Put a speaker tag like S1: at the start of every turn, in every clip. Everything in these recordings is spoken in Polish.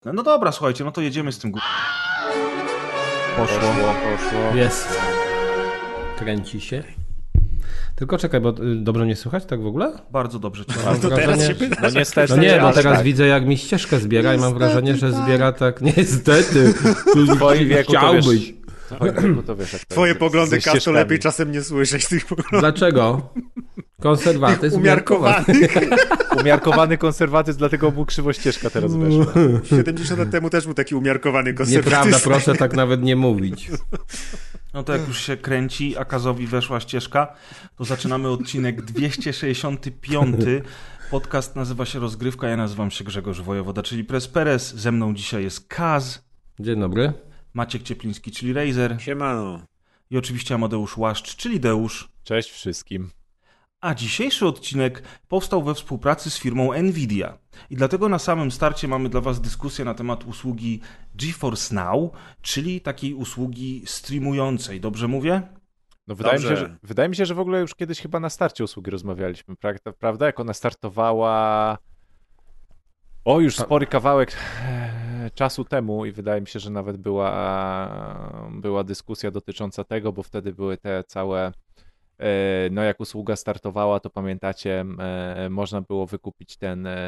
S1: istotne. No dobra, słuchajcie, no to jedziemy z tym.
S2: Poszło.
S3: Jest. Kręci się. Tylko czekaj, bo dobrze mnie słychać tak w ogóle?
S1: Bardzo dobrze cię
S3: Mam
S2: To
S3: wrażenie,
S2: teraz się pytasz. No niestety.
S3: No nie, bo
S2: aż
S3: teraz
S2: tak.
S3: widzę jak mi ścieżkę zbiera i mam wrażenie, że zbiera tak niestety.
S2: W twoim wieku to wiesz.
S3: Chciałbyś.
S2: W twoim wieku to wiesz, jak to
S4: Twoje
S2: jest
S4: poglądy,
S2: ze
S4: Kasto,
S2: ścieżkami.
S4: lepiej czasem nie słyszeć tych poglądów.
S3: Dlaczego? Konserwatyzm
S4: Umiarkowany.
S2: Umiarkowany konserwatyzm, dlatego mu krzywo ścieżka teraz weszła.
S4: 70 lat temu też był taki umiarkowany konserwatyzm.
S3: Nieprawda, proszę tak nawet nie mówić.
S1: No to jak już się kręci, a Kazowi weszła ścieżka, to zaczynamy odcinek 265. Podcast nazywa się Rozgrywka, ja nazywam się Grzegorz Wojewoda, czyli Press Perez. Ze mną dzisiaj jest Kaz,
S3: Dzień dobry.
S1: Maciek Ciepliński, czyli Razer
S4: Siemano.
S1: i oczywiście Amadeusz Łaszcz, czyli Deusz.
S2: Cześć wszystkim.
S1: A dzisiejszy odcinek powstał we współpracy z firmą Nvidia. I dlatego na samym starcie mamy dla Was dyskusję na temat usługi GeForce Now, czyli takiej usługi streamującej. Dobrze mówię?
S2: No
S4: Dobrze.
S2: wydaje mi się, że w ogóle już kiedyś chyba na starcie usługi rozmawialiśmy, prawda? Jak ona startowała już spory kawałek czasu temu i wydaje mi się, że nawet była dyskusja dotycząca tego, bo wtedy były te całe no jak usługa startowała, to pamiętacie, można było wykupić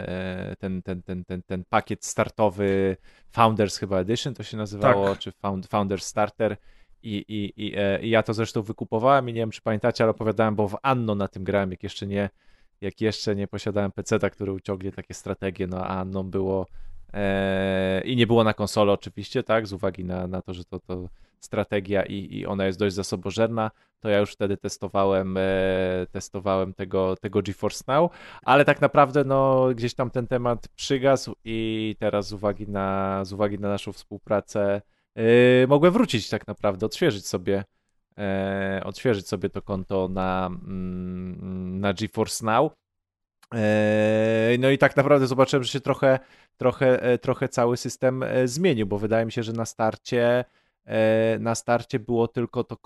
S2: ten pakiet startowy Founders chyba Edition to się nazywało,
S1: Tak.
S2: czy Founders Starter i ja to zresztą wykupowałem i nie wiem, czy pamiętacie, ale opowiadałem, bo w Anno na tym grałem, jak jeszcze nie posiadałem PC-ta, który uciągnie takie strategie, no a Anno było i nie było na konsolę oczywiście, tak, z uwagi na to, że to strategia i ona jest dość zasobożerna, to ja już wtedy testowałem tego GeForce Now, ale tak naprawdę no gdzieś tam ten temat przygasł i teraz z uwagi na naszą współpracę mogłem wrócić tak naprawdę, odświeżyć sobie to konto na GeForce Now. No i tak naprawdę zobaczyłem, że się trochę cały system zmienił, bo wydaje mi się, że na starcie było tylko to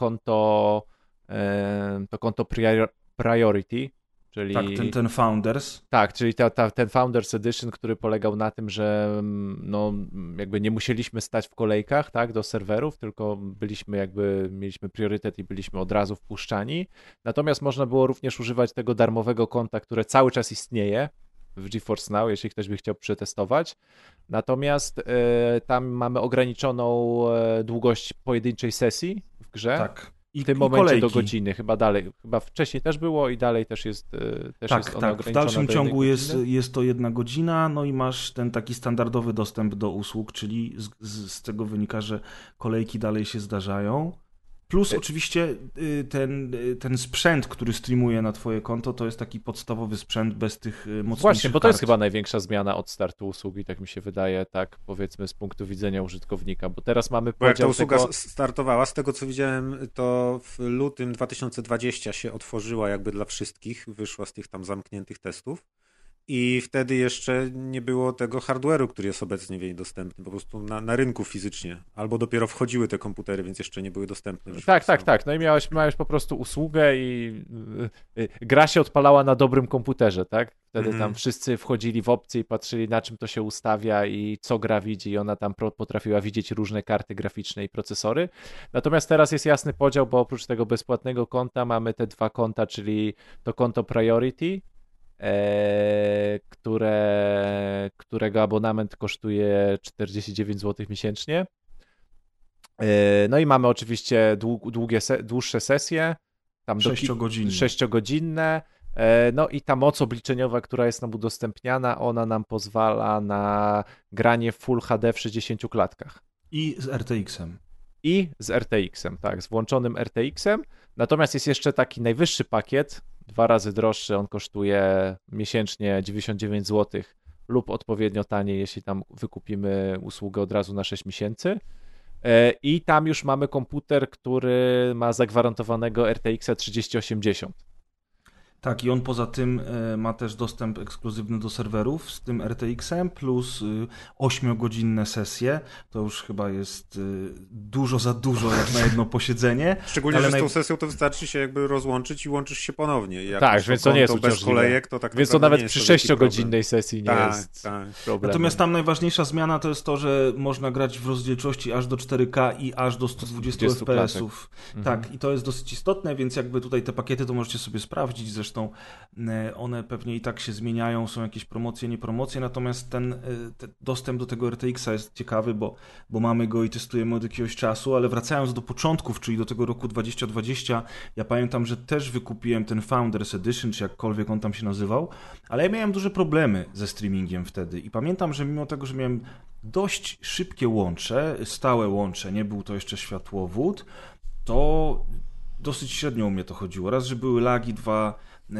S2: konto Priority, czyli
S1: Tak, ten Founders.
S2: tak, czyli ten Founders Edition, który polegał na tym, że no jakby nie musieliśmy stać w kolejkach, tak, do serwerów, tylko mieliśmy priorytet i byliśmy od razu wpuszczani. Natomiast można było również używać tego darmowego konta, które cały czas istnieje w GeForce Now, jeśli ktoś by chciał przetestować. Natomiast tam mamy ograniczoną długość pojedynczej sesji w grze.
S1: Tak.
S2: W tym momencie do godziny, chyba wcześniej też było i dalej też jest
S1: Tak,
S2: ona
S1: tak. W dalszym
S2: do
S1: ciągu
S2: 1 godziny.
S1: jest to 1 godzina, no i masz ten taki standardowy dostęp do usług, czyli z tego wynika, że kolejki dalej się zdarzają. Plus oczywiście ten sprzęt, który streamuje na twoje konto, to jest taki podstawowy sprzęt bez tych mocniejszych
S2: Właśnie, bo to jest
S1: kart.
S2: chyba największa zmiana od startu usługi, tak mi się wydaje, tak powiedzmy z punktu widzenia użytkownika, bo teraz mamy
S4: Bo jak ta
S2: podział
S4: usługa
S2: tego...
S4: startowała, z tego co widziałem, to w lutym 2020 się otworzyła jakby dla wszystkich, wyszła z tych tam zamkniętych testów i wtedy jeszcze nie było tego hardware'u, który jest obecnie w niej dostępny, po prostu na rynku fizycznie, albo dopiero wchodziły te komputery, więc jeszcze nie były dostępne.
S2: Tak. No i miałeś po prostu usługę i gra się odpalała na dobrym komputerze, tak? Wtedy tam wszyscy wchodzili w opcje i patrzyli, na czym to się ustawia i co gra widzi i ona tam potrafiła widzieć różne karty graficzne i procesory. Natomiast teraz jest jasny podział, bo oprócz tego bezpłatnego konta mamy te dwa konta, czyli to konto Priority, którego abonament kosztuje 49 zł miesięcznie. No i mamy oczywiście dłuższe sesje, tam 6-godzinne. No i ta moc obliczeniowa, która jest nam udostępniana, ona nam pozwala na granie w Full HD w 60 klatkach.
S1: I z RTX-em.
S2: I z RTX-em, tak, z włączonym RTX-em. Natomiast jest jeszcze taki najwyższy pakiet, 2 razy droższy, on kosztuje miesięcznie 99 zł lub odpowiednio taniej, jeśli tam wykupimy usługę od razu na 6 miesięcy. I tam już mamy komputer, który ma zagwarantowanego RTX 3080.
S1: Tak, i on poza tym ma też dostęp ekskluzywny do serwerów z tym RTX-em, plus 8-godzinne sesje. To już chyba jest dużo za dużo jak na jedno posiedzenie.
S4: Szczególnie, że z tą sesją to wystarczy się jakby rozłączyć i łączysz się ponownie. Jak
S2: tak, więc to nie jest
S4: bez kolejek, to tak
S2: więc to nawet przy 6-godzinnej sesji nie jest problem.
S1: Natomiast tam najważniejsza zmiana to jest to, że można grać w rozdzielczości aż do 4K i aż do 120 FPS-ów. Tak, i to jest dosyć istotne, więc jakby tutaj te pakiety to możecie sobie sprawdzić. Zresztą one pewnie i tak się zmieniają, są jakieś promocje, nie promocje, natomiast ten dostęp do tego RTX-a jest ciekawy, bo mamy go i testujemy od jakiegoś czasu, ale wracając do początków, czyli do tego roku 2020, ja pamiętam, że też wykupiłem ten Founders Edition, czy jakkolwiek on tam się nazywał, ale ja miałem duże problemy ze streamingiem wtedy i pamiętam, że mimo tego, że miałem dość szybkie łącze, stałe łącze, nie był to jeszcze światłowód, to dosyć średnio u mnie to chodziło. Raz, że były lagi, dwa,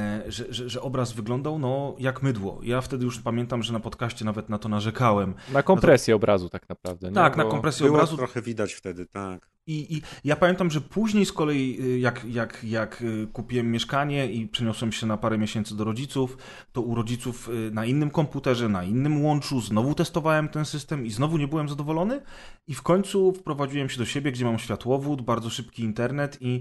S1: że obraz wyglądał jak mydło. Ja wtedy już pamiętam, że na podcaście nawet na to narzekałem.
S2: Na kompresję obrazu tak naprawdę. Nie?
S1: Tak, na kompresję obrazu.
S4: Trochę widać wtedy, tak.
S1: I ja pamiętam, że później z kolei, jak kupiłem mieszkanie i przeniosłem się na parę miesięcy do rodziców, to u rodziców na innym komputerze, na innym łączu znowu testowałem ten system i znowu nie byłem zadowolony i w końcu wprowadziłem się do siebie, gdzie mam światłowód, bardzo szybki internet i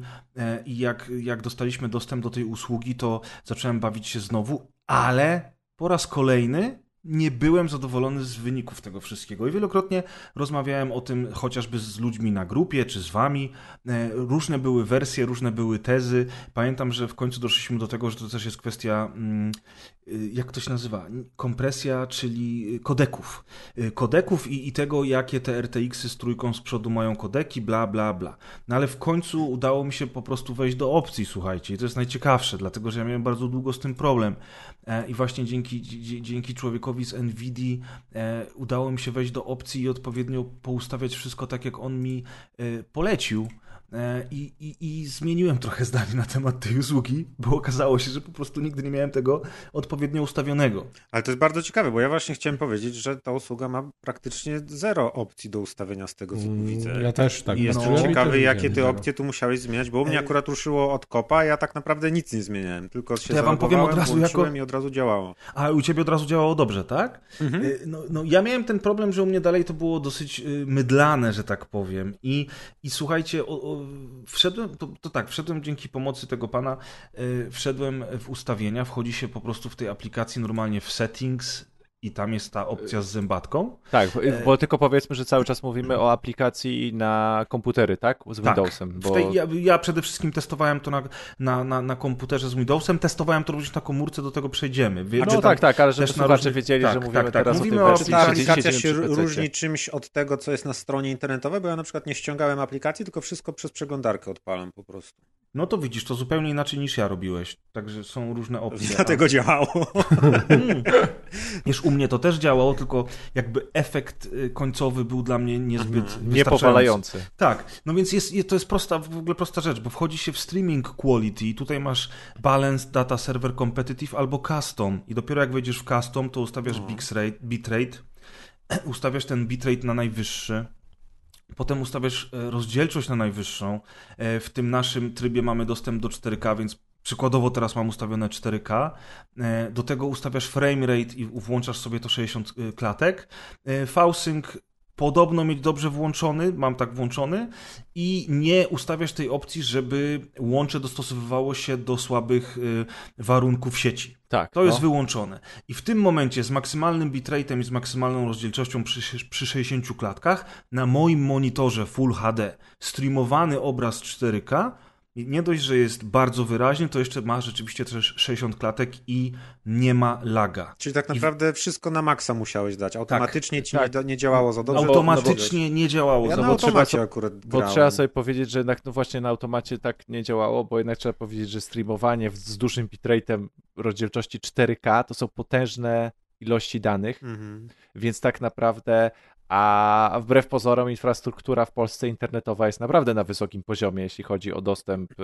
S1: jak dostaliśmy dostęp do tej usługi, to zacząłem bawić się znowu, ale po raz kolejny nie byłem zadowolony z wyników tego wszystkiego i wielokrotnie rozmawiałem o tym chociażby z ludźmi na grupie czy z wami. Różne były wersje, różne były tezy. Pamiętam, że w końcu doszliśmy do tego, że to też jest kwestia, jak to się nazywa? Kompresja, czyli kodeków. Kodeków i tego, jakie te RTX-y z trójką z przodu mają kodeki, bla, bla, bla. No ale w końcu udało mi się po prostu wejść do opcji, słuchajcie. I to jest najciekawsze, dlatego że ja miałem bardzo długo z tym problem. I właśnie dzięki człowiekowi z NVIDII udało mi się wejść do opcji i odpowiednio poustawiać wszystko tak, jak on mi polecił. I zmieniłem trochę zdanie na temat tej usługi, bo okazało się, że po prostu nigdy nie miałem tego odpowiednio ustawionego.
S4: Ale to jest bardzo ciekawe, bo ja właśnie chciałem powiedzieć, że ta usługa ma praktycznie zero opcji do ustawienia z tego, co tu widzę.
S3: Ja też tak.
S4: I jestem ciekawy, jakie ty opcje tu musiałeś zmieniać, bo u mnie akurat ruszyło od kopa, a ja tak naprawdę nic nie zmieniałem, tylko się
S1: ja wam powiem od razu
S4: i od razu działało.
S1: A u ciebie od razu działało dobrze, tak? Mhm. No ja miałem ten problem, że u mnie dalej to było dosyć mydlane, że tak powiem. I słuchajcie, wszedłem dzięki pomocy tego pana, wszedłem w ustawienia, wchodzi się po prostu w tej aplikacji normalnie w settings i tam jest ta opcja z zębatką.
S2: Tak, bo tylko powiedzmy, że cały czas mówimy o aplikacji na komputery, tak? Z Windowsem.
S1: Bo... Ja przede wszystkim testowałem to na komputerze z Windowsem, testowałem to również na komórce, do tego przejdziemy.
S2: Tak, ale żeby słuchacze wiedzieli, że mówimy teraz
S1: mówimy
S2: o tej
S4: wersji. Czy ta aplikacja się różni czymś od tego, co jest na stronie internetowej? Bo ja na przykład nie ściągałem aplikacji, tylko wszystko przez przeglądarkę odpalam po prostu.
S1: No to widzisz, to zupełnie inaczej niż ja robiłeś. Także są różne opcje.
S4: Dlatego działało.
S1: Wiesz, u mnie to też działało, tylko jakby efekt końcowy był dla mnie niezbyt
S2: niepowalający.
S1: Tak, no więc to jest w ogóle prosta rzecz, bo wchodzi się w streaming quality i tutaj masz Balanced Data Server Competitive albo Custom i dopiero jak wejdziesz w Custom, to ustawiasz bitrate, ustawiasz ten bitrate na najwyższy. Potem ustawiasz rozdzielczość na najwyższą. W tym naszym trybie mamy dostęp do 4K, więc przykładowo teraz mam ustawione 4K. Do tego ustawiasz framerate i włączasz sobie to 60 klatek. V-Sync podobno mieć dobrze włączony, mam tak włączony i nie ustawiasz tej opcji, żeby łącze dostosowywało się do słabych warunków sieci.
S2: Tak,
S1: to jest wyłączone. I w tym momencie z maksymalnym bitrate'em i z maksymalną rozdzielczością przy 60 klatkach na moim monitorze Full HD streamowany obraz 4K nie dość, że jest bardzo wyraźny, to jeszcze ma rzeczywiście też 60 klatek i nie ma laga.
S4: Czyli tak naprawdę wszystko na maksa musiałeś dać. Automatycznie nie działało za dobrze.
S1: Automatycznie nie działało za dobrze.
S4: Ja na automacie akurat grałem.
S2: Bo trzeba sobie powiedzieć, że jednak właśnie na automacie tak nie działało, bo jednak trzeba powiedzieć, że streamowanie z dużym bitrate'em rozdzielczości 4K to są potężne ilości danych, więc tak naprawdę a wbrew pozorom infrastruktura w Polsce internetowa jest naprawdę na wysokim poziomie, jeśli chodzi o dostęp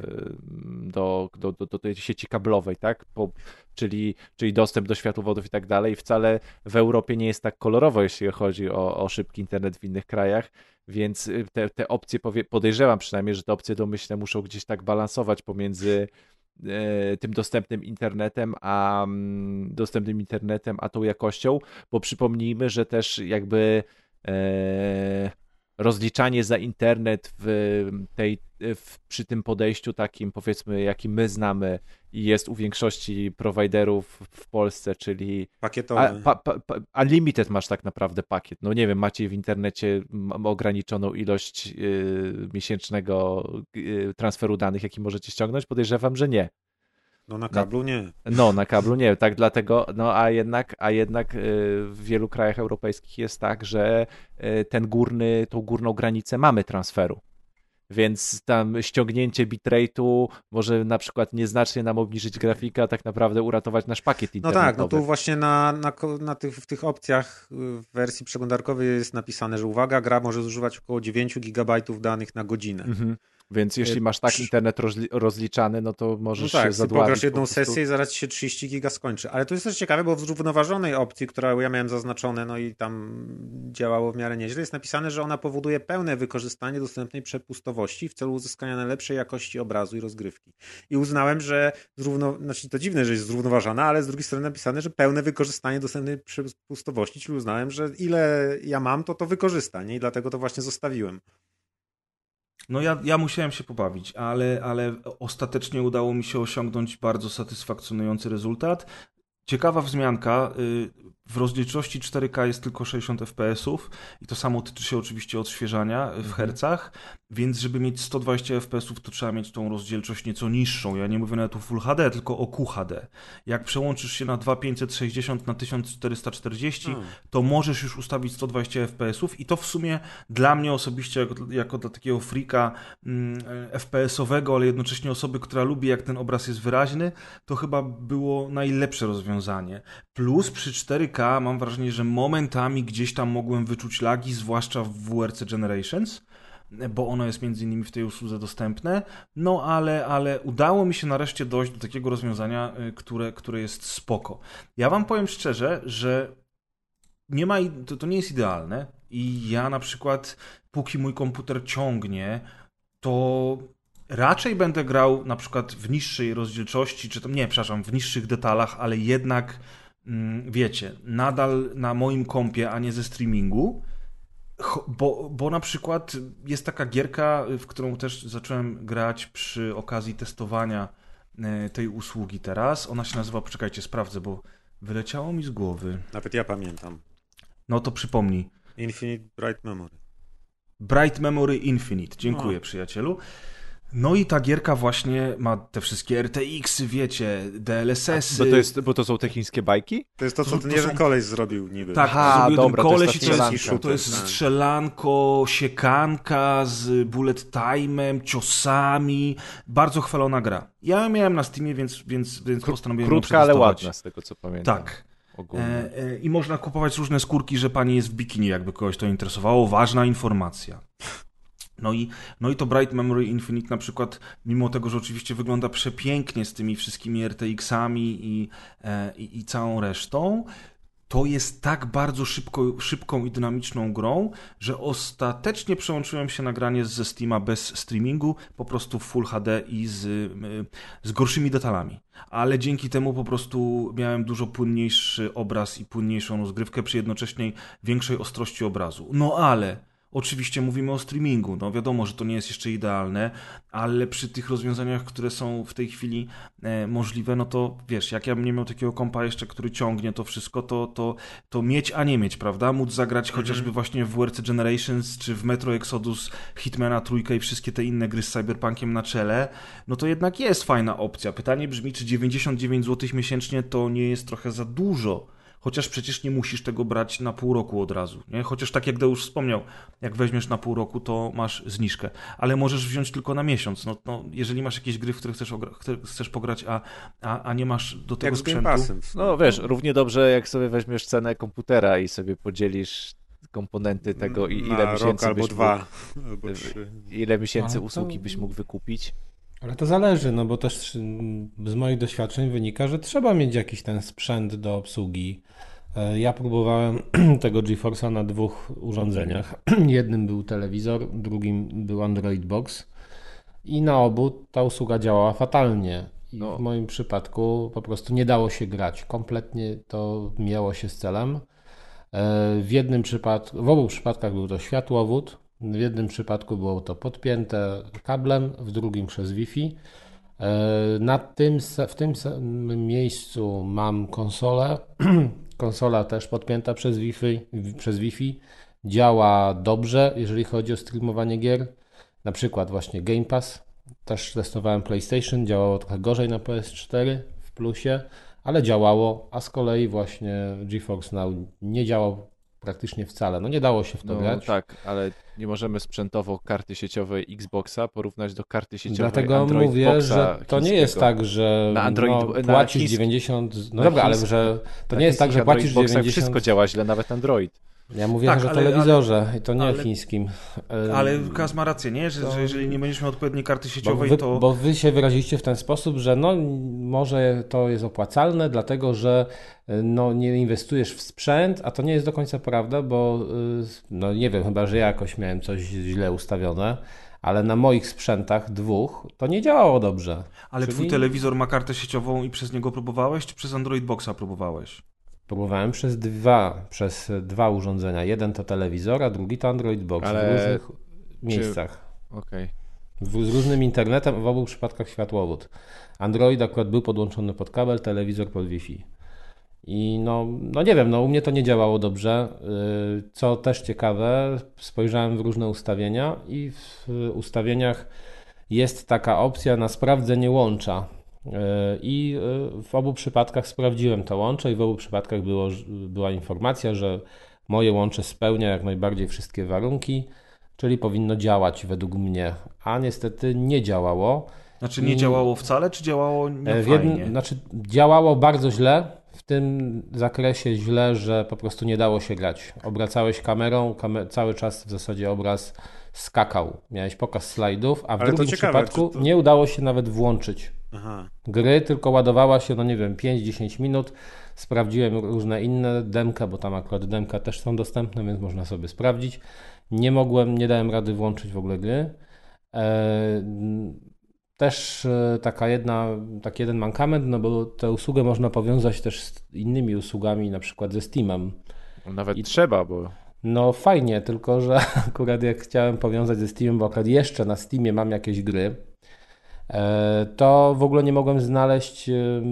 S2: do tej sieci kablowej, tak? Czyli dostęp do światłowodów i tak dalej. Wcale w Europie nie jest tak kolorowo, jeśli chodzi o szybki internet w innych krajach, więc te opcje, podejrzewam przynajmniej, że te opcje domyślne muszą gdzieś tak balansować pomiędzy tym dostępnym internetem, a tą jakością, bo przypomnijmy, że też jakby rozliczanie za internet przy tym podejściu takim, powiedzmy, jakim my znamy i jest u większości prowajderów w Polsce, czyli
S4: pakietowy.
S2: Unlimited masz tak naprawdę pakiet. No nie wiem, macie w internecie ograniczoną ilość miesięcznego transferu danych, jaki możecie ściągnąć? Podejrzewam, że nie.
S4: No na kablu nie.
S2: No, na kablu nie, tak dlatego, no a jednak w wielu krajach europejskich jest tak, że tą górną granicę mamy transferu. Więc tam ściągnięcie bitrate'u może na przykład nieznacznie nam obniżyć grafika, a tak naprawdę uratować nasz pakiet internetowy.
S4: No tak, no tu właśnie w tych opcjach w wersji przeglądarkowej jest napisane, że uwaga, gra może zużywać około 9 GB danych na godzinę.
S2: Mhm. Więc jeśli masz tak internet rozliczany, no to możesz się zadławić.
S4: Pograsz jedną sesję i zaraz się 30 giga skończy. Ale to jest też ciekawe, bo w zrównoważonej opcji, którą ja miałem zaznaczone, no i tam działało w miarę nieźle, jest napisane, że ona powoduje pełne wykorzystanie dostępnej przepustowości w celu uzyskania najlepszej jakości obrazu i rozgrywki. I uznałem, że znaczy to dziwne, że jest zrównoważona, ale z drugiej strony napisane, że pełne wykorzystanie dostępnej przepustowości, czyli uznałem, że ile ja mam, to wykorzysta, nie? I dlatego to właśnie zostawiłem.
S1: No ja musiałem się pobawić, ale ostatecznie udało mi się osiągnąć bardzo satysfakcjonujący rezultat. Ciekawa wzmianka, w rozdzielczości 4K jest tylko 60 fps i to samo tyczy się oczywiście odświeżania w hercach, więc żeby mieć 120 fps to trzeba mieć tą rozdzielczość nieco niższą. Ja nie mówię nawet o Full HD, tylko o QHD. Jak przełączysz się na 2560 na 1440, to możesz już ustawić 120 fps i to w sumie dla mnie osobiście, jako dla takiego freaka FPS-owego, ale jednocześnie osoby, która lubi, jak ten obraz jest wyraźny, to chyba było najlepsze rozwiązanie. Plus przy 4K mam wrażenie, że momentami gdzieś tam mogłem wyczuć lagi, zwłaszcza w WRC Generations, bo ono jest między innymi w tej usłudze dostępne, no ale udało mi się nareszcie dojść do takiego rozwiązania, które jest spoko. Ja wam powiem szczerze, że to nie jest idealne i ja na przykład, póki mój komputer ciągnie, to raczej będę grał na przykład w niższej rozdzielczości, w niższych detalach, ale jednak wiecie, nadal na moim kompie, a nie ze streamingu, bo na przykład jest taka gierka, w którą też zacząłem grać przy okazji testowania tej usługi teraz. Ona się nazywa, poczekajcie, sprawdzę, bo wyleciało mi z głowy.
S4: Nawet ja pamiętam.
S1: No to przypomnij.
S4: Infinite Bright Memory.
S1: Bright Memory Infinite. Dziękuję, przyjacielu. No i ta gierka właśnie ma te wszystkie RTX-y, wiecie, DLSS-y.
S2: Bo to są te chińskie bajki?
S4: To jest to, co ten jeden koleś zrobił niby.
S1: Tak, zrobił
S2: dobra,
S1: ten koleś
S2: to
S1: jest strzelanko, siekanka z bullet time'em, ciosami. Bardzo chwalona gra. Ja miałem na Steamie, więc postanowiłem ją
S2: krótka, ale ładna z tego, co pamiętam.
S1: Tak. I można kupować różne skórki, że pani jest w bikini, jakby kogoś to interesowało. Ważna informacja. No i to Bright Memory Infinite na przykład, mimo tego, że oczywiście wygląda przepięknie z tymi wszystkimi RTX-ami i całą resztą, to jest tak bardzo szybką i dynamiczną grą, że ostatecznie przełączyłem się na granie ze Steama bez streamingu, po prostu w Full HD i z gorszymi detalami. Ale dzięki temu po prostu miałem dużo płynniejszy obraz i płynniejszą rozgrywkę przy jednocześnie większej ostrości obrazu. No ale oczywiście mówimy o streamingu, no wiadomo, że to nie jest jeszcze idealne, ale przy tych rozwiązaniach, które są w tej chwili możliwe, no to wiesz, jak ja bym nie miał takiego kompa jeszcze, który ciągnie to wszystko, to mieć, a nie mieć, prawda? Móc zagrać chociażby właśnie w WRC Generations, czy w Metro Exodus, Hitmana Trójkę i wszystkie te inne gry z Cyberpunkiem na czele, no to jednak jest fajna opcja. Pytanie brzmi, czy 99 zł miesięcznie to nie jest trochę za dużo? Chociaż przecież nie musisz tego brać na pół roku od razu, nie? Chociaż tak jak Deusz wspomniał, jak weźmiesz na pół roku, to masz zniżkę. Ale możesz wziąć tylko na miesiąc. No, jeżeli masz jakieś gry, w które chcesz pograć, a nie masz do tego
S4: jak
S1: sprzętu...
S2: No wiesz, równie dobrze jak sobie weźmiesz cenę komputera i sobie podzielisz komponenty tego i ile miesięcy
S4: albo
S2: byś
S4: dwa,
S2: mógł,
S4: albo trzy.
S2: Ile miesięcy usługi byś mógł wykupić.
S3: Ale to zależy, no bo też z moich doświadczeń wynika, że trzeba mieć jakiś ten sprzęt do obsługi. Ja próbowałem tego GeForce'a na 2 urządzeniach. Jednym był telewizor, drugim był Android Box i na obu ta usługa działała fatalnie. i w moim przypadku po prostu nie dało się grać. Kompletnie to mijało się z celem. W obu przypadkach był to światłowód. W jednym przypadku było to podpięte kablem, w drugim przez Wi-Fi. W tym samym miejscu mam konsolę. Konsola też podpięta przez Wi-Fi. Działa dobrze, jeżeli chodzi o streamowanie gier. Na przykład właśnie Game Pass. Też testowałem PlayStation, działało trochę gorzej na PS4 w plusie, ale działało, a z kolei właśnie GeForce Now nie działał praktycznie wcale. No nie dało się w to grać.
S2: Tak, ale nie możemy sprzętowo karty sieciowej Xboxa porównać do karty sieciowej
S3: Dlatego
S2: Android
S3: mówię,
S2: Boxa
S3: że to nie jest tak, że
S2: na Android,
S3: płacisz 90... No dobra, ale że to nie jest tak, że płacisz 90...
S2: Wszystko działa źle, nawet Android.
S3: Ja mówię o telewizorze i to nie chińskim.
S1: Ale Kaz ma rację, nie? Że jeżeli nie będziesz miał odpowiedniej karty sieciowej,
S3: Bo wy się wyraziliście w ten sposób, że no może to jest opłacalne, dlatego że no, nie inwestujesz w sprzęt, a to nie jest do końca prawda, bo no nie wiem, chyba że ja jakoś miałem coś źle ustawione, ale na moich sprzętach to nie działało dobrze.
S1: Ale twój telewizor ma kartę sieciową i przez niego próbowałeś, czy przez Android Boxa próbowałeś?
S3: Próbowałem przez dwa urządzenia. Jeden to telewizor, a drugi to Android Box w różnych miejscach.
S2: Okej.
S3: Z różnym internetem, w obu przypadkach światłowód. Android akurat był podłączony pod kabel, telewizor pod Wi-Fi. I no nie wiem, u mnie to nie działało dobrze. Co też ciekawe, spojrzałem w różne ustawienia i w ustawieniach jest taka opcja na sprawdzenie łącza. I w obu przypadkach sprawdziłem to łącze i w obu przypadkach była informacja, że moje łącze spełnia jak najbardziej wszystkie warunki, czyli powinno działać według mnie, a niestety nie działało.
S1: Znaczy nie działało wcale, czy działało niefajnie?
S3: Znaczy działało bardzo źle, w tym zakresie źle, że po prostu nie dało się grać. Obracałeś kamerą, cały czas w zasadzie obraz skakał. Miałeś pokaz slajdów, a w drugim przypadku nie udało się nawet włączyć gry, tylko ładowała się, 5-10 minut. Sprawdziłem różne inne demka, bo tam akurat demka też są dostępne, więc można sobie sprawdzić. Nie dałem rady włączyć w ogóle gry. Też taki jeden mankament, bo tę usługę można powiązać też z innymi usługami, na przykład ze Steamem.
S2: Nawet trzeba, bo...
S3: No fajnie, tylko że akurat jak chciałem powiązać ze Steamem, bo akurat jeszcze na Steamie mam jakieś gry, to w ogóle nie mogłem znaleźć,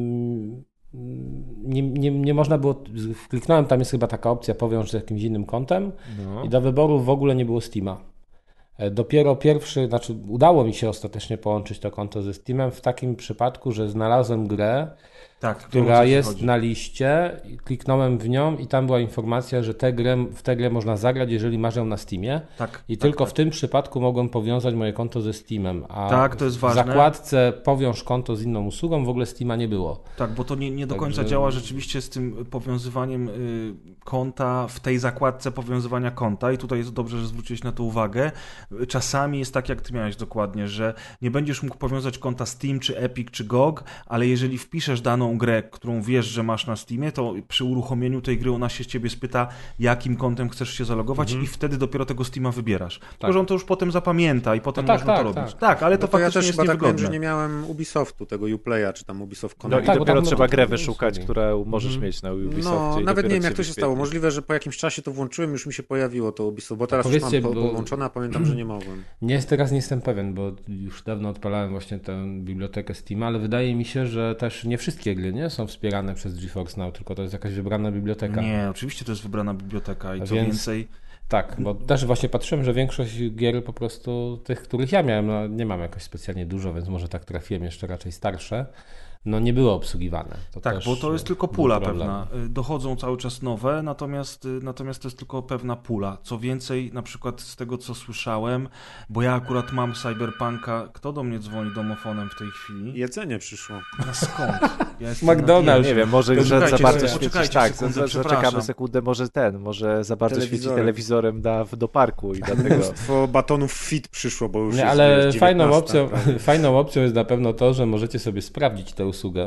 S3: nie można było, kliknąłem, tam jest chyba taka opcja powiąż z jakimś innym kontem i do wyboru w ogóle nie było Steama. Dopiero udało mi się ostatecznie połączyć to konto ze Steamem w takim przypadku, że znalazłem grę, która jest na liście, kliknąłem w nią i tam była informacja, że w tę grę można zagrać, jeżeli masz ją na Steamie. Tylko w tym przypadku mogłem powiązać moje konto ze Steamem, a
S1: to jest
S3: w
S1: ważne.
S3: zakładce powiąż konto z inną usługą w ogóle Steama nie było.
S1: Tak, bo to nie do końca działa rzeczywiście z tym powiązywaniem konta w tej zakładce powiązywania konta i tutaj jest dobrze, że zwróciłeś na to uwagę. Czasami jest tak, jak ty miałeś dokładnie, że nie będziesz mógł powiązać konta Steam, czy Epic, czy GOG, ale jeżeli wpiszesz daną grę, którą wiesz, że masz na Steamie, to przy uruchomieniu tej gry ona się ciebie spyta, jakim kontem chcesz się zalogować i wtedy dopiero tego Steama wybierasz. Tylko, że on to już potem zapamięta i potem można to robić. Tak, ale to faktycznie jest niewygodne.
S4: Ja też chyba że nie miałem Ubisoftu, tego Uplaya, czy tam Ubisoft Connect.
S2: I dopiero trzeba grę wyszukać, którą możesz mieć na Ubisoftie.
S4: Nawet nie wiem, jak to się stało. Możliwe, że po jakimś czasie to włączyłem, już mi się pojawiło to Ubisoft, bo teraz już mam podłączone, a pamiętam, że nie mogłem.
S3: Teraz nie jestem pewien, bo już dawno odpalałem właśnie tę bibliotekę Steam, ale wydaje mi się, że też nie wszystkie gry są wspierane przez GeForce Now, tylko to jest jakaś wybrana biblioteka.
S1: Nie, oczywiście to jest wybrana biblioteka i co więcej...
S3: Tak, bo też właśnie patrzyłem, że większość gier po prostu tych, których ja miałem, nie mam jakoś specjalnie dużo, więc może tak trafiłem, jeszcze raczej starsze, nie były obsługiwane.
S1: Tak, bo to jest tylko pula pewna. Dochodzą cały czas nowe, natomiast to jest tylko pewna pula. Co więcej, na przykład z tego, co słyszałem, bo ja akurat mam Cyberpunka. Kto do mnie dzwoni domofonem w tej chwili?
S4: Jedzenie przyszło.
S1: A skąd? Ja
S3: McDonald's.
S2: Nie wiem, może już za bardzo
S1: świecić.
S2: Tak, zaczekamy sekundę, może za bardzo świeci telewizorem do parku i dlatego...
S4: Mnóstwo batonów fit przyszło, bo już
S3: ale fajną opcją jest na pewno to, że możecie sobie sprawdzić tę usługę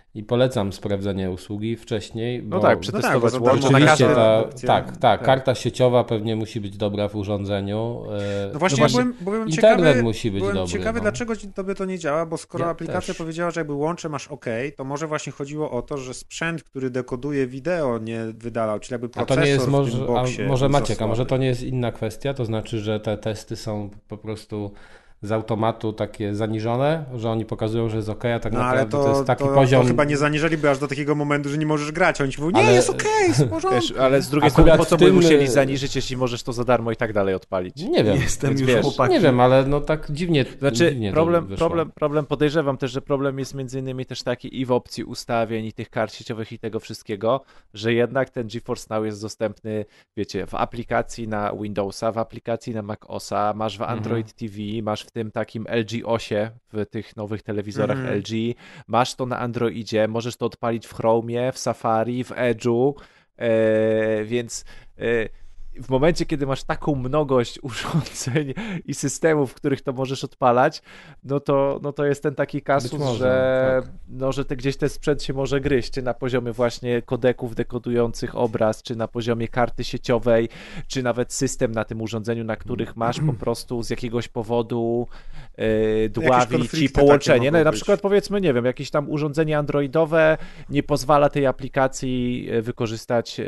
S3: i polecam sprawdzenie usługi wcześniej.
S2: No tak, przetestować
S3: łącze. Oczywiście karta sieciowa pewnie musi być dobra w urządzeniu.
S4: No właśnie, byłem
S3: internet
S4: ciekawy,
S3: musi być dobry.
S4: Ciekawy, dlaczego tobie to nie działa, bo skoro aplikacja
S3: też
S4: powiedziała, że jakby łącze masz OK, to może właśnie chodziło o to, że sprzęt, który dekoduje wideo, nie wydalał, czyli jakby procesor
S3: a to nie jest
S4: w tym boksie.
S3: Może Maciek, a może to nie jest inna kwestia, to znaczy, że te testy są po prostu z automatu takie zaniżone, że oni pokazują, że jest OK, a tak naprawdę to jest taki poziom...
S4: To chyba nie zaniżyliby aż do takiego momentu, że nie możesz grać. Oni ci mówią, nie, jest OK, jest w porządku.
S2: Ale z drugiej strony, po co by musieli zaniżyć, jeśli możesz to za darmo i tak dalej odpalić?
S3: Nie wiem.
S1: Jestem już chłopaki.
S3: Nie wiem, ale no tak dziwnie.
S2: Znaczy,
S3: dziwnie
S2: problem podejrzewam też, że problem jest między innymi też taki i w opcji ustawień, i tych kart sieciowych, i tego wszystkiego, że jednak ten GeForce Now jest dostępny, wiecie, w aplikacji na Windowsa, w aplikacji na Mac OSa, masz w Android TV, masz w tym takim LG OSie, w tych nowych telewizorach LG, masz to na Androidzie, możesz to odpalić w Chromie, w Safari, w Edge'u, więc w momencie, kiedy masz taką mnogość urządzeń i systemów, w których to możesz odpalać, no to jest ten taki kasus, że gdzieś ten sprzęt się może gryźć, czy na poziomie właśnie kodeków dekodujących obraz, czy na poziomie karty sieciowej, czy nawet system na tym urządzeniu, na których masz po prostu z jakiegoś powodu dławi ci połączenie. No, na przykład powiedzmy, nie wiem, jakieś tam urządzenie androidowe nie pozwala tej aplikacji wykorzystać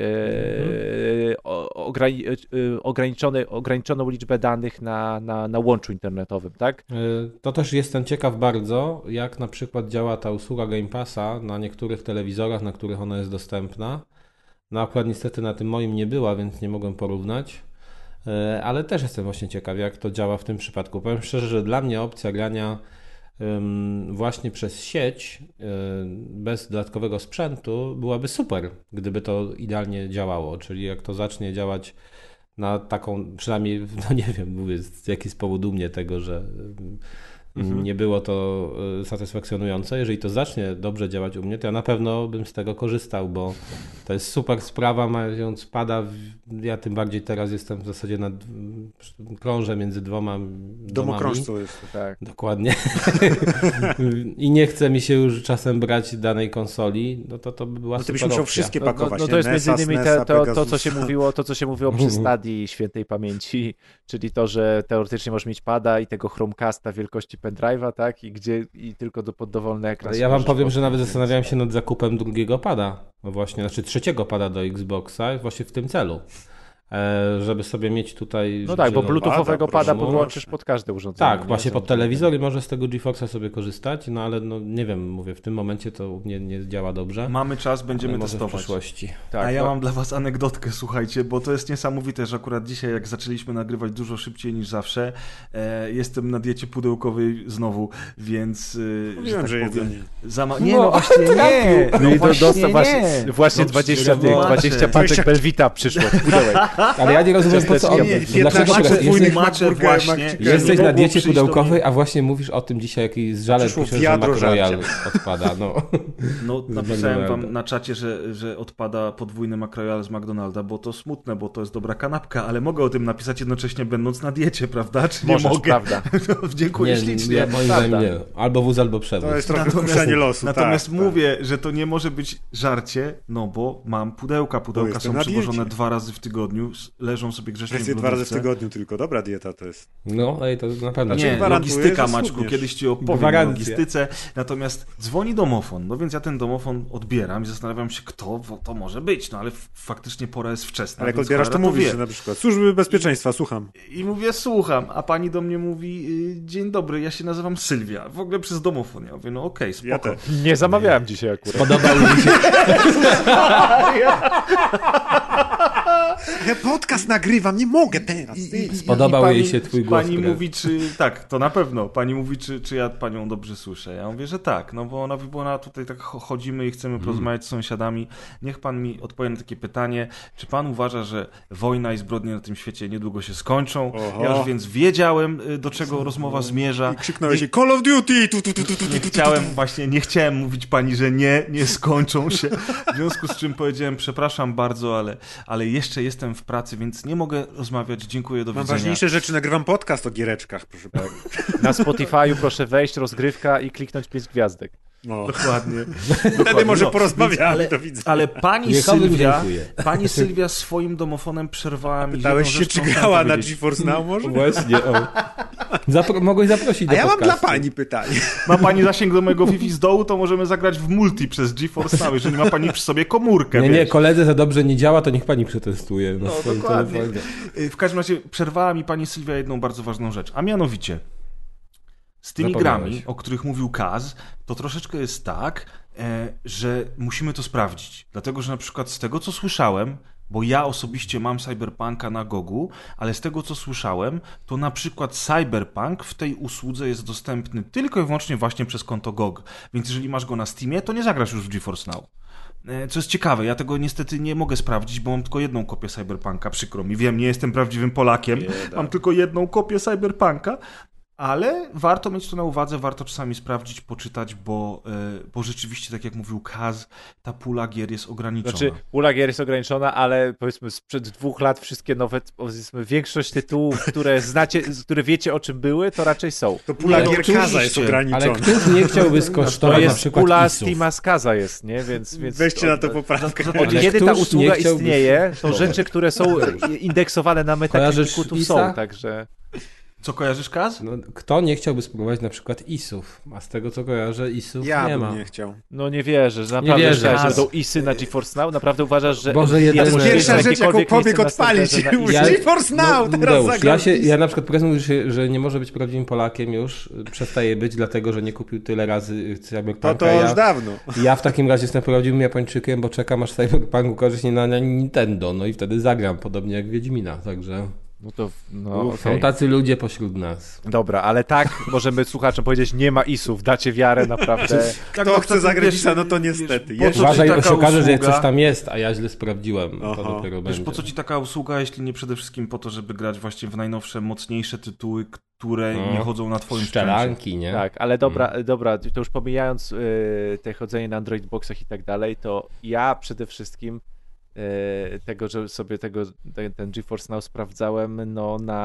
S2: ograniczoną liczbę danych na łączu internetowym, tak?
S3: To też jestem ciekaw bardzo, jak na przykład działa ta usługa Game Passa na niektórych telewizorach, na których ona jest dostępna. No akurat niestety na tym moim nie była, więc nie mogłem porównać, ale też jestem właśnie ciekaw, jak to działa w tym przypadku. Powiem szczerze, że dla mnie opcja grania właśnie przez sieć, bez dodatkowego sprzętu, byłaby super, gdyby to idealnie działało, czyli jak to zacznie działać na taką, przynajmniej, no nie wiem, mówię, jaki jest powód u mnie tego, że nie było to satysfakcjonujące. Jeżeli to zacznie dobrze działać u mnie, to ja na pewno bym z tego korzystał, bo to jest super sprawa, mając pada. Ja tym bardziej teraz jestem w zasadzie krążę między dwoma domami.
S4: Domokrążcą jest.
S3: Tak. Dokładnie. I nie chce mi się już czasem brać danej konsoli, no to by była super
S4: ty byś musiał wszystkie pakować.
S2: No to jest między innymi to, co się mówiło przy Stadii świętej pamięci, czyli to, że teoretycznie możesz mieć pada i tego Chromecasta wielkości pendrive'a, tak? I tylko pod dowolny ekran.
S3: Ja wam powiem, że nawet zastanawiałem się nad zakupem drugiego pada. No właśnie, znaczy trzeciego pada do Xboxa właśnie w tym celu. Żeby sobie mieć tutaj...
S2: No tak, bo bluetoothowego pada podłączysz pod każde urządzenie.
S3: Tak, właśnie pod telewizor i może z tego GeForce'a sobie korzystać, no ale no nie wiem, mówię, w tym momencie to nie działa dobrze.
S1: Mamy czas, będziemy testować.
S3: W przyszłości.
S1: Tak, a ja mam dla was anegdotkę, słuchajcie, bo to jest niesamowite, że akurat dzisiaj, jak zaczęliśmy nagrywać dużo szybciej niż zawsze, jestem na diecie pudełkowej znowu, więc...
S4: Mówiłem, że jedzenie.
S1: Nie, no właśnie nie!
S2: No właśnie 20 paczek Belvita przyszło w pudełek.
S3: Ale ja nie rozumiem, po co dlaczego jesteś na diecie pudełkowej, a właśnie mówisz o tym dzisiaj, jaki z żalem piszesz, że Mac Royal odpada.
S1: No napisałem wam na czacie, że odpada podwójny Mac Royal z McDonalda, bo to smutne, bo to jest dobra kanapka, ale mogę o tym napisać jednocześnie będąc na diecie, prawda? Czy nie mogę?
S2: Prawda.
S1: Dziękuję ślicznie.
S3: Ja moim zdaniem nie. Albo wóz, albo przewóz.
S4: To jest trochę wkurzenie losu.
S1: Natomiast mówię, że to nie może być żarcie, no bo mam pudełka. Pudełka są przywożone 2 razy w tygodniu, leżą sobie grzecznie w lodówce.
S4: 2 razy w tygodniu tylko, dobra dieta to jest.
S3: No, to na pewno.
S1: Nie, logistyka, Maćku, kiedyś ci opowiem o logistyce. Natomiast dzwoni domofon, no więc ja ten domofon odbieram i zastanawiam się, kto to może być, no ale faktycznie pora jest wczesna.
S4: Ale jak odbierasz, to mówisz, na przykład Służby Bezpieczeństwa, słucham.
S1: I mówię, słucham, a pani do mnie mówi, dzień dobry, ja się nazywam Sylwia, w ogóle przez domofon. Ja mówię, no okej, spoko.
S2: Ja nie zamawiałem dzisiaj akurat.
S3: Podobał mi się...
S4: Ja podcast nagrywam, nie mogę teraz.
S3: Spodobał jej się twój głos.
S1: Pani mówi, czy... Tak, to na pewno. Pani mówi, czy ja panią dobrze słyszę. Ja mówię, że tak, no bo ona tutaj tak chodzimy i chcemy porozmawiać z sąsiadami. Niech pan mi odpowie na takie pytanie, czy pan uważa, że wojna i zbrodnie na tym świecie niedługo się skończą? Oho. Ja już więc wiedziałem, do czego rozmowa zmierza.
S4: I krzyknąłeś Call of Duty!
S1: Nie chciałem mówić pani, że nie skończą się. W związku z czym powiedziałem, przepraszam bardzo, ale jeszcze jestem w pracy, więc nie mogę rozmawiać. Dziękuję, do widzenia.
S4: Mam ważniejsze rzeczy, nagrywam podcast o giereczkach, proszę pana.
S2: Na Spotify'u proszę wejść, rozgrywka i kliknąć 5 gwiazdek.
S1: Dokładnie.
S4: Wtedy może porozmawiamy, do widzenia.
S1: Ale pani Sylwia swoim domofonem przerwała mi.
S4: Pytałeś się, czy grała na GeForce Now może?
S3: Właśnie, mogłeś zaprosić do
S4: podcastu. Ja mam dla pani pytanie.
S1: Ma pani zasięg do mojego Wi-Fi z dołu, to możemy zagrać w multi przez GeForce Now, jeżeli ma pani przy sobie komórkę.
S3: Nie, koledze za dobrze nie działa, to niech pani przetestuje na swoim
S1: dokładnie.
S3: telefonie.
S1: W każdym razie przerwała mi pani Sylwia jedną bardzo ważną rzecz, a mianowicie z tymi grami, o których mówił Kaz, to troszeczkę jest tak, że musimy to sprawdzić. Dlatego, że na przykład z tego, co słyszałem, bo ja osobiście mam Cyberpunka na Gogu, ale z tego, co słyszałem, to na przykład Cyberpunk w tej usłudze jest dostępny tylko i wyłącznie właśnie przez konto GOG. Więc jeżeli masz go na Steamie, to nie zagrasz już w GeForce Now. Co jest ciekawe, ja tego niestety nie mogę sprawdzić, bo mam tylko jedną kopię Cyberpunka, przykro mi. Wiem, nie jestem prawdziwym Polakiem, mam tylko jedną kopię Cyberpunka, ale warto mieć to na uwadze, warto czasami sprawdzić, poczytać, bo rzeczywiście, tak jak mówił Kaz, ta pula gier jest ograniczona.
S2: Znaczy, pula gier jest ograniczona, ale powiedzmy sprzed 2 lat wszystkie nowe, powiedzmy większość tytułów, które znacie, które wiecie o czym były, to raczej są.
S4: To pula gier Kaza jest ograniczona.
S3: Ale któż nie chciałby skosztować na przykład
S2: pula
S3: ISów?
S2: Steama z Kaza jest, nie? Więc
S4: weźcie na to poprawkę.
S2: Kiedy ta usługa istnieje, to rzeczy, które są indeksowane na Metacriticu tu są, także...
S1: Co kojarzysz, Kaz?
S3: No, kto nie chciałby spróbować na przykład ISów? A z tego co kojarzę, ISów nie ma.
S4: Ja bym nie chciał.
S2: No nie wierzę, że naprawdę myślałeś, że będą ISy na GeForce Now? Naprawdę uważasz, że...
S3: Boże,
S4: pierwsza rzecz, jaką pobieg odpalić. GeForce Now, teraz zagrać.
S3: Ja na przykład powiedzmy, że nie może być prawdziwym Polakiem już, przestaje być, dlatego, że nie kupił tyle razy Cyberpunka.
S4: To już dawno.
S3: Ja w takim razie jestem prawdziwym Japończykiem, bo czekam aż Cyberpunk ukaże się na Nintendo, no i wtedy zagram, podobnie jak Wiedźmina, także... Są tacy ludzie pośród nas.
S2: Dobra, ale tak możemy słuchaczom powiedzieć, nie ma ISów, dacie wiarę naprawdę.
S4: Kto chce zagrać ISa, no to niestety.
S3: Uważaj, bo się okaże, że coś tam jest, a ja źle sprawdziłem. To dopiero będzie.
S1: Po co ci taka usługa, jeśli nie przede wszystkim po to, żeby grać właśnie w najnowsze, mocniejsze tytuły, które nie chodzą na twoim
S3: szczelanki, nie?
S2: Tak, ale dobra, to już pomijając te chodzenie na Android Boxach i tak dalej, to ja przede wszystkim tego, że sobie ten GeForce Now sprawdzałem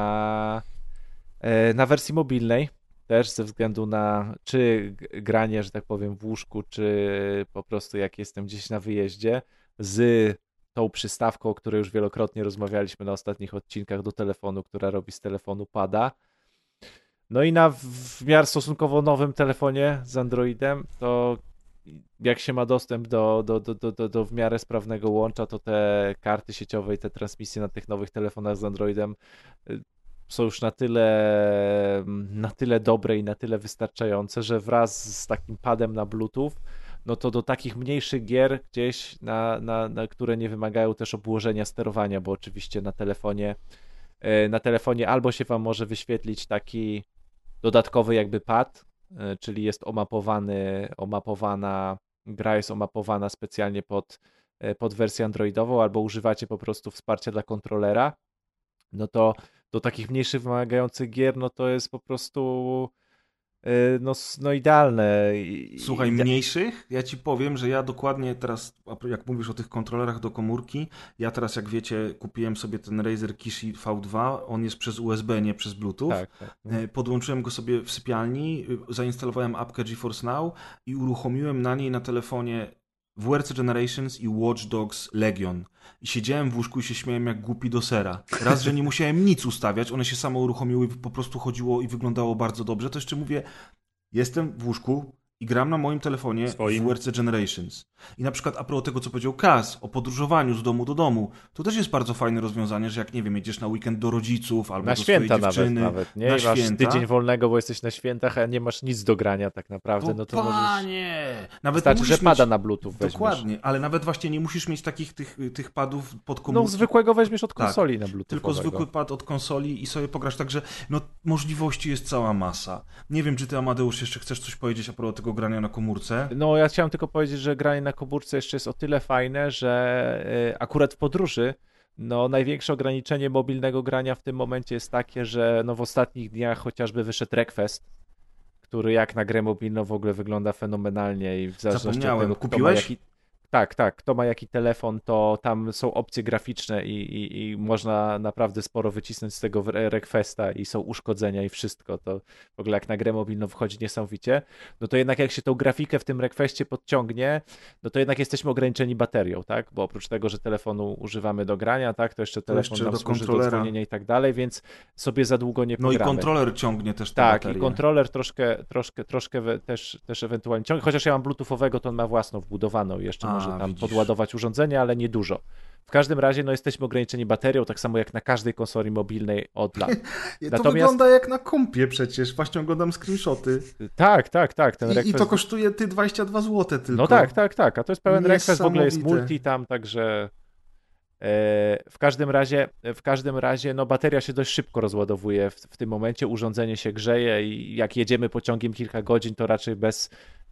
S2: na wersji mobilnej, też ze względu na czy granie, że tak powiem, w łóżku, czy po prostu jak jestem gdzieś na wyjeździe, z tą przystawką, o której już wielokrotnie rozmawialiśmy na ostatnich odcinkach do telefonu, która robi z telefonu pada. No i na w miarę stosunkowo nowym telefonie z Androidem, to jak się ma dostęp do w miarę sprawnego łącza, to te karty sieciowe i te transmisje na tych nowych telefonach z Androidem są już na tyle dobre i na tyle wystarczające, że wraz z takim padem na Bluetooth, no to do takich mniejszych gier gdzieś, na które nie wymagają też obłożenia sterowania, bo oczywiście na telefonie albo się wam może wyświetlić taki dodatkowy jakby pad, czyli jest gra jest omapowana specjalnie pod wersję androidową, albo używacie po prostu wsparcia dla kontrolera, no to do takich mniejszych wymagających gier, no to jest po prostu no idealne.
S1: Słuchaj, mniejszych? Ja ci powiem, że ja dokładnie teraz, jak mówisz o tych kontrolerach do komórki, ja teraz, jak wiecie, kupiłem sobie ten Razer Kishi V2, on jest przez USB, nie przez Bluetooth.
S2: Tak.
S1: Podłączyłem go sobie w sypialni, zainstalowałem apkę GeForce Now i uruchomiłem na niej na telefonie WRC Generations i Watch Dogs Legion. I siedziałem w łóżku i się śmiałem jak głupi do sera. Raz, że nie musiałem nic ustawiać, one się samo uruchomiły i po prostu chodziło i wyglądało bardzo dobrze. To jeszcze mówię, jestem w łóżku i gram na moim telefonie w WRC Generations. I na przykład a propos tego, co powiedział Kaz, o podróżowaniu z domu do domu, to też jest bardzo fajne rozwiązanie, że jak, nie wiem, jedziesz na weekend do rodziców albo
S2: na
S1: do swojej dziewczyny.
S2: Nawet, nie?
S1: Na
S2: masz
S1: święta.
S2: tydzień wolnego, bo jesteś na świętach, a nie masz nic do grania tak naprawdę. No to
S1: panie! Nawet
S2: wystarczy, że pada na Bluetooth weźmiesz.
S1: Dokładnie, ale nawet właśnie nie musisz mieć takich tych padów pod komórkę.
S2: No zwykłego weźmiesz od konsoli na Bluetooth.
S1: Tylko zwykły pad od konsoli i sobie pograsz, także no możliwości jest cała masa. Nie wiem, czy ty, Amadeusz, jeszcze chcesz coś powiedzieć a propos tego grania na komórce?
S2: No ja chciałem tylko powiedzieć, że granie na komórce jeszcze jest o tyle fajne, że akurat w podróży no największe ograniczenie mobilnego grania w tym momencie jest takie, że no w ostatnich dniach chociażby wyszedł Wreckfest, który jak na grę mobilną w ogóle wygląda fenomenalnie i w zależności od tego,
S1: kupiłeś?
S2: Tak, kto ma jaki telefon, to tam są opcje graficzne i można naprawdę sporo wycisnąć z tego Wreckfesta i są uszkodzenia i wszystko, to w ogóle jak na grę mobilną wchodzi niesamowicie, no to jednak jak się tą grafikę w tym Wreckfestie podciągnie, no to jednak jesteśmy ograniczeni baterią, tak, bo oprócz tego, że telefonu używamy do grania, tak, to jeszcze telefon nam służy do dzwonienia i tak dalej, więc sobie za długo nie pogramy.
S1: No i kontroler ciągnie też te
S2: tak,
S1: baterie.
S2: i kontroler troszkę też ewentualnie ciągnie, chociaż ja mam bluetoothowego, to on ma własną wbudowaną, jeszcze może tam podładować urządzenie, ale nie dużo. W każdym razie no jesteśmy ograniczeni baterią, tak samo jak na każdej konsoli mobilnej od lat.
S1: To wygląda jak na kompie przecież, właśnie oglądam screenshoty.
S2: Tak. Ten
S1: I to kosztuje 22 zł tylko.
S2: No tak, a to jest pełen Wreckfest, w ogóle jest multi tam, także w każdym razie no bateria się dość szybko rozładowuje w tym momencie, urządzenie się grzeje i jak jedziemy pociągiem kilka godzin, to raczej bez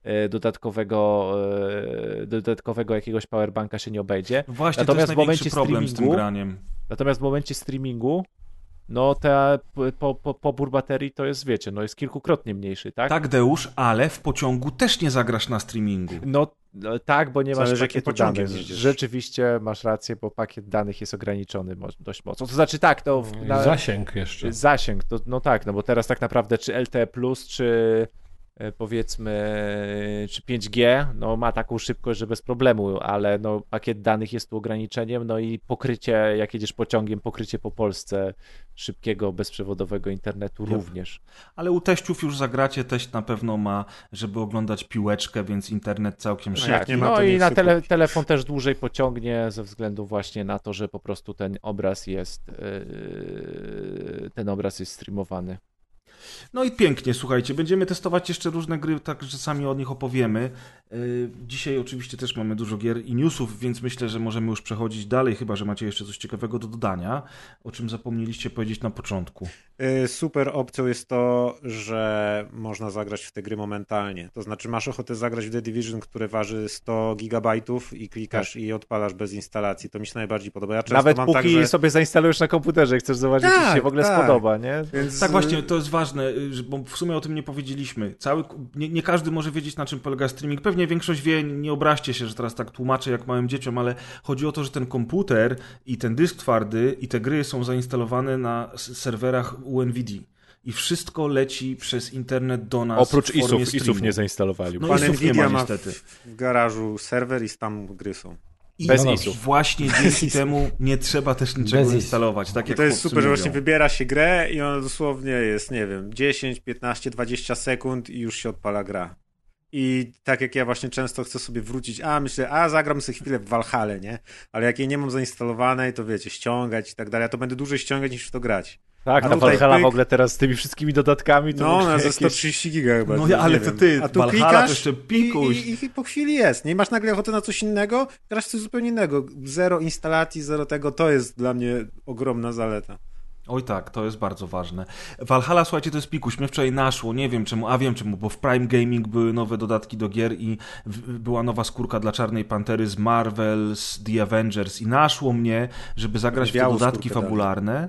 S2: dodatkowego jakiegoś powerbanka się nie obejdzie.
S1: Właśnie,
S2: natomiast
S1: to jest największy problem z tym graniem.
S2: Natomiast w momencie streamingu no pobór baterii to jest, wiecie, no jest kilkukrotnie mniejszy, tak?
S1: Tak, Deusz, ale w pociągu też nie zagrasz na streamingu.
S2: No tak, bo nie masz pakietu danych.
S4: jedziesz.
S2: Rzeczywiście masz rację, bo pakiet danych jest ograniczony dość mocno. To znaczy tak, to...
S3: Zasięg jeszcze.
S2: Zasięg, to no tak, no bo teraz tak naprawdę czy LTE+, czy powiedzmy, czy 5G, no ma taką szybkość, że bez problemu, ale no pakiet danych jest tu ograniczeniem, no i pokrycie, jak jedziesz pociągiem, pokrycie po Polsce szybkiego, bezprzewodowego internetu również.
S1: Ale u teściów już zagracie, teść na pewno ma, żeby oglądać piłeczkę, więc internet całkiem szybki.
S2: Tak, no i na telefon też dłużej pociągnie ze względu właśnie na to, że po prostu ten obraz jest streamowany.
S1: No i pięknie, słuchajcie, będziemy testować jeszcze różne gry, tak że sami o nich opowiemy. Dzisiaj oczywiście też mamy dużo gier i newsów, więc myślę, że możemy już przechodzić dalej, chyba że macie jeszcze coś ciekawego do dodania, o czym zapomnieliście powiedzieć na początku.
S4: Super opcją jest to, że można zagrać w te gry momentalnie. To znaczy masz ochotę zagrać w The Division, które waży 100 gigabajtów i klikasz i odpalasz bez instalacji. To mi się najbardziej podoba. Ja
S2: nawet mam póki tak, sobie zainstalujesz na komputerze i chcesz zobaczyć, czy ci się w ogóle spodoba, nie?
S1: Więc... Tak właśnie, to jest ważne, bo w sumie o tym nie powiedzieliśmy. Nie każdy może wiedzieć, na czym polega streaming. Pewnie większość wie, nie obraźcie się, że teraz tak tłumaczę jak małym dzieciom, ale chodzi o to, że ten komputer i ten dysk twardy i te gry są zainstalowane na serwerach u NVIDII. I wszystko leci przez internet do nas.
S2: Oprócz ISów nie zainstalowali.
S1: No
S4: Pan NVIDIA ma
S1: niestety.
S4: W garażu serwer i tam gry są.
S1: I
S2: bez ISów.
S1: Właśnie dzięki temu nie trzeba też niczego instalować. Tak jak
S4: to jest super, że właśnie wybiera się grę i ona dosłownie jest, nie wiem, 10, 15, 20 sekund i już się odpala gra. I tak jak ja właśnie często chcę sobie wrócić, myślę, zagram sobie chwilę w Valhalla, nie? Ale jak jej nie mam zainstalowanej, to wiecie, ściągać i tak dalej, to będę dłużej ściągać niż w to grać.
S2: Tak, na Valhalla w ogóle teraz z tymi wszystkimi dodatkami to
S4: no, na 130 giga chyba.
S1: No ale to ty, a tu Valhalla klikasz to jeszcze pikuś.
S4: I po chwili jest. Nie masz nagle ochoty na coś innego, grasz coś zupełnie innego. Zero instalacji, zero tego, to jest dla mnie ogromna zaleta.
S1: Oj tak, to jest bardzo ważne. Valhalla, słuchajcie, to jest pikuś. Mnie wczoraj naszło, nie wiem czemu, wiem czemu, bo w Prime Gaming były nowe dodatki do gier i była nowa skórka dla Czarnej Pantery z Marvel's The Avengers i naszło mnie, żeby zagrać w te dodatki fabularne.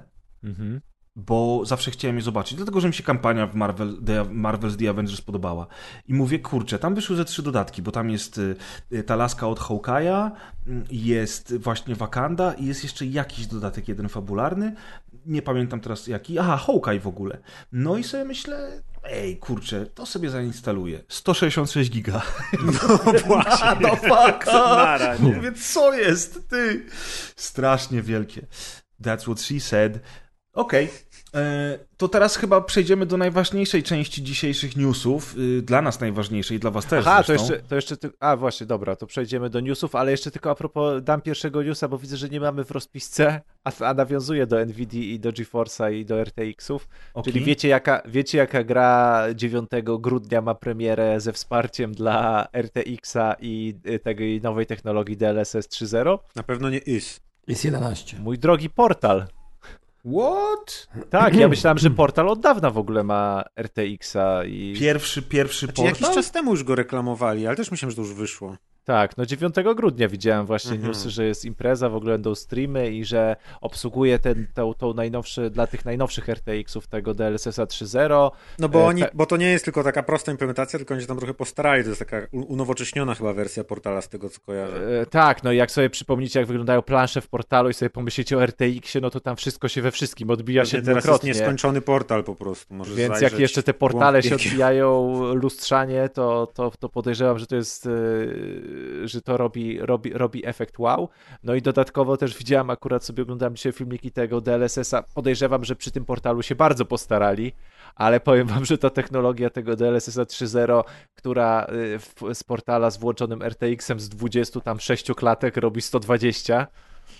S1: Bo zawsze chciałem je zobaczyć, dlatego że mi się kampania w Marvel's The Avengers podobała. I mówię, kurczę, tam wyszły ze 3 dodatki, bo tam jest ta laska od Hawkeye'a, jest właśnie Wakanda i jest jeszcze jakiś dodatek, jeden fabularny. Nie pamiętam teraz jaki. Hawkeye w ogóle. No i sobie myślę, kurczę, to sobie zainstaluję. 166 giga.
S4: No właśnie.
S1: No fuck up. Mówię, co jest, ty? Strasznie wielkie. That's what she said. Okej, to teraz chyba przejdziemy do najważniejszej części dzisiejszych newsów, dla nas najważniejszej, dla was też
S2: to jeszcze właśnie, dobra, to przejdziemy do newsów, ale jeszcze tylko a propos dam pierwszego newsa, bo widzę, że nie mamy w rozpisce, a nawiązuje do NVIDII i do GeForce'a i do RTX-ów, czyli wiecie jaka gra 9 grudnia ma premierę ze wsparciem dla RTX-a i tej nowej technologii DLSS 3.0?
S4: Na pewno nie IS.
S3: Jest 11.
S2: Mój drogi Portal.
S1: What?
S2: Tak, ja myślałem, że Portal od dawna w ogóle ma RTX-a i...
S1: Pierwszy Portal?
S4: Jakiś czas temu już go reklamowali, ale też myślałem, że to już wyszło.
S2: Tak, no 9 grudnia widziałem właśnie newsy, że jest impreza, w ogóle będą streamy i że obsługuje tą najnowszy, dla tych najnowszych RTX-ów tego DLSS 3.0.
S4: No bo to nie jest tylko taka prosta implementacja, tylko oni się tam trochę postarali, to jest taka unowocześniona chyba wersja portala z tego, co kojarzę.
S2: Tak, no jak sobie przypomnicie, jak wyglądają plansze w portalu i sobie pomyślicie o RTX-ie, no to tam wszystko się we wszystkim odbija się
S4: teraz jest nieskończony portal po prostu.
S2: Więc jak jeszcze te portale się odbijają lustrzanie, to podejrzewam, że to jest, że to robi efekt wow. No i dodatkowo też widziałem, akurat sobie oglądałem dzisiaj filmiki tego DLSS-a, podejrzewam, że przy tym portalu się bardzo postarali, ale powiem wam, że ta technologia tego DLSS 3.0, która z portala z włączonym RTX-em z 26 klatek robi 120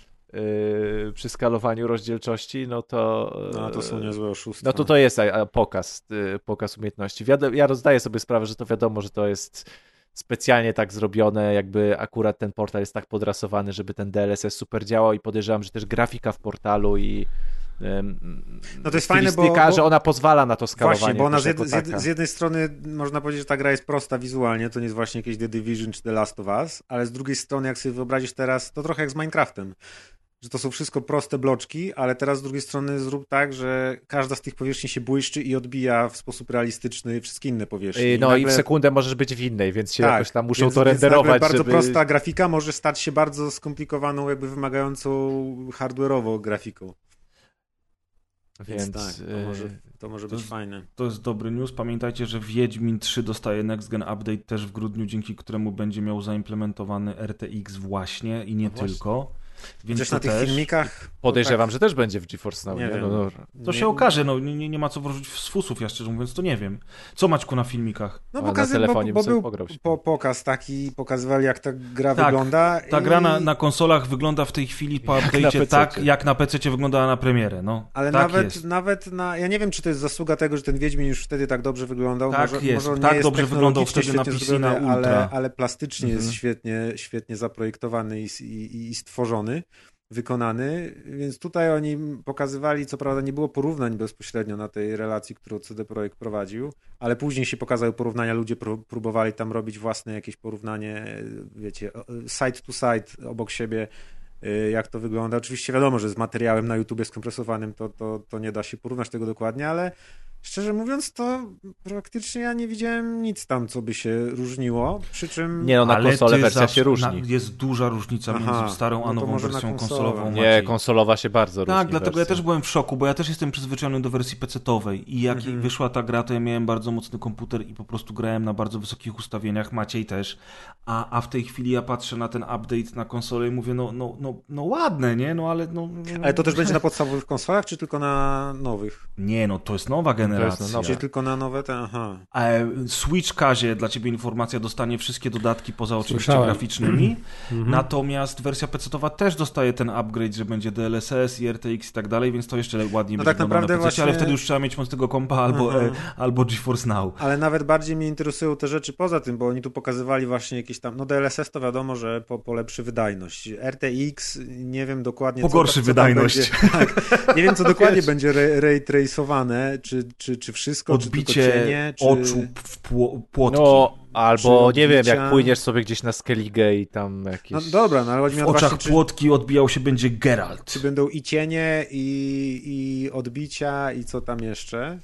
S2: przy skalowaniu rozdzielczości, no to
S4: są niezłe oszustwa.
S2: No to jest pokaz umiejętności. Ja rozdaję sobie sprawę, że to wiadomo, że to jest specjalnie tak zrobione, jakby akurat ten portal jest tak podrasowany, żeby ten DLSS super działał i podejrzewam, że też grafika w portalu i
S4: no to jest fajne,
S2: że ona pozwala na to skalowanie.
S4: Właśnie, bo ona z jednej strony można powiedzieć, że ta gra jest prosta wizualnie, to nie jest właśnie jakieś The Division czy The Last of Us, ale z drugiej strony, jak sobie wyobrazisz teraz, to trochę jak z Minecraftem, że to są wszystko proste bloczki, ale teraz z drugiej strony zrób tak, że każda z tych powierzchni się błyszczy i odbija w sposób realistyczny wszystkie inne powierzchnie.
S2: I w sekundę możesz być w innej, więc się jakoś tam muszą to renderować.
S4: Więc bardzo prosta grafika może stać się bardzo skomplikowaną, jakby wymagającą hardware'owo grafiką. Więc tak, to może być fajne.
S1: To jest dobry news. Pamiętajcie, że Wiedźmin 3 dostaje Next Gen Update też w grudniu, dzięki któremu będzie miał zaimplementowany RTX właśnie i nie tylko. Więc
S4: na tych filmikach...
S2: Podejrzewam, że też będzie w GeForce Now.
S4: Nie wiem.
S1: To się okaże, nie ma co wrócić z fusów, ja szczerze mówiąc to nie wiem. Co Maćku na filmikach?
S2: No na telefonie
S4: bo był pokaz taki, pokazywali jak ta gra wygląda.
S1: Ta gra na konsolach wygląda w tej chwili po update'cie tak, jak na PC wyglądała na premierę. No,
S4: ale
S1: tak
S4: nawet ja nie wiem, czy to jest zasługa tego, że ten Wiedźmin już wtedy tak dobrze wyglądał.
S1: Tak
S4: może,
S1: jest,
S4: może
S1: tak
S4: jest
S1: dobrze wyglądał wtedy na PC na Ultra.
S4: Ale plastycznie jest świetnie zaprojektowany i stworzony. Wykonany, więc tutaj oni pokazywali, co prawda nie było porównań bezpośrednio na tej relacji, którą CD Projekt prowadził, ale później się pokazały porównania, ludzie próbowali tam robić własne jakieś porównanie, wiecie, side to side obok siebie, jak to wygląda. Oczywiście wiadomo, że z materiałem na YouTubie skompresowanym to nie da się porównać tego dokładnie, ale szczerze mówiąc, to praktycznie ja nie widziałem nic tam, co by się różniło, przy czym...
S2: Nie, no na konsolę wersja się różni.
S1: Jest duża różnica między starą a nową wersją konsolową.
S2: Nie, konsolowa się bardzo różni.
S1: Tak, dlatego ja też byłem w szoku, bo ja też jestem przyzwyczajony do wersji PC-towej i jak wyszła ta gra, to ja miałem bardzo mocny komputer i po prostu grałem na bardzo wysokich ustawieniach, Maciej też, a w tej chwili ja patrzę na ten update na konsolę i mówię, no ładne, nie? No ale...
S4: Ale to też będzie na podstawowych konsolach, czy tylko na nowych?
S1: Nie, no to jest nowa generacja.
S4: Czyli tylko na nowe te, aha.
S1: Switch Kazie, dla ciebie informacja, dostanie wszystkie dodatki poza oczywiście graficznymi, natomiast wersja PC-towa też dostaje ten upgrade, że będzie DLSS i RTX i tak dalej, więc to jeszcze ładniej będzie
S4: tak naprawdę
S1: na PC,
S4: właśnie...
S1: ale wtedy już trzeba mieć mocnego kompa albo GeForce Now.
S4: Ale nawet bardziej mnie interesują te rzeczy poza tym, bo oni tu pokazywali właśnie jakieś tam, no DLSS to wiadomo, że polepszy wydajność. RTX, nie wiem dokładnie
S1: pogorszy wydajność.
S4: Tak, nie wiem co dokładnie będzie ray traceowane, czy wszystko,
S1: odbicie
S4: czy tylko cienie,
S1: oczu w płotki.
S2: No, albo nie wiem, jak płyniesz sobie gdzieś na Skellige i tam jakieś...
S4: No dobra, no ale chodzi mi o
S1: oczach płotki odbijał się będzie Geralt.
S4: Czy będą i cienie, i odbicia, i co tam jeszcze?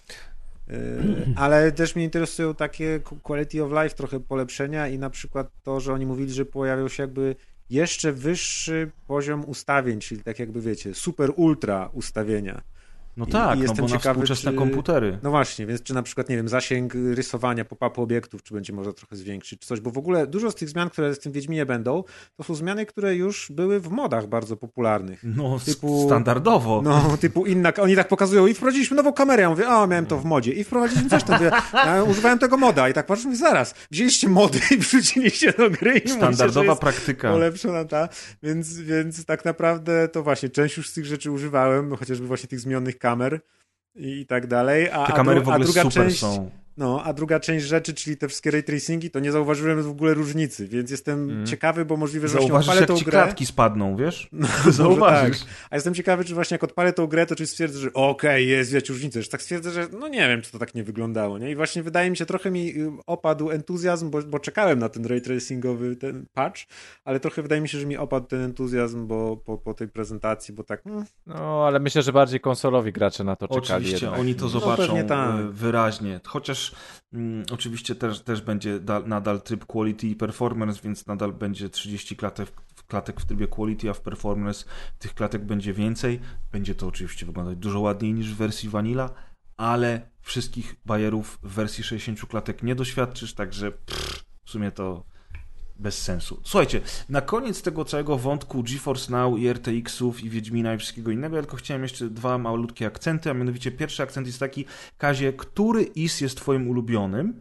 S4: Ale też mnie interesują takie quality of life, trochę polepszenia i na przykład to, że oni mówili, że pojawił się jakby jeszcze wyższy poziom ustawień, czyli tak jakby wiecie, super ultra ustawienia.
S1: No tak,
S4: jestem
S1: bo na
S4: ciekawy,
S1: współczesne komputery.
S4: No właśnie, więc czy na przykład, nie wiem, zasięg rysowania pop-upu obiektów, czy będzie można trochę zwiększyć, czy coś, bo w ogóle dużo z tych zmian, które w tym Wiedźminie będą, to są zmiany, które już były w modach bardzo popularnych.
S1: No, standardowo.
S4: No, typu oni tak pokazują i wprowadziliśmy nową kamerę, ja mówię, miałem to w modzie i wprowadziliśmy coś tam, ja używałem tego moda i tak patrzę, mówię, zaraz, wzięliście mody i wrzuciliście do gry i
S1: standardowa
S4: mówicie,
S1: praktyka.
S4: Polepszona ta, więc tak naprawdę to właśnie, część już z tych rzeczy używałem, chociażby właśnie tych zmienionych kamer i tak dalej.
S1: Te kamery w ogóle
S4: druga
S1: super
S4: część,
S1: są.
S4: No, a druga część rzeczy, czyli te wszystkie ray tracingi, to nie zauważyłem w ogóle różnicy, więc jestem ciekawy, bo możliwe, że właśnie odpalę tą
S1: jak ci
S4: grę.
S1: klatki spadną, wiesz?
S4: No,
S1: Zauważysz.
S4: Tak. A jestem ciekawy, czy właśnie jak odpalę tą grę, to czy stwierdzę, że okej, jest widać różnicę, że tak stwierdzę, że no nie wiem, czy to tak nie wyglądało, nie? I właśnie wydaje mi się, trochę mi opadł entuzjazm, bo czekałem na ten ray tracingowy ten patch, ale trochę wydaje mi się, że mi opadł ten entuzjazm, bo po tej prezentacji, bo tak...
S2: No, ale myślę, że bardziej konsolowi gracze na to czekali.
S1: Oczywiście,
S2: jednak.
S1: oni to zobaczą
S4: tak.
S1: wyraźnie. Chociaż oczywiście też będzie nadal tryb quality i performance, więc nadal będzie 30 klatek w trybie quality, a w performance tych klatek będzie więcej. Będzie to oczywiście wyglądać dużo ładniej niż w wersji vanilla, ale wszystkich bajerów w wersji 60 klatek nie doświadczysz, także w sumie to bez sensu. Słuchajcie, na koniec tego całego wątku GeForce Now i RTX-ów i Wiedźmina i wszystkiego innego, ja tylko chciałem jeszcze dwa malutkie akcenty, a mianowicie pierwszy akcent jest taki, Kazie, który IS jest twoim ulubionym?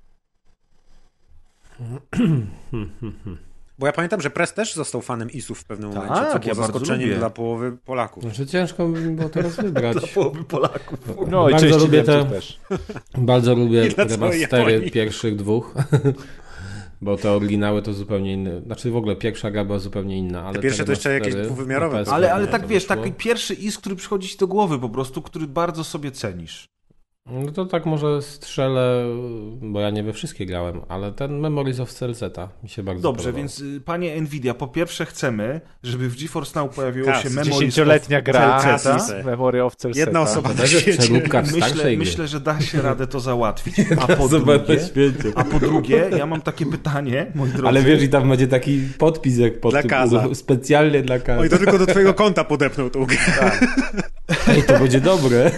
S4: Bo ja pamiętam, że Press też został fanem IS-ów w pewnym momencie, co było
S1: ja
S4: zaskoczeniem dla połowy Polaków.
S3: Znaczy ciężko by było teraz wybrać.
S1: Dla połowy Polaków.
S2: No i
S3: Bardzo
S2: części
S3: lubię
S2: Niemców też.
S3: Bardzo lubię
S4: I dla całej
S3: remastery
S4: Japonii.
S3: pierwszych dwóch. Bo te oryginały to zupełnie inne. Znaczy w ogóle pierwsza gra była zupełnie inna. Ale
S4: Te pierwsze to jeszcze jakieś
S3: remastery
S4: dwuwymiarowe.
S3: na PS
S1: Ale
S3: nie,
S1: tak
S3: to
S1: wiesz,
S3: wyszło.
S1: taki pierwszy IS, który przychodzi ci do głowy po prostu, który bardzo sobie cenisz.
S3: No to tak może strzelę, bo ja nie we wszystkie grałem, ale ten Memories of Celzeta mi się bardzo
S1: Dobrze,
S3: podobał.
S1: więc panie Nvidia, po pierwsze chcemy, żeby w GeForce Now pojawiło
S4: Kas,
S1: się Memories
S2: 10-letnia gra,
S1: Celzeta.
S2: Memory of Celzeta.
S4: Jedna osoba na
S3: To jest
S4: świecie.
S3: przeróbka w starszej gry.
S1: Myślę, że da się radę to załatwić. A po drugie, ja mam takie pytanie, moi drodzy.
S3: Ale wiesz, i tam będzie taki podpis jak pod
S4: Dla
S3: tym,
S4: Kaza.
S3: specjalnie dla Kaza.
S4: Oj, to tylko do twojego konta podepnął tą grę.
S3: Ej, to będzie dobre.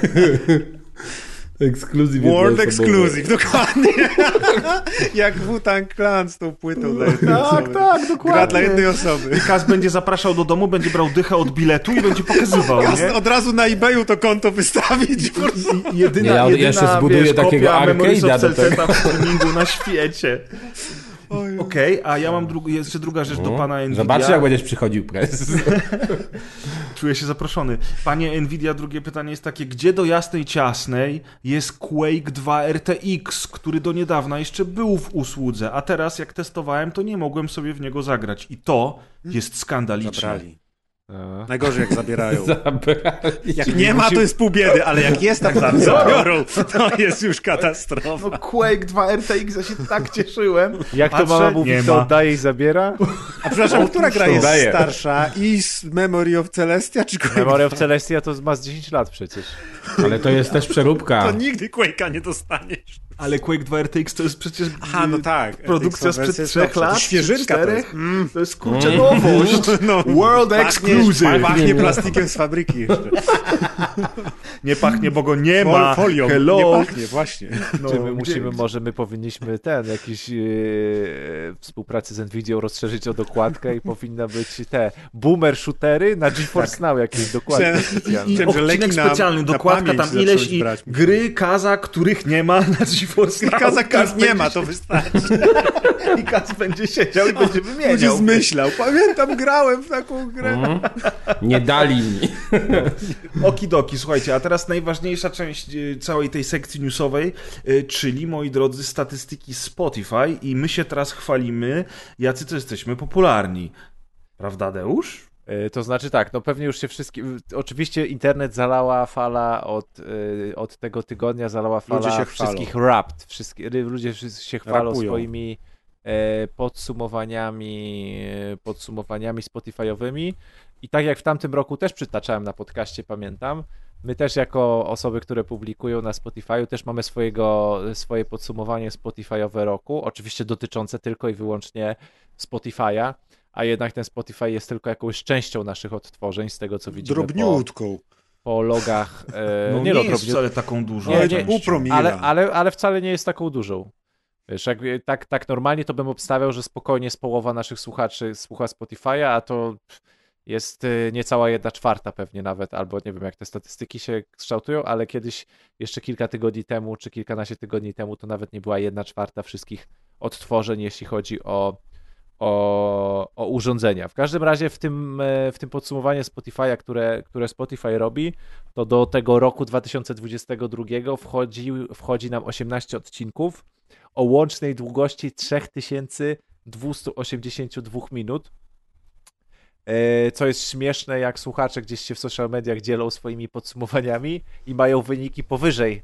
S3: Ekskluzyw.
S4: World
S3: jednoosobowy.
S4: Exclusive, dokładnie. Jak Wu-Tang Clan z tą płytą dla jednej osoby.
S1: tak, dokładnie.
S4: Gra dla jednej osoby.
S1: I Kaz będzie zapraszał do domu, będzie brał dychę od biletu i będzie pokazywał, nie?
S4: Od razu na eBayu to konto wystawić.
S1: Jedyna,
S3: Ja jeszcze zbuduję takiego
S1: kopia Memories of
S3: arcade'a do
S1: Celzeta w streamingu na świecie.
S4: Oj.
S1: Okej, a ja mam jeszcze druga rzecz do pana Nvidia.
S3: Zobaczcie, jak będziesz przychodził Press.
S1: Czuję się zaproszony. Panie Nvidia, drugie pytanie jest takie, gdzie do jasnej ciasnej jest Quake 2 RTX, który do niedawna jeszcze był w usłudze, a teraz jak testowałem, to nie mogłem sobie w niego zagrać. I to jest skandaliczne.
S4: Zabrali. Najgorzej jak zabierają.
S3: Zabrali.
S4: Jak nie ma, to jest pół biedy, ale jak jest, to zabiorą. To jest już katastrofa.
S1: No Quake 2 RTX, ja się tak cieszyłem.
S2: Jak to
S1: Patrzę,
S2: mama mówi,
S1: nie
S2: to
S1: ma.
S2: oddaje i zabiera?
S4: A przepraszam, która gra jest
S3: Daję.
S4: starsza? IS Memory of Celestia czy Quake?
S2: Memory of Celestia to ma z 10 lat przecież.
S3: Ale to jest też przeróbka.
S4: To nigdy Quake'a nie dostaniesz.
S1: Ale Quake 2 RTX to jest przecież
S4: Aha, no tak.
S1: produkcja
S4: RTX-owa
S1: sprzed
S4: wersja
S1: 3
S4: jest lepsza.
S1: lat,
S4: To świeżynka to jest.
S1: 4. To jest kurczę nowość.
S4: No,
S1: World Exclusive.
S4: Pachnie plastikiem z fabryki jeszcze.
S1: Nie pachnie, bo go nie ma.
S4: Folią.
S1: Hello.
S4: Nie pachnie, właśnie.
S1: No,
S2: Czy my
S1: gdzie-
S2: może my powinniśmy jakiś współpracę z Nvidią rozszerzyć o dokładkę i powinna być te boomer shootery na GeForce Now jakieś dokładki
S4: Chciałem-
S2: specjalne.
S1: I
S4: Wiem, że
S1: odcinek
S4: leki na-
S1: specjalny,
S4: na
S1: dokładka
S4: pamięć
S1: tam ileś
S4: zacząć
S1: i
S4: brać.
S1: gry Kaza, których nie ma na GeForce Now.
S4: Kaza, których
S1: Kaz
S4: nie ma,
S1: będzie
S4: to wystarczy.
S1: I Kaz będzie siedział i będzie
S4: Będzie
S1: wymieniał.
S4: zmyślał. Pamiętam, grałem w taką grę.
S3: Nie dali mi.
S1: Okidoki, słuchajcie, a teraz najważniejsza część całej tej sekcji newsowej, czyli, moi drodzy, statystyki Spotify i my się teraz chwalimy, jacy to jesteśmy popularni. Prawda, Deusz?
S2: To znaczy tak, no pewnie już się oczywiście internet zalała fala od tego tygodnia, zalała fala
S4: Ludzie się
S2: wszystkich Wrapped, ludzie się chwalą
S4: Rapują.
S2: swoimi podsumowaniami Spotify'owymi i tak jak w tamtym roku też przytaczałem na podcaście, pamiętam, my też jako osoby, które publikują na Spotify'u też mamy swoje podsumowanie Spotify'owe roku, oczywiście dotyczące tylko i wyłącznie Spotify'a, a jednak ten Spotify jest tylko jakąś częścią naszych odtworzeń, z tego co widzimy
S4: Drobniutką.
S2: po logach.
S1: No nie jest wcale taką dużą
S2: Nie,
S1: częścią.
S4: pół promila.
S2: ale wcale nie jest taką dużą. Wiesz, tak normalnie to bym obstawiał, że spokojnie z połowa naszych słuchaczy słucha Spotify'a, a to jest niecała 1/4 pewnie nawet, albo nie wiem jak te statystyki się kształtują, ale kiedyś jeszcze kilka tygodni temu, czy kilkanaście tygodni temu to nawet nie była 1/4 wszystkich odtworzeń, jeśli chodzi o o urządzenia. W każdym razie w tym podsumowaniu Spotify'a, które Spotify robi, to do tego roku 2022 wchodzi nam 18 odcinków o łącznej długości 3282 minut. Co jest śmieszne, jak słuchacze gdzieś się w social mediach dzielą swoimi podsumowaniami i mają wyniki powyżej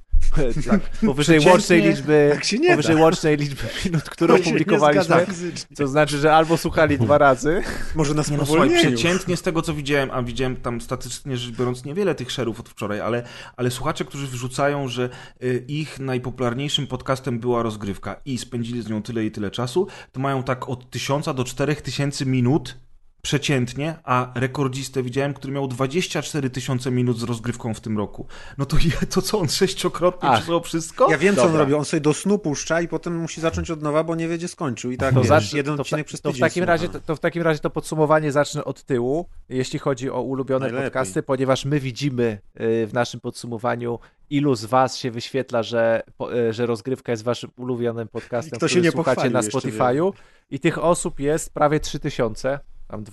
S2: łącznej liczby minut, które opublikowaliśmy. To znaczy, że albo słuchali 2 razy.
S4: Może nas
S1: przeciętnie z tego, co widziałem, a widziałem tam statystycznie rzecz biorąc niewiele tych share'ów od wczoraj, ale słuchacze, którzy wrzucają, że ich najpopularniejszym podcastem była rozgrywka i spędzili z nią tyle i tyle czasu, to mają tak od 1000 do 4000 minut przeciętnie, a rekordzistę widziałem, który miał 24 000 minut z rozgrywką w tym roku. No to co, on 6-krotnie przesunął wszystko?
S4: Ja wiem, co on robi. On sobie do snu puszcza i potem musi zacząć od nowa, bo nie wie, gdzie skończył. I tak jeden odcinek przez tydzień.
S2: W takim razie to podsumowanie zacznę od tyłu, jeśli chodzi o ulubione podcasty, ponieważ my widzimy w naszym podsumowaniu, ilu z was się wyświetla, że rozgrywka jest waszym ulubionym podcastem, który słuchacie na Spotify'u. I tych osób jest prawie 3000. Tam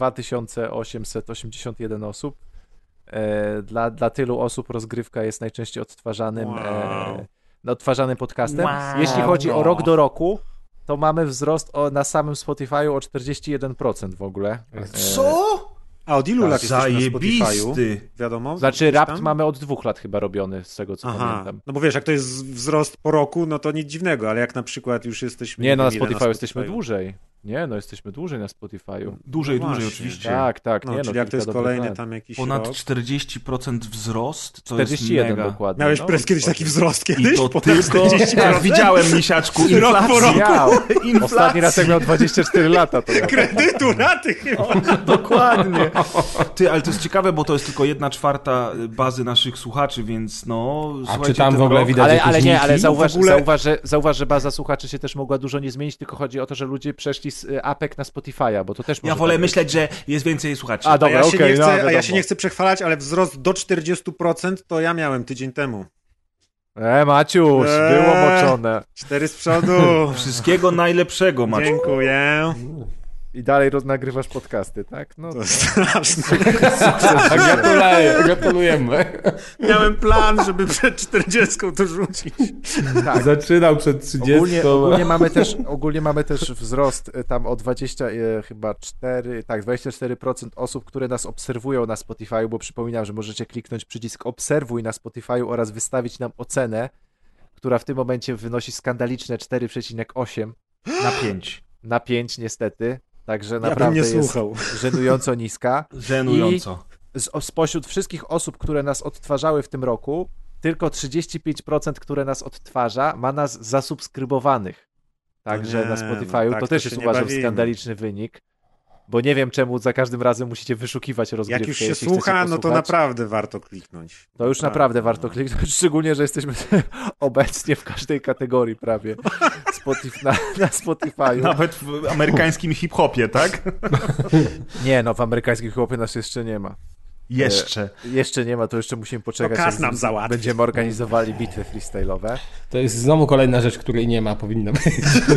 S2: 2881 osób. Dla tylu osób rozgrywka jest najczęściej odtwarzanym podcastem. Jeśli chodzi o rok do roku, to mamy wzrost na samym Spotify'u o 41% w ogóle.
S1: Co?
S4: A od ilu lat jesteśmy na Spotify'u? Wiadomo?
S2: Znaczy Rapt mamy od 2 lat chyba robiony, z tego co pamiętam.
S4: No bo wiesz, jak to jest wzrost po roku, no to nic dziwnego, ale jak na przykład już jesteśmy...
S2: Nie, no na Spotify'u jesteśmy dłużej. Nie, no jesteśmy dłużej na Spotify'u.
S1: Dłużej oczywiście.
S2: Tak.
S4: No, czyli jak to jest kolejny tam jakiś
S1: ponad
S4: rok.
S1: 40% wzrost, to
S2: 41
S1: jest mega.
S2: dokładnie.
S4: Miałeś kiedyś taki wzrost kiedyś?
S1: I to tylko... Widziałem, misiaczku,
S4: rok po roku.
S2: Ostatni raz jak miał 24 lata. To
S4: kredytu, raty chyba.
S1: Dokładnie. Ty, ale to jest ciekawe, bo to jest tylko 1/4 bazy naszych słuchaczy, więc no...
S3: A czy tam w ogóle widać
S2: ale zauważ, że baza słuchaczy się też mogła dużo nie zmienić, tylko chodzi o to, że ludzie przeszli z APEK na Spotify'a, bo to też może...
S1: Ja wolę myśleć, że jest więcej słuchaczy.
S4: Ja się nie chcę przechwalać, ale wzrost do 40% to ja miałem tydzień temu.
S2: Maciuś, było moczone.
S4: 4 z przodu.
S1: Wszystkiego najlepszego, Maciuś.
S4: Dziękuję.
S2: I dalej nagrywasz podcasty, tak? No
S4: to straszne.
S3: Gratulujemy.
S4: Miałem plan, żeby przed 40 to rzucić.
S3: Tak. Zaczynał przed 30.
S2: Ogólnie mamy też wzrost tam o 24% osób, które nas obserwują na Spotify, bo przypominam, że możecie kliknąć przycisk obserwuj na Spotify oraz wystawić nam ocenę, która w tym momencie wynosi skandaliczne 4,8
S1: na 5.
S2: Na 5 niestety. Także naprawdę jest żenująco niska.
S1: Żenująco.
S2: I spośród wszystkich osób, które nas odtwarzały w tym roku, tylko 35%, które nas odtwarza, ma nas zasubskrybowanych. Także na Spotify'u to też jest, uważam, skandaliczny wynik. Bo nie wiem, czemu za każdym razem musicie wyszukiwać rozgrywkę.
S4: Jak już się słucha, no to naprawdę warto kliknąć.
S2: To już naprawdę warto kliknąć, szczególnie, że jesteśmy obecnie w każdej kategorii prawie na Spotify'u.
S1: Nawet w amerykańskim hip-hopie, tak?
S2: Nie, no w amerykańskim hip-hopie nas jeszcze nie ma. Jeszcze nie ma, to jeszcze musimy poczekać.
S4: To Kas nam załatwi.
S2: Będziemy organizowali bitwy freestyle'owe.
S3: To jest znowu kolejna rzecz, której nie ma, powinno być.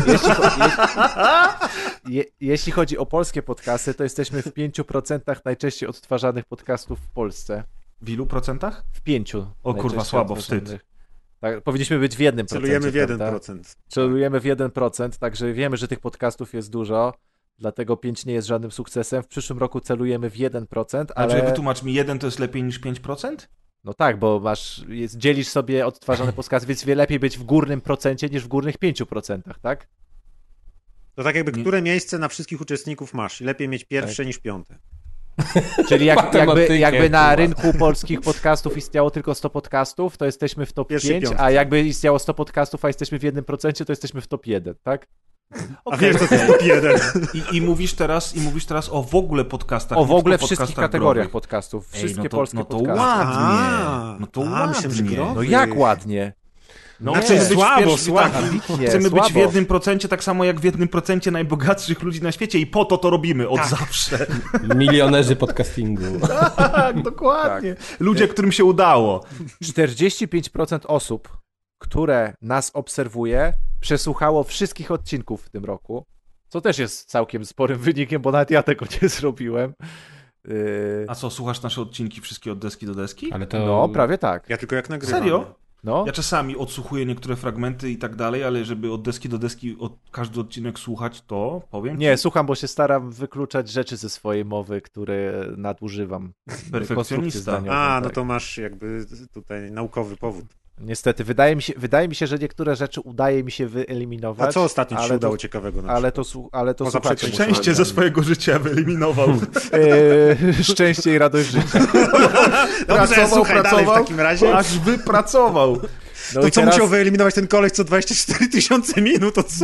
S2: Jeśli chodzi o polskie podcasty, to jesteśmy w 5% najczęściej odtwarzanych podcastów w Polsce.
S1: W ilu procentach?
S2: W 5.
S1: O kurwa, słabo, wstyd.
S2: Tak, powinniśmy być w 1%.
S4: Celujemy w 1%.
S2: Celujemy w 1%, także wiemy, że tych podcastów jest dużo. Dlatego 5 nie jest żadnym sukcesem. W przyszłym roku celujemy w 1%, ale...
S1: wytłumacz mi, 1 to jest lepiej niż 5%?
S2: No tak, bo dzielisz sobie odtwarzane podcasty, więc lepiej być w górnym procencie niż w górnych 5%, tak?
S4: To tak jakby które miejsce na wszystkich uczestników masz. Lepiej mieć pierwsze niż 5.
S2: Czyli jakby na rynku polskich podcastów istniało tylko 100 podcastów, to jesteśmy w top 5, a jakby istniało 100 podcastów, a jesteśmy w 1%, to jesteśmy w top 1, tak?
S4: A wiesz, co to jest top 1.
S1: I mówisz teraz o w ogóle podcastach.
S2: O w ogóle wszystkich kategoriach podcastów. Wszystkie polskie podcasty.
S1: No to ładnie.
S2: No jak ładnie?
S1: Słabo. Chcemy być w 1% tak samo jak w 1% najbogatszych ludzi na świecie i po to robimy od zawsze.
S3: Milionerzy podcastingu.
S1: Tak, dokładnie. Ludzie, którym się udało.
S2: 45% osób, które nas obserwuje, przesłuchało wszystkich odcinków w tym roku, co też jest całkiem sporym wynikiem, bo nawet ja tego nie zrobiłem.
S1: A co, słuchasz nasze odcinki wszystkie od deski do deski?
S3: Ale to...
S2: No, prawie tak.
S4: Ja tylko jak nagrywam.
S1: Serio?
S2: No.
S1: Ja czasami odsłuchuję niektóre fragmenty i tak dalej, ale żeby od deski do deski każdy odcinek słuchać, to powiem
S2: Nie, słucham, bo się staram wykluczać rzeczy ze swojej mowy, które nadużywam.
S1: Perfekcjonista.
S2: Konstrukcje zdaniowe,
S4: No
S2: tak.
S4: to masz jakby tutaj naukowy powód.
S2: Niestety, wydaje mi się, że niektóre rzeczy udaje mi się wyeliminować.
S4: A co ostatnio ci się
S2: ale
S4: udało
S2: to,
S4: ciekawego na
S2: ale
S4: przykład?
S2: to, ale to
S4: Poza
S2: słuchacze
S4: przeciwnością.
S2: muszą
S1: Szczęście ze swojego życia wyeliminował.
S2: Szczęście i radość życia.
S4: Dobrze, słuchaj dalej w takim razie.
S1: Aż wypracował.
S2: No
S4: To
S2: i
S4: co
S2: teraz,
S4: musiał wyeliminować ten koleś co 24 000 minut od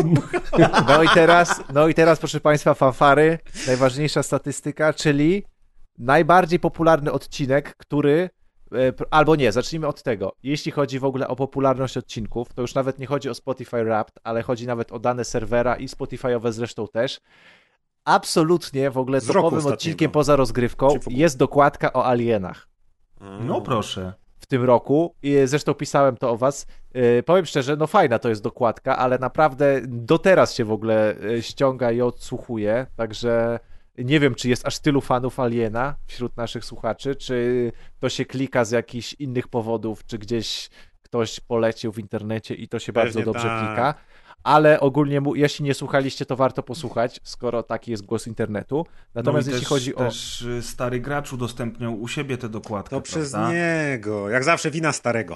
S2: no i teraz, proszę Państwa, fanfary, najważniejsza statystyka, czyli najbardziej popularny odcinek, który albo nie, zacznijmy od tego. Jeśli chodzi w ogóle o popularność odcinków, to już nawet nie chodzi o Spotify Wrapped, ale chodzi nawet o dane serwera i Spotify'owe zresztą też. Absolutnie w ogóle
S4: Z roku
S2: topowym
S4: ostatniego.
S2: odcinkiem poza rozgrywką
S4: Czy w ogóle?
S2: jest dokładka o alienach
S1: No proszę.
S2: w tym roku. I zresztą pisałem to o was. Powiem szczerze, no fajna to jest dokładka, ale naprawdę do teraz się w ogóle ściąga i odsłuchuje, także nie wiem, czy jest aż tylu fanów Aliena wśród naszych słuchaczy, czy to się klika z jakichś innych powodów, czy gdzieś ktoś polecił w internecie i to się
S4: Pewnie
S2: bardzo dobrze
S4: tak.
S2: klika. Ale ogólnie, jeśli nie słuchaliście, to warto posłuchać, skoro taki jest głos internetu. Natomiast
S1: no i
S2: jeśli
S1: też,
S2: chodzi o...
S1: też stary gracz udostępniał u siebie tę dokładkę,
S4: To przez
S1: prawda?
S4: niego. Jak zawsze wina starego.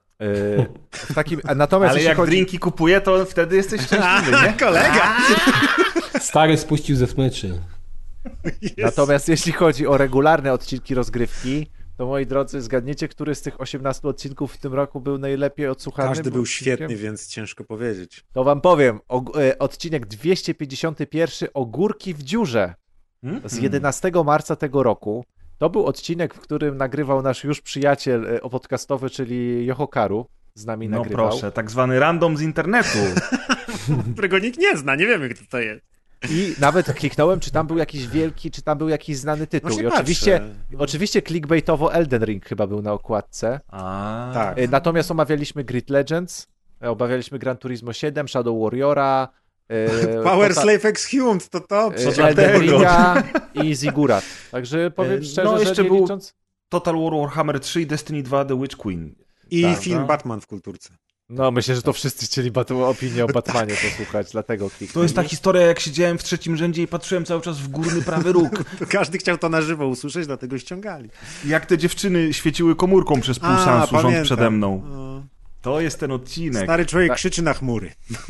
S2: w takim, natomiast
S1: Ale
S2: jeśli
S1: jak
S2: chodzi...
S1: drinki kupuje, to wtedy jesteś szczęśliwy, nie?
S4: Kolega!
S3: Stary spuścił ze smyczy.
S2: Natomiast jeśli chodzi o regularne odcinki rozgrywki, to moi drodzy, zgadniecie, który z tych 18 odcinków w tym roku był najlepiej odsłuchany?
S4: Każdy był
S2: odcinkiem?
S4: świetny, więc ciężko powiedzieć.
S2: To wam powiem, odcinek 251 Ogórki w dziurze z 11 marca tego roku. To był odcinek, w którym nagrywał nasz już przyjaciel podcastowy, czyli Yohokaru. Z nami
S1: No
S2: nagrywał.
S1: proszę, tak zwany random z internetu.
S4: Którego nikt nie zna, nie wiemy kto to jest.
S2: I nawet kliknąłem, czy tam był jakiś wielki, czy tam był jakiś znany tytuł.
S4: Właśnie
S2: I oczywiście,
S4: patrzę.
S2: oczywiście clickbaitowo Elden Ring chyba był na okładce.
S4: Tak.
S2: Natomiast omawialiśmy Grid Legends, omawialiśmy Gran Turismo 7, Shadow Warriora,
S4: Power Slave Exhumed, to
S2: Elden
S1: dlatego.
S2: Ringa i Zigurat. Także powiem szczerze,
S1: no,
S2: że
S1: jeszcze
S2: nie
S1: był-
S2: licząc...
S1: Total War Warhammer 3 i Destiny 2 The Witch Queen.
S4: I
S1: Tak,
S4: film
S1: no.
S4: Batman w kulturce.
S2: No, myślę, że to wszyscy chcieli opinię o Batmanie posłuchać, dlatego kliknę.
S1: To jest ta historia, jak siedziałem w trzecim rzędzie i patrzyłem cały czas w górny prawy róg.
S4: Każdy chciał to na żywo usłyszeć, dlatego ściągali.
S1: Jak te dziewczyny świeciły komórką przez pół seansu rząd
S4: pamiętam.
S1: przede mną.
S4: No.
S1: To jest ten odcinek.
S4: Stary człowiek
S2: Tak.
S4: krzyczy na chmury.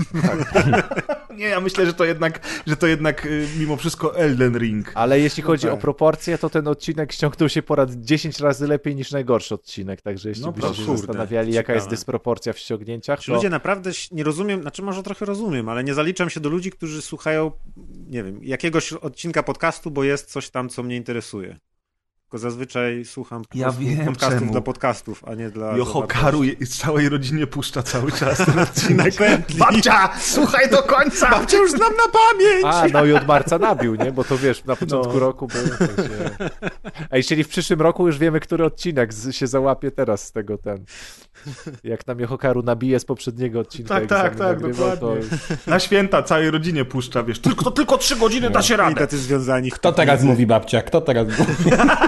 S1: Nie, ja myślę, że to jednak mimo wszystko Elden Ring.
S2: Ale jeśli chodzi
S4: tak.
S2: o proporcje, to ten odcinek ściągnął się ponad 10 razy lepiej niż najgorszy odcinek, także jeśli
S1: No
S2: byście
S1: proszę.
S2: się
S4: Kurde,
S2: zastanawiali, jaka jest
S4: ciekawe.
S2: dysproporcja w ściągnięciach,
S4: Czy
S2: to
S4: ludzie naprawdę nie rozumiem, znaczy może trochę rozumiem, ale nie zaliczam się do ludzi, którzy słuchają, nie wiem, jakiegoś odcinka podcastu, bo jest coś tam, co mnie interesuje. Tylko zazwyczaj słucham po
S1: Ja
S4: prostu
S1: wiem
S4: podcastów
S1: czemu.
S4: dla podcastów, a nie dla...
S1: Yohokaru z całej rodzinie puszcza cały czas ten odcinek.
S4: Pętli.
S1: Babcia, słuchaj do końca!
S4: Babcia już znam na pamięć!
S2: A, no i od marca nabił, nie? Bo to wiesz, na początku
S1: No.
S2: roku był. Także... Ej, czyli w przyszłym roku już wiemy, który odcinek się załapie teraz z tego ten. Jak nam Yohokaru nabije z poprzedniego odcinka.
S1: Tak,
S2: jak
S1: tak,
S2: z nami
S1: tak,
S2: nagrywał,
S1: dokładnie. Na święta całej rodzinie puszcza, wiesz, tylko 3 godziny da się
S4: I
S1: radę.
S4: tacy związani.
S3: Kto teraz mówi, babcia? Kto teraz mówi?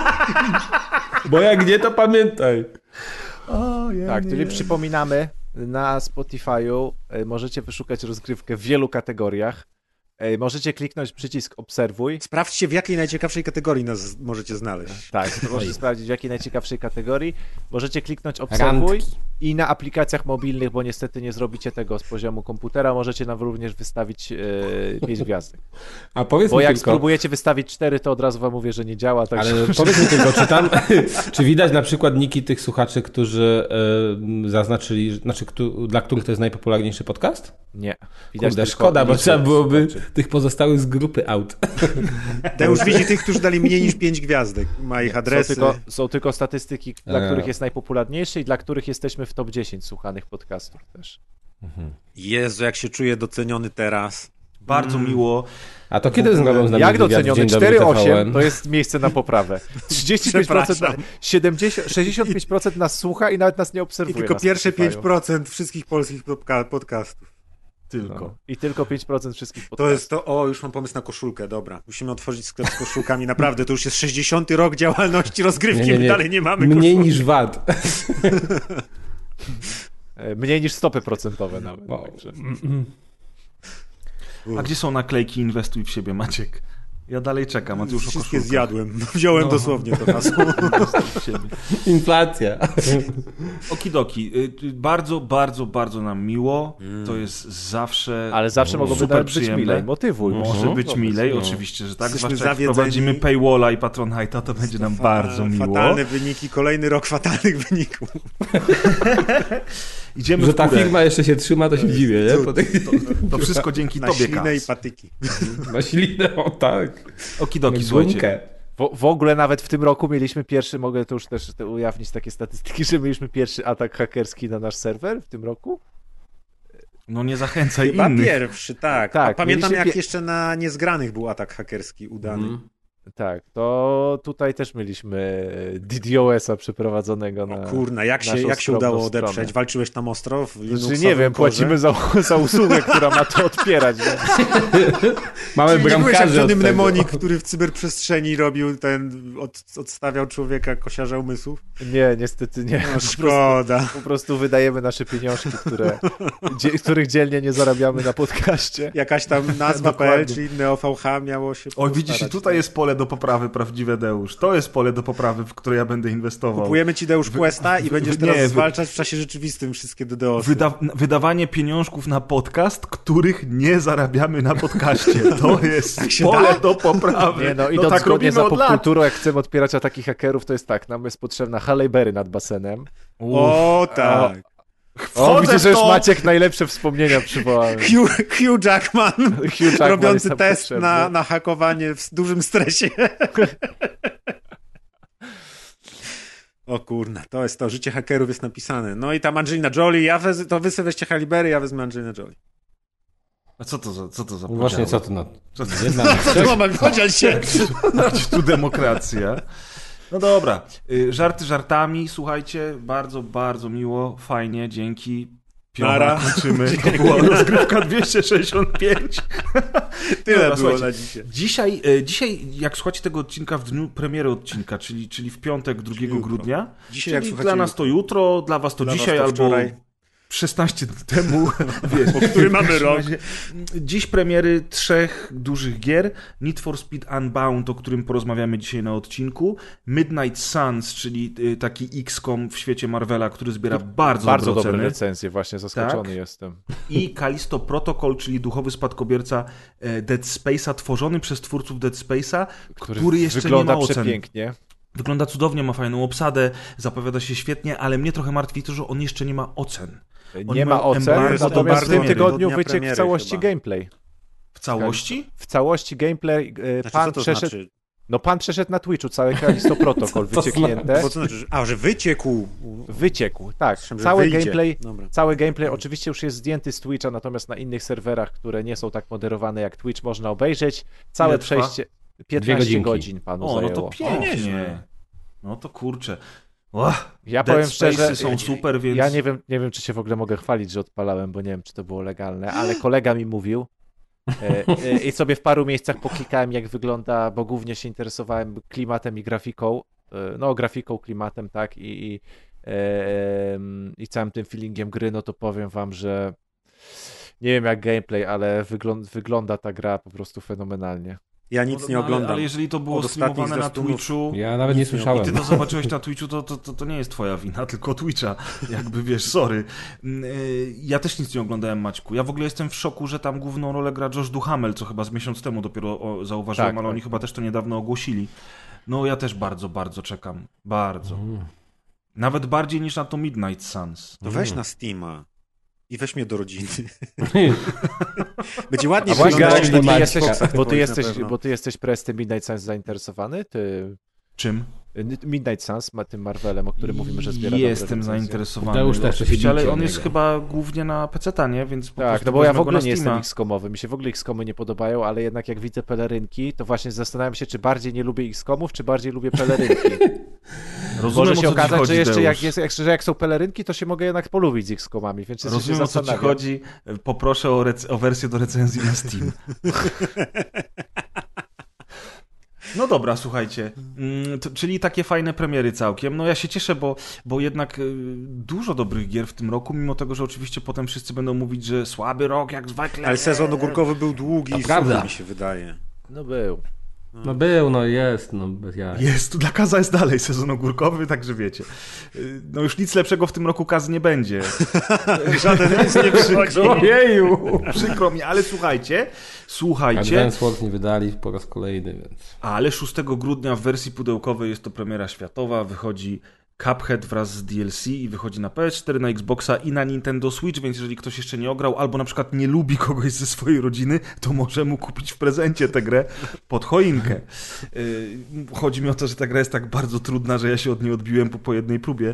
S3: Bo jak nie, to pamiętaj.
S2: Tak, czyli przypominamy, na Spotify'u możecie wyszukać rozgrywkę w wielu kategoriach. Możecie kliknąć przycisk obserwuj.
S4: Sprawdźcie, w jakiej najciekawszej kategorii nas możecie znaleźć.
S2: Tak, możecie sprawdzić w jakiej najciekawszej kategorii. Możecie kliknąć obserwuj
S3: Randki.
S2: i na aplikacjach mobilnych, bo niestety nie zrobicie tego z poziomu komputera, możecie nam również wystawić 5 gwiazdek.
S3: A powiedz
S2: Bo
S3: mi
S2: jak
S3: tylko,
S2: spróbujecie wystawić 4, to od razu wam mówię, że nie działa. Także...
S3: ale powiedz mi tylko, czy tam, czy widać na przykład niki tych słuchaczy, którzy zaznaczyli, znaczy dla których to jest najpopularniejszy podcast?
S2: Nie. Widać
S3: Kurde,
S2: tylko
S3: szkoda, bo
S2: liczbę
S3: trzeba byłoby
S2: słuchaczy.
S3: tych pozostałych z grupy out.
S4: To już widzi tych, którzy dali mniej niż 5 gwiazdek. Ma ich adresy.
S2: Są tylko statystyki, dla
S3: A.
S2: których jest najpopularniejszy i dla których jesteśmy w top 10 słuchanych podcastów też.
S4: Jezu, jak się czuję doceniony teraz.
S1: Bardzo miło.
S3: A to kiedy zrobią z nami
S2: Jak
S3: wywiad w
S2: doceniony?
S3: Dzień Dobry
S2: 4,8
S3: TVN?
S2: to jest miejsce na poprawę. 35%, 65% nas słucha i nawet nas nie
S4: I
S2: obserwuje.
S4: tylko
S2: na
S4: pierwsze
S2: Spotify'u.
S4: 5% wszystkich polskich podcastów.
S1: Tylko.
S2: No. I tylko 5% wszystkich
S4: To
S2: podcastów.
S4: jest to, już mam pomysł na koszulkę, dobra. Musimy otworzyć sklep z koszulkami, naprawdę, to już jest 60. rok działalności rozgrywki, my dalej nie mamy
S3: Mniej
S4: koszulki.
S3: niż VAT.
S2: Mniej niż stopy procentowe nawet. Także.
S1: A gdzie są naklejki Inwestuj w siebie, Maciek? Ja dalej czekam, a ty już o
S4: Wszystkie
S1: koszulkach.
S4: zjadłem, wziąłem dosłownie to hasło.
S1: Inwestuj w siebie.
S3: Inflacja.
S1: Okidoki. Bardzo, bardzo, bardzo nam miło. To jest zawsze
S2: Ale zawsze mogłoby
S1: super
S2: nawet być
S1: przyjemne.
S2: milej. Motywuj.
S1: Może być
S2: Wobec,
S1: milej,
S2: no.
S1: oczywiście, że tak.
S4: Jesteśmy
S1: Zwłaszcza jak
S4: zawiedzeni.
S1: wprowadzimy Paywalla i Patronite'a, to będzie nam bardzo miło.
S4: Fatalne wyniki, kolejny rok fatalnych wyników.
S1: Idziemy
S3: Że
S1: w
S3: ta
S1: górę.
S3: firma jeszcze się trzyma, to się dziwię, nie? Po tej...
S1: To wszystko dzięki
S4: Na
S1: tobie,
S4: ślinę i
S1: Kas.
S4: patyki.
S3: Na ślinę, o tak.
S1: Okidoki,
S3: Na
S1: słuchajcie.
S3: gumkę.
S2: W ogóle nawet w tym roku mieliśmy pierwszy, mogę to już też ujawnić takie statystyki, że mieliśmy pierwszy atak hakerski na nasz serwer w tym roku.
S1: No nie zachęcaj
S4: Chyba
S1: innych.
S4: pierwszy, tak.
S2: Tak,
S4: Pamiętam
S2: mieliśmy
S4: jak jeszcze na Niezgranych był atak hakerski udany.
S2: Tak, to tutaj też mieliśmy DDoS-a przeprowadzonego na...
S4: O kurna, jak
S2: naszą
S4: się
S2: skromną
S4: udało
S2: stronę.
S4: odeprzeć? Walczyłeś tam ostro? W
S2: Znaczy,
S4: Linuxowym
S2: nie wiem,
S4: korze?
S2: płacimy za usługę, która ma to odpierać. Więc...
S3: Mamy
S4: Czyli nie byłeś jak
S3: bramkarze
S4: Johnny
S3: od tego.
S4: Mnemonik, który w cyberprzestrzeni robił odstawiał człowieka kosiarza umysłów?
S2: Nie, niestety nie.
S4: No, szkoda.
S2: Po prostu wydajemy nasze pieniążki, których dzielnie nie zarabiamy na podcaście.
S4: Jakaś tam nazwa.pl czy inne OVH miało się
S1: Oj, widzisz, i
S4: postarać.
S1: tutaj jest pole do poprawy, prawdziwe Deusz. To jest pole do poprawy, w które ja będę inwestował.
S4: Kupujemy ci Deusz Questa i będziesz teraz
S1: nie,
S4: zwalczać w czasie rzeczywistym wszystkie DDoS-y.
S1: Wydawanie pieniążków na podcast, których nie zarabiamy na podcaście. To jest
S4: się
S1: pole
S4: da?
S1: do poprawy.
S2: Nie, no idąc
S1: tak
S2: zgodnie
S1: robimy
S2: za
S1: od lat.
S2: popkulturą, jak chcemy odpierać ataki hakerów, to jest tak, nam jest potrzebna Halle Berry nad basenem.
S4: O tak.
S2: O,
S1: Wchodzę
S2: widzę,
S1: w
S2: że już
S1: to.
S2: Maciek najlepsze wspomnienia przywołałem.
S4: Hugh Jackman
S2: Hugh Jackman
S4: robiący
S2: jest nam
S4: test
S2: potrzebny.
S4: na hakowanie w dużym stresie. O kurna, to jest to, życie hakerów jest napisane. No i tam Angelina Jolie, to wy sobie weźcie Halle Berry, ja wezmę Angelina Jolie.
S1: A co to za
S3: Właśnie,
S1: podział?
S3: co to na...
S1: Co to
S3: Jedna
S4: Co tu mamy, podziel się!
S1: Znaczy tu demokracja. No dobra, żarty żartami, słuchajcie, bardzo, bardzo miło, fajnie, dzięki.
S4: Nara.
S1: Kończymy. To była rozgrywka 265.
S4: Tyle
S1: Dobra,
S4: było
S1: słuchajcie,
S4: na dzisiaj.
S1: Dzisiaj, jak słuchacie tego odcinka w dniu premiery odcinka, czyli w piątek 2
S4: jutro.
S1: grudnia,
S4: Dzisiaj, jak
S1: czyli
S4: słuchacie
S1: dla nas to jutro, dla was to
S4: Dla was
S1: dzisiaj
S4: to
S1: albo
S4: wczoraj.
S1: 16 dni temu, wiesz,
S4: Po który mamy
S1: w każdym
S4: rok.
S1: razie dziś premiery 3 dużych gier. Need for Speed Unbound, o którym porozmawiamy dzisiaj na odcinku. Midnight Suns, czyli taki XCOM w świecie Marvela, który zbiera bardzo
S2: Bardzo
S1: dobre
S2: dobre
S1: oceny.
S2: recenzje, właśnie zaskoczony
S1: Tak?
S2: jestem.
S1: I Callisto Protocol, czyli duchowy spadkobierca Dead Space'a, tworzony przez twórców Dead Space'a, który jeszcze
S2: wygląda
S1: nie ma ocen.
S2: przepięknie.
S1: Wygląda cudownie, ma fajną obsadę, zapowiada się świetnie, ale mnie trochę martwi to, że on jeszcze nie ma ocen. Oni
S2: Nie ma
S1: mają
S2: ocen,
S1: embargo
S4: do
S2: natomiast w tym
S4: bardzo
S2: tygodniu
S4: dnia
S2: wyciekł w
S4: premiery
S2: całości
S4: chyba.
S2: gameplay.
S1: W całości?
S2: W całości gameplay.
S4: Znaczy,
S2: Pan
S4: co to
S2: przeszedł.
S4: znaczy?
S2: No pan przeszedł na Twitchu cały Callisto Protocol
S3: to
S2: wycieknięte.
S4: Bo co znaczy? Że wyciekł.
S2: Wyciekł, tak.
S4: Słyszałem, że
S2: Cały
S4: wyjdzie.
S2: gameplay.
S4: Dobra.
S2: Cały gameplay oczywiście już jest zdjęty z Twitcha, natomiast na innych serwerach, które nie są tak moderowane jak Twitch, można obejrzeć. Całe
S1: Ile trwa?
S2: przejście 15
S3: godzinki.
S2: godzin panu
S1: O, no
S2: zajęło.
S1: to pięknie.
S4: nieźle.
S1: No to kurczę.
S2: Ja
S1: Dead
S2: powiem szczerze,
S1: Space'y są super, więc...
S2: ja nie wiem, czy się w ogóle mogę chwalić, że odpalałem, bo nie wiem, czy to było legalne, ale kolega mi mówił i sobie w paru miejscach poklikałem, jak wygląda, bo głównie się interesowałem klimatem i grafiką, grafiką, klimatem, tak, i całym tym feelingiem gry, no to powiem wam, że nie wiem jak gameplay, ale wygląda ta gra po prostu fenomenalnie.
S4: Ja nic nie
S1: No,
S4: oglądam.
S1: Ale jeżeli to było
S4: Od ostatnich
S1: streamowane na
S4: zwiastunów-
S1: Twitchu...
S3: Ja nawet nie
S1: I
S3: słyszałem.
S1: ty to zobaczyłeś na Twitchu, to nie jest twoja wina, tylko Twitcha. Jakby wiesz, sorry. Ja też nic nie oglądałem, Maćku. Ja w ogóle jestem w szoku, że tam główną rolę gra Josh Duhamel, co chyba z miesiąc temu dopiero zauważyłem,
S2: Tak,
S1: ale oni
S2: tak.
S1: chyba też to niedawno ogłosili. No ja też bardzo, bardzo czekam. Bardzo. Nawet bardziej niż na to Midnight Suns.
S4: To weź na Steama i weź mnie do rodziny. Będzie ładnie
S2: A właśnie,
S4: wyglądać
S3: Gaś,
S4: na
S3: bo ty
S4: Xboxach, to
S2: bo ty
S4: powiedz
S2: jesteś,
S4: na pewno.
S2: bo ty jesteś pre z tym Midnight Suns zainteresowany? Ty...
S1: Czym?
S2: Midnight Suns, tym Marvelem, o którym mówimy, że zbiera
S1: Jestem zainteresowany.
S3: Już też
S1: oczywiście, ale on jest chyba głównie na PC-ta, nie? Więc
S2: tak, no bo ja w ogóle nie jestem X-komowy. Mi się w ogóle X-komy nie podobają, ale jednak jak widzę pelerynki, to właśnie zastanawiam się, czy bardziej nie lubię X-komów, czy bardziej lubię pelerynki.
S1: Rozumiem,
S2: może się okazać,
S1: chodzi,
S2: że jeszcze
S1: Deusz.
S2: jak są pelerynki, to się mogę jednak polubić z X-komami, więc
S1: rozumiem, o co ci chodzi. Poproszę o wersję do recenzji na Steam. No dobra, słuchajcie, czyli takie fajne premiery całkiem. No ja się cieszę, bo jednak dużo dobrych gier w tym roku, mimo tego, że oczywiście potem wszyscy będą mówić, że słaby rok jak zwykle.
S4: Ale sezon ogórkowy był długi i suchy, mi się wydaje.
S2: No był.
S3: Jest, bez jaj.
S1: Jest, dla Kaza jest dalej sezon ogórkowy, także wiecie. No już nic lepszego w tym roku Kaz nie będzie.
S4: Żaden nic nie przychodzi.
S3: Ojeju!
S1: Przykro mi, ale słuchajcie.
S3: Advance Wars nie wydali po raz kolejny, więc...
S1: Ale 6 grudnia w wersji pudełkowej jest to premiera światowa, wychodzi Cuphead wraz z DLC i wychodzi na PS4, na Xboxa i na Nintendo Switch, więc jeżeli ktoś jeszcze nie ograł, albo na przykład nie lubi kogoś ze swojej rodziny, to może mu kupić w prezencie tę grę pod choinkę. Chodzi mi o to, że ta gra jest tak bardzo trudna, że ja się od niej odbiłem po jednej próbie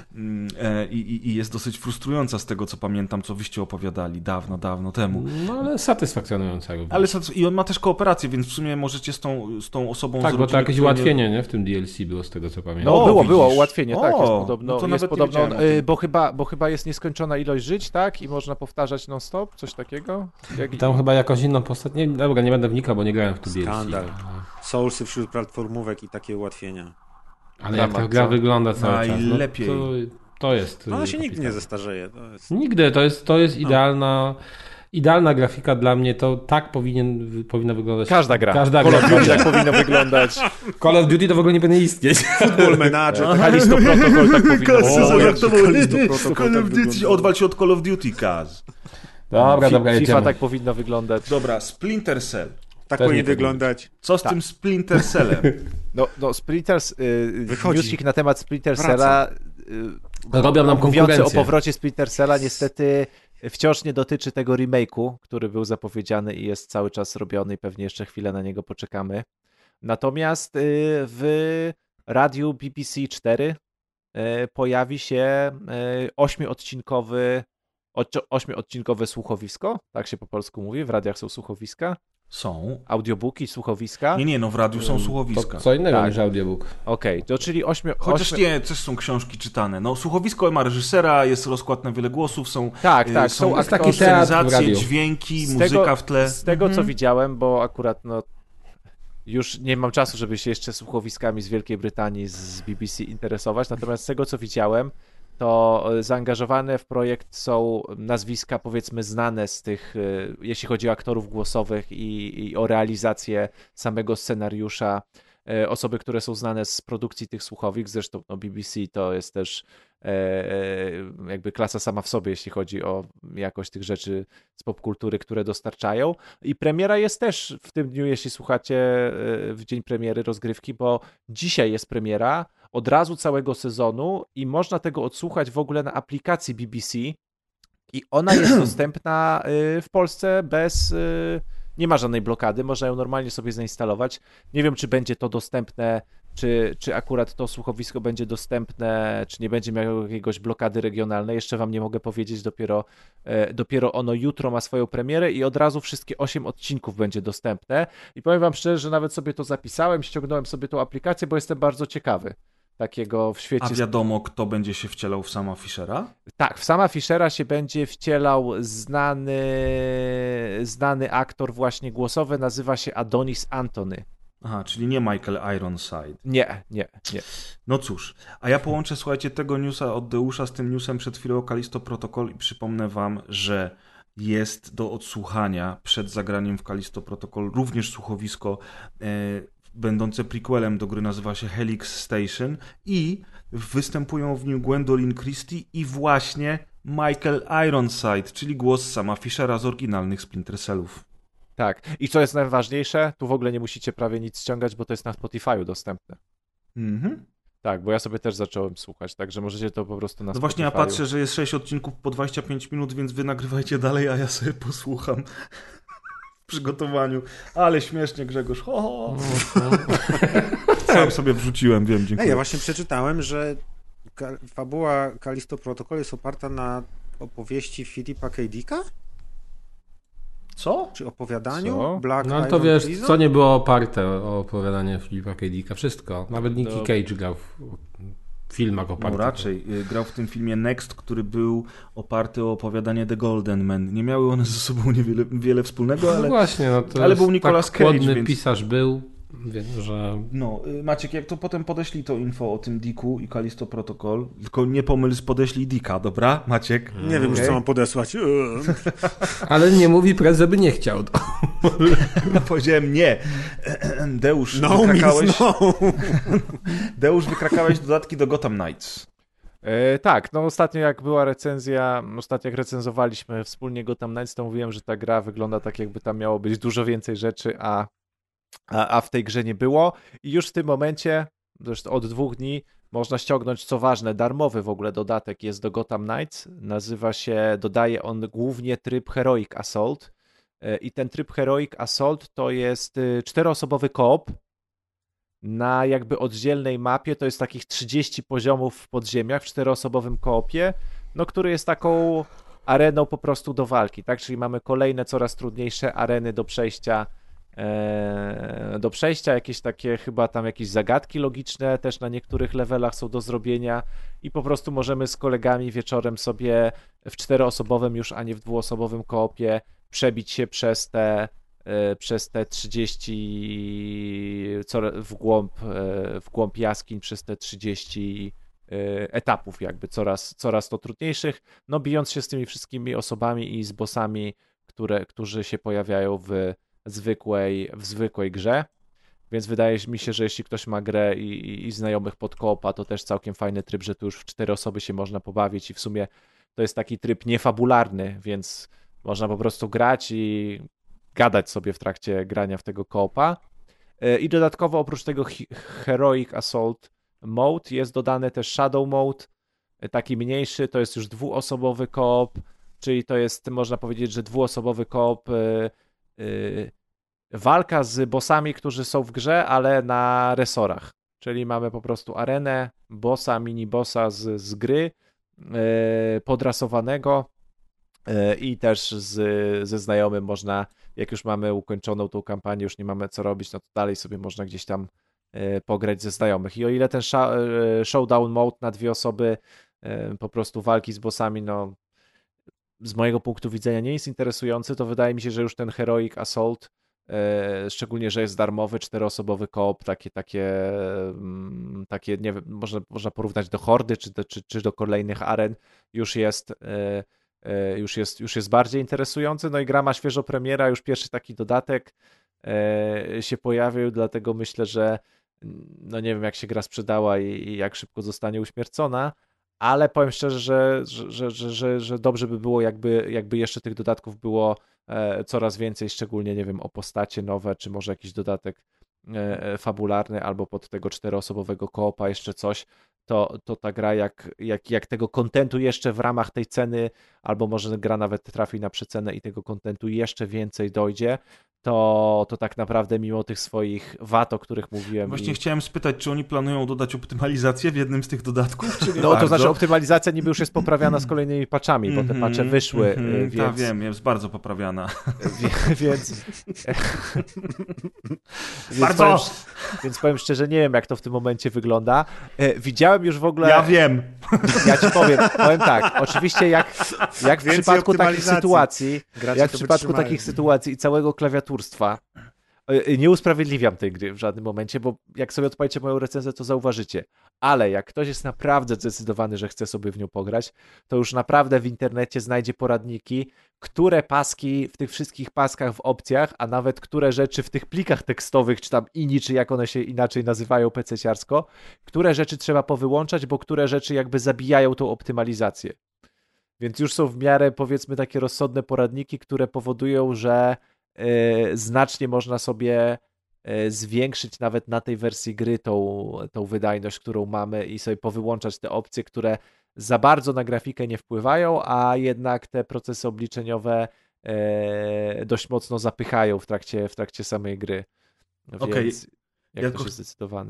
S1: i jest dosyć frustrująca z tego, co pamiętam, co wyście opowiadali dawno temu.
S3: No ale satysfakcjonująca.
S1: I on ma też kooperację, więc w sumie możecie z tą osobą
S3: tak,
S1: z
S3: bo to jakieś ułatwienie, nie? W tym DLC było, z tego co pamiętam.
S2: No, było ułatwienie. Tak, jest podobno,
S1: no to
S2: jest podobno bo chyba jest nieskończona ilość żyć, tak? I można powtarzać non-stop, coś takiego?
S3: Tam chyba jakąś inną postać, dobra, nie będę wnikał, bo nie grałem w to DLC.
S4: Skandal. Soulsy wśród platformówek i takie ułatwienia.
S3: Ale jak ta gra wygląda cały czas,
S1: najlepiej.
S3: To jest...
S4: Ona się nigdy nie zestarzeje.
S3: Nigdy, to jest idealna grafika dla mnie, to tak powinna wyglądać.
S2: Każda gra. Call of Duty tak powinno wyglądać.
S3: Call of Duty to w ogóle nie powinien istnieć.
S4: Football Manager.
S2: Kalisto Protocol tak powinno
S1: Call of Duty, odwal się od Call of Duty, Kaz.
S3: Dobra,
S2: FIFA tak powinno wyglądać.
S1: Dobra, Splinter Cell.
S4: Tak powinien wyglądać.
S1: Co z tym Splinter Cellem?
S2: No Splinter... newsik na temat Splinter Cella...
S3: Robią nam konkurencję.
S2: Mówiący o powrocie Splinter Cella niestety wciąż nie dotyczy tego remake'u, który był zapowiedziany i jest cały czas robiony i pewnie jeszcze chwilę na niego poczekamy. Natomiast w radiu BBC 4 pojawi się 8-odcinkowe słuchowisko, tak się po polsku mówi, w radiach są słuchowiska.
S1: Są.
S2: Audiobooki, słuchowiska.
S1: Nie, no w radiu są słuchowiska.
S3: To co innego niż audiobook.
S2: Okej, to czyli
S1: Chociaż nie, też są książki czytane. No słuchowisko ma reżysera, jest rozkład na wiele głosów, są
S2: są
S3: takie
S1: scenizacje, dźwięki, muzyka w tle.
S2: Z tego co widziałem, bo akurat już nie mam czasu, żeby się jeszcze słuchowiskami z Wielkiej Brytanii, z BBC interesować, natomiast z tego co widziałem, to zaangażowane w projekt są nazwiska powiedzmy znane z tych, jeśli chodzi o aktorów głosowych i o realizację samego scenariusza, osoby, które są znane z produkcji tych słuchowisk, zresztą BBC to jest też jakby klasa sama w sobie, jeśli chodzi o jakość tych rzeczy z popkultury, które dostarczają. I premiera jest też w tym dniu, jeśli słuchacie w dzień premiery rozgrywki, bo dzisiaj jest premiera od razu całego sezonu i można tego odsłuchać w ogóle na aplikacji BBC i ona jest dostępna w Polsce nie ma żadnej blokady, można ją normalnie sobie zainstalować. Nie wiem, czy będzie to dostępne, czy akurat to słuchowisko będzie dostępne, czy nie będzie miało jakiegoś blokady regionalnej. Jeszcze wam nie mogę powiedzieć, dopiero ono jutro ma swoją premierę i od razu wszystkie 8 odcinków będzie dostępne. I powiem wam szczerze, że nawet sobie to zapisałem, ściągnąłem sobie tą aplikację, bo jestem bardzo ciekawy takiego w świecie.
S1: A wiadomo, kto będzie się wcielał w Sama Fischera?
S2: Tak, w Sama Fischera się będzie wcielał znany aktor właśnie głosowy, nazywa się Adonis Antony.
S1: Aha, czyli nie Michael Ironside.
S2: Nie.
S1: No cóż, a ja połączę, słuchajcie, tego newsa od Deusza z tym newsem przed chwilą o Callisto Protocol i przypomnę wam, że jest do odsłuchania przed zagraniem w Callisto Protocol również słuchowisko będące prequelem do gry, nazywa się Helix Station i występują w nim Gwendolyn Christie i właśnie Michael Ironside, czyli głos Sama Fischera z oryginalnych Splinter Cellów.
S2: Tak. I co jest najważniejsze, tu w ogóle nie musicie prawie nic ściągać, bo to jest na Spotify'u dostępne.
S1: Mhm.
S2: Tak, bo ja sobie też zacząłem słuchać, także możecie to po prostu na Spotify'u.
S1: No właśnie ja patrzę, że jest 6 odcinków po 25 minut, więc wy nagrywajcie dalej, a ja sobie posłucham w przygotowaniu. Ale śmiesznie, Grzegorz. sam sobie wrzuciłem, wiem, dziękuję.
S4: Ja właśnie przeczytałem, że fabuła Callisto Protocol jest oparta na opowieści Philipa K. Dicka?
S1: Co?
S4: Czy opowiadaniu?
S2: Co?
S4: Black
S3: No
S4: Iron
S3: to wiesz,
S4: Prison?
S3: co nie było oparte o opowiadanie Philipa K. Dicka? Wszystko. Nawet Nicky Cage grał w filmach opartych.
S1: No raczej. Grał w tym filmie Next, który był oparty o opowiadanie The Golden Man. Nie miały one ze sobą wiele wspólnego, ale...
S3: No właśnie, no to
S1: ale był Nicolas
S3: tak
S1: Cage,
S3: chłodny
S1: więc...
S3: pisarz był, wiem, że...
S1: No, Maciek, jak to potem podeślij to info o tym Dicku i Callisto Protocol, tylko nie pomyl z podeślij Dicka, dobra, Maciek?
S4: Nie wiem już, co mam podesłać.
S3: Ale nie mówi prez, żeby nie chciał.
S1: Powiedziałem nie. Deusz, Deusz, wykrakałeś dodatki do Gotham Knights.
S2: Tak, no ostatnio jak była recenzja, ostatnio jak recenzowaliśmy wspólnie Gotham Knights, to mówiłem, że ta gra wygląda tak, jakby tam miało być dużo więcej rzeczy, a w tej grze nie było. I już w tym momencie, zresztą od 2 dni, można ściągnąć, co ważne, darmowy w ogóle dodatek jest do Gotham Knights. Dodaje on głównie tryb Heroic Assault. I ten tryb Heroic Assault to jest 4-osobowy koop na jakby oddzielnej mapie, to jest takich 30 poziomów w podziemiach w 4-osobowym koopie, no który jest taką areną po prostu do walki, tak? Czyli mamy kolejne coraz trudniejsze areny do przejścia, jakieś takie chyba tam jakieś zagadki logiczne też na niektórych levelach są do zrobienia i po prostu możemy z kolegami wieczorem sobie w 4-osobowym już, a nie w 2-osobowym koopie przebić się przez te 30 w głąb jaskiń, przez te 30 etapów jakby coraz to trudniejszych, no bijąc się z tymi wszystkimi osobami i z bossami, którzy się pojawiają w zwykłej grze, więc wydaje mi się, że jeśli ktoś ma grę i znajomych pod koopa, to też całkiem fajny tryb, że tu już w 4 osoby się można pobawić i w sumie to jest taki tryb niefabularny, więc można po prostu grać i gadać sobie w trakcie grania w tego koopa. I dodatkowo oprócz tego Heroic Assault Mode jest dodany też Shadow Mode, taki mniejszy, to jest już 2-osobowy koop, czyli to jest, można powiedzieć, że 2-osobowy koop, walka z bossami, którzy są w grze, ale na resorach. Czyli mamy po prostu arenę, bossa, mini-bossa z gry, podrasowanego i też ze znajomym można, jak już mamy ukończoną tą kampanię, już nie mamy co robić, no to dalej sobie można gdzieś tam pograć ze znajomych. I o ile ten showdown mode na 2 osoby, po prostu walki z bossami, no z mojego punktu widzenia nie jest interesujący, to wydaje mi się, że już ten Heroic Assault, szczególnie, że jest darmowy 4-osobowy koop, takie nie wiem, można porównać do Hordy, czy do kolejnych aren, już jest bardziej interesujący, no i gra ma świeżo premiera, już pierwszy taki dodatek się pojawił, dlatego myślę, że no nie wiem, jak się gra sprzedała i jak szybko zostanie uśmiercona, ale powiem szczerze, że dobrze by było, jakby jeszcze tych dodatków było coraz więcej, szczególnie, nie wiem, o postacie nowe, czy może jakiś dodatek fabularny, albo pod tego 4-osobowego koopa jeszcze coś, to ta gra, jak tego kontentu jeszcze w ramach tej ceny, albo może gra nawet trafi na przecenę i tego kontentu jeszcze więcej dojdzie, to tak naprawdę mimo tych swoich wad, o których mówiłem...
S1: Właśnie chciałem spytać, czy oni planują dodać optymalizację w jednym z tych dodatków, czy nie
S2: No
S1: bardzo?
S2: to znaczy optymalizacja niby już jest poprawiana z kolejnymi patchami, bo te patche wyszły, więc...
S1: Tak, wiem, jest bardzo poprawiana.
S2: Więc
S1: bardzo!
S2: Więc powiem szczerze, nie wiem, jak to w tym momencie wygląda. Widziałem już w ogóle...
S1: Ja wiem!
S2: Ja ci powiem tak, oczywiście jak w przypadku takich sytuacji i całego klawiaturstwa, nie usprawiedliwiam tej gry w żadnym momencie, bo jak sobie odpalicie moją recenzję, to zauważycie. Ale jak ktoś jest naprawdę zdecydowany, że chce sobie w nią pograć, to już naprawdę w internecie znajdzie poradniki, które paski w tych wszystkich paskach w opcjach, a nawet które rzeczy w tych plikach tekstowych, czy tam INI, czy jak one się inaczej nazywają PC-ciarsko, które rzeczy trzeba powyłączać, bo które rzeczy jakby zabijają tą optymalizację. Więc już są w miarę, powiedzmy, takie rozsądne poradniki, które powodują, że znacznie można sobie zwiększyć nawet na tej wersji gry tą wydajność, którą mamy i sobie powyłączać te opcje, które za bardzo na grafikę nie wpływają, a jednak te procesy obliczeniowe dość mocno zapychają w trakcie samej gry. Więc jak ktoś jest zdecydowany.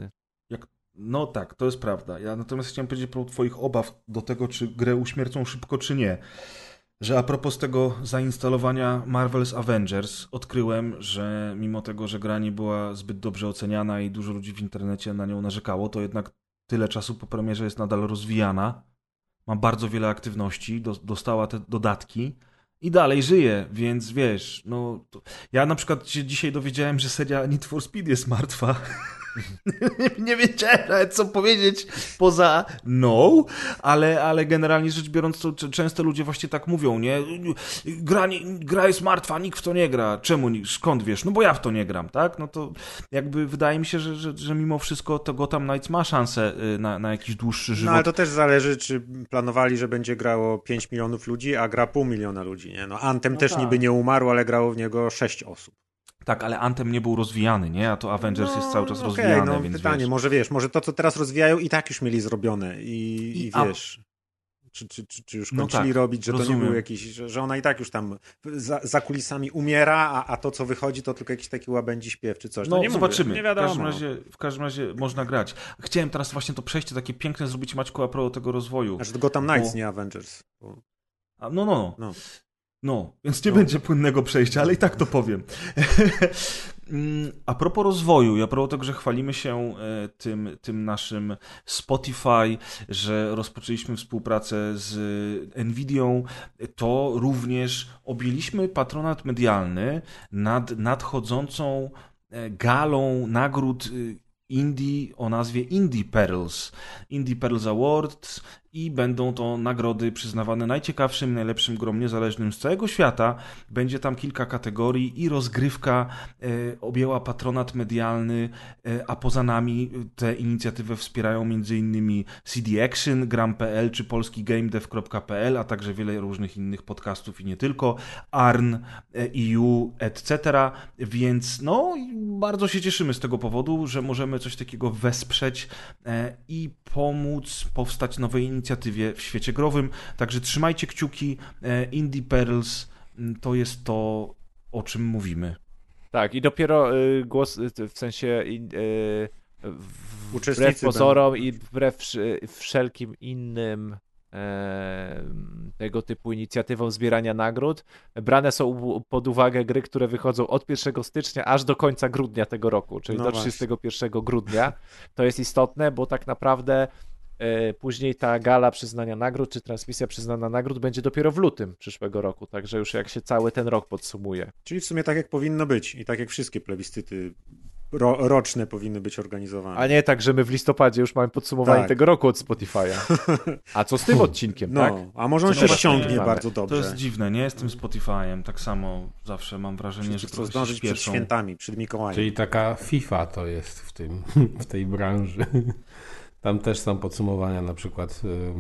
S1: No tak, to jest prawda. Ja natomiast chciałem powiedzieć pro twoich obaw do tego, czy grę uśmiercą szybko, czy nie. Że a propos tego zainstalowania Marvel's Avengers, odkryłem, że mimo tego, że gra nie była zbyt dobrze oceniana i dużo ludzi w internecie na nią narzekało, to jednak tyle czasu po premierze jest nadal rozwijana. Ma bardzo wiele aktywności, dostała te dodatki i dalej żyje, więc wiesz, no... Ja na przykład się dzisiaj dowiedziałem, że seria Need for Speed jest martwa. Nie wiedziałem nawet co powiedzieć poza no, ale generalnie rzecz biorąc to często ludzie właśnie tak mówią, nie? Gra jest martwa, nikt w to nie gra. Czemu? Skąd wiesz? No bo ja w to nie gram, tak? No to jakby wydaje mi się, że mimo wszystko to Gotham Knights ma szansę na jakiś dłuższy żywot.
S4: No ale to też zależy, czy planowali, że będzie grało 5 milionów ludzi, a gra 500 000 ludzi, nie? No Anthem też niby nie umarł, ale grało w niego 6 osób.
S1: Tak, ale Anthem nie był rozwijany, nie? A to Avengers jest cały czas rozwijany,
S4: no,
S1: więc
S4: pytanie,
S1: wiesz.
S4: może to, co teraz rozwijają i tak już mieli zrobione i wiesz... Czy już kończyli robić, że rozumiem. To nie był jakiś, że ona i tak już tam za kulisami umiera, a to, co wychodzi, to tylko jakiś taki łabędzi śpiew czy coś.
S1: No nie zobaczymy. Mówię, nie wiadomo. W każdym razie można grać. Chciałem teraz właśnie to przejście takie piękne zrobić, Maćku, a propos tego rozwoju.
S4: Aż do Gotham Knights, nie Avengers.
S1: No, więc nie będzie płynnego przejścia, ale i tak to powiem. A propos rozwoju, a propos tego, że chwalimy się tym naszym Spotify, że rozpoczęliśmy współpracę z Nvidią, to również objęliśmy patronat medialny nad nadchodzącą galą nagród Indie o nazwie Indie Pearls Awards i będą to nagrody przyznawane najciekawszym, najlepszym grom niezależnym z całego świata. Będzie tam kilka kategorii i rozgrywka objęła patronat medialny, a poza nami tę inicjatywę wspierają m.in. CD Action, Gram.pl czy polski gamedev.pl, a także wiele różnych innych podcastów i nie tylko, ARN, EU, etc. Więc no, bardzo się cieszymy z tego powodu, że możemy coś takiego wesprzeć i pomóc powstać nowej inicjatywie w świecie growym. Także trzymajcie kciuki. Indie Pearls to jest to, o czym mówimy.
S2: Tak, i dopiero głos, w sensie wbrew pozorom i wbrew wszelkim innym tego typu inicjatywom zbierania nagród, brane są pod uwagę gry, które wychodzą od 1 stycznia aż do końca grudnia tego roku, czyli do 31 grudnia. To jest istotne, bo tak naprawdę później ta gala przyznania nagród, czy transmisja przyznania nagród będzie dopiero w lutym przyszłego roku, także już jak się cały ten rok podsumuje.
S4: Czyli w sumie tak jak powinno być i tak jak wszystkie plebiscyty roczne powinny być organizowane.
S2: A nie tak, że my w listopadzie już mamy podsumowanie tego roku od Spotify'a. A co z tym odcinkiem, tak?
S4: A może on się ściągnie bardzo dobrze.
S1: To jest dziwne, nie? Jestem Spotify'em, tak samo zawsze mam wrażenie, że
S4: to zdążyć przed świętami, przed Mikołajem.
S3: Czyli taka FIFA to jest w tej branży. Tam też są podsumowania na przykład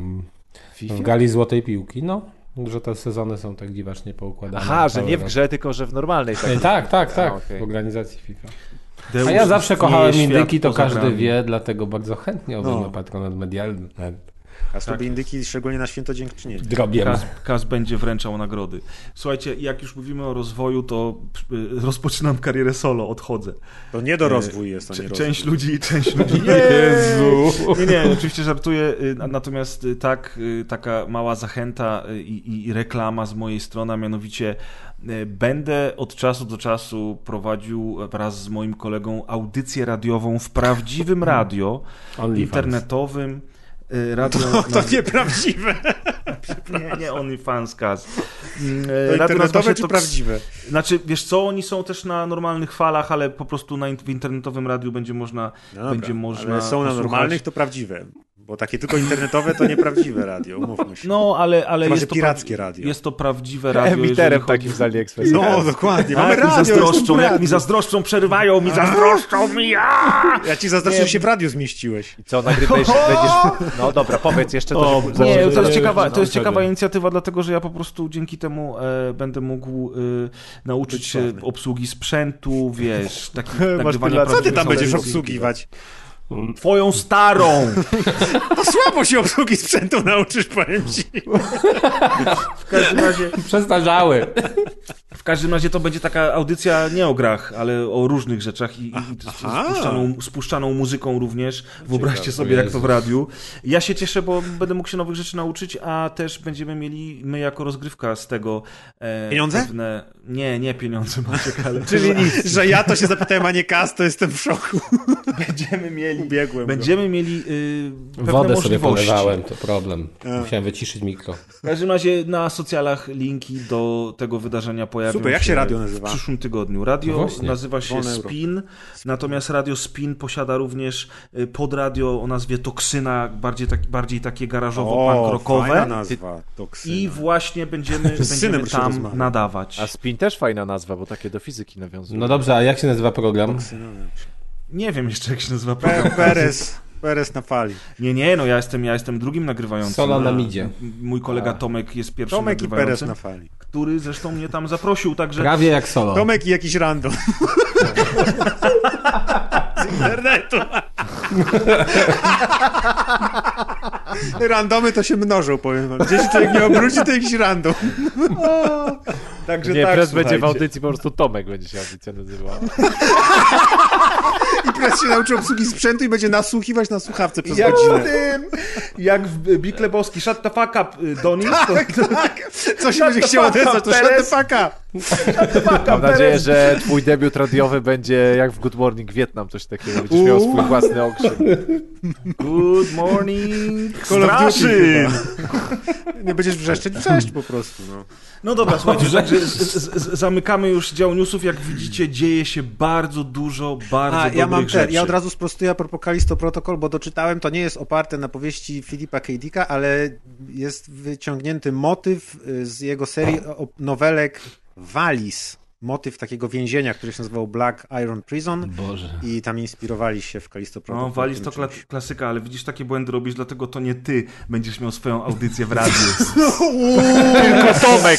S3: w gali Złotej Piłki, że te sezony są tak dziwacznie poukładane.
S2: Aha, że nie w grze, tylko że w normalnej.
S3: Tak, w organizacji FIFA. A ja zawsze kochałem indyki, to każdy wie, dlatego bardzo chętnie obejmę patronat medialny.
S4: A sobie indyki szczególnie na święto dziękczynienia.
S1: Kas będzie wręczał nagrody. Słuchajcie, jak już mówimy o rozwoju, to rozpoczynam karierę solo, odchodzę.
S4: To nie do rozwój jest, a nie rozwój.
S1: Część ludzi Jezu! Nie, oczywiście żartuję, natomiast taka mała zachęta i reklama z mojej strony, a mianowicie będę od czasu do czasu prowadził wraz z moim kolegą audycję radiową w prawdziwym radio internetowym. Radio
S4: to nieprawdziwe.
S1: Nie OnlyFans, Kaz.
S4: To internetowe czy prawdziwe?
S1: Znaczy, wiesz co, oni są też na normalnych falach, ale po prostu w internetowym radiu będzie można
S4: ale są na normalnych, to prawdziwe. Bo takie tylko internetowe to nieprawdziwe radio, umówmy się.
S1: No, ale
S4: jest to pirackie radio.
S1: Jest to prawdziwe radio.
S2: Emiterem takim z AliExpress.
S4: No, dokładnie. Mamy radio.
S1: Jak mi zazdroszczą, przerywają mi, zazdroszczą mi.
S4: Ja ci zazdroszczę, że się w radiu zmieściłeś.
S2: I co, nagrywałeś, będziesz... No dobra, powiedz jeszcze to.
S1: To jest ciekawa inicjatywa, dlatego że ja po prostu dzięki temu będę mógł nauczyć się obsługi sprzętu, wiesz, nagrywania.
S4: Co ty tam będziesz obsługiwać?
S1: Twoją starą!
S4: To słabo się obsługi sprzętu nauczysz, powiem ci.
S1: W każdym razie...
S3: Przestarzały.
S1: każdym razie to będzie taka audycja nie o grach, ale o różnych rzeczach i spuszczaną muzyką również. Wyobraźcie sobie, jak to w radiu. Ja się cieszę, bo będę mógł się nowych rzeczy nauczyć, a też będziemy mieli my jako rozgrywka z tego
S4: pieniądze?
S1: Pewne... Nie pieniądze, Maciek, ale...
S4: Czyli nic. Że ja to się zapytałem, a nie Kas, to jestem w szoku.
S1: Będziemy mieli pewne
S3: wodę
S1: możliwości.
S3: sobie polewałem, to problem. Musiałem wyciszyć mikro.
S1: W każdym razie na socjalach linki do tego wydarzenia pojawią
S4: Super, jak się radio nazywa?
S1: W przyszłym tygodniu. Radio nazywa się Spin, natomiast Radio Spin posiada również podradio o nazwie Toksyna, bardziej takie garażowo-punk rockowe.
S4: Fajna nazwa, Toksyna.
S1: I właśnie będziemy tam nadawać.
S2: A Spin też fajna nazwa, bo takie do fizyki nawiązuje.
S3: No dobrze, a jak się nazywa program?
S1: Nie wiem jeszcze, jak się nazywa program.
S4: Perez na fali.
S1: Nie, no ja jestem drugim nagrywającym.
S3: Sola na midzie.
S1: Mój kolega Tomek jest pierwszym
S4: Tomek
S1: nagrywającym.
S4: i Perez na fali.
S1: Który zresztą mnie tam zaprosił, także...
S3: Prawie jak Solo.
S4: Tomek i jakiś random. Z internetu. Randomy to się mnożą, powiem wam. Gdzieś człowiek nie obróci, to jakiś random.
S1: Także
S2: nie,
S1: tak,
S2: Prez będzie w audycji, po prostu Tomek będzie się audycja nazywała.
S4: I Prez się nauczy obsługi sprzętu i będzie nasłuchiwać na słuchawce przez godzinę.
S1: Jak w Big Lebowski, shut the fuck up, Donnie.
S4: Tak. Co się będzie chciało odezwać, to shut the fuck up.
S2: Mam nadzieję, że twój debiut radiowy będzie jak w Good Morning Vietnam, coś takiego. Będziesz miał swój własny okrzyk.
S1: Good morning,
S4: Call of Duty
S1: Straszyn.
S4: Nie będziesz wrzeszczeć, wrzeszcz po prostu.
S1: No dobra, słuchajcie, także zamykamy już dział newsów. Jak widzicie, dzieje się bardzo dużo, dobrych rzeczy.
S4: Ja od razu sprostuję a propos Callisto Protocol, bo doczytałem, to nie jest oparte na powieści Philipa K. Dicka, ale jest wyciągnięty motyw z jego serii nowelek Valis. Motyw takiego więzienia, który się nazywał Black Iron Prison.
S3: Boże.
S4: I tam inspirowali się w Callisto Protocol.
S1: No, Valis to klasyka, ale widzisz, takie błędy robisz, dlatego to nie ty będziesz miał swoją audycję w radiu.
S2: Tylko Tomek.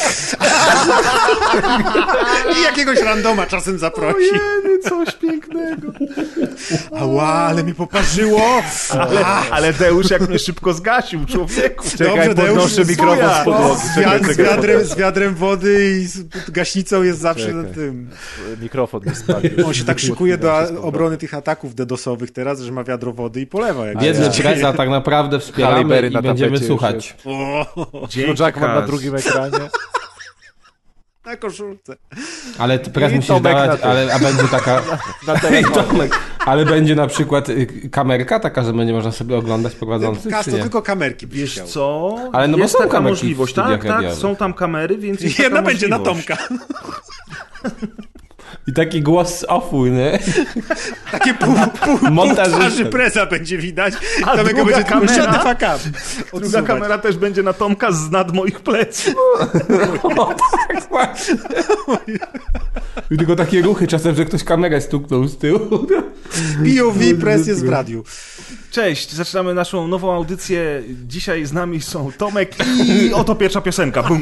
S4: I jakiegoś randoma czasem zaprosi.
S1: Ojej, coś pięknego.
S4: Ała, ale mi poparzyło.
S1: Ale Deusz jak mnie szybko zgasił, człowieku.
S2: Czekaj, podnoszę mikrofon z podłogi.
S4: Z wiadrem wody i z gaśnicą jest zawsze na tym.
S2: Mikrofon nie spalił.
S4: On się tak szykuje do obrony tych ataków DDoS-owych teraz, że ma wiadro wody i polewa.
S3: Biedny Preza tak naprawdę wspieramy i będziemy słuchać.
S2: Jack mam na drugim ekranie.
S4: Na koszulce.
S3: Ale Prez musisz dawać, a będzie taka... Ale będzie na przykład kamerka taka, że będzie można sobie oglądać prowadzących,
S4: to tylko kamerki.
S1: Wiesz co?
S3: Ale no
S1: jest
S3: bo są
S1: taka
S3: kamerki
S1: możliwość. Tak, są tam kamery, więc jest
S4: jedna
S1: taka
S4: będzie na
S1: możliwość.
S4: Tomka.
S3: I taki głos z offu, nie?
S4: Takie pół twarzy Preza będzie widać.
S1: A
S4: Tomek
S1: druga
S4: będzie
S1: kamera,
S4: druga
S1: kamera też będzie na Tomka z nad moich pleców.
S3: O, tak właśnie. I tylko takie ruchy czasem, że ktoś kamerę stuknął z tyłu.
S4: POV Prez jest w radiu.
S1: Cześć, zaczynamy naszą nową audycję. Dzisiaj z nami są Tomek i oto pierwsza piosenka. Bum.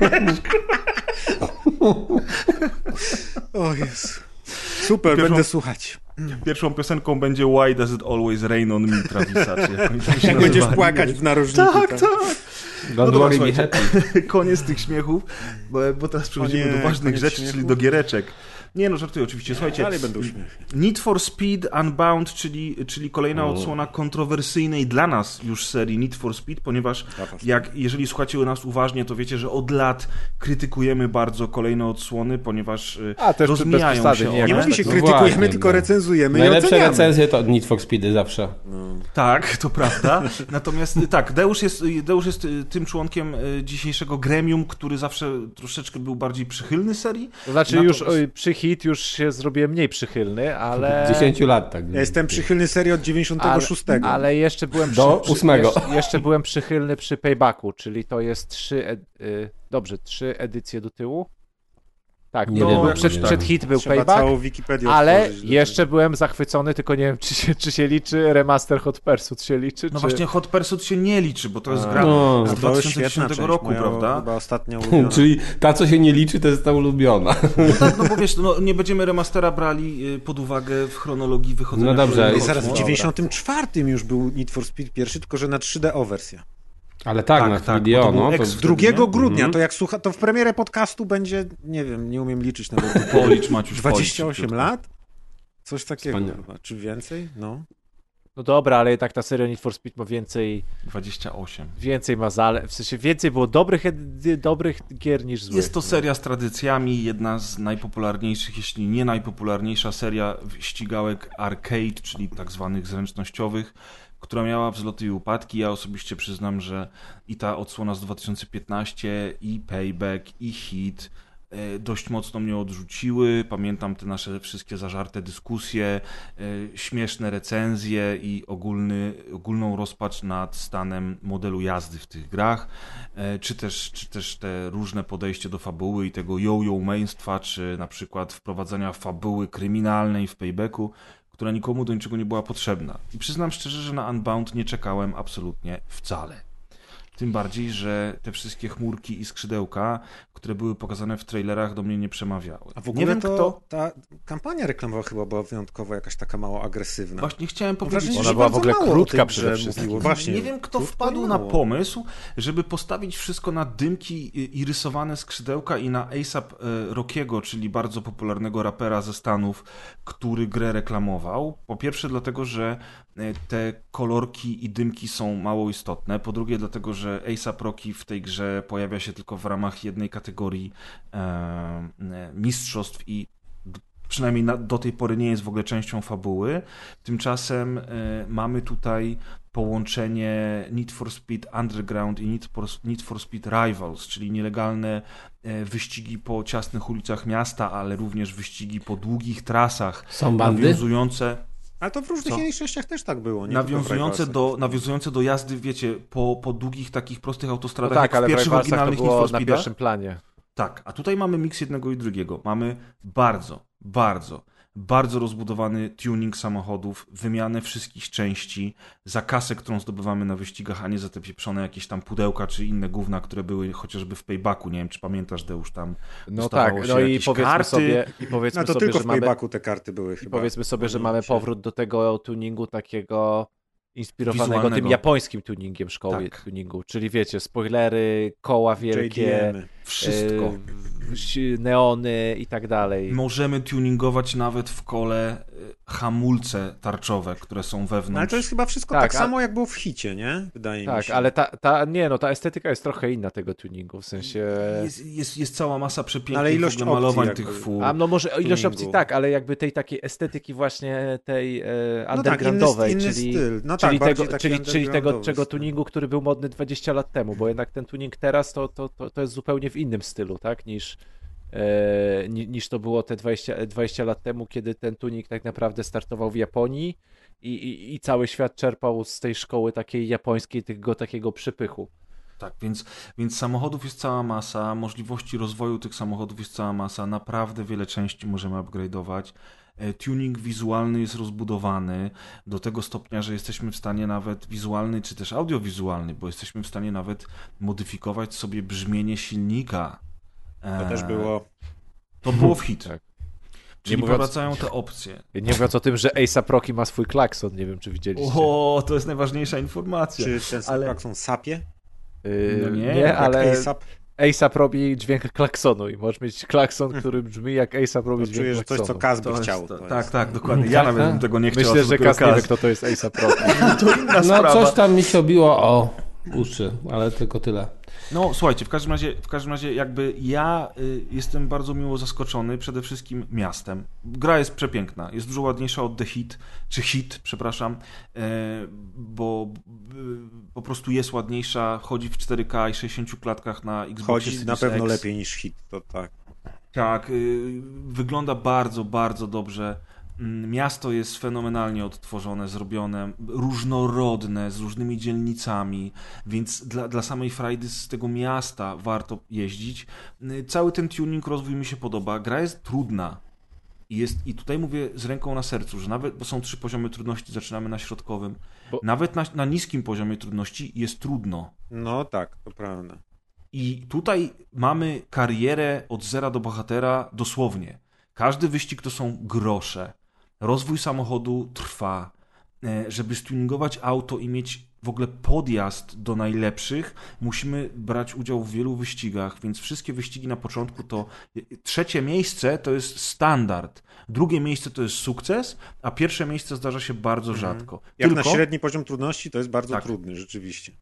S4: O Jezu. Super, będę słuchać.
S1: Pierwszą piosenką będzie Why Does It Always Rain on Me Travisa.
S4: Jak będziesz płakać w narożniku.
S1: Tak.
S3: Don't worry, be happy.
S1: Koniec tych śmiechów, bo teraz przechodzimy do ważnych rzeczy, czyli do giereczek. Nie no, żartuję oczywiście. Słuchajcie,
S4: dalej będą śmiechy.
S1: Need for Speed Unbound, czyli kolejna odsłona kontrowersyjnej dla nas już serii Need for Speed, ponieważ jeżeli słuchacie nas uważnie, to wiecie, że od lat krytykujemy bardzo kolejne odsłony, ponieważ rozmijają się one.
S4: Nie mówi się krytykujemy, tylko recenzujemy i
S3: najlepsze
S4: oceniamy.
S3: recenzje to Need for Speedy zawsze.
S1: Tak, to prawda. Natomiast tak, Deusz jest tym członkiem dzisiejszego gremium, który zawsze troszeczkę był bardziej przychylny serii.
S2: To znaczy już hit już się zrobiłem mniej przychylny, ale...
S3: 10 lat, tak.
S4: Ja jestem przychylny serii od 96.
S2: Ale jeszcze byłem
S3: do 8.
S2: Jeszcze byłem przychylny przy Paybacku, czyli to jest 3 edycje do tyłu. Tak,
S3: nie wiem,
S2: przed hit był
S4: Trzeba
S2: Payback,
S4: całą Wikipedię
S2: ale jeszcze byłem zachwycony, tylko nie wiem, czy się liczy remaster Hot Pursuit się liczy.
S1: No właśnie Hot Pursuit się nie liczy, bo to jest gra z 2010 roku, prawda?
S4: Chyba ostatnia ulubiona.
S3: Czyli ta, co się nie liczy, to jest ta ulubiona.
S1: No tak, no bo wiesz, nie będziemy remastera brali pod uwagę w chronologii wychodzenia.
S3: No dobrze.
S4: I zaraz w 94 już był Need for Speed pierwszy, tylko że na 3DO wersja.
S3: Ale tak, na
S1: tak,
S3: video,
S1: bo to był
S3: no.
S1: X
S3: To...
S4: 2
S1: nie?
S4: grudnia, to jak słucha, to w premierę podcastu będzie, nie wiem, nie umiem liczyć nawet.
S1: Policz, Maciuś,
S4: 28
S1: policz,
S4: lat? Coś takiego
S3: Wspaniale.
S4: chyba, czy więcej? No.
S2: No dobra, ale tak ta seria Need for Speed ma
S1: 28.
S2: więcej ma w sensie więcej było dobrych gier niż złych.
S1: Jest to seria z tradycjami, jedna z najpopularniejszych, jeśli nie najpopularniejsza seria ścigałek arcade, czyli tak zwanych zręcznościowych, która miała wzloty i upadki. Ja osobiście przyznam, że i ta odsłona z 2015, i Payback, i Hit dość mocno mnie odrzuciły. Pamiętam te nasze wszystkie zażarte dyskusje, śmieszne recenzje i ogólną rozpacz nad stanem modelu jazdy w tych grach, czy też te różne podejście do fabuły i tego yo-yo-mainstwa, czy na przykład wprowadzania fabuły kryminalnej w Paybacku, która nikomu do niczego nie była potrzebna. I przyznam szczerze, że na Unbound nie czekałem absolutnie wcale. Tym bardziej, że te wszystkie chmurki i skrzydełka, które były pokazane w trailerach, do mnie nie przemawiały.
S4: A w ogóle
S1: nie wiem, kto...
S4: ta kampania reklamowa chyba była wyjątkowo jakaś taka mało agresywna.
S1: Właśnie chciałem powiedzieć,
S4: Wrażenie,
S2: Ona
S4: że
S2: była
S4: bardzo
S2: w ogóle
S4: mało
S2: krótka
S4: o tej
S2: przede
S4: grze
S2: wszystkim.
S4: mówiło. Właśnie,
S1: nie wiem, kto
S4: krótko
S1: wpadł
S4: i
S1: na
S4: mało.
S1: pomysł, żeby postawić wszystko na dymki i rysowane skrzydełka i na A$AP Rockiego, czyli bardzo popularnego rapera ze Stanów, który grę reklamował. Po pierwsze dlatego, że te kolorki i dymki są mało istotne. Po drugie dlatego, że A$AP Rocky w tej grze pojawia się tylko w ramach jednej kategorii mistrzostw i przynajmniej do tej pory nie jest w ogóle częścią fabuły. Tymczasem mamy tutaj połączenie Need for Speed Underground i Need for Speed Rivals, czyli nielegalne wyścigi po ciasnych ulicach miasta, ale również wyścigi po długich trasach.
S3: Są bandy?
S1: Nawiązujące...
S4: Ale to w różnych innych częściach też tak było. Nie
S1: Nawiązujące do jazdy, wiecie, po długich takich prostych autostradach,
S2: No tak,
S1: jak
S2: ale
S1: w pierwszych
S2: w Rivalsach to
S1: oryginalnych Need
S2: było
S1: for
S2: na
S1: Speedach.
S2: pierwszym planie.
S1: Tak, a tutaj mamy miks jednego i drugiego. Mamy bardzo rozbudowany tuning samochodów, wymianę wszystkich części za kasę, którą zdobywamy na wyścigach, a nie za te pieprzone jakieś tam pudełka czy inne gówna, które były chociażby w Paybacku. Nie wiem, czy pamiętasz, Deusz, tam
S2: No
S1: dostawało
S2: tak,
S1: się
S2: no i
S1: jakieś
S2: powiedzmy
S1: karty.
S2: sobie,
S4: No to tylko
S2: że
S4: w
S2: mamy,
S4: Paybacku te karty były chyba.
S2: powiedzmy sobie, że
S4: Nie
S2: mamy
S4: się-
S2: powrót do tego tuningu takiego inspirowanego tym
S1: Wizualnego.
S2: japońskim tuningiem szkoły
S1: Tak.
S2: tuningu, czyli wiecie, spoilery, koła wielkie,
S4: JDM-y.
S1: Wszystko.
S2: neony i tak dalej.
S1: Możemy tuningować nawet w kole hamulce tarczowe, które są
S4: No,
S1: wewnątrz.
S4: ale to jest chyba wszystko
S2: Tak,
S4: tak samo, jak było w Hicie, nie? Wydaje mi
S2: Tak,
S4: się.
S2: ale ta estetyka jest trochę inna tego tuningu, w sensie...
S1: Jest cała masa przepięknych
S4: Ale ilość
S1: w ogóle malowań
S4: opcji
S1: tych
S4: jakby.
S1: fur.
S2: A no może ilość
S4: tuningu.
S2: opcji tak, ale jakby tej takiej estetyki właśnie tej
S4: No
S2: undergroundowej,
S4: inny
S2: czyli,
S4: styl. No tak,
S2: czyli,
S4: bardziej
S2: tego,
S4: taki
S2: czyli tego
S4: undergroundowy
S2: czego
S4: styl.
S2: tuningu, który był modny 20 lat temu, bo jednak ten tuning teraz to jest zupełnie w innym stylu, tak, niż to było te 20 lat temu, kiedy ten tuning tak naprawdę startował w Japonii i cały świat czerpał z tej szkoły takiej japońskiej, tego takiego przypychu.
S1: Tak, więc samochodów jest cała masa, możliwości rozwoju tych samochodów jest cała masa, naprawdę wiele części możemy upgrade'ować. Tuning wizualny jest rozbudowany do tego stopnia, że jesteśmy w stanie nawet wizualny, czy też audiowizualny, bo jesteśmy w stanie nawet modyfikować sobie brzmienie silnika.
S4: To też było...
S1: To było w hit.
S2: Tak.
S1: Czyli
S2: Nie mówiąc-
S1: powracają te opcje.
S2: Nie mówiąc o tym, że A$AP Rocky ma swój klakson, nie wiem czy widzieliście.
S1: O, to jest najważniejsza informacja.
S4: Czy ten
S1: Ale-
S4: klakson sapie?
S1: No nie,
S2: nie,
S1: jak
S2: ale
S4: ASAP?
S2: A$AP robi dźwięk klaksonu i możesz mieć klakson, który brzmi jak A$AP robi
S4: To
S2: dźwięk
S4: czuję, że coś,
S2: klaksonu.
S4: co Kaz by
S1: To
S4: chciał.
S1: jest,
S4: To
S1: tak,
S4: jest-
S1: tak, dokładnie. Ja
S3: Tak,
S1: nawet
S3: tak.
S1: bym tego nie chciał.
S2: Myślę,
S1: a
S2: że
S1: dopiero
S2: Kaz nie wie,
S1: Kaz.
S2: kto to jest A$AP Rocky.
S1: To inna
S3: No
S1: sprawa.
S3: coś tam mi się obiło o uszy, ale tylko tyle.
S1: No słuchajcie, w każdym razie jakby ja jestem bardzo miło zaskoczony przede wszystkim miastem. Gra jest przepiękna, jest dużo ładniejsza od The Hit, czy Hit, przepraszam, bo po prostu jest ładniejsza, chodzi w 4K i 60 klatkach na Xboxie
S4: Chodzi
S1: Series
S4: na pewno
S1: X.
S4: lepiej niż Hit, to tak.
S1: Tak, wygląda bardzo, bardzo dobrze. Miasto jest fenomenalnie odtworzone, zrobione, różnorodne, z różnymi dzielnicami, więc dla samej frajdy z tego miasta warto jeździć. Cały ten tuning, rozwój mi się podoba. Gra jest trudna i tutaj mówię z ręką na sercu, że nawet, bo są 3 poziomy trudności, zaczynamy na środkowym, nawet na niskim poziomie trudności jest trudno.
S4: No tak, to prawda.
S1: I tutaj mamy karierę od zera do bohatera dosłownie. Każdy wyścig to są grosze. Rozwój samochodu trwa. Żeby stuningować auto i mieć w ogóle podjazd do najlepszych, musimy brać udział w wielu wyścigach, więc wszystkie wyścigi na początku to 3. miejsce to jest standard, 2. miejsce to jest sukces, a 1. miejsce zdarza się bardzo rzadko.
S4: Jak na średni poziom trudności to jest bardzo
S1: tak.
S4: trudny, rzeczywiście.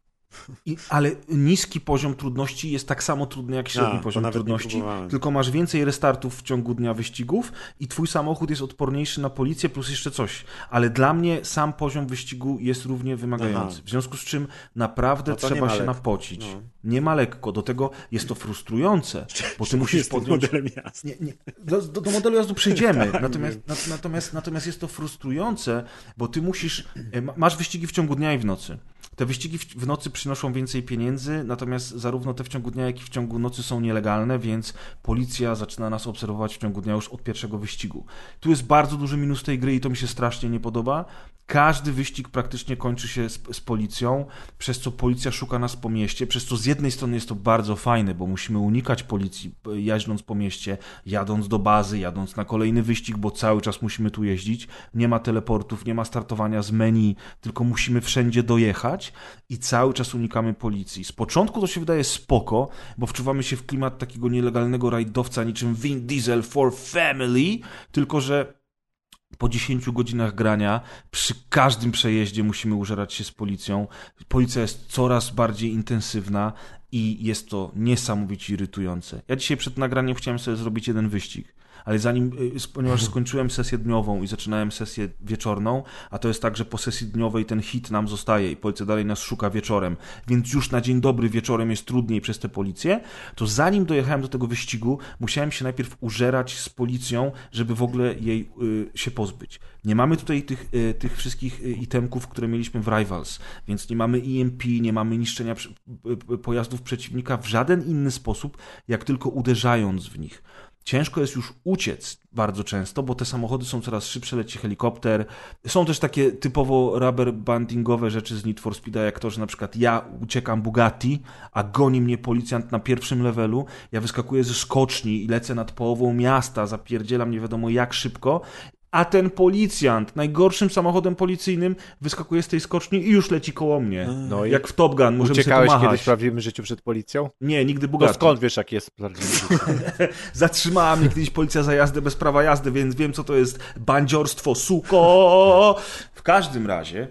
S1: Ale niski poziom trudności jest tak samo trudny jak średni poziom trudności, tylko masz więcej restartów w ciągu dnia wyścigów i twój samochód jest odporniejszy na policję plus jeszcze coś. Ale dla mnie sam poziom wyścigu jest równie wymagający. W związku z czym naprawdę trzeba się napocić. No. Nie ma lekko. Do tego jest to frustrujące, bo ty musisz podjąć...
S4: modelem jazdy.
S1: Nie. Do modelu jazdy przejdziemy. Natomiast jest to frustrujące, bo ty musisz... Masz wyścigi w ciągu dnia i w nocy. Te wyścigi w nocy przynoszą więcej pieniędzy, natomiast zarówno te w ciągu dnia, jak i w ciągu nocy są nielegalne, więc policja zaczyna nas obserwować w ciągu dnia już od pierwszego wyścigu. Tu jest bardzo duży minus tej gry i to mi się strasznie nie podoba. Każdy wyścig praktycznie kończy się z policją, przez co policja szuka nas po mieście, przez co z jednej strony jest to bardzo fajne, bo musimy unikać policji, jeżdżąc po mieście, jadąc do bazy, jadąc na kolejny wyścig, bo cały czas musimy tu jeździć. Nie ma teleportów, nie ma startowania z menu, tylko musimy wszędzie dojechać i cały czas unikamy policji. Z początku to się wydaje spoko, bo wczuwamy się w klimat takiego nielegalnego rajdowca niczym Vin Diesel for Family, tylko że po 10 godzinach grania przy każdym przejeździe musimy użerać się z policją. Policja jest coraz bardziej intensywna i jest to niesamowicie irytujące. Ja dzisiaj przed nagraniem chciałem sobie zrobić jeden wyścig, ale ponieważ skończyłem sesję dniową i zaczynałem sesję wieczorną, a to jest tak, że po sesji dniowej ten hit nam zostaje i policja dalej nas szuka wieczorem, więc już na dzień dobry wieczorem jest trudniej przez tę policję, to zanim dojechałem do tego wyścigu, musiałem się najpierw użerać z policją, żeby w ogóle jej się pozbyć. Nie mamy tutaj tych wszystkich itemków, które mieliśmy w Rivals, więc nie mamy EMP, nie mamy niszczenia pojazdów przeciwnika w żaden inny sposób, jak tylko uderzając w nich. Ciężko jest już uciec bardzo często, bo te samochody są coraz szybsze, leci helikopter. Są też takie typowo rubber bandingowe rzeczy z Need for Speeda, jak to, że na przykład ja uciekam Bugatti, a goni mnie policjant na 1. levelu, ja wyskakuję ze skoczni i lecę nad połową miasta, zapierdzielam nie wiadomo jak szybko, a ten policjant najgorszym samochodem policyjnym wyskakuje z tej skoczni i już leci koło mnie. No jak w Top Gun, możemy sobie pomachać.
S2: Kiedyś w prawdziwym życiu przed policją?
S1: Nie, nigdy Bugatti.
S2: To skąd wiesz, jak jest w prawdziwym życiu?
S1: Zatrzymała mnie kiedyś policja za jazdę bez prawa jazdy, więc wiem, co to jest bandziorstwo, suko! W każdym razie,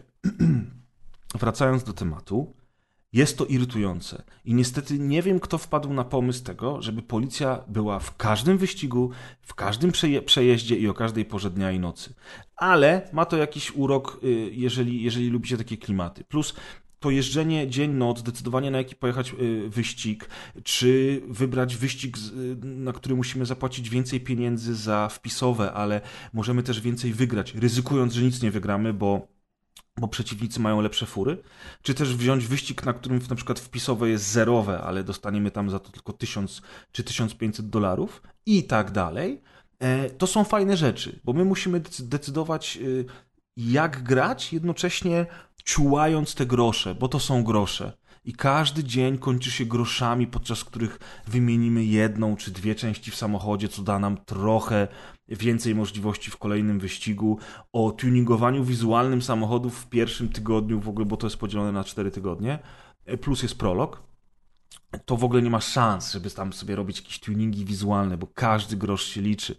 S1: wracając do tematu, jest to irytujące i niestety nie wiem, kto wpadł na pomysł tego, żeby policja była w każdym wyścigu, w każdym przejeździe i o każdej porze dnia i nocy. Ale ma to jakiś urok, jeżeli lubicie takie klimaty. Plus to jeżdżenie dzień-noc, decydowanie na jaki pojechać wyścig, czy wybrać wyścig, na który musimy zapłacić więcej pieniędzy za wpisowe, ale możemy też więcej wygrać, ryzykując, że nic nie wygramy, bo przeciwnicy mają lepsze fury, czy też wziąć wyścig, na którym na przykład wpisowe jest zerowe, ale dostaniemy tam za to tylko 1000 czy $1500 i tak dalej. To są fajne rzeczy, bo my musimy decydować, jak grać, jednocześnie ciułając te grosze, bo to są grosze. I każdy dzień kończy się groszami, podczas których wymienimy 1 czy 2 części w samochodzie, co da nam trochę więcej możliwości w kolejnym wyścigu. O tuningowaniu wizualnym samochodów w pierwszym tygodniu w ogóle, bo to jest podzielone na 4 tygodnie, plus jest prolog. To w ogóle nie ma szans, żeby tam sobie robić jakieś tuningi wizualne, bo każdy grosz się liczy.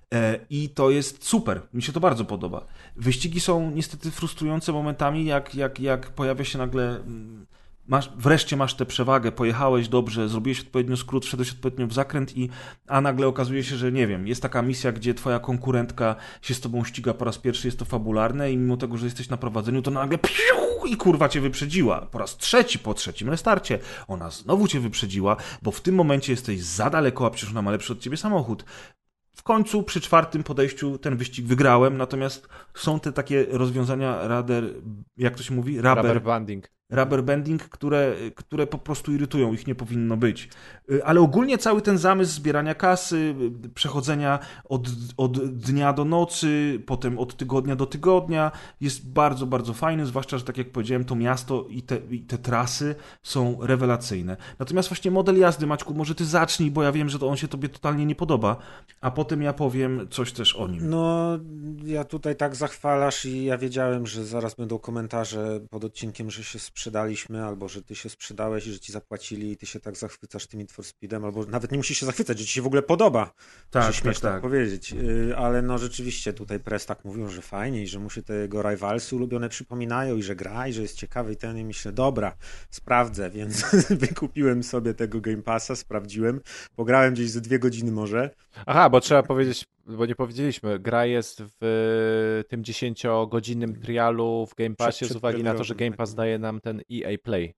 S1: I to jest super, mi się to bardzo podoba. Wyścigi są niestety frustrujące momentami, jak pojawia się nagle... Wreszcie masz tę przewagę, pojechałeś dobrze, zrobiłeś odpowiednio skrót, wszedłeś odpowiednio w zakręt a nagle okazuje się, że nie wiem, jest taka misja, gdzie twoja konkurentka się z tobą ściga po raz pierwszy, jest to fabularne i mimo tego, że jesteś na prowadzeniu, to nagle i kurwa cię wyprzedziła. Po raz trzeci, po 3. restarcie, ona znowu cię wyprzedziła, bo w tym momencie jesteś za daleko, a przecież ona ma lepszy od ciebie samochód. W końcu przy 4. podejściu ten wyścig wygrałem, natomiast są te takie rozwiązania jak to się mówi? Rubber banding, które po prostu irytują, ich nie powinno być. Ale ogólnie cały ten zamysł zbierania kasy, przechodzenia od dnia do nocy, potem od tygodnia do tygodnia jest bardzo, bardzo fajny, zwłaszcza, że tak jak powiedziałem, to miasto i te trasy są rewelacyjne. Natomiast właśnie model jazdy, Maćku, może ty zacznij, bo ja wiem, że on się tobie totalnie nie podoba, a potem ja powiem coś też o nim.
S4: No, ja tutaj tak zachwalasz i ja wiedziałem, że zaraz będą komentarze pod odcinkiem, że się sprzedaliśmy, albo że ty się sprzedałeś i że ci zapłacili i ty się tak zachwycasz tym Need for Speedem, albo nawet nie musisz się zachwycać, że ci się w ogóle podoba.
S1: Tak,
S4: tak powiedzieć. Ale no rzeczywiście tutaj press tak mówił, że fajnie i że mu się te jego rivalsy ulubione przypominają i że gra i że jest ciekawy i ten i myślę, dobra, sprawdzę, więc wykupiłem sobie tego Game Passa, sprawdziłem, pograłem gdzieś ze 2 godziny może.
S2: Aha, bo trzeba powiedzieć, bo nie powiedzieliśmy, gra jest w tym 10-godzinnym trialu w Game Passie z uwagi na to, że Game Pass daje nam ten EA Play.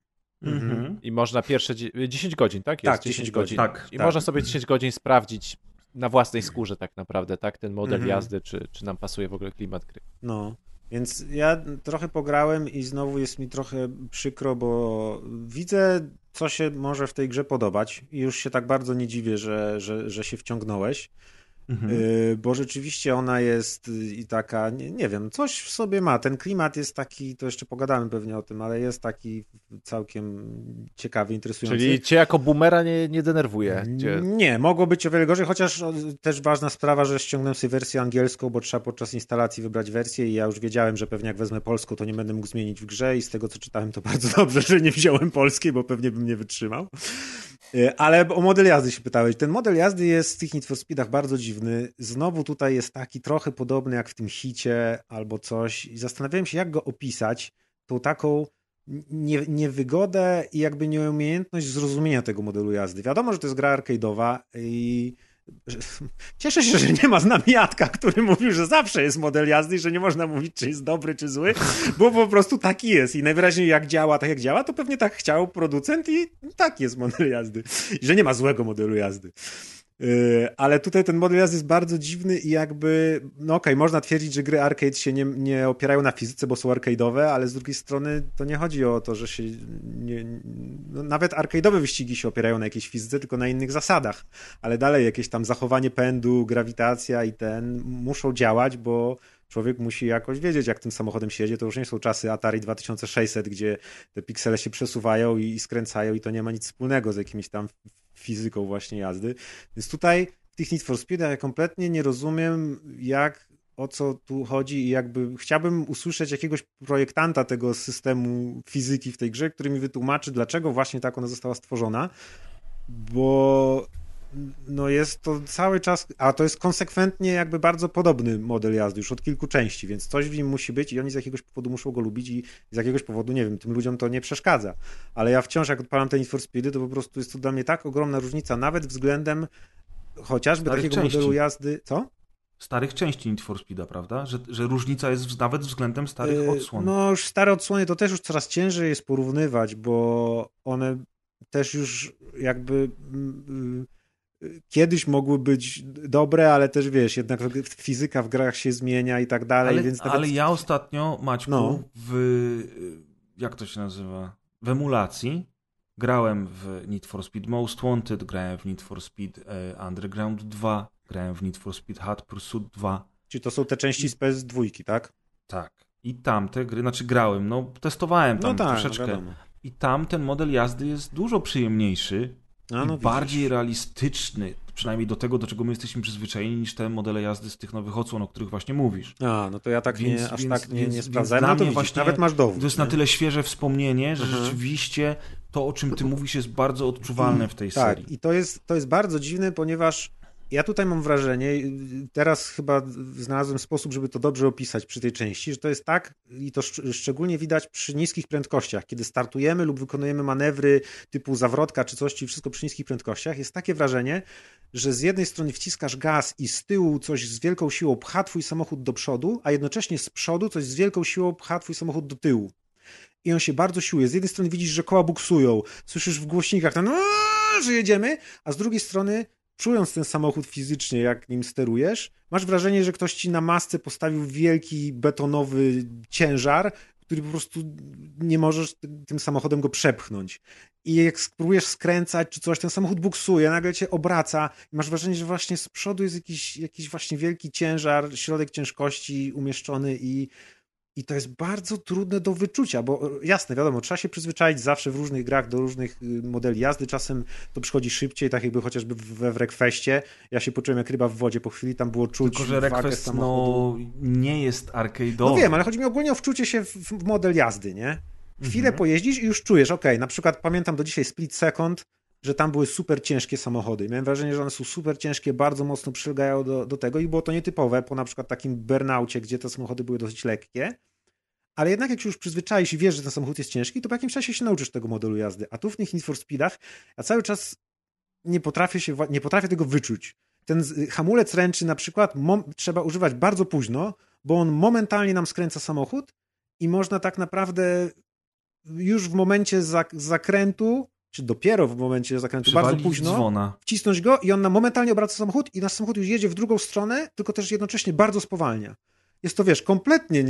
S2: I można pierwsze 10 godzin, tak? Jest
S4: tak, 10 godzin.
S1: Tak,
S2: I można sobie 10 godzin sprawdzić na własnej skórze tak naprawdę, tak? Ten model jazdy, czy nam pasuje w ogóle klimat gry.
S4: No, więc ja trochę pograłem i znowu jest mi trochę przykro, bo widzę, co się może w tej grze podobać i już się tak bardzo nie dziwię, że się wciągnąłeś. Bo rzeczywiście ona jest i taka, nie wiem, coś w sobie ma. Ten klimat jest taki, to jeszcze pogadamy pewnie o tym, ale jest taki całkiem ciekawy, interesujący.
S2: Czyli cię jako boomera nie denerwuje?
S4: Nie, mogło być o wiele gorzej, chociaż też ważna sprawa, że ściągnąłem sobie wersję angielską, bo trzeba podczas instalacji wybrać wersję i ja już wiedziałem, że pewnie jak wezmę polską, to nie będę mógł zmienić w grze i z tego, co czytałem, to bardzo dobrze, że nie wziąłem polskiej, bo pewnie bym nie wytrzymał. Ale o model jazdy się pytałeś. Ten model jazdy jest w tych Need for Speedach bardzo dziwny. Znowu tutaj jest taki trochę podobny jak w tym Hicie albo coś. I zastanawiałem się, jak go opisać. Tą taką niewygodę i jakby nieumiejętność zrozumienia tego modelu jazdy. Wiadomo, że to jest gra arcade'owa i cieszę się, że nie ma z nami Jadka, który mówił, że zawsze jest model jazdy i że nie można mówić, czy jest dobry, czy zły, bo po prostu taki jest i najwyraźniej jak działa, tak jak działa, to pewnie tak chciał producent i tak jest model jazdy. I że nie ma złego modelu jazdy. Ale tutaj ten model jazdy jest bardzo dziwny i jakby, no okej, można twierdzić, że gry arcade się nie opierają na fizyce, bo są arcade'owe, ale z drugiej strony to nie chodzi o to, że się no nawet arcade'owe wyścigi się opierają na jakiejś fizyce, tylko na innych zasadach, ale dalej jakieś tam zachowanie pędu, grawitacja i muszą działać, bo człowiek musi jakoś wiedzieć, jak tym samochodem się jedzie. To już nie są czasy Atari 2600, gdzie te piksele się przesuwają i skręcają i to nie ma nic wspólnego z jakimiś tam fizyką właśnie jazdy. Więc tutaj w tych Need for Speedach ja kompletnie nie rozumiem, o co tu chodzi i jakby chciałbym usłyszeć jakiegoś projektanta tego systemu fizyki w tej grze, który mi wytłumaczy, dlaczego właśnie tak ona została stworzona, bo no jest to cały czas, a to jest konsekwentnie jakby bardzo podobny model jazdy już od kilku części, więc coś w nim musi być i oni z jakiegoś powodu muszą go lubić i z jakiegoś powodu, nie wiem, tym ludziom to nie przeszkadza. Ale ja wciąż jak odpalam te Need for Speedy, to po prostu jest to dla mnie tak ogromna różnica, nawet względem chociażby
S1: starych
S4: takiego modelu jazdy, co?
S1: Starych części Need for Speeda, prawda? Że różnica jest nawet względem starych odsłon.
S4: No już stare odsłony to też już coraz ciężej jest porównywać, bo one też już jakby kiedyś mogły być dobre, ale też wiesz, jednak fizyka w grach się zmienia i tak dalej.
S1: Ale ja ostatnio, Maćku, jak to się nazywa? W emulacji grałem w Need for Speed Most Wanted, grałem w Need for Speed Underground 2, grałem w Need for Speed Hot Pursuit 2.
S4: Czyli to są te części z PS2, tak?
S1: Tak. I tamte gry, grałem, testowałem tam troszeczkę.
S4: Wiadomo.
S1: I tam ten model jazdy jest dużo przyjemniejszy i bardziej realistyczny, przynajmniej do tego, do czego my jesteśmy przyzwyczajeni, niż te modele jazdy z tych nowych odsłon, o których właśnie mówisz.
S4: No to ja tak nie sprawdzałem. No to właśnie nawet masz dowód.
S1: To jest na tyle świeże wspomnienie, że rzeczywiście to, o czym ty mówisz, jest bardzo odczuwalne w tej serii.
S4: Tak, i to jest bardzo dziwne, ponieważ ja tutaj mam wrażenie, teraz chyba znalazłem sposób, żeby to dobrze opisać przy tej części, że to jest tak, i to szczególnie widać przy niskich prędkościach, kiedy startujemy lub wykonujemy manewry typu zawrotka czy coś, czyli wszystko przy niskich prędkościach, jest takie wrażenie, że z jednej strony wciskasz gaz i z tyłu coś z wielką siłą pcha twój samochód do przodu, a jednocześnie z przodu coś z wielką siłą pcha twój samochód do tyłu. I on się bardzo siłuje. Z jednej strony widzisz, że koła buksują, słyszysz w głośnikach że jedziemy, a z drugiej strony czując ten samochód fizycznie, jak nim sterujesz, masz wrażenie, że ktoś ci na masce postawił wielki betonowy ciężar, który po prostu nie możesz tym samochodem go przepchnąć. I jak spróbujesz skręcać czy coś, ten samochód buksuje, nagle cię obraca i masz wrażenie, że właśnie z przodu jest jakiś właśnie wielki ciężar, środek ciężkości umieszczony i to jest bardzo trudne do wyczucia, bo jasne, wiadomo, trzeba się przyzwyczaić zawsze w różnych grach do różnych modeli jazdy, czasem to przychodzi szybciej, tak jakby chociażby w Wreckfestie. Ja się poczułem jak ryba w wodzie, po chwili tam było czuć.
S1: Tylko, że Wreckfest nie jest arcade'owy.
S4: No wiem, ale chodzi mi ogólnie o wczucie się w model jazdy, nie? Chwilę pojeździsz i już czujesz, na przykład pamiętam do dzisiaj Split Second, że tam były super ciężkie samochody. Miałem wrażenie, że one są super ciężkie, bardzo mocno przylegają do tego i było to nietypowe po na przykład takim burnaucie, gdzie te samochody były dosyć lekkie. Ale jednak jak się już przyzwyczaisz i wiesz, że ten samochód jest ciężki, to po jakimś czasie się nauczysz tego modelu jazdy. A tu w tych Need for Speedach ja cały czas nie potrafię tego wyczuć. Ten hamulec ręczny na przykład trzeba używać bardzo późno, bo on momentalnie nam skręca samochód i można tak naprawdę już w momencie zakrętu, czy dopiero w momencie zakrętu, bardzo późno,
S1: dzwona,
S4: wcisnąć go i on nam momentalnie obraca samochód i nasz samochód już jedzie w drugą stronę, tylko też jednocześnie bardzo spowalnia. Jest to, kompletnie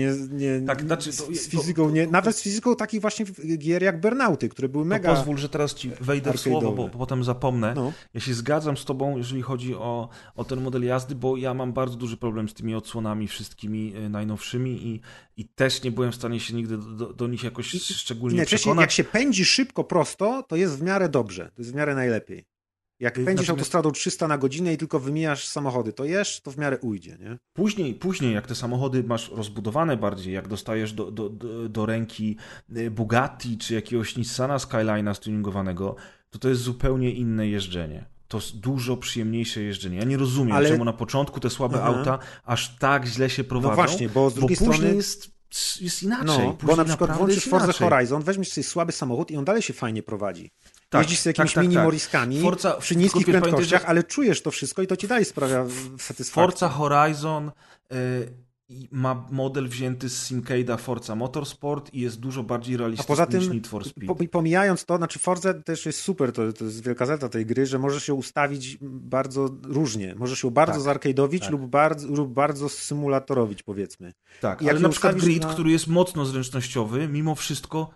S4: z fizyką, nawet z fizyką takich właśnie gier jak Burnouty, które były mega...
S1: Pozwól, że teraz ci wejdę w słowo, bo potem zapomnę. No. Ja się zgadzam z tobą, jeżeli chodzi o ten model jazdy, bo ja mam bardzo duży problem z tymi odsłonami wszystkimi najnowszymi i też nie byłem w stanie się nigdy do nich jakoś szczególnie przekonać.
S4: Jak się pędzi szybko, prosto, to jest w miarę dobrze, to jest w miarę najlepiej. Jak pędzisz autostradą 300 na godzinę i tylko wymijasz samochody, to w miarę ujdzie, nie?
S1: Później, jak te samochody masz rozbudowane bardziej, jak dostajesz do ręki Bugatti czy jakiegoś Nissana Skyline'a stuningowanego, to jest zupełnie inne jeżdżenie. To jest dużo przyjemniejsze jeżdżenie. Ja nie rozumiem, czemu na początku te słabe auta aż tak źle się prowadzą.
S4: No właśnie, bo z drugiej strony
S1: później jest inaczej.
S4: Bo na przykład włączysz Forza Horizon, weźmiesz sobie słaby samochód i on dalej się fajnie prowadzi. Jeździsz z jakimiś mini-moriskami przy niskich prędkościach, ale czujesz to wszystko i to ci dalej sprawia satysfakcję.
S1: Forza Horizon ma model wzięty z Simcade'a Forza Motorsport i jest dużo bardziej realistyczny niż Need for Speed.
S4: Pomijając to, Forza też jest super, to jest wielka zaleta tej gry, że możesz ją ustawić bardzo różnie. Możesz ją bardzo zarcade'owić lub bardzo symulatorowić, powiedzmy.
S1: Tak, ale na przykład Grid, który jest mocno zręcznościowy, mimo wszystko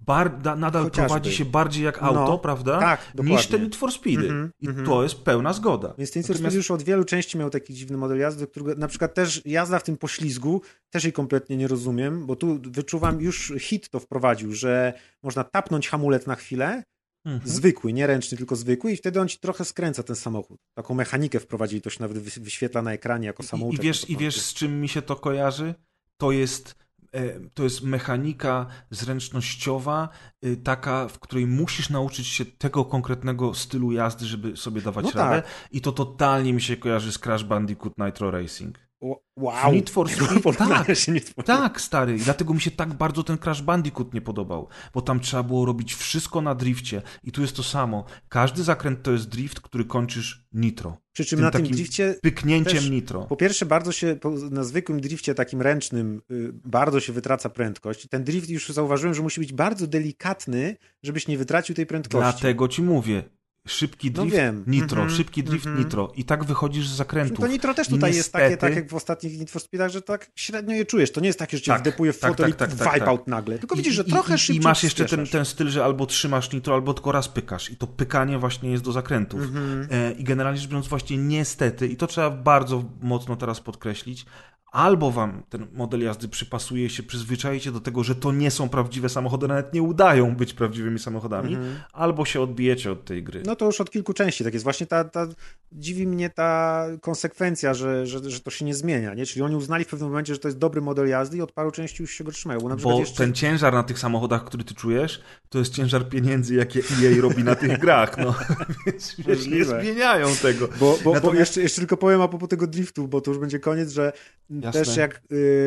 S1: nadal prowadzi się bardziej jak auto, prawda?
S4: Tak,
S1: niż te Need for Speedy. I to jest pełna zgoda.
S4: Więc Need for Speed już od wielu części miał taki dziwny model jazdy, którego na przykład też jazda w tym poślizgu też jej kompletnie nie rozumiem, bo tu wyczuwam, już Hit to wprowadził, że można tapnąć hamulec na chwilę, zwykły, nie ręczny, tylko zwykły i wtedy on ci trochę skręca ten samochód. Taką mechanikę wprowadzili, to się nawet wyświetla na ekranie jako samouczek.
S1: I wiesz z czym mi się to kojarzy? To jest mechanika zręcznościowa, taka, w której musisz nauczyć się tego konkretnego stylu jazdy, żeby sobie dawać radę. I to totalnie mi się kojarzy z Crash Bandicoot Nitro Racing.
S4: Wow!
S1: Need for Speed, tak, stary. I dlatego mi się tak bardzo ten Crash Bandicoot nie podobał, bo tam trzeba było robić wszystko na drifcie i tu jest to samo. Każdy zakręt to jest drift, który kończysz nitro.
S4: Przy czym na tym drifcie
S1: pyknięciem
S4: też,
S1: nitro.
S4: Po pierwsze, na zwykłym drifcie takim ręcznym bardzo się wytraca prędkość. Ten drift już zauważyłem, że musi być bardzo delikatny, żebyś nie wytracił tej prędkości.
S1: Dlatego ci mówię. Szybki drift, nitro, szybki drift, nitro. I tak wychodzisz z zakrętów.
S4: To nitro też tutaj jest takie, tak jak w ostatnich Need for Speedach, że tak średnio je czujesz. To nie jest takie, że cię wdepuje w fotel i wipeout nagle. Tylko widzisz, że trochę szybciej
S1: I masz jeszcze ten styl, że albo trzymasz nitro, albo tylko raz pykasz. I to pykanie właśnie jest do zakrętów. I generalnie rzecz biorąc właśnie niestety, i to trzeba bardzo mocno teraz podkreślić, albo wam ten model jazdy przypasuje się, przyzwyczajcie do tego, że to nie są prawdziwe samochody, nawet nie udają być prawdziwymi samochodami, albo się odbijecie od tej gry.
S4: No to już od kilku części tak jest. Właśnie dziwi mnie ta konsekwencja, że to się nie zmienia, nie? Czyli oni uznali w pewnym momencie, że to jest dobry model jazdy i od paru części już się go trzymają.
S1: Bo ten ciężar na tych samochodach, który ty czujesz, to jest ciężar pieniędzy, jakie EA robi na tych grach. No. Więc nie zmieniają tego.
S4: Bo jeszcze tylko powiem a propos tego driftu, bo to już będzie koniec, że jasne. Też jak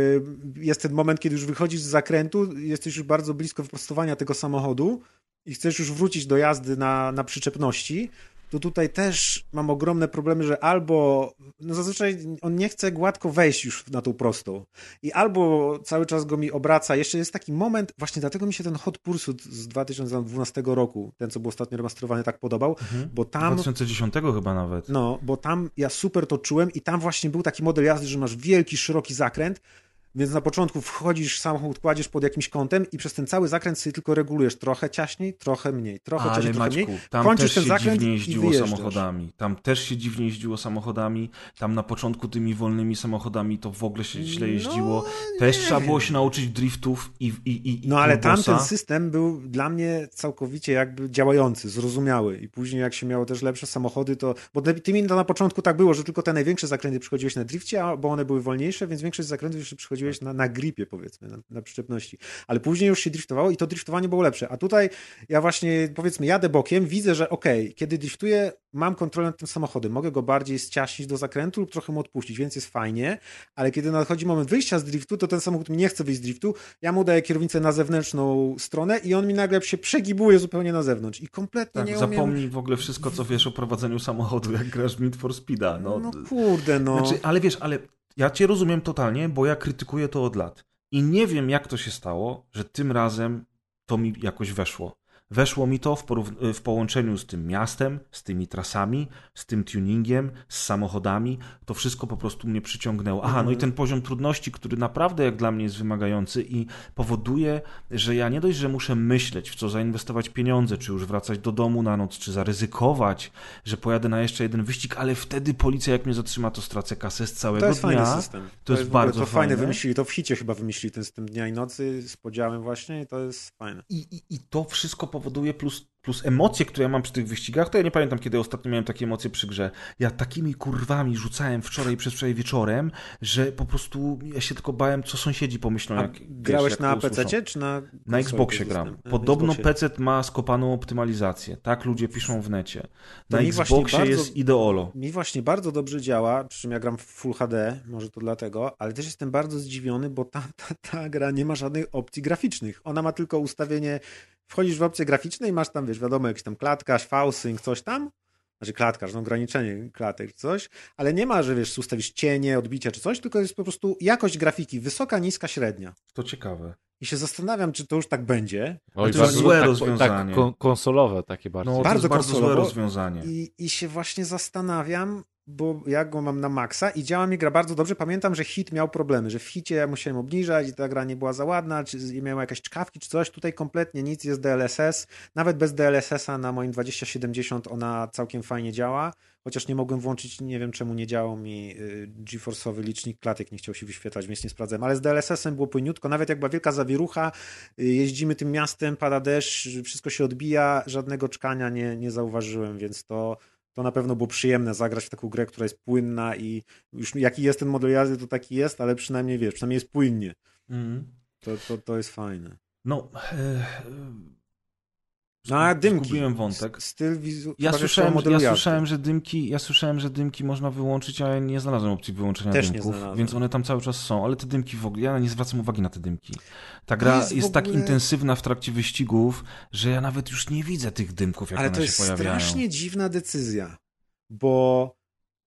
S4: jest ten moment, kiedy już wychodzisz z zakrętu, jesteś już bardzo blisko wyprostowania tego samochodu i chcesz już wrócić do jazdy na przyczepności, to tutaj też mam ogromne problemy, że albo zazwyczaj on nie chce gładko wejść już na tą prostą i albo cały czas go mi obraca. Jeszcze jest taki moment, właśnie dlatego mi się ten Hot Pursuit z 2012 roku, ten co był ostatnio remasterowany, tak podobał, bo tam...
S1: 2010 chyba nawet.
S4: No, bo tam ja super to czułem i tam właśnie był taki model jazdy, że masz wielki, szeroki zakręt, więc na początku wchodzisz, samochód kładziesz pod jakimś kątem i przez ten cały zakręt sobie tylko regulujesz trochę ciaśniej, trochę mniej, trochę ciaśniej, trochę mniej.
S1: Tam też się dziwnie jeździło samochodami. Tam na początku tymi wolnymi samochodami to w ogóle się źle jeździło. Też trzeba było się nauczyć driftów i
S4: no ale tam ten system był dla mnie całkowicie jakby działający, zrozumiały i później jak się miało też lepsze samochody, to... Bo tymi to na początku tak było, że tylko te największe zakręty przychodziłeś na drifcie, bo one były wolniejsze, więc większość zakrętów jeszcze przychodziło jeździłeś na gripie, powiedzmy, na przyczepności. Ale później już się driftowało i to driftowanie było lepsze. A tutaj ja właśnie, powiedzmy, jadę bokiem, widzę, że kiedy driftuję, mam kontrolę nad tym samochodem. Mogę go bardziej ściaśnić do zakrętu lub trochę mu odpuścić, więc jest fajnie, ale kiedy nadchodzi moment wyjścia z driftu, to ten samochód mi nie chce wyjść z driftu, ja mu daję kierownicę na zewnętrzną stronę i on mi nagle się przegibuje zupełnie na zewnątrz i kompletnie nie umiem...
S1: Zapomnij w ogóle wszystko, co wiesz o prowadzeniu samochodu, jak grasz w Need for Speeda.
S4: No kurde, no.
S1: Znaczy, ale wiesz, ja cię rozumiem totalnie, bo ja krytykuję to od lat. I nie wiem, jak to się stało, że tym razem to mi jakoś weszło. Weszło mi to w połączeniu z tym miastem, z tymi trasami, z tym tuningiem, z samochodami. To wszystko po prostu mnie przyciągnęło. Aha, no i ten poziom trudności, który naprawdę jak dla mnie jest wymagający i powoduje, że ja nie dość, że muszę myśleć, w co zainwestować pieniądze, czy już wracać do domu na noc, czy zaryzykować, że pojadę na jeszcze jeden wyścig, ale wtedy policja jak mnie zatrzyma, to stracę kasę z całego dnia.
S4: To jest fajny system.
S1: To jest bardzo
S4: to
S1: fajne.
S4: Wymyślili, to w Hicie chyba wymyślili ten system dnia i nocy z podziałem właśnie i to jest fajne.
S1: I to wszystko powoduje plus emocje, które ja mam przy tych wyścigach, to ja nie pamiętam, kiedy ostatnio miałem takie emocje przy grze. Ja takimi kurwami rzucałem wczoraj i przedwczoraj wieczorem, że po prostu ja się tylko bałem, co sąsiedzi pomyślą, jak
S4: grałeś
S1: jak
S4: na PC-cie, czy
S1: na Xboxie gram. Podobno PC ma skopaną optymalizację. Tak ludzie piszą w necie. Na Xboxie jest ideolo.
S4: Mi właśnie bardzo dobrze działa, przy czym ja gram w Full HD, może to dlatego, ale też jestem bardzo zdziwiony, bo ta gra nie ma żadnych opcji graficznych. Ona ma tylko ustawienie, wchodzisz w opcje graficzne i masz tam, wiesz, wiadomo, jakiś tam klatkarz, V-Sync, coś tam. Znaczy klatkarz, no ograniczenie klatek czy coś, ale nie ma, że wiesz, ustawisz cienie, odbicia czy coś, tylko jest po prostu jakość grafiki, wysoka, niska, średnia.
S1: To ciekawe.
S4: I się zastanawiam, czy to już tak będzie.
S1: Oj, to jest złe rozwiązanie.
S2: Tak konsolowe takie bardzo.
S1: No,
S4: bardzo
S1: złe rozwiązanie.
S4: I się właśnie zastanawiam, bo ja go mam na maksa i działa mi gra bardzo dobrze. Pamiętam, że Hit miał problemy, że w Hicie ja musiałem obniżać i ta gra nie była za ładna, czy miała jakieś czkawki czy coś. Tutaj kompletnie nic, jest DLSS. Nawet bez DLSS-a na moim 2070 ona całkiem fajnie działa. Chociaż nie mogłem włączyć, nie wiem czemu nie działał mi GeForce'owy licznik klatek, nie chciał się wyświetlać, więc nie sprawdzałem. Ale z DLSS-em było płyniutko, nawet jak była wielka zawierucha, jeździmy tym miastem, pada deszcz, wszystko się odbija, żadnego czkania nie zauważyłem, więc to na pewno było przyjemne zagrać w taką grę, która jest płynna i już jaki jest ten model jazdy, to taki jest, ale przynajmniej wiesz, przynajmniej jest płynnie. To jest fajne.
S1: No,
S4: a dymki.
S1: Zgubiłem wątek.
S4: Styl
S1: ja słyszałem, że dymki można wyłączyć, a ja nie znalazłem opcji wyłączenia dymków, więc one tam cały czas są, ale te dymki w ogóle, ja nie zwracam uwagi na te dymki. Ta gra jest tak intensywna w trakcie wyścigów, że ja nawet już nie widzę tych dymków, jak one się pojawiają. Ale to jest
S4: strasznie dziwna decyzja, bo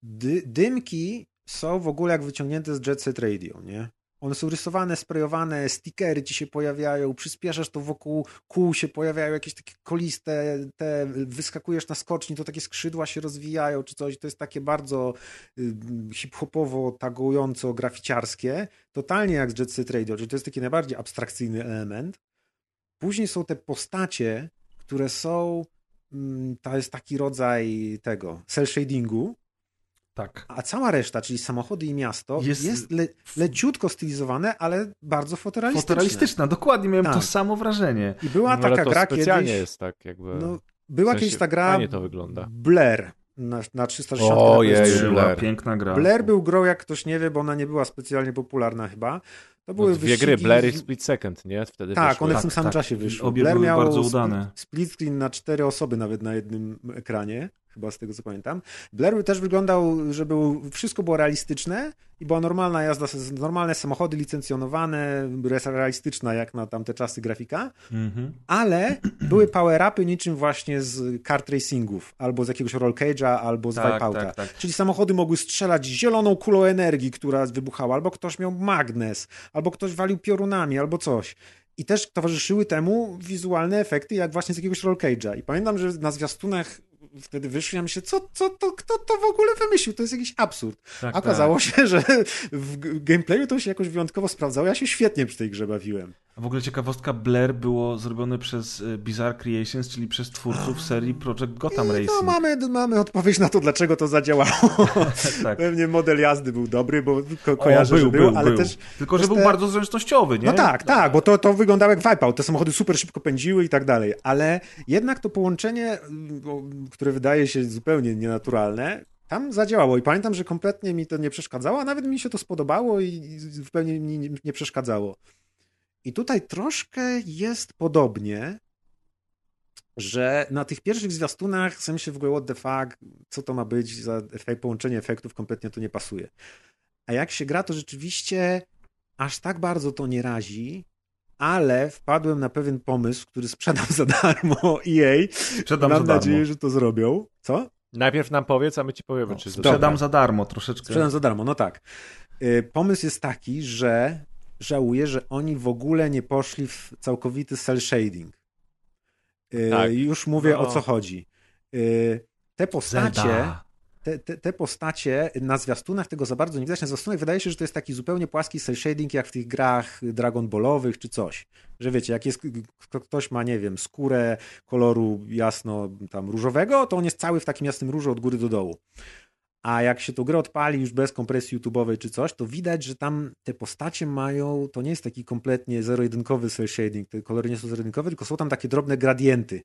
S4: dymki są w ogóle jak wyciągnięte z Jet Set Radio, nie? One są rysowane, sprejowane, stickery ci się pojawiają, przyspieszasz to wokół kół się pojawiają jakieś takie koliste, wyskakujesz na skoczni, to takie skrzydła się rozwijają czy coś, to jest takie bardzo hip-hopowo, tagująco, graficiarskie, totalnie jak z Jet Set Radio, czyli to jest taki najbardziej abstrakcyjny element. Później są te postacie, które są, to jest taki rodzaj tego, cel shadingu.
S1: Tak.
S4: A cała reszta, czyli samochody i miasto, jest leciutko stylizowane, ale bardzo fotorealistyczne.
S1: Fotorealistyczna, dokładnie, miałem to samo wrażenie.
S4: I była taka gra
S2: specjalnie
S4: kiedyś...
S2: jest tak jakby...
S4: No, była kiedyś ta gra...
S2: Fajnie to wygląda.
S4: Blair na 360.
S1: Blair. Piękna gra.
S4: Blair był grą, jak ktoś nie wie, bo ona nie była specjalnie popularna chyba. To były
S2: dwie gry, Blair i Split Second, nie? Wtedy
S4: tak, one w tym samym czasie wyszły.
S1: Obie były bardzo udane.
S4: Split screen na 4 osoby nawet na jednym ekranie, chyba z tego co pamiętam. Blair też wyglądał, że wszystko było realistyczne i była normalna jazda, normalne samochody licencjonowane, realistyczna jak na tamte czasy grafika, ale były power-upy niczym właśnie z kart racingów, albo z jakiegoś roll cage'a, albo z Wipeouta. Tak. Czyli samochody mogły strzelać zieloną kulą energii, która wybuchała, albo ktoś miał magnes, albo ktoś walił piorunami, albo coś. I też towarzyszyły temu wizualne efekty, jak właśnie z jakiegoś roll cage'a. I pamiętam, że na zwiastunach wtedy wyszło, ja myślę, kto to w ogóle wymyślił? To jest jakiś absurd. A okazało się, że w gameplayu to się jakoś wyjątkowo sprawdzało. Ja się świetnie przy tej grze bawiłem.
S1: A w ogóle ciekawostka, Blair było zrobione przez Bizarre Creations, czyli przez twórców serii Project Gotham Racing.
S4: No mamy odpowiedź na to, dlaczego to zadziałało. Tak. Pewnie model jazdy był dobry, bo kojarzę, że był, ale też...
S1: Tylko, że był bardzo zręcznościowy, nie?
S4: No tak, bo to wyglądało jak Wipeout. Te samochody super szybko pędziły i tak dalej. Ale jednak to połączenie, które wydaje się zupełnie nienaturalne, tam zadziałało i pamiętam, że kompletnie mi to nie przeszkadzało, a nawet mi się to spodobało i zupełnie mi nie przeszkadzało. I tutaj troszkę jest podobnie, że na tych pierwszych zwiastunach w sensie w ogóle what the fuck, co to ma być za połączenie efektów, kompletnie to nie pasuje. A jak się gra, to rzeczywiście aż tak bardzo to nie razi, ale wpadłem na pewien pomysł, który sprzedam za darmo EA. Mam nadzieję, że to zrobią. Co?
S2: Najpierw nam powiedz, a my ci powiemy, czy
S1: sprzedam za darmo troszeczkę.
S4: Sprzedam za darmo, no tak. Pomysł jest taki, że żałuję, że oni w ogóle nie poszli w całkowity cel shading. Tak. Już mówię, o co chodzi. Te postacie... Te postacie na zwiastunach tego za bardzo nie widać. Na zwiastunach wydaje się, że to jest taki zupełnie płaski cel shading, jak w tych grach Dragon Ballowych czy coś. Że wiecie, jak jest, ktoś ma, nie wiem, skórę koloru jasno tam różowego, to on jest cały w takim jasnym różu od góry do dołu. A jak się tą grę odpali już bez kompresji YouTube'owej czy coś, to widać, że tam te postacie mają, to nie jest taki kompletnie zero-jedynkowy cel shading, te kolory nie są zero-jedynkowe, tylko są tam takie drobne gradienty.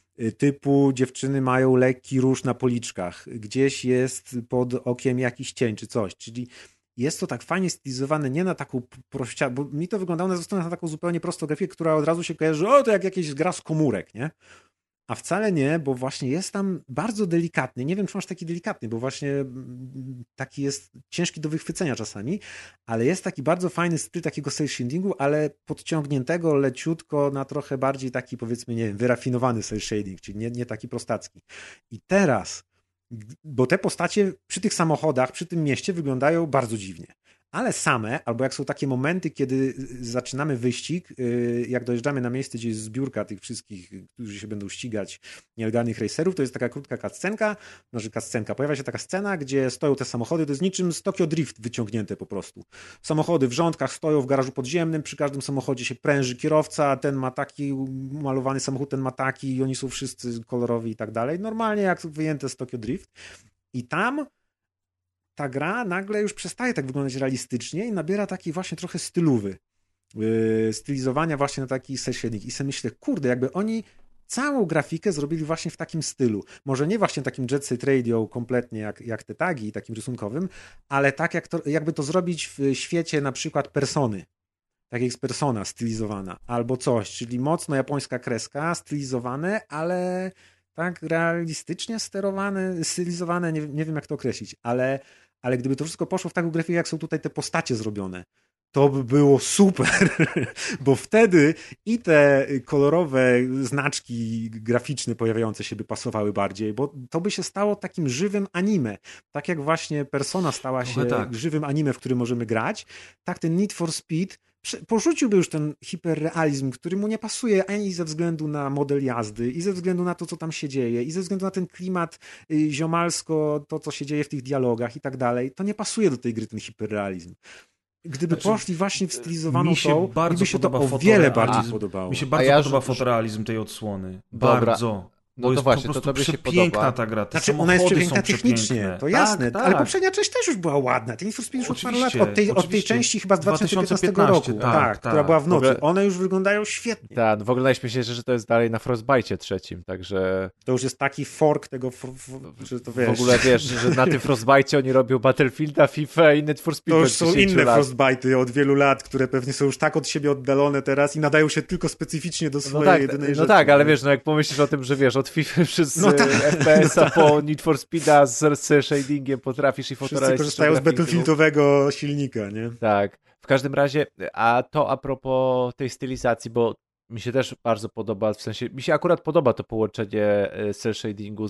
S4: Typu dziewczyny mają lekki róż na policzkach, gdzieś jest pod okiem jakiś cień czy coś, czyli jest to tak fajnie stylizowane, nie na taką prością, bo mi to wyglądało na taką zupełnie prostą grafikę, która od razu się kojarzy, o to jak jakieś gra z komórek, nie? A wcale nie, bo właśnie jest tam bardzo delikatny. Nie wiem, czy masz taki delikatny, bo właśnie taki jest ciężki do wychwycenia czasami, ale jest taki bardzo fajny styl takiego cel shadingu, ale podciągniętego leciutko na trochę bardziej taki, powiedzmy, nie wiem, wyrafinowany cel shading, czyli nie taki prostacki. I teraz, bo te postacie przy tych samochodach, przy tym mieście wyglądają bardzo dziwnie. Ale same, albo jak są takie momenty, kiedy zaczynamy wyścig, jak dojeżdżamy na miejsce, gdzie jest zbiórka tych wszystkich, którzy się będą ścigać, nielegalnych racerów, to jest taka krótka cutscenka. Pojawia się taka scena, gdzie stoją te samochody, to jest niczym z Tokyo Drift wyciągnięte po prostu. Samochody w rządkach stoją w garażu podziemnym, przy każdym samochodzie się pręży kierowca, ten ma taki malowany samochód, ten ma taki i oni są wszyscy kolorowi i tak dalej. Normalnie jak wyjęte z Tokyo Drift. I tam ta gra nagle już przestaje tak wyglądać realistycznie i nabiera taki właśnie trochę stylowy. Stylizowania właśnie na taki cel shading. I sobie myślę, kurde, jakby oni całą grafikę zrobili właśnie w takim stylu. Może nie właśnie takim Jet Set Radio kompletnie jak te tagi, takim rysunkowym, ale tak jakby to zrobić w świecie na przykład Persony. Tak jak jest Persona stylizowana. Albo coś, czyli mocno japońska kreska, stylizowane, ale tak realistycznie sterowane, stylizowane, nie wiem jak to określić, ale gdyby to wszystko poszło w taką grafikę, jak są tutaj te postacie zrobione, to by było super, bo wtedy i te kolorowe znaczki graficzne pojawiające się by pasowały bardziej, bo to by się stało takim żywym anime. Tak jak właśnie Persona stała się żywym anime, w którym możemy grać, tak ten Need for Speed porzuciłby już ten hiperrealizm, który mu nie pasuje ani ze względu na model jazdy, i ze względu na to, co tam się dzieje, i ze względu na ten klimat ziomalsko, to, co się dzieje w tych dialogach i tak dalej. To nie pasuje do tej gry, ten hiperrealizm. Gdyby poszli właśnie w stylizowaną tą, mi by się to o wiele bardziej podobało.
S1: Mi się bardzo podoba fotorealizm tej odsłony. Bardzo.
S2: No
S1: to
S2: jest właśnie,
S1: po
S2: to
S1: prostu
S2: się
S1: przepiękna
S2: podoba.
S1: ta gra.
S4: Znaczy ona jest przepiękna technicznie, to jasne, ale poprzednia część też już była ładna. Ten Need for Speed już od paru lat, od tej części chyba z 2015 roku, która była w nocy. One już wyglądają świetnie.
S2: Tak, w ogóle najśmieszniejsze, że to jest dalej na Frostbite 3, także...
S4: To już jest taki fork tego, że to wiesz...
S2: W ogóle wiesz, że na tym Frostbite oni robią Battlefielda, FIFA i Need for Speed.
S4: To już są inne Frostbite'y od wielu lat, które pewnie są już tak od siebie oddalone teraz i nadają się tylko specyficznie do swojej jedynej rzeczy.
S2: No tak, ale wiesz, jak pomyślisz o tym, że wiesz, od FIFA przez FPS-a po Need for Speeda z shadingiem potrafisz i fotorealistyczną
S4: wszyscy korzystają z Battlefieldowego silnika, nie?
S2: Tak. W każdym razie, a propos tej stylizacji, bo mi się też bardzo podoba, w sensie, mi się akurat podoba to połączenie cel shadingu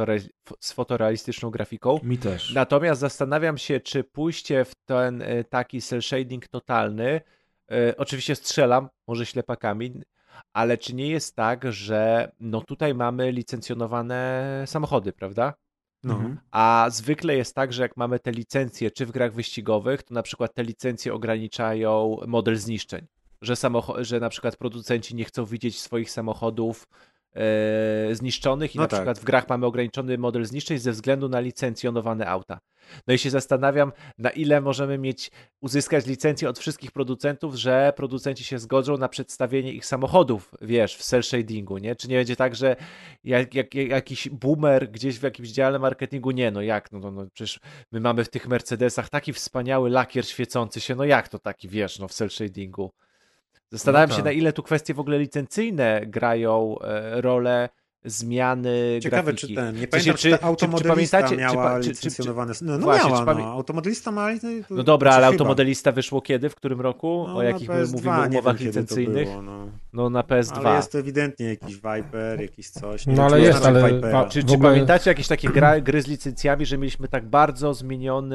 S2: z fotorealistyczną grafiką.
S1: Mi też.
S2: Natomiast zastanawiam się, czy pójście w ten taki cel shading totalny, oczywiście strzelam, może ślepakami, ale czy nie jest tak, że no tutaj mamy licencjonowane samochody, prawda?
S4: No.
S2: A zwykle jest tak, że jak mamy te licencje, czy w grach wyścigowych, to na przykład te licencje ograniczają model zniszczeń. Że na przykład producenci nie chcą widzieć swoich samochodów zniszczonych i
S4: No
S2: na
S4: tak.
S2: przykład w grach mamy ograniczony model zniszczeń ze względu na licencjonowane auta. No i się zastanawiam, na ile możemy uzyskać licencję od wszystkich producentów, że producenci się zgodzą na przedstawienie ich samochodów, wiesz, w cel shadingu, nie? Czy nie będzie tak, że jakiś boomer gdzieś w jakimś dziale marketingu, nie, no jak, no przecież my mamy w tych Mercedesach taki wspaniały lakier świecący się, no jak to taki, wiesz, no w cel shadingu. Zastanawiam się, na ile tu kwestie w ogóle licencyjne grają rolę zmiany
S4: Ciekawe,
S2: grafiki.
S4: czy nie pamiętam, czy ta automodelista miała licencjonowane... No miała, automodelista ma...
S2: No dobra, ale automodelista wyszło kiedy? W którym roku?
S4: No,
S2: o jakich my mówimy umowach licencyjnych?
S4: No
S2: na PS2.
S4: Ale jest to ewidentnie jakiś Viper, jakiś coś.
S3: No ale jest, ale...
S2: Czy pamiętacie jakieś takie gry z licencjami, że mieliśmy tak bardzo zmieniony...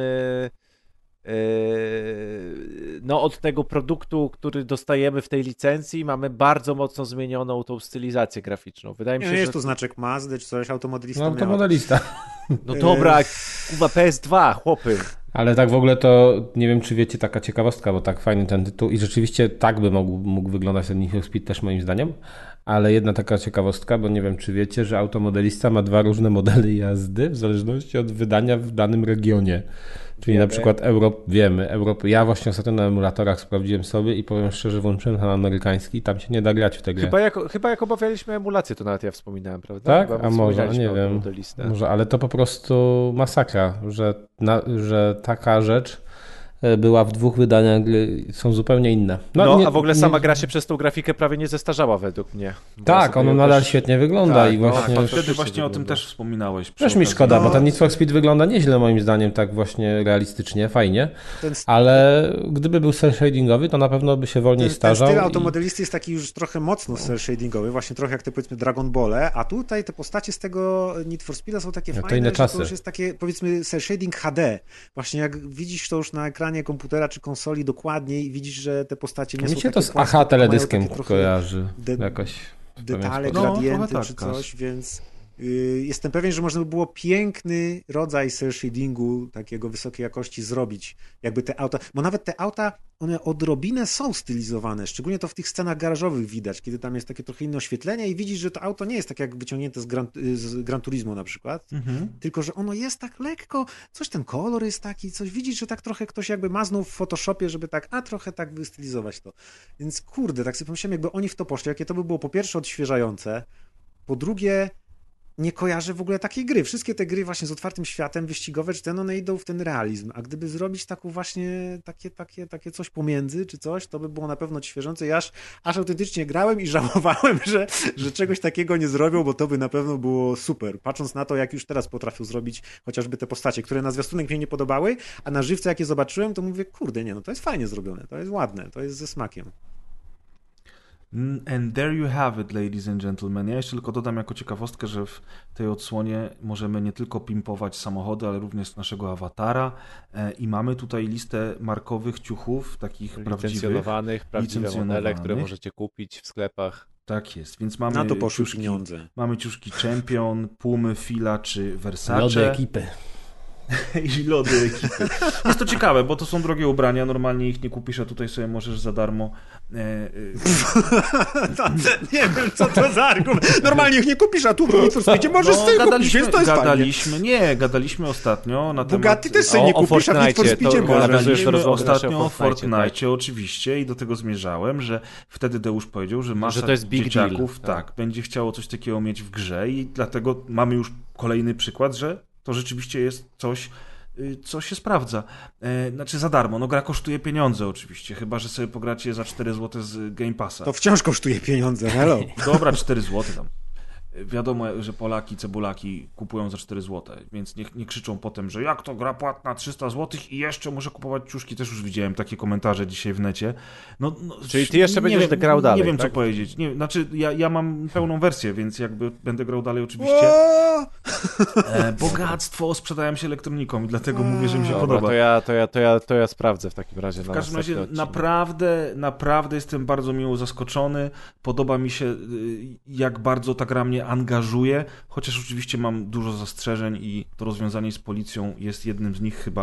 S2: no od tego produktu, który dostajemy w tej licencji, mamy bardzo mocno zmienioną tą stylizację graficzną. Wydaje mi się,
S4: jest
S2: że...
S4: tu znaczek Mazdy czy coś, automodelista
S3: No automodelista.
S2: No dobra, kurwa PS2, chłopy.
S3: Ale tak w ogóle to nie wiem, czy wiecie, taka ciekawostka, bo tak fajny ten tytuł i rzeczywiście tak by mógł wyglądać ten Need for Speed też moim zdaniem, ale jedna taka ciekawostka, bo nie wiem, czy wiecie, że automodelista ma 2 różne modele jazdy w zależności od wydania w danym regionie. Czyli na przykład Europy. Ja właśnie ostatnio na emulatorach sprawdziłem sobie i powiem szczerze, włączyłem ten amerykański i tam się nie da grać w tę grę.
S2: Chyba jak obawialiśmy emulację, to nawet ja wspominałem, prawda?
S3: Tak? A może, nie wiem. Może, ale to po prostu masakra, że taka rzecz była w 2 wydaniach, są zupełnie inne.
S2: A w ogóle sama gra się przez tą grafikę prawie nie zestarzała według mnie.
S3: Tak, ona nadal świetnie wygląda
S2: tak,
S3: i właśnie...
S1: Wtedy właśnie o tym też wspominałeś.
S3: Też mi szkoda, bo ten Need for Speed wygląda nieźle moim zdaniem, tak właśnie realistycznie, fajnie, ale gdyby był cel shadingowy, to na pewno by się wolniej starzał.
S4: Ten styl automodelisty jest taki już trochę mocno cel shadingowy, właśnie trochę jak te powiedzmy Dragon Ball, a tutaj te postacie z tego Need for Speeda są takie fajne,
S3: inne czasy.
S4: że to już jest takie powiedzmy cel shading HD. Właśnie jak widzisz to już na ekranie komputera czy konsoli dokładniej i widzisz, że te postacie nie są takie
S3: to z
S4: płaskie,
S3: teledyskiem kojarzy jakoś.
S4: Detale, gradienty czy coś, więc jestem pewien, że można by było piękny rodzaj cel shadingu takiego wysokiej jakości zrobić. Jakby te auta, bo nawet te auta, one odrobinę są stylizowane, szczególnie to w tych scenach garażowych widać, kiedy tam jest takie trochę inne oświetlenie i widzisz, że to auto nie jest tak jak wyciągnięte z Gran Turismo na przykład, tylko że ono jest tak lekko, coś ten kolor jest taki, coś widzisz, że tak trochę ktoś jakby maznął w Photoshopie, żeby tak, trochę tak wystylizować to. Więc kurde, tak sobie pomyślałem, jakby oni w to poszli, jakie to by było po pierwsze odświeżające, po drugie nie kojarzę w ogóle takiej gry. Wszystkie te gry właśnie z otwartym światem, wyścigowe, czy one idą w ten realizm. A gdyby zrobić taką właśnie takie coś pomiędzy, czy coś, to by było na pewno odświeżące. Ja aż autentycznie grałem i żałowałem, że czegoś takiego nie zrobią, bo to by na pewno było super. Patrząc na to, jak już teraz potrafią zrobić chociażby te postacie, które na zwiastunek mnie nie podobały, a na żywce jak je zobaczyłem, to mówię, kurde, nie, no to jest fajnie zrobione, to jest ładne, to jest ze smakiem.
S1: And there you have it, ladies and gentlemen. Ja jeszcze tylko dodam jako ciekawostkę, że w tej odsłonie możemy nie tylko pimpować samochody, ale również naszego awatara i mamy tutaj listę markowych ciuchów, takich
S2: prawdziwe modele, które możecie kupić w sklepach.
S1: Tak jest, więc mamy
S4: na to poszły pieniądze.
S1: Mamy ciuszki Champion, Pumy, Fila czy Versace.
S3: Lody ekipy.
S1: I lody ekipy. Jest to ciekawe, bo to są drogie ubrania, normalnie ich nie kupisz, a tutaj sobie możesz za darmo...
S4: nie wiem, co to za argument. Normalnie ich nie kupisz, a tu w Need for Speedzie możesz sobie kupić, więc to jest
S1: gadaliśmy ostatnio na
S4: Bugatti też sobie nie kupisz, a w Need for Speedzie
S1: możesz. Ostatnio o Fortnite oczywiście i do tego zmierzałem, że wtedy Deusz powiedział, że masa dzieciaków będzie chciało coś takiego mieć w grze i dlatego mamy już kolejny przykład, że to rzeczywiście jest coś, co się sprawdza. Znaczy za darmo. No gra kosztuje pieniądze oczywiście, chyba że sobie pogracie za 4 zł z Game Passa.
S4: To wciąż kosztuje pieniądze, hello.
S1: Dobra, 4 zł tam. Wiadomo, że Polaki, cebulaki kupują za 4 zł, więc nie krzyczą potem, że jak to gra płatna 300 zł i jeszcze muszę kupować ciuszki. Też już widziałem takie komentarze dzisiaj w necie.
S2: Czyli ty jeszcze będziesz grał dalej,
S1: Nie wiem,
S2: tak?
S1: co powiedzieć. Znaczy, ja mam pełną wersję, więc jakby będę grał dalej oczywiście. Bogactwo, sprzedałem się elektroniką i dlatego mówię, że mi się
S2: Dobra,
S1: podoba.
S2: to ja sprawdzę w takim razie.
S1: W każdym razie naprawdę jestem bardzo miło zaskoczony. Podoba mi się, jak bardzo ta gra mnie angażuje, chociaż oczywiście mam dużo zastrzeżeń i to rozwiązanie z policją jest jednym z nich chyba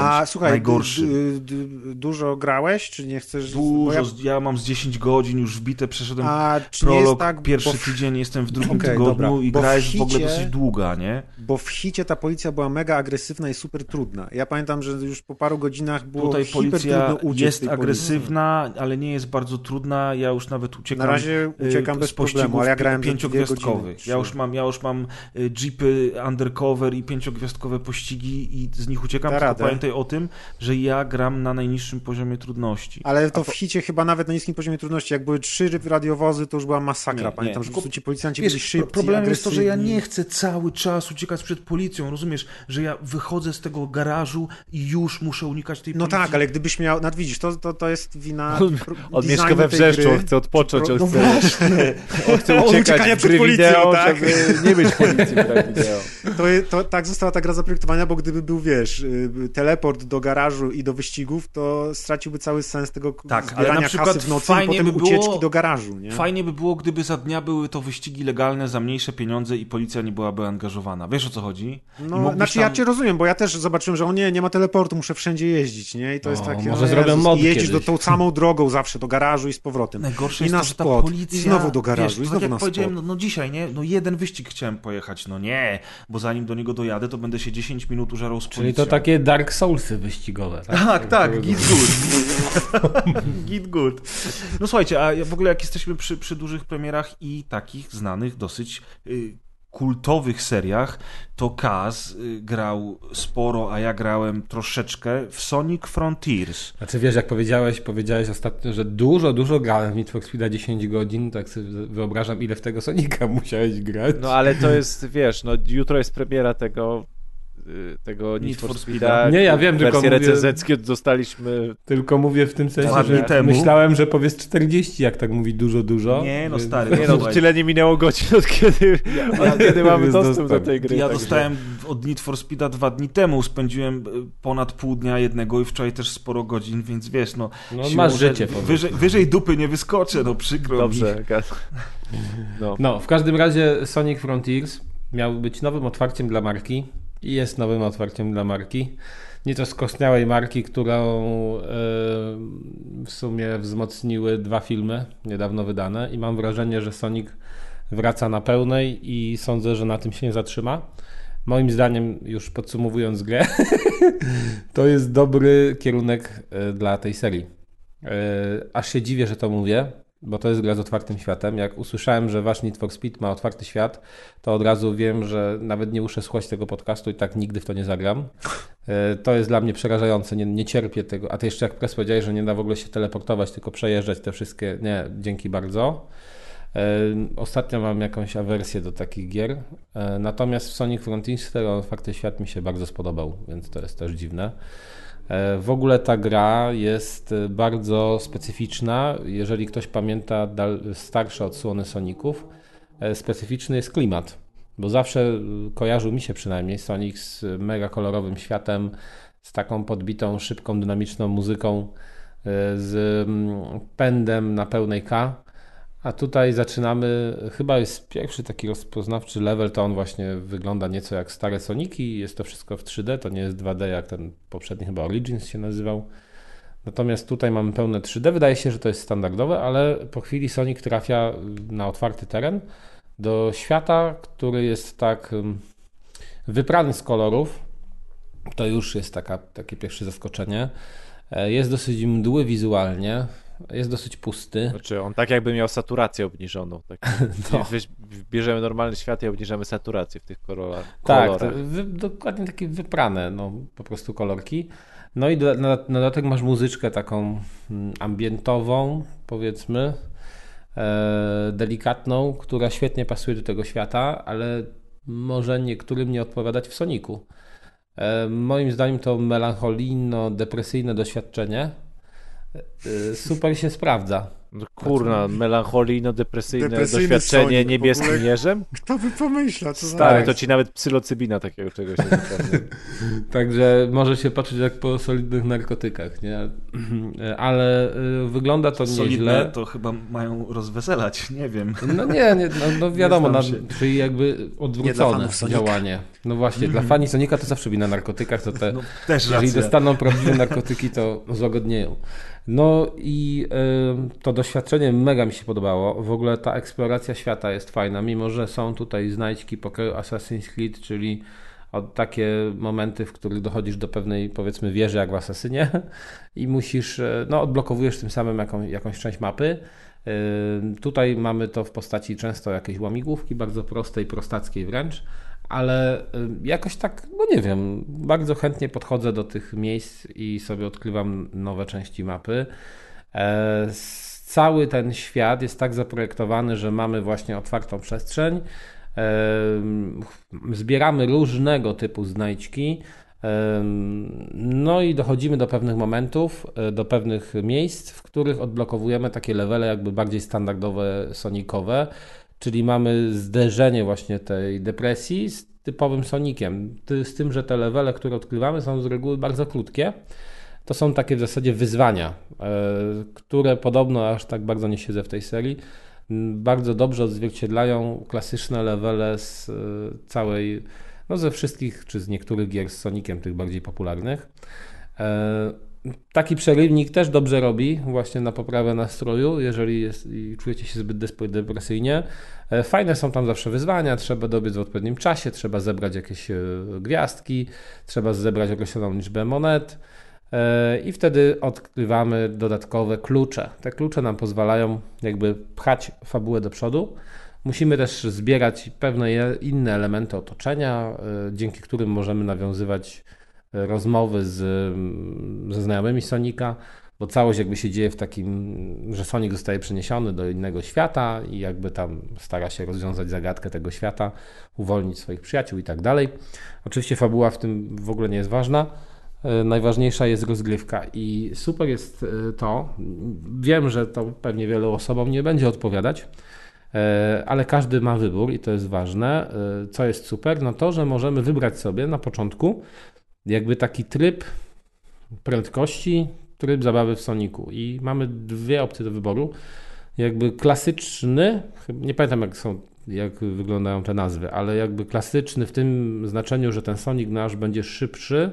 S1: najgorszym.
S4: Dużo grałeś, czy nie chcesz?
S1: Dużo, ja mam z 10 godzin już wbite, przeszedłem prolog, tak, pierwszy tydzień, jestem w drugim tygodniu i gra jest w ogóle dosyć długa, nie?
S4: Bo w hicie ta policja była mega agresywna i super trudna. Ja pamiętam, że już po paru godzinach było
S1: tutaj policja
S4: uciec
S1: jest agresywna, ale nie jest bardzo trudna. Ja już nawet uciekam.
S4: Na razie uciekam bez problemu, ale ja grałem
S1: 5-gwiazdkowych. Ja już mam jeepy undercover i 5-gwiazdkowe pościgi i z nich uciekam. Tylko pamiętaj o tym, że ja gram na najniższym poziomie trudności.
S4: Ale to w hicie chyba nawet na niskim poziomie trudności. Jak były 3 radiowozy, to już była masakra. Pamiętam, że po prostu ci policjanci byli szybcy.
S1: Problem jest to, że ja nie chcę cały czas uciekać przed policją. Rozumiesz, że ja wychodzę z tego garażu i już muszę unikać tej policji.
S4: No tak, ale gdybyś miał... Widzisz, to jest wina
S2: on mieszka we Wrzeszczu, on chce odpocząć, on chce uciekać
S4: przed policją,
S2: wideo,
S4: tak?
S2: żeby nie być policji w wideo.
S4: To tak została ta gra zaprojektowana, bo gdyby był, wiesz, teleport do garażu i do wyścigów, to straciłby cały sens tego zbierania kasy w nocy i potem ucieczki do garażu. Nie?
S1: Fajnie by było, gdyby za dnia były to wyścigi legalne za mniejsze pieniądze i policja nie byłaby angażowana. Wiesz, o co chodzi?
S4: No, ja cię rozumiem, bo ja też zobaczyłem, że nie ma teleportu, muszę wszędzie jeździć, nie? I to jest takie...
S3: Może zrobią mod
S4: jeździsz tą samą drogą zawsze do garażu i z powrotem.
S1: Najgorsze
S4: jest
S1: to, że ta policja...
S4: I znowu do garażu,
S1: wiesz,
S4: i znowu
S1: tak
S4: na
S1: jak powiedziałem, no dzisiaj, nie? No jeden wyścig chciałem pojechać, no nie, bo zanim do niego dojadę, to będę się 10 minut użarał z policją.
S3: Czyli to takie Dark Soulsy wyścigowe, tak?
S1: Tak, git good. Git good. No słuchajcie, a w ogóle jak jesteśmy przy dużych premierach i takich znanych dosyć kultowych seriach, to Kaz grał sporo, a ja grałem troszeczkę w Sonic Frontiers.
S3: Znaczy wiesz, jak powiedziałeś ostatnio, że dużo grałem w Need for Speeda 10 godzin, tak sobie wyobrażam, ile w tego Sonika musiałeś grać.
S2: No ale to jest, wiesz, jutro jest premiera tego Need for Speeda.
S3: Nie, ja wiem, tylko
S2: wersje recenzentkie dostaliśmy.
S3: Tylko mówię w tym sensie, że myślałem, że powiesz 40, jak tak mówi dużo.
S1: Nie, no stary.
S2: Tyle nie minęło godzin, od kiedy mamy dostęp do tej gry.
S1: Ja dostałem od Need for Speeda 2 dni temu, spędziłem ponad pół dnia jednego i wczoraj też sporo godzin, więc wiesz, no
S3: masz życie.
S1: Wyżej dupy nie wyskoczę, no przykro
S2: Dobrze,
S1: mi.
S3: No, w każdym razie Sonic Frontiers miał być nowym otwarciem dla marki. I jest nowym otwarciem dla marki. Nieco skostniałej marki, którą w sumie wzmocniły 2 filmy niedawno wydane i mam wrażenie, że Sonic wraca na pełnej i sądzę, że na tym się nie zatrzyma. Moim zdaniem, już podsumowując grę, to jest dobry kierunek dla tej serii. Aż się dziwię, że to mówię, bo to jest gra z otwartym światem. Jak usłyszałem, że wasz Need for Speed ma otwarty świat, to od razu wiem, że nawet nie muszę słuchać tego podcastu i tak nigdy w to nie zagram. To jest dla mnie przerażające, nie cierpię tego. A ty jeszcze jak press powiedziałeś, że nie da w ogóle się teleportować, tylko przejeżdżać te wszystkie... Nie, dzięki bardzo. Ostatnio mam jakąś awersję do takich gier. Natomiast w Sonic Frontiers ten otwarty świat mi się bardzo spodobał, więc to jest też dziwne. W ogóle ta gra jest bardzo specyficzna. Jeżeli ktoś pamięta starsze odsłony Soniców, specyficzny jest klimat, bo zawsze kojarzył mi się przynajmniej Sonic z mega kolorowym światem, z taką podbitą, szybką, dynamiczną muzyką, z pędem na pełnej K. A tutaj zaczynamy, chyba jest pierwszy taki rozpoznawczy level, to on właśnie wygląda nieco jak stare Soniki, jest to wszystko w 3D, to nie jest 2D jak ten poprzedni, chyba Origins się nazywał. Natomiast tutaj mamy pełne 3D, wydaje się, że to jest standardowe, ale po chwili Sonic trafia na otwarty teren, do świata, który jest tak wyprany z kolorów, to już jest takie pierwsze zaskoczenie. Jest dosyć mdły wizualnie, jest dosyć pusty.
S2: Znaczy on tak jakby miał saturację obniżoną. Tak. No. Bierzemy normalny świat i obniżamy saturację w tych kolorach.
S3: Tak, dokładnie takie wyprane po prostu kolorki. No i na dodatek masz muzyczkę taką ambientową, powiedzmy, delikatną, która świetnie pasuje do tego świata, ale może niektórym nie odpowiadać w Sonicu. Moim zdaniem to melancholijno-depresyjne doświadczenie super się sprawdza.
S2: No kurna, melancholijno-depresyjne
S4: Depresyjny
S2: doświadczenie
S4: Sonic,
S2: niebieskim
S4: w ogóle-
S2: jeżem?
S4: Kto by pomyślał? Co za-
S2: Stary, to ci nawet psylocybina takiego czegoś nie wypadnie.
S3: Także może się patrzeć jak po solidnych narkotykach, nie? Ale wygląda to
S1: Solidne
S3: nieźle.
S1: to chyba mają rozweselać, nie wiem.
S3: No nie, no wiadomo,
S1: Nie znam się.
S3: czyli jakby
S4: Nie dla
S3: odwrócone
S4: fanów Sonika.
S3: działanie. No właśnie, dla fani Sonika to zawsze wina narkotykach, to te,
S1: No, też
S3: jeżeli
S1: racja.
S3: dostaną prawdziwe narkotyki, to złagodnieją. No i to doświadczenie mega mi się podobało. W ogóle ta eksploracja świata jest fajna, mimo że są tutaj znajdźki pokroju Assassin's Creed, czyli takie momenty, w których dochodzisz do pewnej, powiedzmy, wieży jak w Asasynie i musisz, no odblokowujesz tym samym jakąś część mapy. Tutaj mamy to w postaci często jakiejś łamigłówki, bardzo prostej, prostackiej wręcz, ale jakoś tak, no nie wiem, bardzo chętnie podchodzę do tych miejsc i sobie odkrywam nowe części mapy. Cały ten świat jest tak zaprojektowany, że mamy właśnie otwartą przestrzeń, zbieramy różnego typu znajdźki, no i dochodzimy do pewnych momentów, do pewnych miejsc, w których odblokowujemy takie levele jakby bardziej standardowe, sonikowe, czyli mamy zderzenie właśnie tej depresji z typowym Soniciem, z tym, że te levele, które odkrywamy, są z reguły bardzo krótkie. To są takie w zasadzie wyzwania, które podobno, aż tak bardzo nie siedzę w tej serii, bardzo dobrze odzwierciedlają klasyczne levele z całej, no ze wszystkich, czy z niektórych gier z Soniciem, tych bardziej popularnych. Taki przerywnik też dobrze robi właśnie na poprawę nastroju, jeżeli i czujecie się zbyt depresyjnie. Fajne są tam zawsze wyzwania, trzeba dobiec w odpowiednim czasie, trzeba zebrać jakieś gwiazdki, trzeba zebrać określoną liczbę monet i wtedy odkrywamy dodatkowe klucze. Te klucze nam pozwalają jakby pchać fabułę do przodu. Musimy też zbierać pewne inne elementy otoczenia, dzięki którym możemy nawiązywać rozmowy ze znajomymi Sonika, bo całość jakby się dzieje w takim, że Sonic zostaje przeniesiony do innego świata i jakby tam stara się rozwiązać zagadkę tego świata, uwolnić swoich przyjaciół i tak dalej. Oczywiście fabuła w tym w ogóle nie jest ważna. Najważniejsza jest rozgrywka i super jest to, wiem, że to pewnie wielu osobom nie będzie odpowiadać, ale każdy ma wybór i to jest ważne. Co jest super, no to, że możemy wybrać sobie na początku jakby taki tryb prędkości, tryb zabawy w Sonicu i mamy dwie opcje do wyboru. Jakby klasyczny, nie pamiętam jak wyglądają te nazwy, ale jakby klasyczny w tym znaczeniu, że ten Sonic nasz będzie szybszy,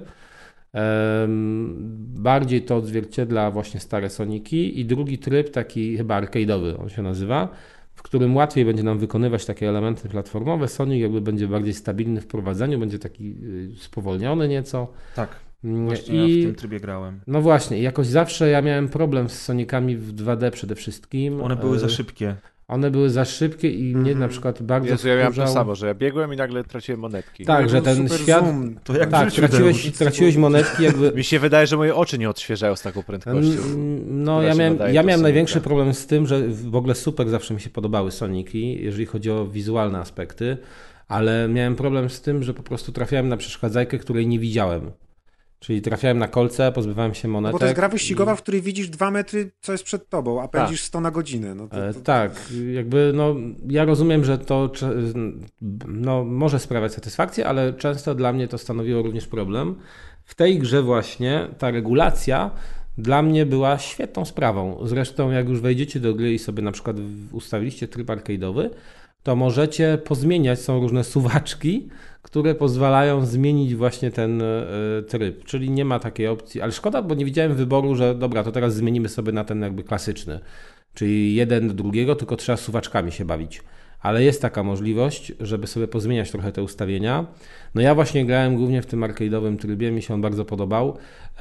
S3: bardziej to odzwierciedla właśnie stare Soniki i drugi tryb taki chyba arcade'owy on się nazywa, w którym łatwiej będzie nam wykonywać takie elementy platformowe. Sonic jakby będzie bardziej stabilny w prowadzeniu, będzie taki spowolniony nieco.
S1: Tak, właśnie ja w tym trybie grałem.
S3: No właśnie, jakoś zawsze ja miałem problem z Sonicami w 2D przede wszystkim.
S1: One były za szybkie.
S3: One były za szybkie i mnie na przykład bardzo
S2: Jezu, ja miałem to
S3: wkurzał-
S2: samo, że ja biegłem i nagle traciłem monetki.
S3: Tak, że
S4: Był
S3: ten
S4: super
S3: świat...
S4: zoom.
S1: To jak
S3: Tak,
S1: w życiu,
S3: traciłeś monetki jakby...
S2: Mi się wydaje, że moje oczy nie odświeżają z taką prędkością.
S3: No,
S2: która
S3: ja
S2: się
S3: miałem,
S2: nadaje
S3: ja
S2: do
S3: miałem
S2: Sonika.
S3: największy problem z tym, że w ogóle super zawsze mi się podobały Soniki, jeżeli chodzi o wizualne aspekty, ale miałem problem z tym, że po prostu trafiałem na przeszkadzajkę, której nie widziałem. Czyli trafiałem na kolce, pozbywałem się
S4: No
S3: monetek.
S4: bo to jest gra wyścigowa, w której widzisz 2 metry, co jest przed tobą, a pędzisz 100 na godzinę. No to...
S3: Tak, jakby no, ja rozumiem, że to no, może sprawiać satysfakcję, ale często dla mnie to stanowiło również problem. W tej grze właśnie ta regulacja dla mnie była świetną sprawą. Zresztą jak już wejdziecie do gry i sobie na przykład ustawiliście tryb arcade'owy, to możecie pozmieniać, są różne suwaczki, które pozwalają zmienić właśnie ten tryb, czyli nie ma takiej opcji, ale szkoda, bo nie widziałem wyboru, że dobra, to teraz zmienimy sobie na ten jakby klasyczny, czyli jeden do drugiego, tylko trzeba suwaczkami się bawić. Ale jest taka możliwość, żeby sobie pozmieniać trochę te ustawienia. No ja właśnie grałem głównie w tym arcade'owym trybie, mi się on bardzo podobał.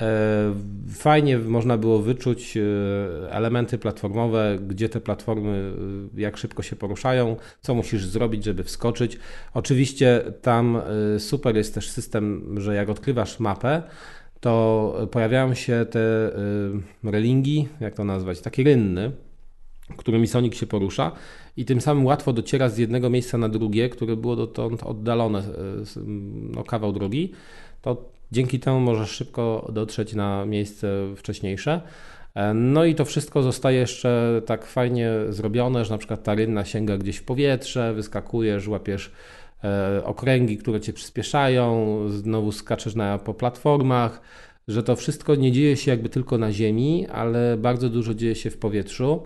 S3: Fajnie można było wyczuć elementy platformowe, gdzie te platformy, jak szybko się poruszają, co musisz zrobić, żeby wskoczyć. Oczywiście tam super jest też system, że jak odkrywasz mapę, to pojawiają się te relingi, jak to nazwać, takie rynny, którymi Sonic się porusza i tym samym łatwo dociera z jednego miejsca na drugie, które było dotąd oddalone no, kawał drogi, to dzięki temu możesz szybko dotrzeć na miejsce wcześniejsze. No i to wszystko zostaje jeszcze tak fajnie zrobione, że na przykład ta rynna sięga gdzieś w powietrze, wyskakujesz, łapiesz okręgi, które cię przyspieszają, znowu skaczesz po platformach, że to wszystko nie dzieje się jakby tylko na ziemi, ale bardzo dużo dzieje się w powietrzu.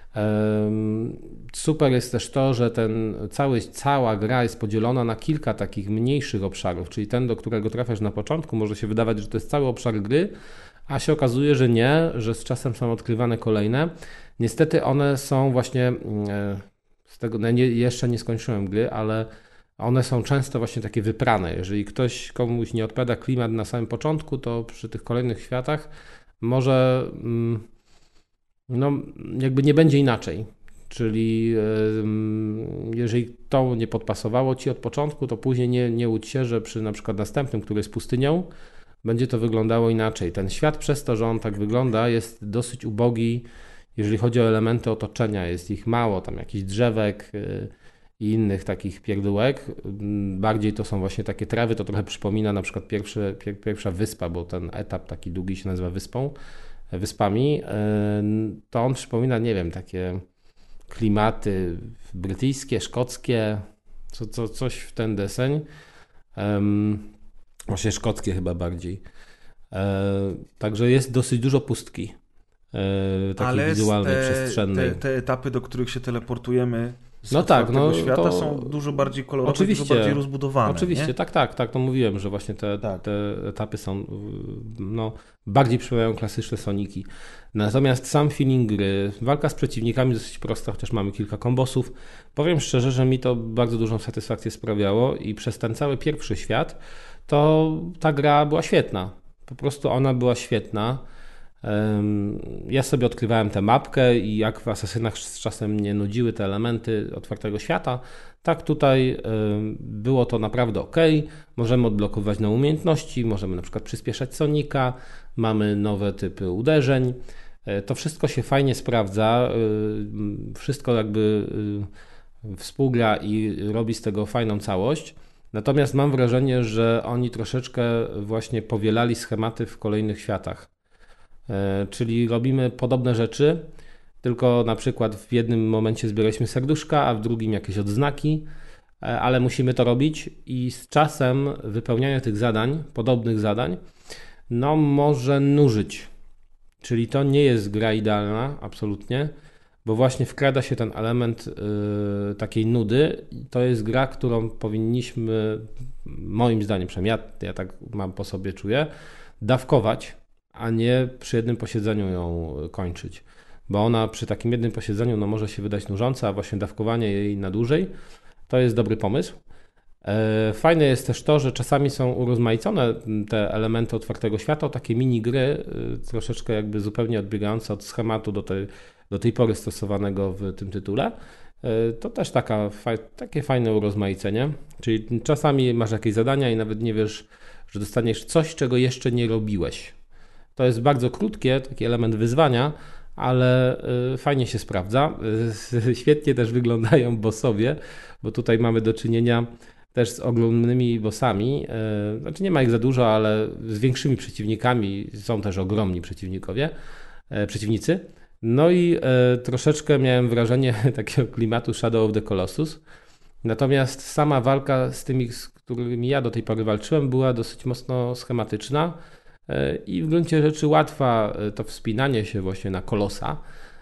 S3: Super jest też to, że cała gra jest podzielona na kilka takich mniejszych obszarów, czyli ten, do którego trafiasz na początku, może się wydawać, że to jest cały obszar gry, a się okazuje, że nie, że z czasem są odkrywane kolejne. Niestety one są właśnie, jeszcze nie skończyłem gry, ale one są często właśnie takie wyprane. Jeżeli komuś nie odpowiada klimat na samym początku, to przy tych kolejnych światach może jakby nie będzie inaczej. Czyli jeżeli to nie podpasowało ci od początku, to później nie łudź się, że przy na przykład następnym, który jest pustynią, będzie to wyglądało inaczej. Ten świat przez to, że on tak wygląda, jest dosyć ubogi, jeżeli chodzi o elementy otoczenia. Jest ich mało, tam jakichś drzewek i innych takich pierdółek. Bardziej to są właśnie takie trawy, to trochę przypomina na przykład pierwsza wyspa, bo ten etap taki długi się nazywa wyspami. To on przypomina, nie wiem, takie klimaty brytyjskie, szkockie, coś w ten deseń. Właśnie szkockie chyba bardziej. Także jest dosyć dużo pustki takiej wizualnej, przestrzennej.
S1: Te etapy, do których się teleportujemy z
S3: tego
S1: świata są dużo bardziej kolorowe,
S3: oczywiście,
S1: dużo bardziej rozbudowane.
S3: Oczywiście,
S1: nie?
S3: Tak, to mówiłem, że właśnie te etapy są bardziej przypominają klasyczne Soniki. Natomiast sam feeling gry, walka z przeciwnikami dosyć prosta, chociaż mamy kilka kombosów. Powiem szczerze, że mi to bardzo dużą satysfakcję sprawiało i przez ten cały pierwszy świat to ta gra była świetna. Po prostu ona była świetna. Ja sobie odkrywałem tę mapkę i jak w Asasynach z czasem mnie nudziły te elementy otwartego świata, tak tutaj było to naprawdę ok. Możemy odblokować nowe umiejętności, możemy na przykład przyspieszać Sonika, mamy nowe typy uderzeń. To wszystko się fajnie sprawdza, wszystko jakby współgra i robi z tego fajną całość. Natomiast mam wrażenie, że oni troszeczkę właśnie powielali schematy w kolejnych światach. Czyli robimy podobne rzeczy, tylko na przykład w jednym momencie zbieraliśmy serduszka, a w drugim jakieś odznaki, ale musimy to robić i z czasem wypełnianie tych zadań, podobnych zadań, może nużyć. Czyli to nie jest gra idealna, absolutnie, bo właśnie wkrada się ten element takiej nudy. To jest gra, którą powinniśmy, moim zdaniem, przynajmniej ja tak mam po sobie, czuję, dawkować, a nie przy jednym posiedzeniu ją kończyć. Bo ona przy takim jednym posiedzeniu może się wydać nużąca, a właśnie dawkowanie jej na dłużej to jest dobry pomysł. Fajne jest też to, że czasami są urozmaicone te elementy otwartego świata, takie mini gry, troszeczkę jakby zupełnie odbiegające od schematu do tej pory stosowanego w tym tytule. To też takie fajne urozmaicenie. Czyli czasami masz jakieś zadania i nawet nie wiesz, że dostaniesz coś, czego jeszcze nie robiłeś. To jest bardzo krótkie, taki element wyzwania, ale fajnie się sprawdza. Świetnie też wyglądają bossowie, bo tutaj mamy do czynienia też z ogromnymi bossami. Znaczy nie ma ich za dużo, ale z większymi przeciwnikami są też ogromni przeciwnicy. No i troszeczkę miałem wrażenie takiego klimatu Shadow of the Colossus. Natomiast sama walka z tymi, z którymi ja do tej pory walczyłem, była dosyć mocno schematyczna i w gruncie rzeczy łatwa to wspinanie się właśnie na kolosa.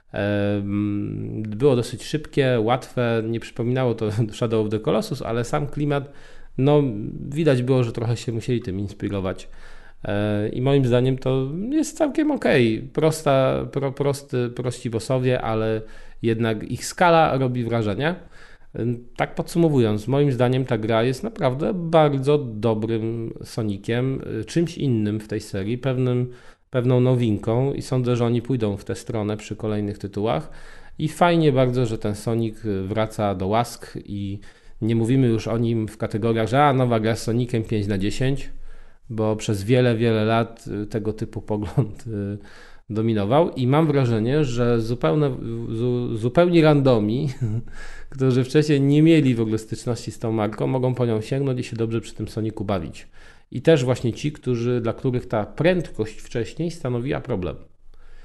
S3: Było dosyć szybkie, łatwe, nie przypominało to Shadow of the Colossus, ale sam klimat, widać było, że trochę się musieli tym inspirować. I moim zdaniem to jest całkiem okej. Prości bossowie, ale jednak ich skala robi wrażenie. Tak podsumowując, moim zdaniem ta gra jest naprawdę bardzo dobrym Soniciem, czymś innym w tej serii, pewną nowinką i sądzę, że oni pójdą w tę stronę przy kolejnych tytułach. I fajnie bardzo, że ten Sonic wraca do łask i nie mówimy już o nim w kategoriach, że nowa gra z Sonicem 5/10, bo przez wiele, wiele lat tego typu pogląd dominował i mam wrażenie, że zupełni randomi, którzy wcześniej nie mieli w ogóle styczności z tą marką, mogą po nią sięgnąć i się dobrze przy tym Sonicu bawić. I też właśnie ci, dla których ta prędkość wcześniej stanowiła problem.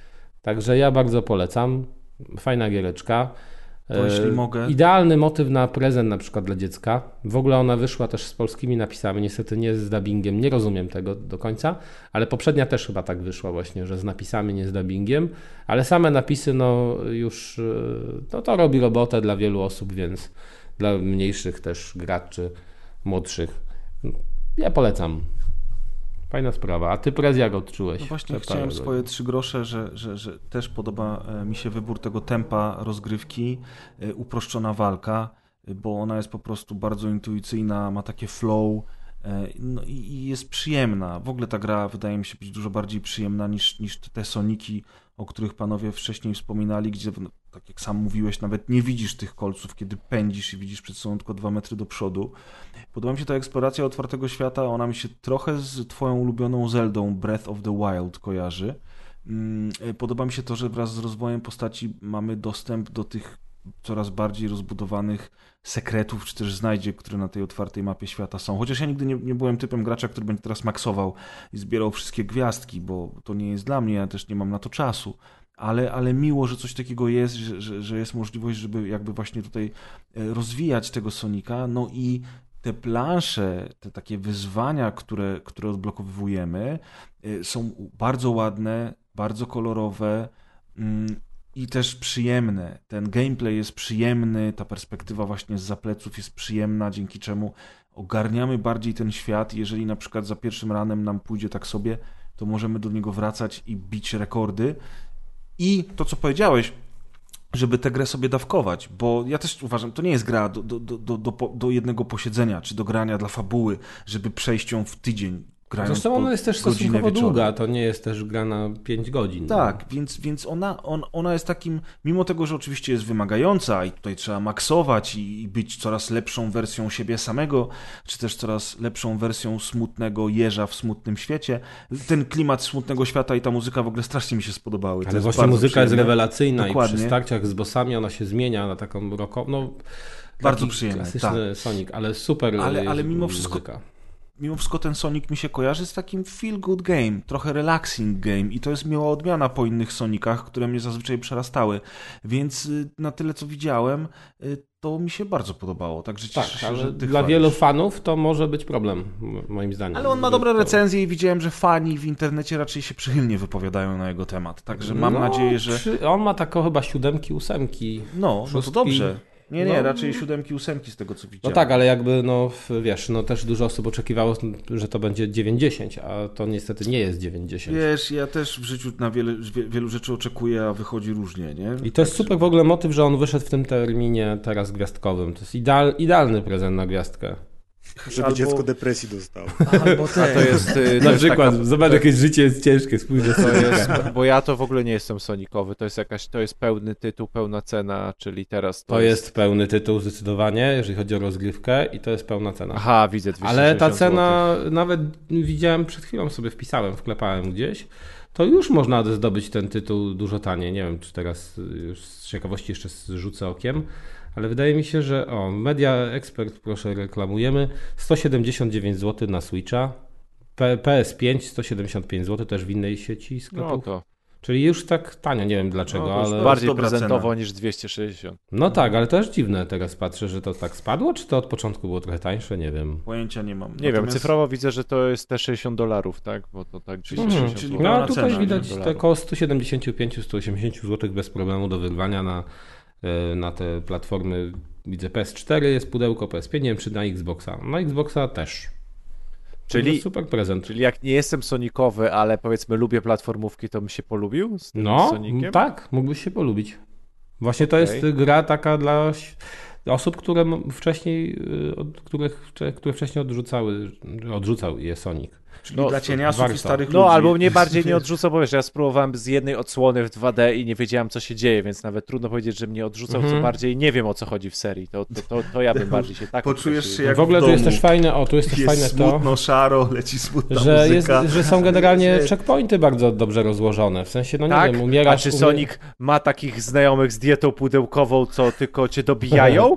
S3: Także ja bardzo polecam. Fajna giereczka.
S1: To jeśli mogę...
S3: Idealny motyw na prezent na przykład dla dziecka. W ogóle ona wyszła też z polskimi napisami, niestety nie z dubbingiem, nie rozumiem tego do końca, ale poprzednia też chyba tak wyszła właśnie, że z napisami, nie z dubbingiem, ale same napisy no już no to robi robotę dla wielu osób, więc dla mniejszych też graczy, młodszych. Ja polecam. Fajna sprawa. A ty, Prez, jak odczułeś?
S1: No właśnie chciałem swoje 3 grosze, że też podoba mi się wybór tego tempa rozgrywki, uproszczona walka, bo ona jest po prostu bardzo intuicyjna, ma takie flow, no i jest przyjemna. W ogóle ta gra wydaje mi się być dużo bardziej przyjemna niż te Soniki, o których panowie wcześniej wspominali, gdzie, tak jak sam mówiłeś, nawet nie widzisz tych kolców, kiedy pędzisz i widzisz przed sobą tylko 2 metry do przodu. Podoba mi się ta eksploracja otwartego świata, ona mi się trochę z twoją ulubioną Zeldą Breath of the Wild kojarzy. Podoba mi się to, że wraz z rozwojem postaci mamy dostęp do tych coraz bardziej rozbudowanych sekretów, czy też znajdzie, które na tej otwartej mapie świata są. Chociaż ja nigdy nie byłem typem gracza, który będzie teraz maksował i zbierał wszystkie gwiazdki, bo to nie jest dla mnie, ja też nie mam na to czasu. Ale miło, że coś takiego jest, że jest możliwość, żeby jakby właśnie tutaj rozwijać tego Sonika. No i te plansze, te takie wyzwania, które odblokowujemy, są bardzo ładne, bardzo kolorowe i też przyjemne. Ten gameplay jest przyjemny, ta perspektywa właśnie zza pleców jest przyjemna, dzięki czemu ogarniamy bardziej ten świat. Jeżeli na przykład za pierwszym ranem nam pójdzie tak sobie, to możemy do niego wracać i bić rekordy. I to, co powiedziałeś, żeby tę grę sobie dawkować, bo ja też uważam, to nie jest gra do jednego posiedzenia, czy do grania dla fabuły, żeby przejść ją w tydzień, grając
S3: zresztą ona jest też stosunkowo
S1: wieczorem.
S3: długa, to nie jest też gra na 5 godzin.
S1: Tak, więc ona jest takim, mimo tego, że oczywiście jest wymagająca i tutaj trzeba maksować i być coraz lepszą wersją siebie samego, czy też coraz lepszą wersją smutnego jeża w smutnym świecie. Ten klimat smutnego świata i ta muzyka w ogóle strasznie mi się spodobały.
S3: Ale właśnie muzyka jest rewelacyjna.
S1: Dokładnie.
S3: I przy starciach z bossami ona się zmienia na taką rockową, no,
S1: bardzo przyjemny,
S3: klasyczny
S1: tak.
S3: Sonic, ale super
S1: ale mimo wszystko
S3: muzyka.
S1: Mimo wszystko ten Sonic mi się kojarzy z takim feel good game, trochę relaxing game i to jest miła odmiana po innych Sonicach, które mnie zazwyczaj przerastały, więc na tyle co widziałem, to mi się bardzo podobało, także cieszę się,
S3: ale
S1: że ty
S3: dla
S1: chwalisz.
S3: wielu fanów to może być problem, moim zdaniem.
S1: Ale on ma dobre recenzje i widziałem, że fani w internecie raczej się przychylnie wypowiadają na jego temat, także mam nadzieję, że...
S3: On ma taką chyba 7, 8.
S1: No to dobrze. Nie,
S3: No.
S1: raczej 7, 8 z tego co widziałem.
S3: No tak, ale jakby, no wiesz, no też dużo osób oczekiwało, że to będzie 9-10, a to niestety nie jest 9-10.
S1: Wiesz, ja też w życiu na wielu rzeczy oczekuję, a wychodzi różnie, nie?
S3: I to jest super w ogóle motyw, że on wyszedł w tym terminie teraz gwiazdkowym. To jest idealny prezent na gwiazdkę.
S4: Żeby dziecko depresji dostało.
S1: Albo
S2: To jest,
S3: Na przykład, zobacz, jakieś życie jest ciężkie, spójrz na
S2: to
S3: to
S2: jest, bo ja to w ogóle nie jestem sonikowy, to jest pełny tytuł, pełna cena, czyli teraz
S3: To jest pełny tytuł zdecydowanie, jeżeli chodzi o rozgrywkę i to jest pełna cena.
S2: Aha, widzę, 260
S3: Ale ta cena,
S2: złotych.
S3: nawet widziałem przed chwilą, sobie wklepałem gdzieś, to już można zdobyć ten tytuł dużo taniej. Nie wiem, czy teraz już z ciekawości jeszcze rzucę okiem, ale wydaje mi się, że Media Expert, proszę, reklamujemy, 179 zł na Switcha, PS5 175 zł też w innej sieci sklepów.
S2: No to
S3: Czyli już tak tanio, nie wiem dlaczego,
S1: No,
S3: ale...
S2: bardziej
S1: dobra
S2: prezentowo
S1: cena.
S2: niż 260.
S3: No tak, ale też dziwne, teraz patrzę, że to tak spadło, czy to od początku było trochę tańsze, nie wiem.
S1: Pojęcia nie mam.
S2: Nie wiem, cyfrowo widzę, że to jest te $60, tak? Bo to tak 260
S1: czyli
S2: zł.
S1: pełna
S3: No tutaj
S1: cena,
S3: widać
S2: $60.
S3: te około 175-180 zł bez problemu do wyrwania na te platformy. Widzę PS4 jest pudełko, PS5, nie wiem czy na Xboxa. Na Xboxa też.
S2: Czyli,
S3: super prezent.
S2: czyli jak nie jestem sonikowy, ale powiedzmy lubię platformówki, to bym się polubił z tym
S3: No,
S2: Sonikiem?
S3: tak, mógłbyś się polubić. Właśnie to
S2: Okej.
S3: jest gra taka dla osób, które wcześniej, które wcześniej odrzucał je Sonic.
S1: Czyli
S2: No,
S1: dla cieniasów i
S3: warto.
S1: starych
S2: No,
S1: ludzi.
S2: albo mnie bardziej nie odrzucał, bo wiesz, ja spróbowałem z jednej odsłony w 2D i nie wiedziałem, co się dzieje, więc nawet trudno powiedzieć, że mnie odrzucał, co bardziej nie wiem, o co chodzi w serii. To ja bym bardziej się tak
S1: Poczujesz
S2: określił.
S1: się jak
S3: W ogóle
S1: w
S3: tu jest
S1: domu.
S3: też fajne, tu jest też
S1: Jest
S3: fajne to,
S1: smutno, szaro, leci smutna
S3: że
S1: muzyka.
S3: są generalnie checkpointy bardzo dobrze rozłożone. W sensie, no nie
S2: Tak?
S3: wiem, umierasz...
S2: A czy Sonic ma takich znajomych z dietą pudełkową, co tylko cię dobijają?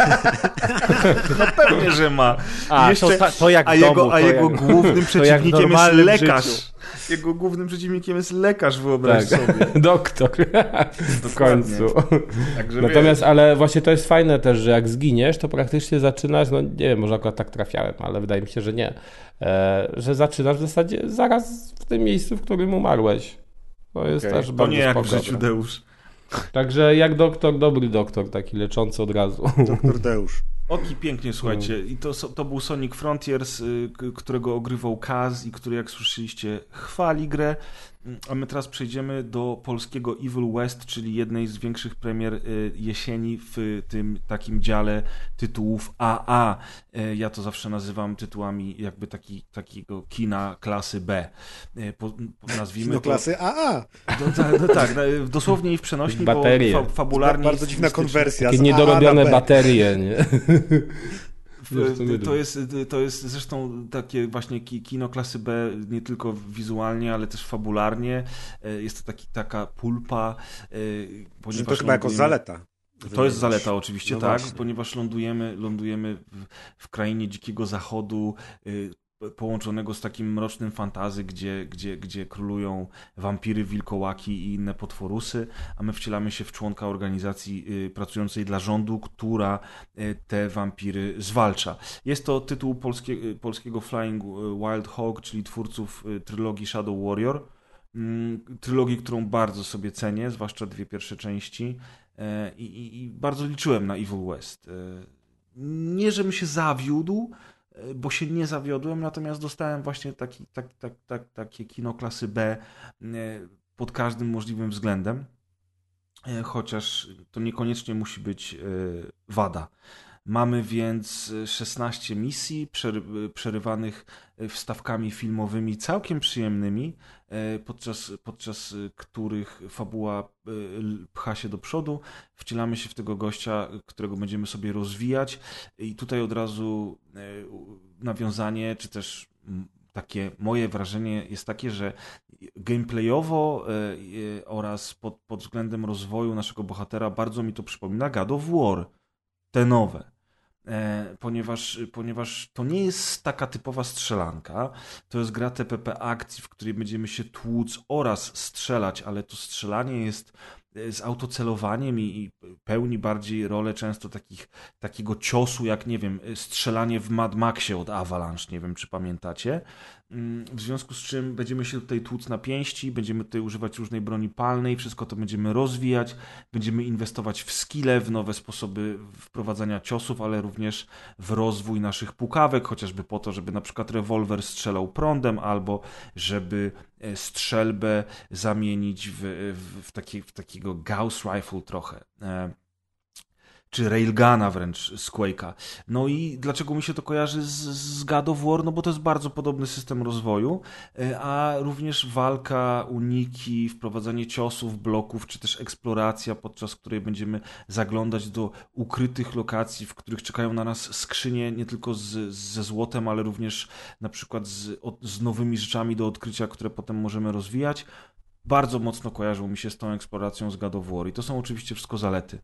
S1: No pewnie, że ma.
S2: A,
S1: Jeszcze-
S2: to jak w domu.
S1: A jego głównym
S2: to jak w
S1: przeciwnikiem jest
S2: normalnym
S1: lekarz.
S2: życiu.
S1: Jego głównym przeciwnikiem jest lekarz, wyobraź
S3: Tak.
S1: sobie.
S3: Doktor. W końcu.
S1: Także
S3: Natomiast, ale właśnie to jest fajne też, że jak zginiesz, to praktycznie zaczynasz, no nie wiem, może akurat tak trafiałem, ale wydaje mi się, że nie, że zaczynasz w zasadzie zaraz w tym miejscu, w którym umarłeś. To jest też
S1: to
S3: bardzo
S1: nie jak w
S3: spoko.
S1: życiu Deusz.
S3: Także jak doktor, dobry doktor, taki leczący od razu.
S4: Doktor Deusz.
S1: Oki pięknie, słuchajcie. I to był Sonic Frontiers, którego ogrywał Kaz i który, jak słyszeliście, chwali grę. A my teraz przejdziemy do polskiego Evil West, czyli jednej z większych premier jesieni w tym takim dziale tytułów AA. Ja to zawsze nazywam tytułami jakby takiego kina klasy B. Nazwijmy
S4: Kino klasy AA.
S1: Tak, dosłownie i w przenośni,
S3: Baterie.
S1: bo fabularnie...
S4: Bardzo dziwna konwersja.
S3: Takie
S4: z AA
S3: niedorobione
S4: na B.
S3: baterie, nie?
S1: To jest zresztą takie właśnie kino klasy B, nie tylko wizualnie, ale też fabularnie. Jest to taka pulpa, ponieważ
S4: To chyba jako zaleta.
S1: To jest zaleta oczywiście,
S4: No
S1: tak,
S4: właśnie.
S1: ponieważ lądujemy w krainie dzikiego zachodu, połączonego z takim mrocznym fantasy, gdzie królują wampiry, wilkołaki i inne potworusy, a my wcielamy się w członka organizacji pracującej dla rządu, która te wampiry zwalcza. Jest to tytuł polskiego Flying Wild Hog, czyli twórców trylogii Shadow Warrior. Trylogii, którą bardzo sobie cenię, zwłaszcza dwie pierwsze części, i bardzo liczyłem na Evil West. Nie, żebym się zawiódł, bo się nie zawiodłem, natomiast dostałem właśnie takie kino klasy B pod każdym możliwym względem, chociaż to niekoniecznie musi być wada. Mamy więc 16 misji przerywanych wstawkami filmowymi całkiem przyjemnymi, podczas których fabuła pcha się do przodu. Wcielamy się w tego gościa, którego będziemy sobie rozwijać i tutaj od razu nawiązanie, czy też takie moje wrażenie jest takie, że gameplayowo oraz pod względem rozwoju naszego bohatera bardzo mi to przypomina God of War. Te nowe. Ponieważ to nie jest taka typowa strzelanka, to jest gra TPP akcji, w której będziemy się tłuc oraz strzelać, ale to strzelanie jest z autocelowaniem i pełni bardziej rolę często takiego ciosu, jak nie wiem, strzelanie w Mad Maxie od Avalanche, nie wiem czy pamiętacie. W związku z czym będziemy się tutaj tłuc na pięści, będziemy tutaj używać różnej broni palnej, wszystko to będziemy rozwijać, będziemy inwestować w skille, w nowe sposoby wprowadzania ciosów, ale również w rozwój naszych pukawek, chociażby po to, żeby na przykład rewolwer strzelał prądem, albo żeby strzelbę zamienić w takiego Gauss Rifle trochę. Czy Railguna wręcz z Quake'a. No i dlaczego mi się to kojarzy z God of War? No bo to jest bardzo podobny system rozwoju, a również walka, uniki, wprowadzanie ciosów, bloków, czy też eksploracja, podczas której będziemy zaglądać do ukrytych lokacji, w których czekają na nas skrzynie nie tylko ze złotem, ale również na przykład z nowymi rzeczami do odkrycia, które potem możemy rozwijać. Bardzo mocno kojarzą mi się z tą eksploracją z God of War i to są oczywiście wszystko zalety.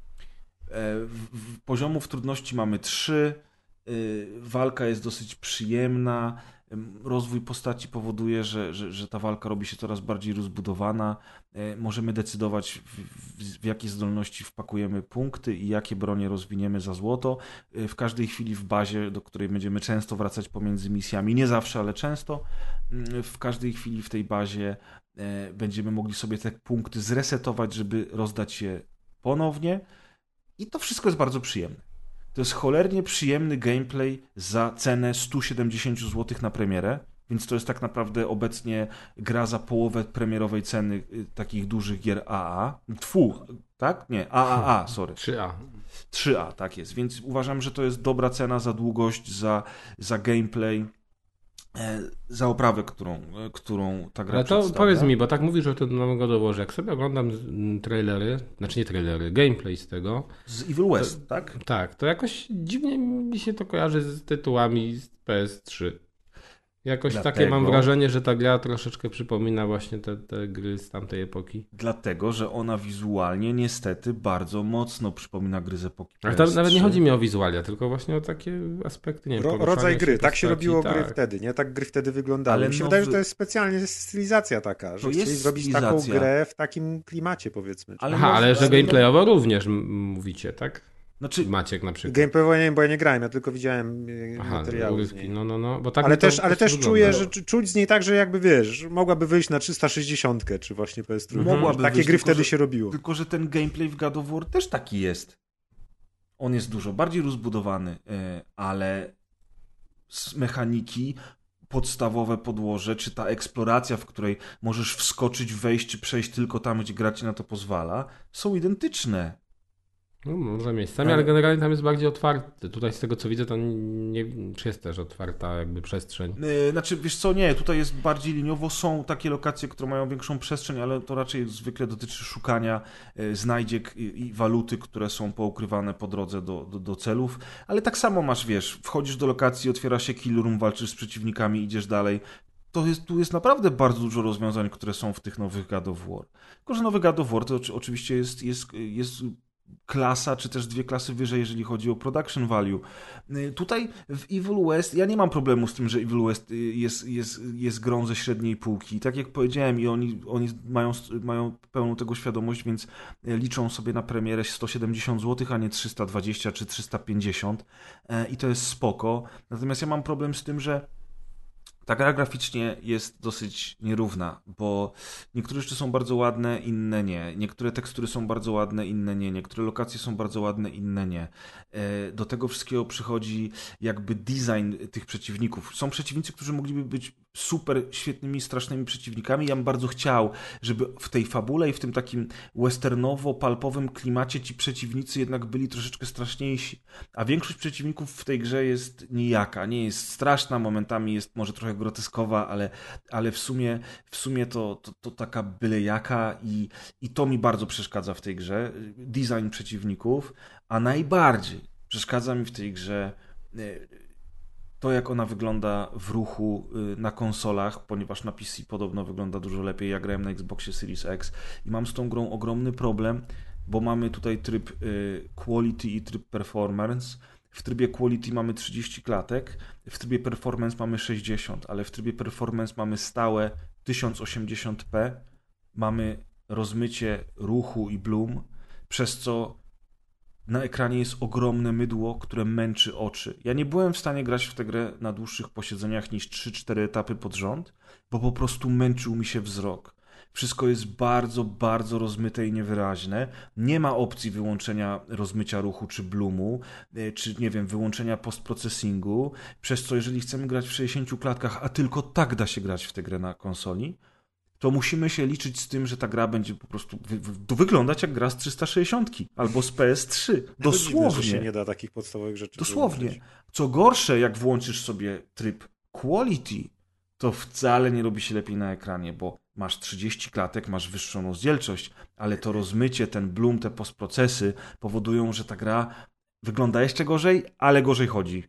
S1: Poziomów trudności mamy 3, walka jest dosyć przyjemna, rozwój postaci powoduje, że ta walka robi się coraz bardziej rozbudowana, możemy decydować w jakie zdolności wpakujemy punkty i jakie bronie rozwiniemy za złoto. W każdej chwili w bazie, do której będziemy często wracać pomiędzy misjami, nie zawsze, ale często, w każdej chwili w tej bazie będziemy mogli sobie te punkty zresetować, żeby rozdać je ponownie. I to wszystko jest bardzo przyjemne. To jest cholernie przyjemny gameplay za cenę 170 zł na premierę, więc to jest tak naprawdę obecnie gra za połowę premierowej ceny takich dużych gier AA. Tak? Nie, AAA, sorry.
S3: 3A.
S1: 3A, tak jest. Więc uważam, że to jest dobra cena za długość, za gameplay, za oprawę, którą ta gra
S3: Ale to
S1: przedstawia.
S3: powiedz mi, bo tak mówisz o tym nowego doworze. Jak sobie oglądam trailery, znaczy nie trailery, gameplay z tego.
S1: Z Evil West, tak?
S3: Tak, to jakoś dziwnie mi się to kojarzy z tytułami z PS3. Jakoś takie mam wrażenie, że ta gra troszeczkę przypomina właśnie te gry z tamtej epoki.
S1: Dlatego, że ona wizualnie niestety bardzo mocno przypomina gry z epoki PS3.
S3: Ale to nawet nie chodzi mi o wizualia, tylko właśnie o takie aspekty, nie wiem,
S4: rodzaj gry, tak się robiło
S3: tak.
S4: gry wtedy, nie? Tak gry wtedy wyglądały. Ale mi się wydaje, że to jest specjalnie stylizacja taka, że chcieli zrobić taką grę w takim klimacie, powiedzmy.
S3: Ale że gameplayowo również mówicie, tak?
S1: Znaczy,
S3: Maciek na przykład.
S4: Gameplayowo nie wiem, bo ja nie grałem, ja tylko widziałem materiały z niej.
S3: No. Bo tak
S4: ale też czuję, że czuć z niej tak, że jakby wiesz, mogłaby wyjść na 360 czy właśnie PS3.
S1: Mogłaby
S4: takie
S1: wyjść,
S4: gry wtedy się robiło.
S1: Tylko, że ten gameplay w God of War też taki jest. On jest dużo bardziej rozbudowany, ale z mechaniki, podstawowe podłoże, czy ta eksploracja, w której możesz wskoczyć, wejść, czy przejść tylko tam, gdzie gra ci na to pozwala, są identyczne.
S3: No, może miejscami, ale generalnie tam jest bardziej otwarty. Tutaj z tego co widzę, to nie czy jest też otwarta jakby przestrzeń.
S1: Znaczy, wiesz co, nie, tutaj jest bardziej liniowo, są takie lokacje, które mają większą przestrzeń, ale to raczej zwykle dotyczy szukania znajdziek i waluty, które są poukrywane po drodze do celów, ale tak samo masz, wiesz, wchodzisz do lokacji, otwiera się kill room, walczysz z przeciwnikami, idziesz dalej. Tu jest naprawdę bardzo dużo rozwiązań, które są w tych nowych God of War. Tylko, że nowy God of War to oczywiście jest klasa, czy też 2 klasy wyżej, jeżeli chodzi o production value. Tutaj w Evil West, ja nie mam problemu z tym, że Evil West jest grą ze średniej półki. Tak jak powiedziałem, i oni mają pełną tego świadomość, więc liczą sobie na premierę 170 zł, a nie 320 czy 350 i to jest spoko. Natomiast ja mam problem z tym, że ta gra graficznie jest dosyć nierówna, bo niektóre rzeczy są bardzo ładne, inne nie. Niektóre tekstury są bardzo ładne, inne nie. Niektóre lokacje są bardzo ładne, inne nie. Do tego wszystkiego przychodzi jakby design tych przeciwników. Są przeciwnicy, którzy mogliby być super świetnymi, strasznymi przeciwnikami. Ja bym bardzo chciał, żeby w tej fabule i w tym takim westernowo-palpowym klimacie ci przeciwnicy jednak byli troszeczkę straszniejsi. A większość przeciwników w tej grze jest nijaka. Nie jest straszna, momentami jest może trochę groteskowa, ale w sumie to taka byle jaka i to mi bardzo przeszkadza w tej grze. Design przeciwników, a najbardziej przeszkadza mi w tej grze to, jak ona wygląda w ruchu na konsolach, ponieważ na PC podobno wygląda dużo lepiej. Ja grałem na Xboxie Series X i mam z tą grą ogromny problem, bo mamy tutaj tryb Quality i tryb Performance. W trybie Quality mamy 30 klatek, w trybie Performance mamy 60, ale w trybie Performance mamy stałe 1080p, mamy rozmycie ruchu i bloom, przez co na ekranie jest ogromne mydło, które męczy oczy. Ja nie byłem w stanie grać w tę grę na dłuższych posiedzeniach niż 3-4 etapy pod rząd, bo po prostu męczył mi się wzrok. Wszystko jest bardzo, bardzo rozmyte i niewyraźne. Nie ma opcji wyłączenia rozmycia ruchu czy bloomu, czy nie wiem, wyłączenia postprocesingu, przez co jeżeli chcemy grać w 60 klatkach, a tylko tak da się grać w tę grę na konsoli, to musimy się liczyć z tym, że ta gra będzie po prostu wyglądać jak gra z 360 albo z PS3. Dosłownie.
S4: Dziwne, że się nie da takich podstawowych rzeczy.
S1: Dosłownie. Co gorsze, jak włączysz sobie tryb Quality, to wcale nie robi się lepiej na ekranie, bo masz 30 klatek, masz wyższą rozdzielczość, ale to rozmycie, ten bloom, te postprocesy powodują, że ta gra wygląda jeszcze gorzej, ale gorzej chodzi.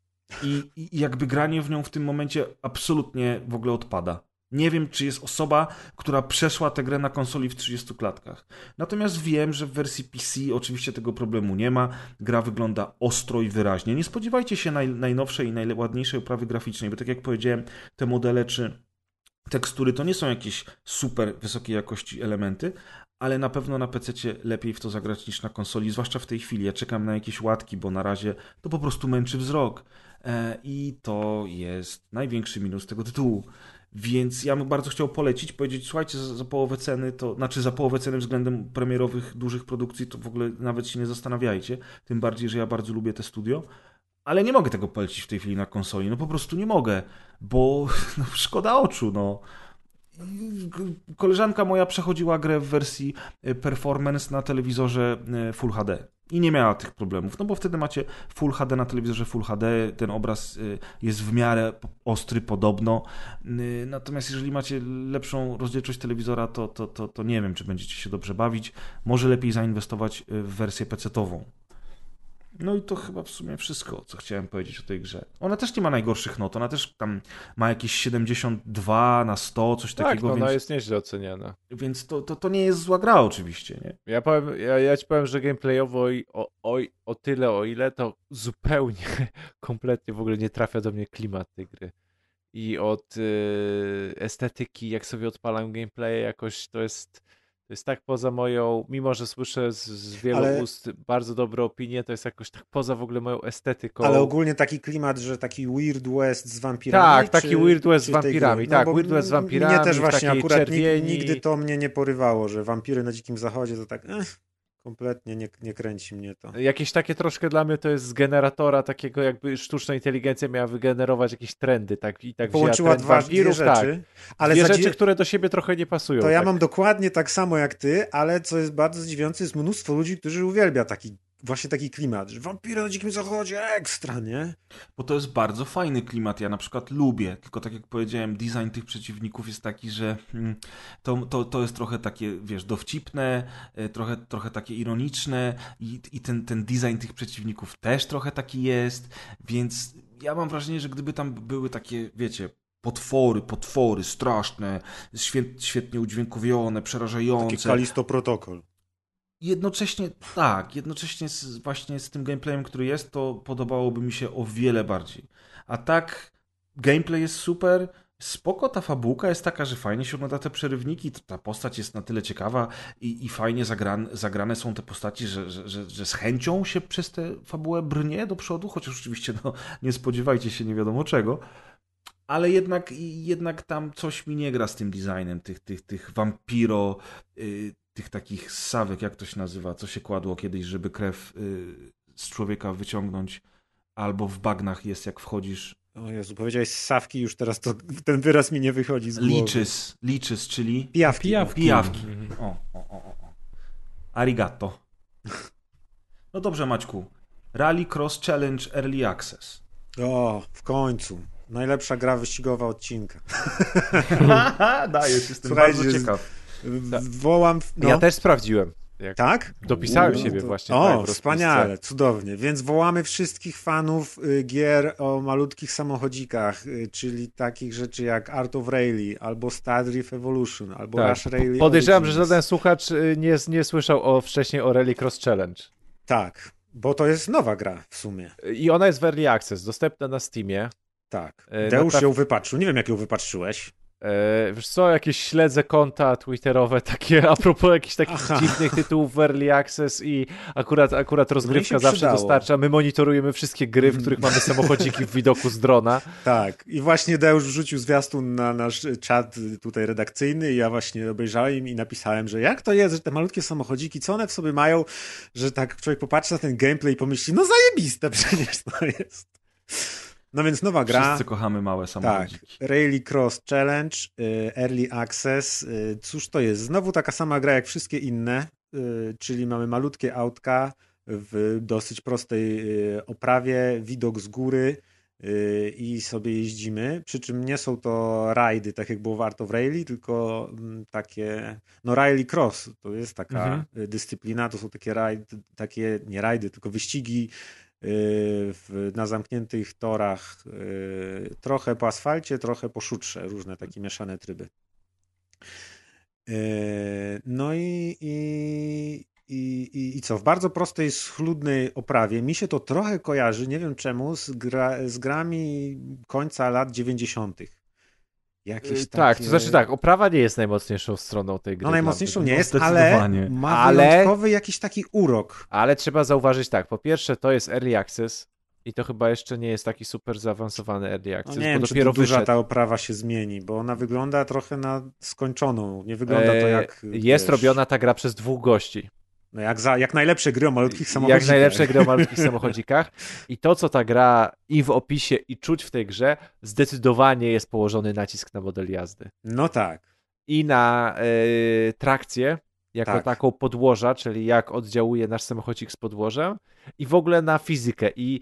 S1: I jakby granie w nią w tym momencie absolutnie w ogóle odpada. Nie wiem, czy jest osoba, która przeszła tę grę na konsoli w 30 klatkach. Natomiast wiem, że w wersji PC oczywiście tego problemu nie ma. Gra wygląda ostro i wyraźnie. Nie spodziewajcie się najnowszej i najładniejszej oprawy graficznej, bo tak jak powiedziałem, te modele czy tekstury to nie są jakieś super wysokiej jakości elementy, ale na pewno na PC-cie lepiej w to zagrać niż na konsoli, zwłaszcza w tej chwili. Ja czekam na jakieś łatki, bo na razie to po prostu męczy wzrok. I to jest największy minus tego tytułu. Więc ja bym bardzo chciał polecić, powiedzieć, słuchajcie, za połowę ceny, to znaczy za połowę ceny względem premierowych, dużych produkcji, to w ogóle nawet się nie zastanawiajcie. Tym bardziej, że ja bardzo lubię te studio. Ale nie mogę tego polecić w tej chwili na konsoli. No po prostu nie mogę, bo no, szkoda oczu, no. Koleżanka moja przechodziła grę w wersji Performance na telewizorze Full HD i nie miała tych problemów, no bo wtedy macie Full HD na telewizorze Full HD, ten obraz jest w miarę ostry podobno, natomiast jeżeli macie lepszą rozdzielczość telewizora, to nie wiem, czy będziecie się dobrze bawić, może lepiej zainwestować w wersję PC-tową. No i to chyba w sumie wszystko, co chciałem powiedzieć o tej grze. Ona też nie ma najgorszych not, ona też tam ma jakieś 72 na 100, coś
S2: Tak,
S1: takiego.
S2: no,
S1: więc,
S2: ona jest nieźle oceniana.
S1: Więc to nie jest zła gra oczywiście, nie?
S2: Ja ci powiem, że gameplayowo o tyle, o ile to zupełnie, kompletnie w ogóle nie trafia do mnie klimat tej gry. I od estetyki, jak sobie odpalam gameplay, jakoś to jest tak poza moją, mimo że słyszę z wielu ust bardzo dobre opinie, to jest jakoś tak poza w ogóle moją estetyką.
S4: Ale ogólnie taki klimat, że taki Weird West z wampirami?
S2: Tak, taki Weird West z wampirami, tak,
S4: No,
S2: Weird West z wampirami,
S4: mnie też właśnie akurat
S2: czerwieni.
S4: nigdy to mnie nie porywało, że wampiry na Dzikim Zachodzie to tak kompletnie nie kręci mnie to.
S2: Jakieś takie troszkę dla mnie to jest z generatora takiego, jakby sztuczna inteligencja miała wygenerować jakieś trendy, tak i tak
S4: połączyła
S2: wzięła trend wampirów,
S4: dwie rzeczy,
S2: tak.
S4: ale
S2: dwie rzeczy, które do siebie trochę nie pasują.
S4: To ja
S2: tak.
S4: mam dokładnie tak samo jak ty, ale co jest bardzo zdziwiające, jest mnóstwo ludzi, którzy uwielbia właśnie taki klimat, że wampiry na Dzikim Zachodzie, ekstra, nie?
S1: Bo to jest bardzo fajny klimat, ja na przykład lubię, tylko tak jak powiedziałem, design tych przeciwników jest taki, że to jest trochę takie, wiesz, dowcipne, trochę takie ironiczne i ten design tych przeciwników też trochę taki jest, więc ja mam wrażenie, że gdyby tam były takie, wiecie, potwory straszne, świetnie udźwiękowione, przerażające.
S4: Taki Kalisto Protocol.
S1: Jednocześnie właśnie z tym gameplayem, który jest, to podobałoby mi się o wiele bardziej. A tak, gameplay jest super, spoko, ta fabułka jest taka, że fajnie się ogląda te przerywniki, ta postać jest na tyle ciekawa i fajnie zagrane są te postaci, że z chęcią się przez tę fabułę brnie do przodu, chociaż oczywiście nie spodziewajcie się nie wiadomo czego. Ale jednak tam coś mi nie gra z tym designem tych vampiro, tych takich ssawek, jak to się nazywa, co się kładło kiedyś, żeby krew z człowieka wyciągnąć, albo w bagnach jest, jak wchodzisz.
S4: O Jezu, powiedziałeś ssawki, już teraz ten wyraz mi nie wychodzi z głowy.
S1: Leeches, czyli...
S4: Pijawki.
S1: O. Arigato. No dobrze, Maćku. Rally Cross Challenge Early Access.
S4: O, w końcu. Najlepsza gra wyścigowa odcinka.
S1: Dajesz, jestem bardzo ciekaw.
S4: Wołam... No.
S2: Ja też sprawdziłem.
S4: Tak?
S2: Dopisałem siebie właśnie.
S4: O, wspaniale, cudownie. Więc wołamy wszystkich fanów gier o malutkich samochodzikach, czyli takich rzeczy jak Art of Rally, albo Star Drift Evolution, albo
S2: tak.
S4: Rush Rally
S2: Podejrzewam,
S4: Origins.
S2: że żaden słuchacz nie słyszał wcześniej o Rally Cross Challenge.
S4: Tak, bo to jest nowa gra w sumie.
S2: I ona jest w Early Access, dostępna na Steamie.
S4: Tak. Deusz ją wypatrzył. Nie wiem, jak ją wypatrzyłeś.
S2: Wiesz co, jakieś śledzę konta twitterowe takie a propos jakichś takich dziwnych tytułów w Early Access i akurat rozgrywka zawsze dostarcza. My monitorujemy wszystkie gry, w których mamy samochodziki w widoku z drona.
S4: Tak. I właśnie Deusz wrzucił zwiastun na nasz czat tutaj redakcyjny i ja właśnie obejrzałem i napisałem, że jak to jest, że te malutkie samochodziki, co one w sobie mają, że tak człowiek popatrzy na ten gameplay i pomyśli, no zajebiste przecież to jest. No więc nowa gra.
S1: Wszyscy kochamy małe samochodziki.
S4: Tak, Rally Cross Challenge, Early Access. Cóż to jest? Znowu taka sama gra jak wszystkie inne, czyli mamy malutkie autka w dosyć prostej oprawie, widok z góry i sobie jeździmy. Przy czym nie są to rajdy, tak jak było w Art of Rally, tylko takie, no Rally Cross to jest taka dyscyplina, to są takie nie rajdy, tylko wyścigi na zamkniętych torach, trochę po asfalcie, trochę po szutrze, różne takie mieszane tryby. No i co? W bardzo prostej, schludnej oprawie mi się to trochę kojarzy, nie wiem czemu, z grami końca lat 90.
S2: Tak, to znaczy tak, oprawa nie jest najmocniejszą stroną tej gry.
S4: No najmocniejszą nie jest, ale ma wyjątkowy jakiś taki urok.
S2: Ale trzeba zauważyć tak, po pierwsze to jest Early Access i to chyba jeszcze nie jest taki super zaawansowany Early Access,
S4: no nie wiem,
S2: bo dopiero
S4: czy duża ta oprawa się zmieni, bo ona wygląda trochę na skończoną, nie wygląda to jak...
S2: Jest robiona ta gra przez 2 gości.
S4: No jak najlepsze gry o malutkich samochodzikach.
S2: Jak najlepsze gry o malutkich samochodzikach. I to, co ta gra i w opisie, i czuć w tej grze, zdecydowanie jest położony nacisk na model jazdy.
S4: No tak.
S2: I na trakcję, jako taką podłoża, czyli jak oddziałuje nasz samochodzik z podłożem, i w ogóle na fizykę. I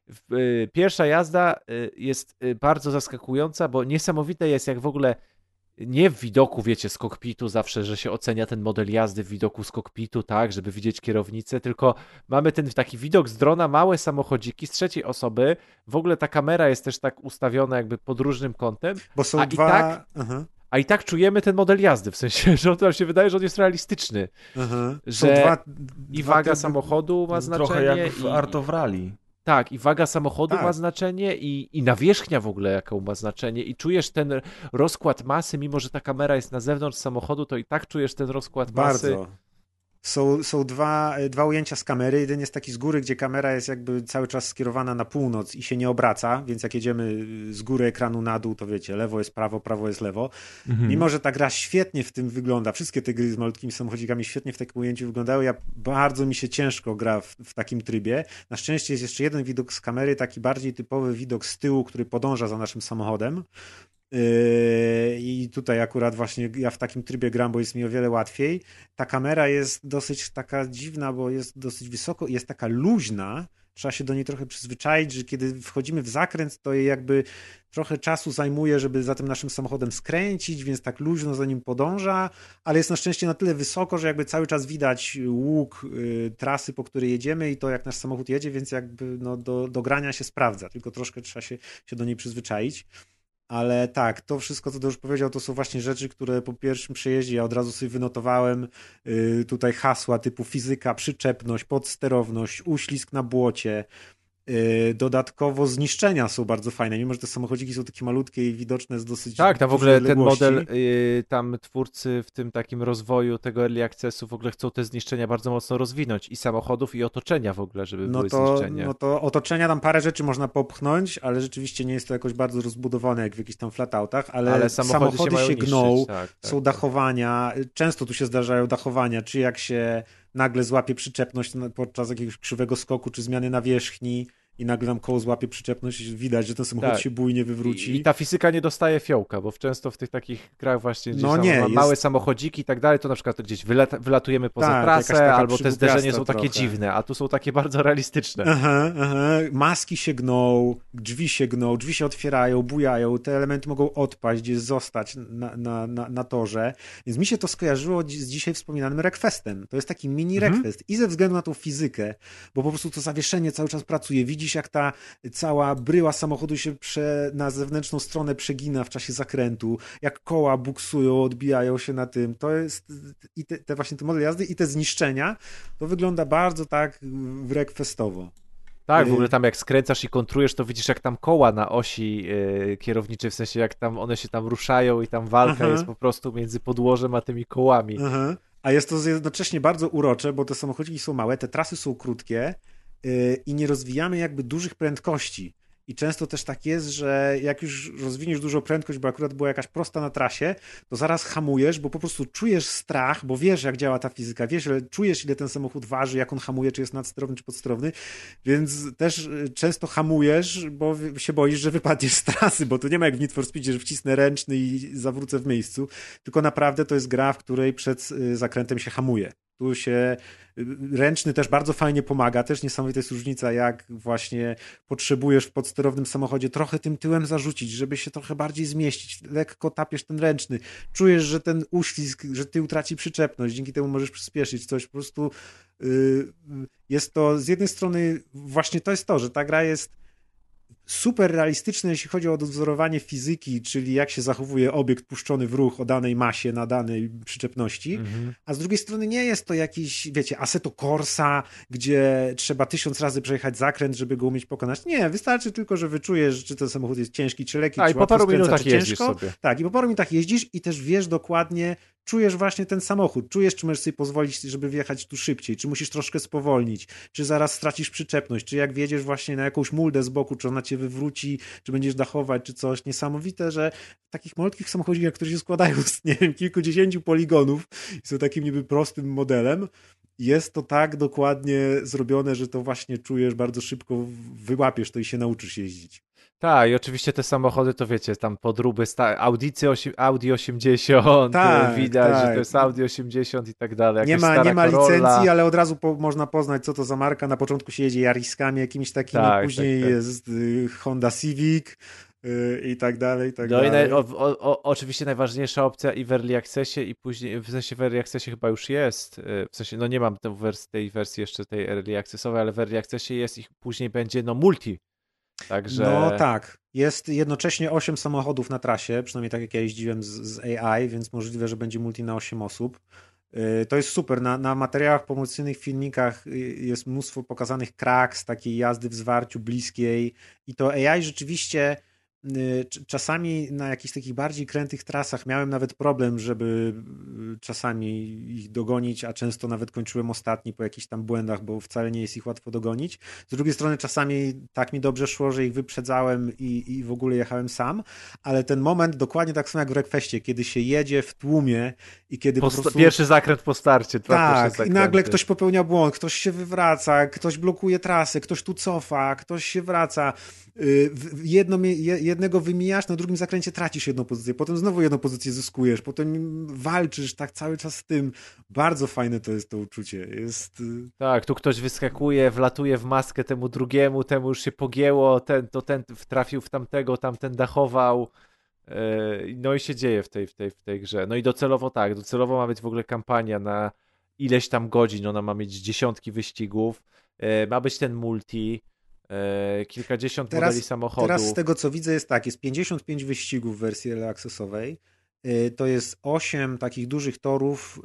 S2: pierwsza jazda jest bardzo zaskakująca, bo niesamowite jest, jak w ogóle nie w widoku, wiecie, z kokpitu zawsze, że się ocenia ten model jazdy w widoku z kokpitu, tak, żeby widzieć kierownicę, tylko mamy ten taki widok z drona, małe samochodziki z trzeciej osoby, w ogóle ta kamera jest też tak ustawiona jakby pod różnym kątem,
S4: Bo są dwa...
S2: A i tak czujemy ten model jazdy, w sensie, że nam się wydaje, że on jest realistyczny.
S4: Że
S2: i waga samochodu ma znaczenie.
S1: Trochę jak w Art of Rally.
S2: Tak, i waga samochodu ma znaczenie i nawierzchnia w ogóle jaką ma znaczenie i czujesz ten rozkład masy, mimo że ta kamera jest na zewnątrz samochodu, to i tak czujesz ten rozkład masy.
S4: Bardzo. Są dwa ujęcia z kamery. Jeden jest taki z góry, gdzie kamera jest jakby cały czas skierowana na północ i się nie obraca, więc jak jedziemy z góry ekranu na dół, to wiecie, lewo jest prawo, prawo jest lewo. Mimo że ta gra świetnie w tym wygląda, wszystkie te gry z malutkimi samochodzikami świetnie w takim ujęciu wyglądały, bardzo mi się ciężko gra w takim trybie. Na szczęście jest jeszcze jeden widok z kamery, taki bardziej typowy widok z tyłu, który podąża za naszym samochodem. I tutaj akurat właśnie ja w takim trybie gram, bo jest mi o wiele łatwiej. Ta kamera jest dosyć taka dziwna, bo jest dosyć wysoko i jest taka luźna. Trzeba się do niej trochę przyzwyczaić, że kiedy wchodzimy w zakręt, to jej jakby trochę czasu zajmuje, żeby za tym naszym samochodem skręcić, więc tak luźno za nim podąża, ale jest na szczęście na tyle wysoko, że jakby cały czas widać łuk trasy, po której jedziemy i to, jak nasz samochód jedzie, więc jakby no, do grania się sprawdza, tylko troszkę trzeba się do niej przyzwyczaić. Ale tak, to wszystko, co to już powiedział, to są właśnie rzeczy, które po pierwszym przejeździe ja od razu sobie wynotowałem. Tutaj hasła typu fizyka, przyczepność, podsterowność, uślizg na błocie. Dodatkowo zniszczenia są bardzo fajne, mimo że te samochodziki są takie malutkie i widoczne z dosyć
S2: tak, tam w ogóle ten
S4: odległości.
S2: model, tam twórcy w tym takim rozwoju tego early accessu w ogóle chcą te zniszczenia bardzo mocno rozwinąć i samochodów i otoczenia w ogóle, żeby były zniszczenia.
S4: No to otoczenia tam parę rzeczy można popchnąć, ale rzeczywiście nie jest to jakoś bardzo rozbudowane jak w jakichś tam flatoutach, ale samochody się gną, są dachowania, często tu się zdarzają dachowania, czy jak się nagle złapie przyczepność podczas jakiegoś krzywego skoku, czy zmiany nawierzchni i nagle nam koło złapie przyczepność, widać, że ten samochód się bujnie wywróci.
S2: I ta fizyka nie dostaje fiołka, bo często w tych takich grach właśnie, gdzie
S4: jest...
S2: małe samochodziki i tak dalej, to na przykład gdzieś wylatujemy poza trasę, albo te zderzenia są takie dziwne, a tu są takie bardzo realistyczne.
S4: Maski się gną, drzwi się otwierają, bujają, te elementy mogą odpaść, gdzieś zostać na torze, więc mi się to skojarzyło z dzisiaj wspominanym Wreckfestem. To jest taki mini Wreckfest i ze względu na tą fizykę, bo po prostu to zawieszenie cały czas pracuje, widzisz jak ta cała bryła samochodu się na zewnętrzną stronę przegina w czasie zakrętu, jak koła buksują, odbijają się na tym. To jest i właśnie ten model jazdy i te zniszczenia, to wygląda bardzo tak wreckfestowo.
S2: Tak, w ogóle tam jak skręcasz i kontrujesz, to widzisz jak tam koła na osi kierowniczej, w sensie jak tam one się tam ruszają i tam walka jest po prostu między podłożem a tymi kołami.
S4: A jest to jednocześnie bardzo urocze, bo te samochodziki są małe, te trasy są krótkie, i nie rozwijamy jakby dużych prędkości. I często też tak jest, że jak już rozwiniesz dużą prędkość, bo akurat była jakaś prosta na trasie, to zaraz hamujesz, bo po prostu czujesz strach, bo wiesz jak działa ta fizyka, czujesz ile ten samochód waży, jak on hamuje, czy jest nadsterowny, czy podsterowny, więc też często hamujesz, bo się boisz, że wypadniesz z trasy, bo to nie ma jak w Need for Speedzie, że wcisnę ręczny i zawrócę w miejscu, tylko naprawdę to jest gra, w której przed zakrętem się hamuje. Tu się ręczny też bardzo fajnie pomaga, też niesamowita jest różnica, jak właśnie potrzebujesz w podsterownym samochodzie trochę tym tyłem zarzucić, żeby się trochę bardziej zmieścić, lekko tapiesz ten ręczny, czujesz, że ten uślizg, że tył traci przyczepność, dzięki temu możesz przyspieszyć coś, po prostu jest to z jednej strony właśnie to jest to, że ta gra jest super realistyczne, jeśli chodzi o odwzorowanie fizyki, czyli jak się zachowuje obiekt puszczony w ruch o danej masie na danej przyczepności, a z drugiej strony nie jest to jakiś, wiecie, Assetto Corsa, gdzie trzeba 1000 razy przejechać zakręt, żeby go umieć pokonać. Nie, wystarczy tylko, że wyczujesz, czy ten samochód jest ciężki, czy lekki, czy
S2: po paru minutach
S4: czy
S2: jeździsz sobie.
S4: Tak, i po paru minutach jeździsz i też wiesz dokładnie, czujesz właśnie ten samochód, czujesz, czy możesz sobie pozwolić, żeby wjechać tu szybciej, czy musisz troszkę spowolnić, czy zaraz stracisz przyczepność, czy jak wjedziesz właśnie na jakąś muldę z boku, czy ona cię wywróci, czy będziesz dachować, czy coś. Niesamowite, że w takich malutkich samochodzikach, które się składają z, nie wiem, kilkudziesięciu poligonów i są takim niby prostym modelem, jest to tak dokładnie zrobione, że to właśnie czujesz, bardzo szybko wyłapiesz to i się nauczysz jeździć.
S2: Tak, i oczywiście te samochody, to wiecie, tam podróby, Audi 80, widać, że to jest Audi 80 i tak dalej.
S4: Nie ma licencji, ale od razu można poznać, co to za marka. Na początku się jedzie Yariskami jakimiś takimi, później jest Honda Civic, i tak dalej, i tak
S2: No
S4: dalej.
S2: i oczywiście najważniejsza opcja i w Early Accessie i później, w sensie w Early Accessie chyba już jest, w sensie no nie mam tej wersji jeszcze tej Early Accessowej, ale w Early Accessie jest i później będzie no multi. Także...
S4: No tak, jest jednocześnie 8 samochodów na trasie, przynajmniej tak jak ja jeździłem z AI, więc możliwe, że będzie multi na 8 osób. To jest super, na materiałach promocyjnych, filmikach jest mnóstwo pokazanych cracks, takiej jazdy w zwarciu bliskiej i to AI rzeczywiście czasami na jakichś takich bardziej krętych trasach miałem nawet problem, żeby czasami ich dogonić, a często nawet kończyłem ostatni po jakichś tam błędach, bo wcale nie jest ich łatwo dogonić. Z drugiej strony czasami tak mi dobrze szło, że ich wyprzedzałem i w ogóle jechałem sam, ale ten moment dokładnie tak samo jak w Wreckfestie, kiedy się jedzie w tłumie i kiedy po prostu...
S2: Pierwszy zakręt po starcie.
S4: Tak, i nagle ktoś popełnia błąd, ktoś się wywraca, ktoś blokuje trasę, ktoś tu cofa, ktoś się wraca. Jednego wymijasz, na drugim zakręcie tracisz jedną pozycję, potem znowu jedną pozycję zyskujesz, potem walczysz tak cały czas z tym. Bardzo fajne to jest to uczucie.
S2: Tak, tu ktoś wyskakuje, wlatuje w maskę temu drugiemu, temu już się pogięło, ten trafił w tamtego, tamten dachował. No i się dzieje w tej grze. No i docelowo ma być w ogóle kampania na ileś tam godzin, ona ma mieć dziesiątki wyścigów, ma być ten multi, kilkadziesiąt modeli samochodów.
S4: Teraz z tego co widzę jest 55 wyścigów w wersji Early Accessowej, to jest 8 takich dużych torów,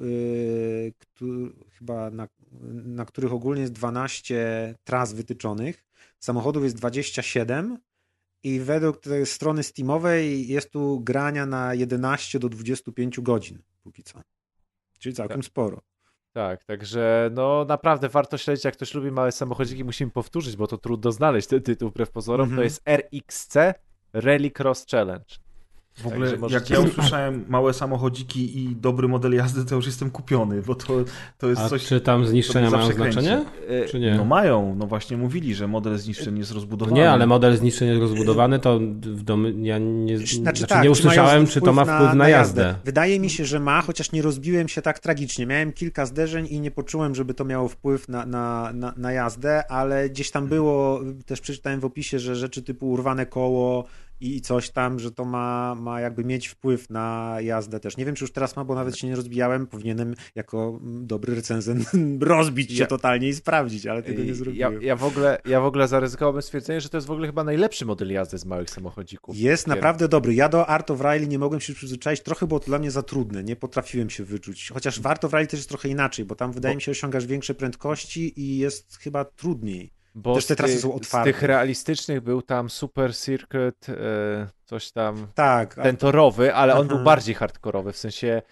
S4: chyba na których ogólnie jest 12 tras wytyczonych, samochodów jest 27 i według tej strony Steamowej jest tu grania na 11 do 25 godzin póki co, czyli całkiem sporo.
S2: Tak, także no naprawdę warto śledzić, jak ktoś lubi małe samochodziki, musimy powtórzyć, bo to trudno znaleźć ten tytuł wbrew pozorom, to jest RXC Rally Cross Challenge.
S1: W ogóle jak ja usłyszałem małe samochodziki i dobry model jazdy, to już jestem kupiony, bo to jest coś...
S3: czy tam zniszczenia mają znaczenie? Czy nie?
S1: No mają, no właśnie mówili, że model zniszczeń jest rozbudowany.
S3: Nie, ale model zniszczeń jest rozbudowany, to ja nie usłyszałem, czy to ma wpływ na jazdę.
S4: Wydaje mi się, że ma, chociaż nie rozbiłem się tak tragicznie. Miałem kilka zderzeń i nie poczułem, żeby to miało wpływ na jazdę, ale gdzieś tam było, też przeczytałem w opisie, że rzeczy typu urwane koło i coś tam, że to ma jakby mieć wpływ na jazdę też. Nie wiem, czy już teraz ma, bo nawet się nie rozbijałem. Powinienem jako dobry recenzent rozbić się totalnie i sprawdzić, ale tego nie zrobiłem.
S2: Ja w ogóle zaryzykowałbym stwierdzenie, że to jest w ogóle chyba najlepszy model jazdy z małych samochodzików.
S4: Jest naprawdę dobry. Ja do Art of Rally nie mogłem się przyzwyczaić. Trochę było to dla mnie za trudne. Nie potrafiłem się wyczuć. Chociaż w Art of Rally też jest trochę inaczej, bo tam wydaje mi się osiągasz większe prędkości i jest chyba trudniej.
S2: Bo
S4: też te trasy są otwarte.
S2: Z tych realistycznych był tam Super Circuit, coś tam,
S4: tak,
S2: ten torowy, ale on był bardziej hardkorowy, w sensie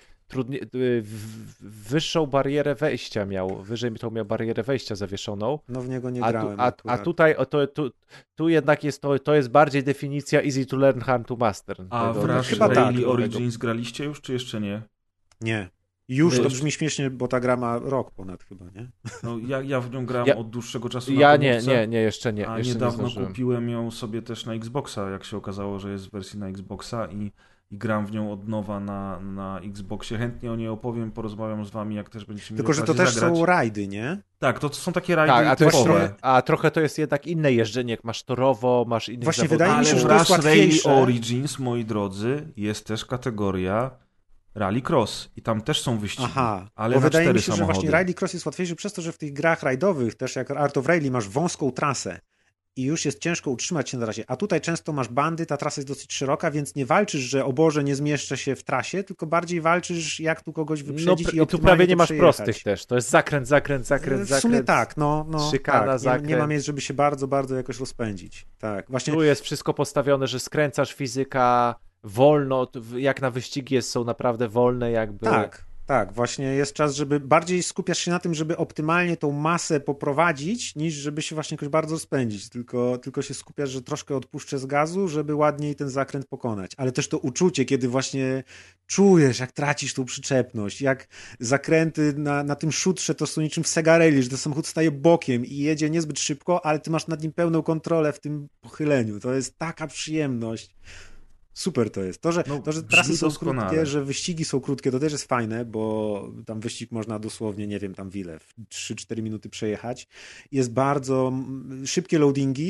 S2: wyższą barierę wejścia miał, wyżej to miał barierę wejścia zawieszoną.
S4: No w niego nie grałem.
S2: A tutaj tu jednak to jest bardziej definicja easy to learn, hard to master.
S1: A w Rush Rally Origins graliście już, czy jeszcze nie?
S4: Nie. Już to brzmi śmiesznie, bo ta gra ma rok ponad chyba, nie?
S1: No ja w nią gram od dłuższego czasu
S2: na komórce. Nie, jeszcze nie.
S1: A
S2: jeszcze
S1: niedawno
S2: nie
S1: kupiłem ją sobie też na Xboxa, jak się okazało, że jest w wersji na Xboxa i gram w nią od nowa na Xboxie. Chętnie o niej opowiem, porozmawiam z wami, jak też będziecie mieli
S4: Tylko, że to też
S1: zagrać.
S4: są rajdy, nie?
S1: Tak, to są takie rajdy typowe.
S2: A trochę to jest jednak inne jeżdżenie, jak masz torowo, masz innych
S4: Właśnie
S2: zawodów.
S4: wydaje mi się, że
S1: w
S4: to jest
S1: Rush Rally
S4: łatwiejsze.
S1: Origins, moi drodzy, jest też kategoria Rallycross i tam też są wyścigi, ale
S4: bo
S1: na
S4: wydaje
S1: 4
S4: mi się,
S1: samochody.
S4: że właśnie Rallycross jest łatwiejszy przez to, że w tych grach rajdowych, też jak Art of Rally, masz wąską trasę i już jest ciężko utrzymać się na trasie, a tutaj często masz bandy, ta trasa jest dosyć szeroka, więc nie walczysz, że o Boże, nie zmieszczę się w trasie, tylko bardziej walczysz, jak tu kogoś wyprzedzić i
S2: tu prawie nie masz prostych też, to jest zakręt.
S4: W sumie tak,
S2: szykana,
S4: tak.
S2: zakręt.
S4: Nie ma miejsc, żeby się bardzo, bardzo jakoś rozpędzić. Tak, właśnie.
S2: Tu jest wszystko postawione, że skręcasz fizyka wolno, jak na wyścigi są naprawdę wolne jakby.
S4: Tak, właśnie jest czas, żeby bardziej skupiasz się na tym, żeby optymalnie tą masę poprowadzić, niż żeby się właśnie jakoś bardzo spędzić, tylko się skupiasz, że troszkę odpuszczę z gazu, żeby ładniej ten zakręt pokonać. Ale też to uczucie, kiedy właśnie czujesz, jak tracisz tą przyczepność, jak zakręty na tym szutrze to są niczym w Sega Rally, że ten samochód staje bokiem i jedzie niezbyt szybko, ale ty masz nad nim pełną kontrolę w tym pochyleniu. To jest taka przyjemność. Super to jest. To, że trasy są krótkie, że wyścigi są krótkie, to też jest fajne, bo tam wyścig można dosłownie, nie wiem, tam w 3-4 minuty przejechać. Jest bardzo szybkie loadingi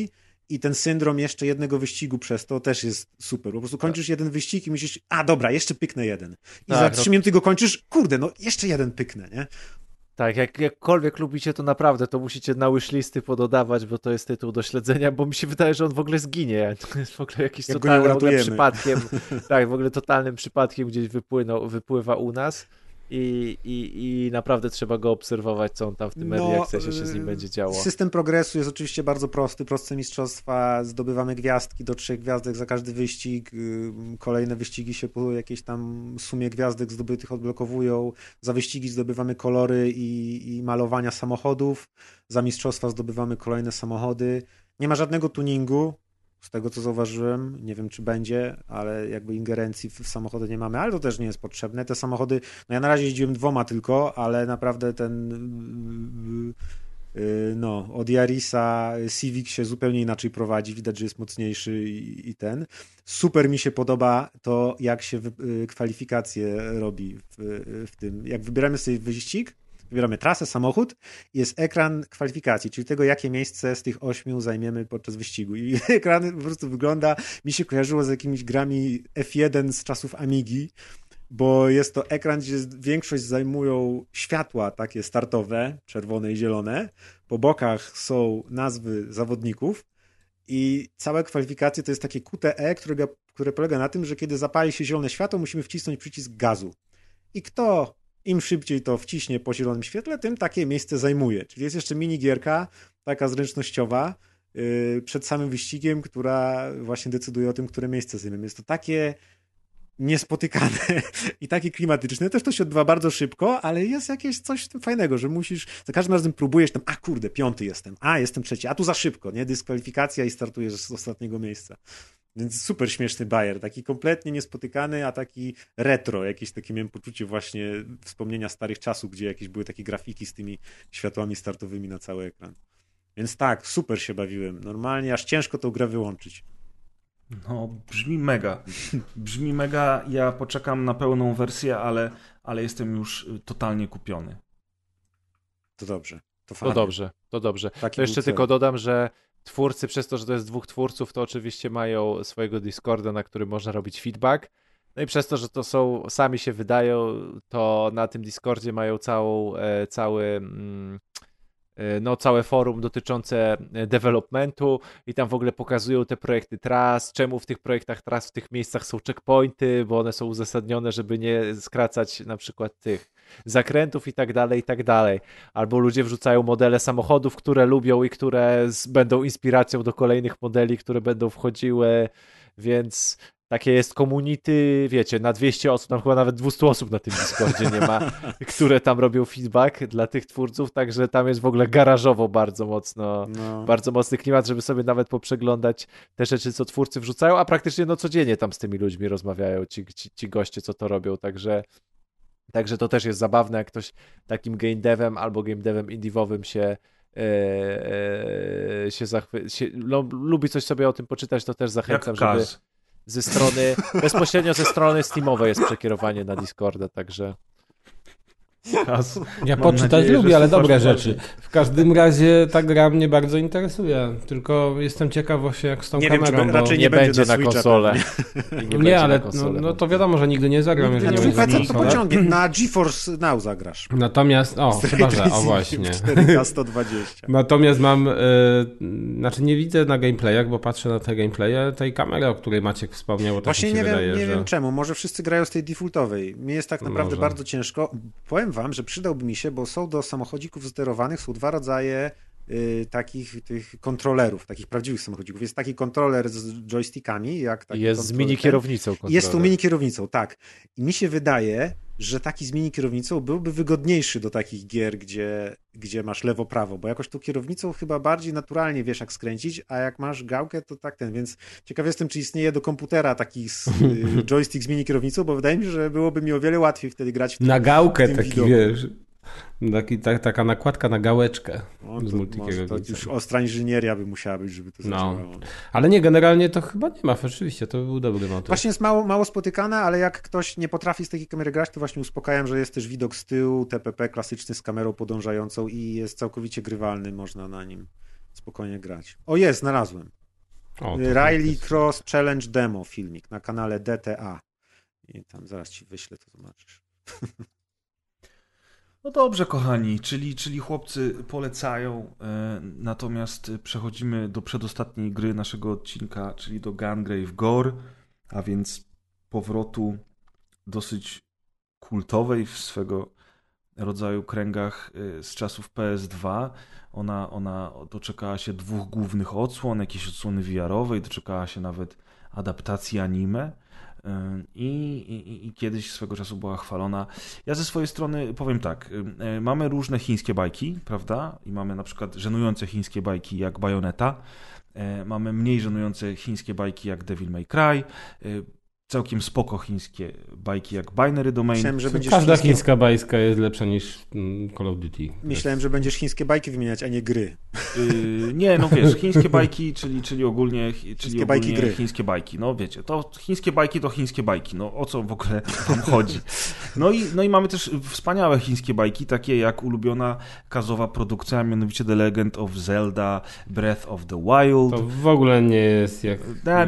S4: i ten syndrom jeszcze jednego wyścigu przez to też jest super. Po prostu kończysz jeden wyścig i myślisz, a dobra, jeszcze pyknę jeden. I za 3 minuty go kończysz, kurde, no jeszcze jeden pyknę, nie?
S2: Tak, jakkolwiek lubicie, to naprawdę to musicie na wishlisty pododawać, bo to jest tytuł do śledzenia, bo mi się wydaje, że on w ogóle zginie. To jest w ogóle jakiś totalnym przypadkiem. Tak, w ogóle totalnym przypadkiem gdzieś wypływa u nas. I naprawdę trzeba go obserwować, co on tam w tym early accessie się z nim będzie działo.
S4: System progresu jest oczywiście bardzo prosty, proste mistrzostwa, zdobywamy gwiazdki do 3 gwiazdek za każdy wyścig, kolejne wyścigi się po jakiejś tam sumie gwiazdek zdobytych odblokowują, za wyścigi zdobywamy kolory i malowania samochodów, za mistrzostwa zdobywamy kolejne samochody, nie ma żadnego tuningu, z tego co zauważyłem, nie wiem czy będzie, ale jakby ingerencji w samochody nie mamy, ale to też nie jest potrzebne. Te samochody, no ja na razie jeździłem 2 tylko, ale naprawdę od Yarisa Civic się zupełnie inaczej prowadzi, widać, że jest mocniejszy i ten. Super mi się podoba to, jak się kwalifikacje robi w tym. Jak wybieramy sobie wyścig, wybieramy trasę, samochód i jest ekran kwalifikacji, czyli tego, jakie miejsce z tych 8 zajmiemy podczas wyścigu. I ekran po prostu wygląda, mi się kojarzyło z jakimiś grami F1 z czasów Amigi, bo jest to ekran, gdzie większość zajmują światła takie startowe, czerwone i zielone. Po bokach są nazwy zawodników i całe kwalifikacje to jest takie QTE, które polega na tym, że kiedy zapali się zielone światło, musimy wcisnąć przycisk gazu. I kto im szybciej to wciśnie po zielonym świetle, tym takie miejsce zajmuje. Czyli jest jeszcze minigierka, taka zręcznościowa, przed samym wyścigiem, która właśnie decyduje o tym, które miejsce zajmiemy. Jest to takie niespotykane i takie klimatyczne. Też to się odbywa bardzo szybko, ale jest jakieś coś fajnego, że musisz, za każdym razem próbujesz tam, 5. jestem, jestem 3, tu za szybko, nie? Dyskwalifikacja i startujesz z ostatniego miejsca. Więc super śmieszny bajer, taki kompletnie niespotykany, a taki retro, jakieś takie miałem poczucie właśnie wspomnienia starych czasów, gdzie jakieś były takie grafiki z tymi światłami startowymi na cały ekran. Więc tak, super się bawiłem. Normalnie aż ciężko tą grę wyłączyć.
S1: No, brzmi mega. Brzmi mega. Ja poczekam na pełną wersję, ale jestem już totalnie kupiony.
S4: To dobrze.
S2: To dobrze. To jeszcze tylko dodam, że twórcy, przez to, że to jest 2 twórców, to oczywiście mają swojego Discorda, na którym można robić feedback. No i przez to, że to są, sami się wydają, to na tym Discordzie mają całe forum dotyczące developmentu i tam w ogóle pokazują te projekty tras, czemu w tych projektach tras w tych miejscach są checkpointy, bo one są uzasadnione, żeby nie skracać na przykład tych zakrętów i tak dalej. Albo ludzie wrzucają modele samochodów, które lubią i które będą inspiracją do kolejnych modeli, które będą wchodziły, więc takie jest community, wiecie, na 200 osób, tam chyba nawet 200 osób na tym Discordzie nie ma, które tam robią feedback dla tych twórców, także tam jest w ogóle garażowo bardzo mocny klimat, żeby sobie nawet poprzeglądać te rzeczy, co twórcy wrzucają, a praktycznie codziennie tam z tymi ludźmi rozmawiają ci goście, co to robią, także to też jest zabawne, jak ktoś takim game devem albo game devem indiewowym lubi coś sobie o tym poczytać, to też zachęcam, żeby bezpośrednio ze strony Steamowej jest przekierowanie na Discorda, także...
S3: Ja poczytać lubię, ale dobre rzeczy. W każdym razie ta gra mnie bardzo interesuje. Tylko jestem ciekaw właśnie jak z tą kamerą.
S4: Wiem, raczej
S2: nie będzie na konsolę.
S3: Nie, ale no to wiadomo, że nigdy nie zagram.
S4: Na dwóch to pociągnie. Na GeForce Now zagrasz.
S3: Natomiast, chyba że, właśnie.
S4: 4K 120.
S3: Natomiast mam, nie widzę na gameplayach, bo patrzę na te gameplaye tej kamery, o której Maciek wspomniał. Bo
S4: właśnie nie wiem czemu. Może wszyscy grają z tej defaultowej. Mi jest tak naprawdę bardzo ciężko. Powiem wam, że przydałby mi się, bo są do samochodzików sterowanych, są 2 rodzaje takich tych kontrolerów, takich prawdziwych samochodzików. Jest taki kontroler z joystickami, jak taki
S2: jest z mini kierownicą.
S4: Jest tą mini kierownicą, tak. I mi się wydaje, że taki z mini kierownicą byłby wygodniejszy do takich gier, gdzie masz lewo-prawo, bo jakoś tą kierownicą chyba bardziej naturalnie wiesz, jak skręcić, a jak masz gałkę, to tak więc ciekaw jestem, czy istnieje do komputera taki joystick z mini kierownicą, bo wydaje mi się, że byłoby mi o wiele łatwiej wtedy grać w tym.
S3: Na gałkę taki, widoku. Wiesz... Taka nakładka na gałeczkę z multikierownicą.
S4: To już ostra inżynieria by musiała być, żeby to zadziałało.
S3: Ale nie, generalnie to chyba nie ma, rzeczywiście, to był dobry motyw.
S4: Właśnie jest mało spotykane, ale jak ktoś nie potrafi z takiej kamery grać, to właśnie uspokajam, że jest też widok z tyłu, TPP klasyczny z kamerą podążającą i jest całkowicie grywalny, można na nim spokojnie grać. Znalazłem. Rally Cross Challenge Demo filmik na kanale DTA. I tam zaraz ci wyślę, to zobaczysz.
S1: No dobrze, kochani, czyli chłopcy polecają, natomiast przechodzimy do przedostatniej gry naszego odcinka, czyli do Gungrave Gore, a więc powrotu dosyć kultowej w swego rodzaju kręgach z czasów PS2. Ona doczekała się 2 głównych odsłon, jakiejś odsłony VR-owej, doczekała się nawet adaptacji anime. I kiedyś swego czasu była chwalona. Ja ze swojej strony powiem tak, mamy różne chińskie bajki, prawda? I mamy na przykład żenujące chińskie bajki jak Bayonetta, mamy mniej żenujące chińskie bajki jak Devil May Cry, całkiem spoko chińskie bajki jak Binary Domain.
S3: Każda chińska bajka jest lepsza niż Call of Duty.
S4: Myślałem, że będziesz chińskie bajki wymieniać, a nie gry.
S1: Nie, no wiesz, chińskie bajki, czyli ogólnie
S4: bajki gry.
S1: Chińskie bajki. No wiecie, to chińskie bajki, no o co w ogóle tam chodzi. No i mamy też wspaniałe chińskie bajki, takie jak ulubiona Kazowa produkcja, mianowicie The Legend of Zelda Breath of the Wild.
S3: To w ogóle nie jest jak...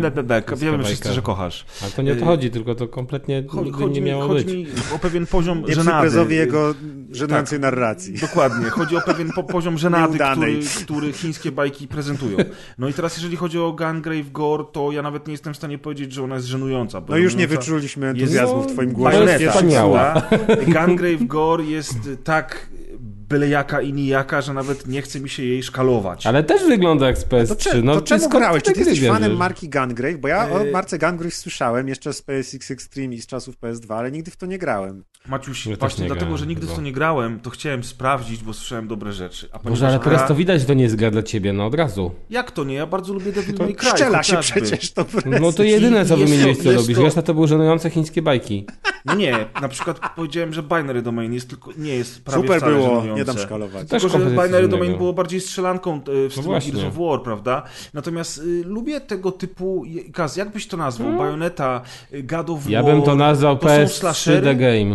S1: Wiemy wszyscy, że kochasz.
S3: Ale to nie o to chodzi, tylko to kompletnie nie miało być.
S1: Chodzi mi o pewien poziom
S4: żenady. Nie przyprezowi jego żenującej narracji.
S1: Dokładnie. Chodzi o pewien poziom żenady, który chińskie bajki prezentują. No i teraz jeżeli chodzi o Gungrave Gore, to ja nawet nie jestem w stanie powiedzieć, że ona jest żenująca.
S4: No już nie wyczuliśmy entuzjazmu w twoim głosie.
S3: To jest wspaniała.
S1: Gungrave Gore jest tak byle jaka i nijaka, że nawet nie chce mi się jej szkalować.
S3: Ale też wygląda jak z PS3.
S4: To czemu grałeś? Czy ty jesteś fanem marki Gungrave? Bo ja o marce Gungrave słyszałem jeszcze z PSX Extreme i z czasów PS2, ale nigdy w to nie grałem.
S1: Maciuś, właśnie dlatego, że nigdy w to nie grałem, to chciałem sprawdzić, bo słyszałem dobre rzeczy.
S3: Boże, ale teraz to widać, że to nie jest gra dla ciebie, no od razu.
S1: Jak to nie? Ja bardzo lubię Devil May Cry.
S4: Szczela się przecież to.
S3: No to jedyne, co wy mieliście robić. Reszta to były żenujące chińskie bajki.
S1: No nie, na przykład powiedziałem, że Binary Domain nie jest prawie
S4: super
S1: wcale
S4: było,
S1: żenujące.
S4: nie dam szkalować.
S1: Tylko, że Binary Domain było bardziej strzelanką w stylu Gears of War, prawda? Natomiast lubię tego typu... Kaz, jak byś to nazwał? Bayonetta, God of War...
S3: Ja bym to nazwał PS3 The Game.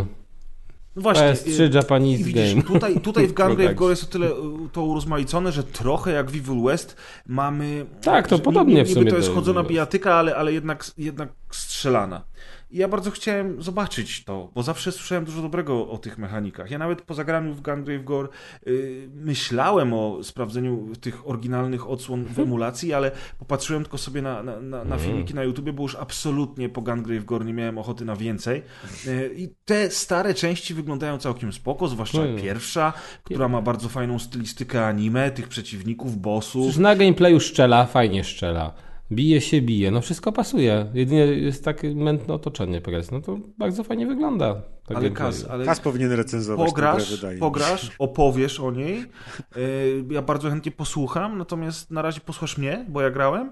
S1: No właśnie.
S3: PS3 Japanese
S1: widzisz,
S3: Game.
S1: Tutaj w Gungrave Gore jest o tyle to urozmaicone, że trochę jak w Evil West mamy...
S3: Tak, to podobnie w sumie.
S1: To jest chodzona bijatyka, ale jednak strzelana. I ja bardzo chciałem zobaczyć to, bo zawsze słyszałem dużo dobrego o tych mechanikach. Ja nawet po zagraniu w Gungrave Gore myślałem o sprawdzeniu tych oryginalnych odsłon w emulacji, ale popatrzyłem tylko sobie na filmiki na YouTubie, bo już absolutnie po Gungrave Gore nie miałem ochoty na więcej. I te stare części wyglądają całkiem spoko, zwłaszcza pierwsza, która ma bardzo fajną stylistykę anime, tych przeciwników, bossów.
S3: Przecież na gameplayu fajnie strzela. Bije, no wszystko pasuje. Jedynie jest takie mętne otoczenie, no to bardzo fajnie wygląda.
S1: Ale
S4: Kas powinien recenzować.
S1: Pograsz, opowiesz o niej. Ja bardzo chętnie posłucham, natomiast na razie posłuchasz mnie, bo ja grałem.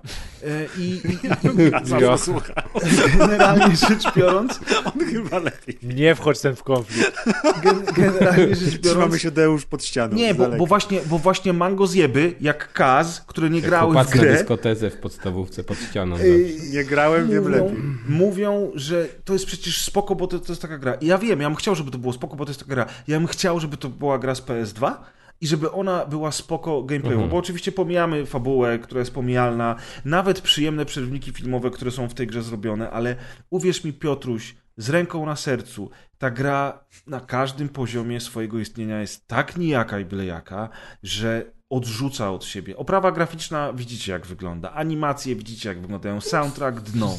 S1: Generalnie rzecz biorąc...
S4: On chyba lepiej.
S2: Nie wchodź ten w konflikt.
S1: Generalnie rzecz biorąc...
S4: Trzymamy się Deusz pod ścianą.
S1: Nie, bo właśnie mango zjeby, jak Kaz, które nie grały w grę...
S3: na dyskotece w podstawówce pod ścianą.
S4: Nie grałem, wiem lepiej.
S1: Mówią, że to jest przecież spoko, bo to jest taka gra. I ja wiem, ja bym chciał, żeby to było spoko, bo to jest taka gra. Ja bym chciał, żeby to była gra z PS2 i żeby ona była spoko gameplayowo, bo oczywiście pomijamy fabułę, która jest pomijalna, nawet przyjemne przerywniki filmowe, które są w tej grze zrobione, ale uwierz mi, Piotruś, z ręką na sercu, ta gra na każdym poziomie swojego istnienia jest tak nijaka i byle jaka, że odrzuca od siebie. Oprawa graficzna widzicie jak wygląda, animacje widzicie jak wyglądają, soundtrack dno.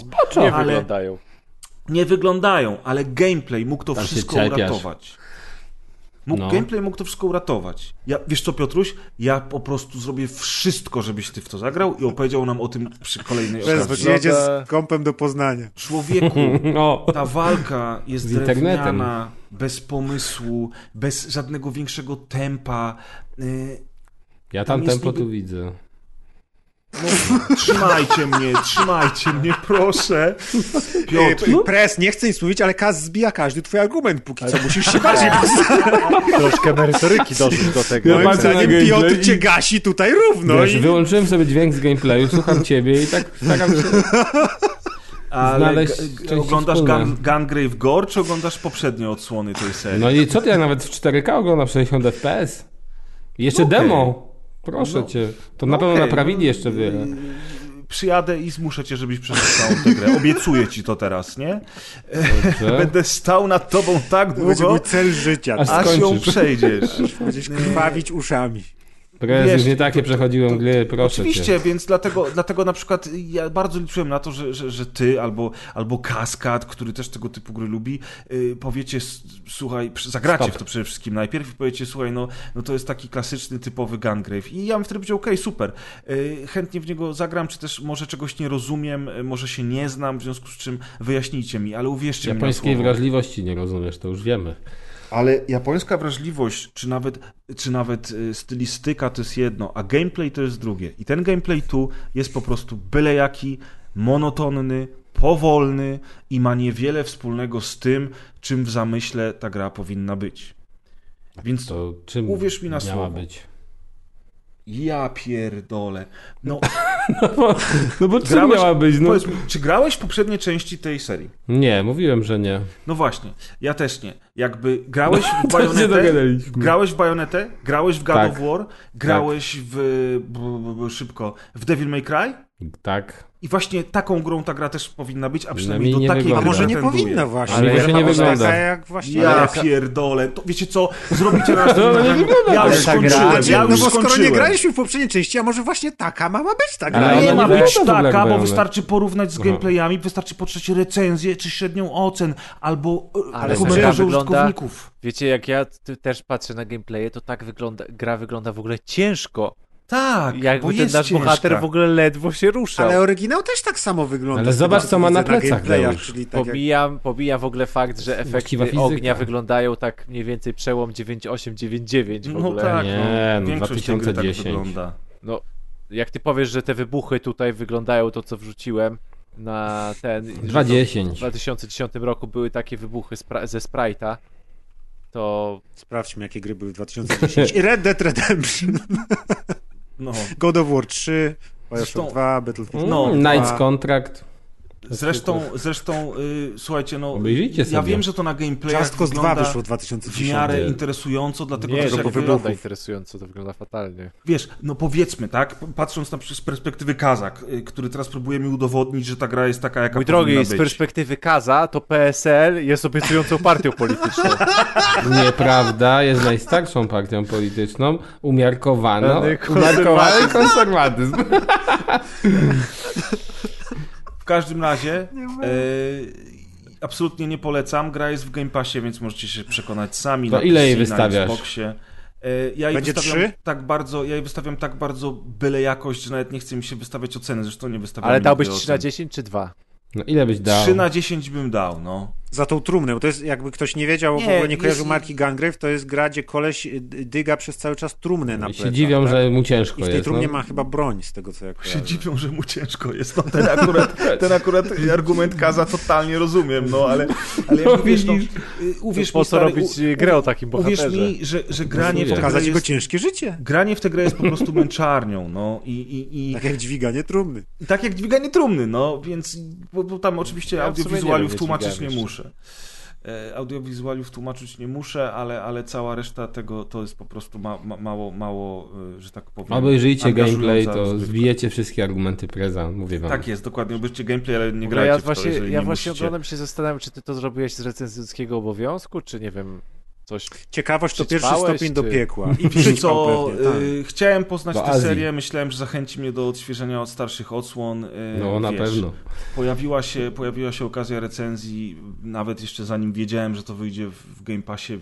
S1: Nie wyglądają, ale gameplay mógł to wszystko uratować. Gameplay mógł to wszystko uratować. Wiesz co, Piotruś? Ja po prostu zrobię wszystko, żebyś ty w to zagrał i opowiedział nam o tym przy kolejnej okazji.
S4: Jedzie z kompem do Poznania.
S1: Człowieku, ta walka jest drewniana, bez pomysłu, bez żadnego większego tempa.
S3: Ja tam tempo tu widzę.
S1: No, trzymajcie mnie, proszę. Piotr.
S4: Pres, nie chcę nic mówić, ale Kaz zbija każdy twój argument, póki co musisz się bardziej
S2: troszkę merytoryki doszło do tego.
S4: Moim zdaniem Piotr cię gasi tutaj równo.
S3: Wiesz, wyłączyłem sobie dźwięk z gameplayu, słucham ciebie i tak staram się znaleźć
S1: oglądasz Gungrave Gore, czy oglądasz poprzednie odsłony tej serii?
S3: No i co ty, ja nawet w 4K oglądam 60 FPS. Jeszcze demo. Proszę cię. To na pewno naprawili jeszcze wiele.
S1: przyjadę i zmuszę cię, żebyś przeszedł całą tę grę. Obiecuję ci to teraz, nie? Będę stał nad tobą tak
S4: To będzie
S1: długo,
S4: mój cel życia.
S1: aż ją przejdziesz.
S4: Będziesz krwawić uszami.
S3: Wiesz, już nie takie przechodziłem gry, proszę
S1: Oczywiście,
S3: cię.
S1: więc dlatego na przykład ja bardzo liczyłem na to, że ty albo Kaskad, który też tego typu gry lubi, powiecie, słuchaj, zagracie w to przede wszystkim najpierw i powiecie, słuchaj, no to jest taki klasyczny, typowy Gungrave. I ja bym wtedy powiedział, okej, super, chętnie w niego zagram, czy też może czegoś nie rozumiem, może się nie znam, w związku z czym wyjaśnijcie mi, ale uwierzcie mi na
S3: Japońskiej
S1: słowo.
S3: wrażliwości nie rozumiesz, to już wiemy.
S1: Ale japońska wrażliwość, czy nawet stylistyka to jest jedno, a gameplay to jest drugie. I ten gameplay tu jest po prostu byle jaki, monotonny, powolny i ma niewiele wspólnego z tym, czym w zamyśle ta gra powinna być. Więc
S3: To czym
S1: uwierz mi na
S3: miała
S1: słowo.
S3: być?
S1: Ja pierdolę. No,
S3: No bo czym miała być? No?
S1: powiedz mi, czy grałeś w poprzedniej części tej serii?
S3: Nie, mówiłem, że nie.
S1: No właśnie, ja też nie. Jakby grałeś w
S3: To się
S1: Bajonetę,
S3: dogadaliśmy.
S1: grałeś w Bajonetę, grałeś w God
S3: Tak.
S1: of War, grałeś szybko w Devil May Cry
S3: Tak.
S1: i właśnie taką grą ta gra też powinna być, a przynajmniej
S3: mnie
S1: do
S3: nie
S1: takiej
S3: wygląda.
S4: A może nie
S1: pretenduje.
S4: powinna właśnie.
S3: Ale
S4: Może
S3: nie
S4: być
S3: wygląda.
S4: taka jak właśnie...
S1: Ja pierdolę, to wiecie co, zrobicie raz
S3: No, nie wygląda
S1: ja
S3: tak.
S1: już
S2: Ale ta gra-
S1: skończyłem, ja
S4: no
S1: już
S4: bo skoro nie
S1: skończyłem.
S4: graliśmy w poprzedniej części, a może właśnie taka ma być ta gra.
S3: Ale
S1: Ale
S3: ona
S1: nie ma
S3: nie
S1: być
S3: wygląda w ogóle
S1: taka,
S3: jak
S1: bo
S3: Bajonet.
S1: wystarczy porównać z
S3: Aha.
S1: gameplayami, wystarczy patrzeć recenzję czy średnią ocen, albo
S2: Ale
S1: komentarze
S2: gra wygląda-
S1: użytkowników.
S2: Wiecie, jak ja też patrzę na gameplaye, to tak gra wygląda w ogóle ciężko.
S1: Tak, bo
S2: Jakby ten
S1: jest
S2: nasz
S1: ciężka.
S2: bohater w ogóle ledwo się ruszał.
S4: Ale oryginał też tak samo wygląda.
S3: Ale
S4: z tego,
S3: zobacz, co ma
S4: widzę
S3: na plecach,
S4: gameplayach,
S3: Deusz.
S4: czyli tak jak...
S2: Pomija w ogóle fakt, że efekty
S3: Właściwa fizyka.
S2: ognia wyglądają tak mniej więcej przełom 98-99 w
S1: No
S2: ogóle.
S1: tak,
S3: Nie,
S1: no,
S3: no,
S1: większość tej gry tak
S3: 2010.
S1: wygląda.
S2: No, jak ty powiesz, że te wybuchy tutaj wyglądają, to co wrzuciłem na ten... że to
S3: 2.10.
S2: W 2010 roku były takie wybuchy ze Sprite'a, to...
S4: Sprawdźmy, jakie gry były w 2010. I Red Dead Redemption,
S1: No.
S4: God of War 3,
S1: Zresztą-
S4: Bioshock 2, Battlefield
S1: No,
S4: 2.
S3: Knight's Contract.
S1: Zresztą słuchajcie, no
S3: Obejrzyjcie
S1: ja
S3: sobie.
S1: wiem, że to na gameplayach
S4: Just Cause 2
S1: wygląda
S4: wyszło w
S1: w
S4: 2010.
S1: miarę interesująco, dlatego
S2: Nie,
S1: też
S2: to
S1: jakby,
S2: wygląda interesująco, to wygląda fatalnie.
S1: wiesz, no powiedzmy, tak, patrząc na z perspektywy Kazak, który teraz próbuje mi udowodnić, że ta gra jest taka, jaka
S2: Mój
S1: powinna
S2: drogi,
S1: być.
S2: z perspektywy Kaza, to PSL jest obiecującą partią polityczną.
S3: Nieprawda, jest najstarszą partią polityczną, umiarkowany konserwatyzm.
S1: W każdym razie absolutnie nie polecam. Gra jest w Game Passie, więc możecie się przekonać sami.
S3: To
S1: na
S3: ile jej
S1: PC,
S3: wystawiasz?
S1: Na Xboxie. Ja jej
S4: Będzie
S1: wystawiam
S4: 3?
S1: ja jej wystawiam tak bardzo byle jakość, że nawet nie chce mi się wystawiać oceny. Zresztą nie wystawiam
S2: Ale
S1: nigdy
S2: dałbyś
S1: ocen.
S2: 3 na 10 czy 2?
S3: No ile byś dał?
S1: 3 na 10 bym dał, no.
S4: Za tą trumnę, bo to jest, jakby ktoś nie wiedział,
S1: Nie,
S4: w ogóle nie kojarzył
S1: jest-
S4: marki Gungrave, to jest gra, gdzie koleś dyga przez cały czas trumnę na
S3: I
S4: plecach.
S3: się dziwią,
S4: tak?
S3: że mu ciężko
S4: I w tej
S3: jest.
S4: trumnie
S3: No.
S4: ma chyba broń, z tego co ja
S1: Się
S4: kojarzę.
S1: dziwią, że mu ciężko jest. No, ten akurat argument Kaza totalnie rozumiem, no ale
S3: No,
S1: wiesz, no,
S3: widzisz.
S1: uwierz
S2: Po
S1: mi,
S2: co
S1: stary,
S2: robić grę o takim
S1: uwierz
S2: bohaterze?
S1: mi, że granie w tę grę
S4: Pokazać jego
S1: jest...
S4: ciężkie życie.
S1: Granie w tę grę jest po prostu męczarnią, no i
S4: Tak jak dźwiganie trumny.
S1: tak jak dźwiganie trumny, no więc bo tam oczywiście
S2: Ja w sumie nie
S1: audiowizualiów
S2: wiem,
S1: tłumaczyć nie
S2: dźwigam
S1: muszę. Audiowizualiów tłumaczyć nie muszę, ale cała reszta tego to jest po prostu mało, że tak powiem.
S3: Obejrzyjcie
S1: angażująca
S3: gameplay, to
S1: rozgrywka.
S3: zbijecie wszystkie argumenty Preza, mówię wam.
S1: Tak jest, dokładnie. Obejrzyjcie gameplay, ale nie
S2: W ogóle
S1: grajcie
S2: ja
S1: w to,
S2: właśnie,
S1: jeżeli
S2: ja
S1: nie
S2: właśnie
S1: musicie.
S2: oglądam się zastanawiam, czy ty to zrobiłeś z recenzenckiego obowiązku, czy nie wiem, coś...
S4: Ciekawość to pierwszy
S2: Przetrwałeś,
S4: stopień do
S2: czy-
S4: piekła.
S1: I wiesz
S4: Przyćpał
S1: co,
S4: pewnie, tak.
S1: chciałem poznać
S3: Do
S1: tę
S3: Azji.
S1: serię, myślałem, że zachęci mnie do odświeżenia od starszych odsłon.
S3: No na
S1: wiesz,
S3: pewno.
S1: Pojawiła się okazja recenzji, nawet jeszcze zanim wiedziałem, że to wyjdzie w Game Passie,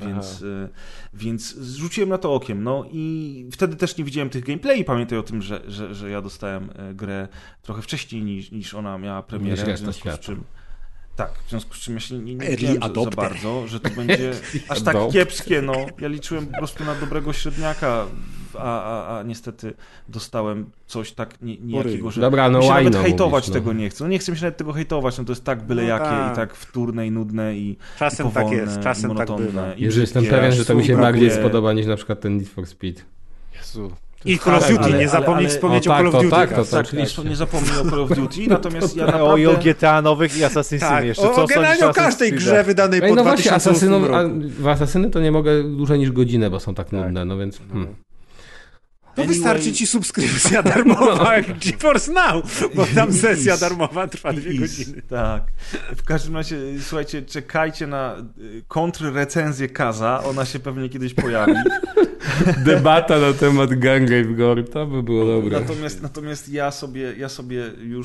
S1: więc rzuciłem na to okiem. No i wtedy też nie widziałem tych gameplay. Pamiętaj o tym, że ja dostałem grę trochę wcześniej niż ona miała premierę.
S3: Niż reszta
S1: w związku z
S3: świata.
S1: czym tak, w związku z czym ja się nie
S4: Early
S1: wiedziałem za
S4: adopter.
S1: bardzo, że to będzie aż tak
S3: adopter.
S1: kiepskie, no. Ja liczyłem po prostu na dobrego średniaka, a niestety dostałem coś tak nijakiego, że
S3: Dobra, no
S1: mi się nawet
S3: łajno
S1: hejtować
S3: mówisz, no.
S1: tego nie chcę. No nie chcę mi się nawet tego hejtować, no to jest tak byle
S4: No
S1: jakie
S4: tak.
S1: i tak wtórne i nudne i
S4: Czasem
S1: i powolne,
S4: tak jest, czasem tak
S1: monotonne
S4: bywa.
S1: i
S3: Jezu, jestem
S1: brzydkie,
S3: pewien,
S1: aż
S3: że to mi się
S1: brakuje-
S3: bardziej spodoba niż na przykład ten Need for Speed.
S2: Jezu.
S4: I Call of Duty,
S1: ale-
S4: nie zapomnij
S1: ale-
S4: wspomnieć
S3: o,
S4: o Call
S3: tak,
S4: of
S3: to
S4: Duty.
S3: tak,
S4: Kaz.
S3: to
S1: Tak, nie zapomnij o Call of Duty, natomiast ja
S2: O, i o
S1: naprawdę...
S2: GTA nowych i Assassin's
S4: Tak,
S2: Creed jeszcze. Co
S4: o
S2: sądzisz
S4: generalnie o
S2: Assassin's
S4: każdej
S2: Creedach?
S4: grze wydanej
S3: Ej,
S4: po
S3: no właśnie,
S4: 2008 roku.
S3: w Asasyny to nie mogę dłużej niż godzinę, bo są tak nudne, no więc...
S4: To wystarczy ci subskrypcja darmowa jak GeForce Now, bo tam sesja darmowa trwa 2 godziny.
S1: Tak. W każdym razie, słuchajcie, czekajcie na kontrrecenzję Kaza, ona się pewnie kiedyś pojawi.
S3: Debata na temat Gungrave Gore, to by było dobre.
S1: Natomiast ja sobie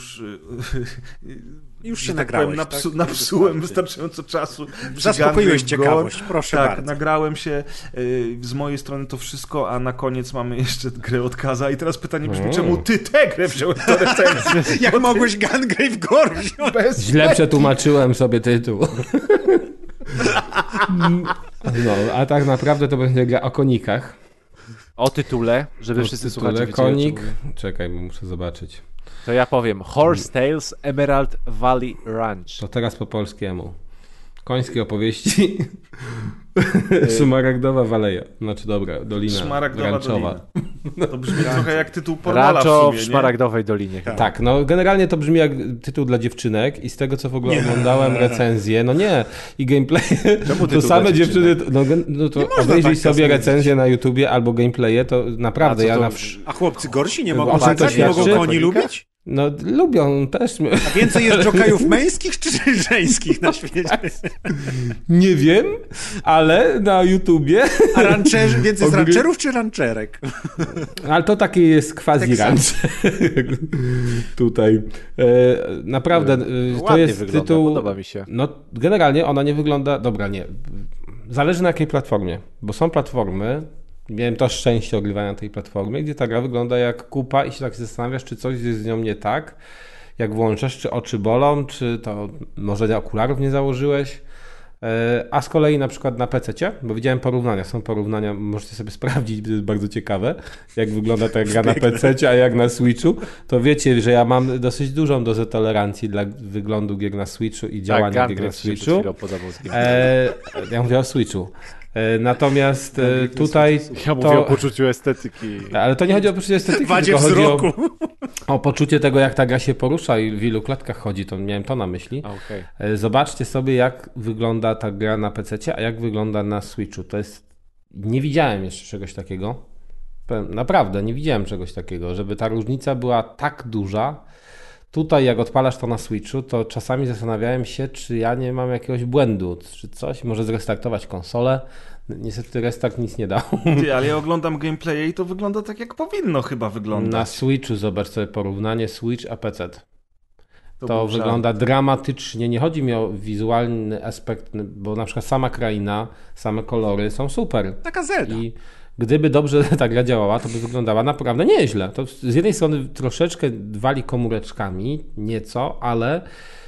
S4: już się
S1: tak
S4: nagrałeś,
S1: powiem, napsułem wystarczająco czasu.
S4: Zaspokoiłeś ciekawość, proszę
S1: tak,
S4: bardzo.
S1: nagrałem się. Z mojej strony to wszystko, a na koniec mamy jeszcze grę od Kaza. I teraz pytanie brzmi, czemu ty tę grę wziąłeś do recenzji?
S4: Jak mogłeś Gungrave Gore wziąć?
S3: Źle przetłumaczyłem sobie tytuł. No, a tak naprawdę to będzie gra o konikach.
S2: O tytule, żeby wszyscy słuchacze wiedzieli,
S3: konik. Czekaj, bo muszę zobaczyć.
S2: To ja powiem. Horse Tales Emerald Valley Ranch.
S3: To teraz po polskiemu. Końskie opowieści. Szmaragdowa Waleja. Znaczy dobra, dolina
S1: Szmaragdowa
S3: ranczowa.
S1: Dolina. To brzmi trochę jak tytuł pornala
S2: Rancho
S1: w sumie,
S2: w Szmaragdowej Dolinie.
S3: Tak, no generalnie to brzmi jak tytuł dla dziewczynek i z tego co w ogóle oglądałem recenzję, no nie, i gameplay, to same dziewczyny, no to obejrzyj sobie recenzję na YouTubie albo gameplaye, to naprawdę
S4: A chłopcy gorsi nie
S3: O
S4: mogą
S3: czym to
S4: walczyć, nie mogą
S3: świadczy?
S4: koni lubić?
S3: No lubią też.
S4: A więcej jest jokajów męskich czy żeńskich na świecie?
S3: Nie wiem, ale na YouTubie.
S4: A rancherzy, więcej jest rancherów czy rancherek?
S3: Ale to taki jest quasi ranch. Tutaj. Naprawdę to jest
S2: wygląda,
S3: tytuł.
S2: podoba mi się.
S3: No generalnie ona nie wygląda. Dobra, nie. Zależy na jakiej platformie, bo są platformy. Miałem to szczęście ogrywania tej platformy, gdzie ta gra wygląda jak kupa i się tak zastanawiasz, czy coś jest z nią nie tak, jak włączasz, czy oczy bolą, czy to może okularów nie założyłeś. A z kolei na przykład na PC-cie, bo widziałem porównania, są porównania, możecie sobie sprawdzić, to jest bardzo ciekawe, jak wygląda ta gra na PC-cie, a jak na Switchu, to wiecie, że ja mam dosyć dużą dozę tolerancji dla wyglądu gier na Switchu i działania gier na Switchu. Ja mówię o Switchu. Natomiast tutaj...
S2: Ja mówię o poczuciu estetyki.
S3: Ale to nie chodzi o poczucie estetyki, tylko chodzi o poczucie tego, jak ta gra się porusza i w ilu klatkach chodzi, to miałem to na myśli.
S2: Okay.
S3: Zobaczcie sobie, jak wygląda ta gra na PC-cie, a jak wygląda na Switchu. To jest... Nie widziałem jeszcze czegoś takiego. Naprawdę, nie widziałem czegoś takiego, żeby ta różnica była tak duża. Tutaj jak odpalasz to na Switchu, to czasami zastanawiałem się, czy ja nie mam jakiegoś błędu, czy coś, może zrestartować konsolę. Niestety restart nic nie dał.
S1: Ale ja oglądam gameplaye i to wygląda tak, jak powinno chyba wyglądać.
S3: Na Switchu zobacz sobie porównanie Switch a PC. To wygląda dramatycznie. Nie chodzi mi o wizualny aspekt, bo na przykład sama kraina, same kolory są super.
S4: Taka Zelda.
S3: I gdyby dobrze ta gra działała, to by wyglądała naprawdę nieźle. To z jednej strony troszeczkę wali komóreczkami, nieco, ale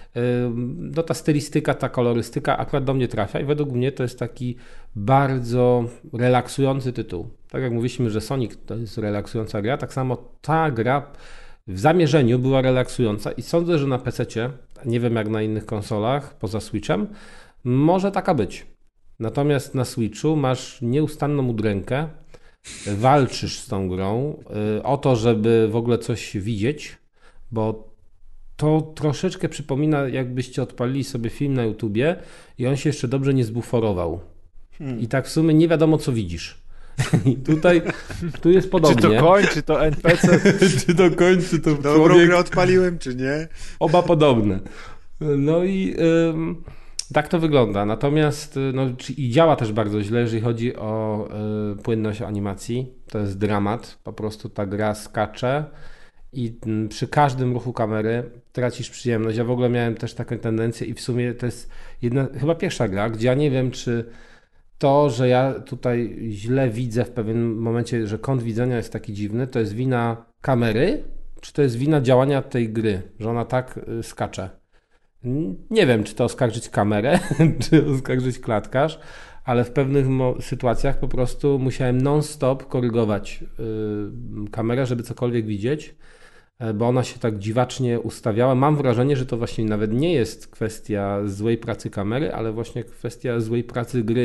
S3: no ta stylistyka, ta kolorystyka akurat do mnie trafia i według mnie to jest taki bardzo relaksujący tytuł. Tak jak mówiliśmy, że Sonic to jest relaksująca gra, tak samo ta gra w zamierzeniu była relaksująca i sądzę, że na PC-cie, nie wiem jak na innych konsolach poza Switchem, może taka być. Natomiast na Switchu masz nieustanną udrękę, walczysz z tą grą o to, żeby w ogóle coś widzieć, bo to troszeczkę przypomina, jakbyście odpalili sobie film na YouTubie i on się jeszcze dobrze nie zbuforował. I tak w sumie nie wiadomo, co widzisz. I tu jest podobnie.
S2: Czy to kończy to NPC?
S3: Czy to kończy to
S4: Dobrą
S3: człowiek?
S4: grę odpaliłem, czy nie?
S3: Oba podobne. No i tak to wygląda. Natomiast i działa też bardzo źle, jeżeli chodzi o płynność animacji. To jest dramat. Po prostu ta gra skacze i przy każdym ruchu kamery tracisz przyjemność. Ja w ogóle miałem też taką tendencję i w sumie to jest chyba pierwsza gra, gdzie ja nie wiem, czy to, że ja tutaj źle widzę w pewnym momencie, że kąt widzenia jest taki dziwny, to jest wina kamery, czy to jest wina działania tej gry, że ona tak skacze. Nie wiem, czy to oskarżyć kamerę, czy oskarżyć klatkarz, ale w pewnych sytuacjach po prostu musiałem non-stop korygować kamerę, żeby cokolwiek widzieć, bo ona się tak dziwacznie ustawiała. Mam wrażenie, że to właśnie nawet nie jest kwestia złej pracy kamery, ale właśnie kwestia złej pracy gry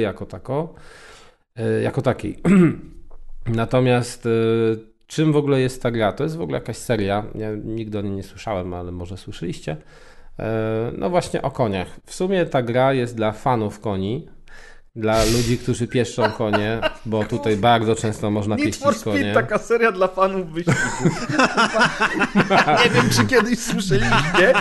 S3: jako takiej. Natomiast czym w ogóle jest ta gra? To jest w ogóle jakaś seria. Ja nigdy o niej nie słyszałem, ale może słyszeliście. No właśnie o koniach. W sumie ta gra jest dla fanów koni, Dla ludzi, którzy pieszczą konie, bo tutaj bardzo często można
S1: Need
S3: pieścić
S1: for Speed,
S3: konie.
S1: taka seria dla fanów wyścigu. Nie wiem, czy kiedyś słyszeliście.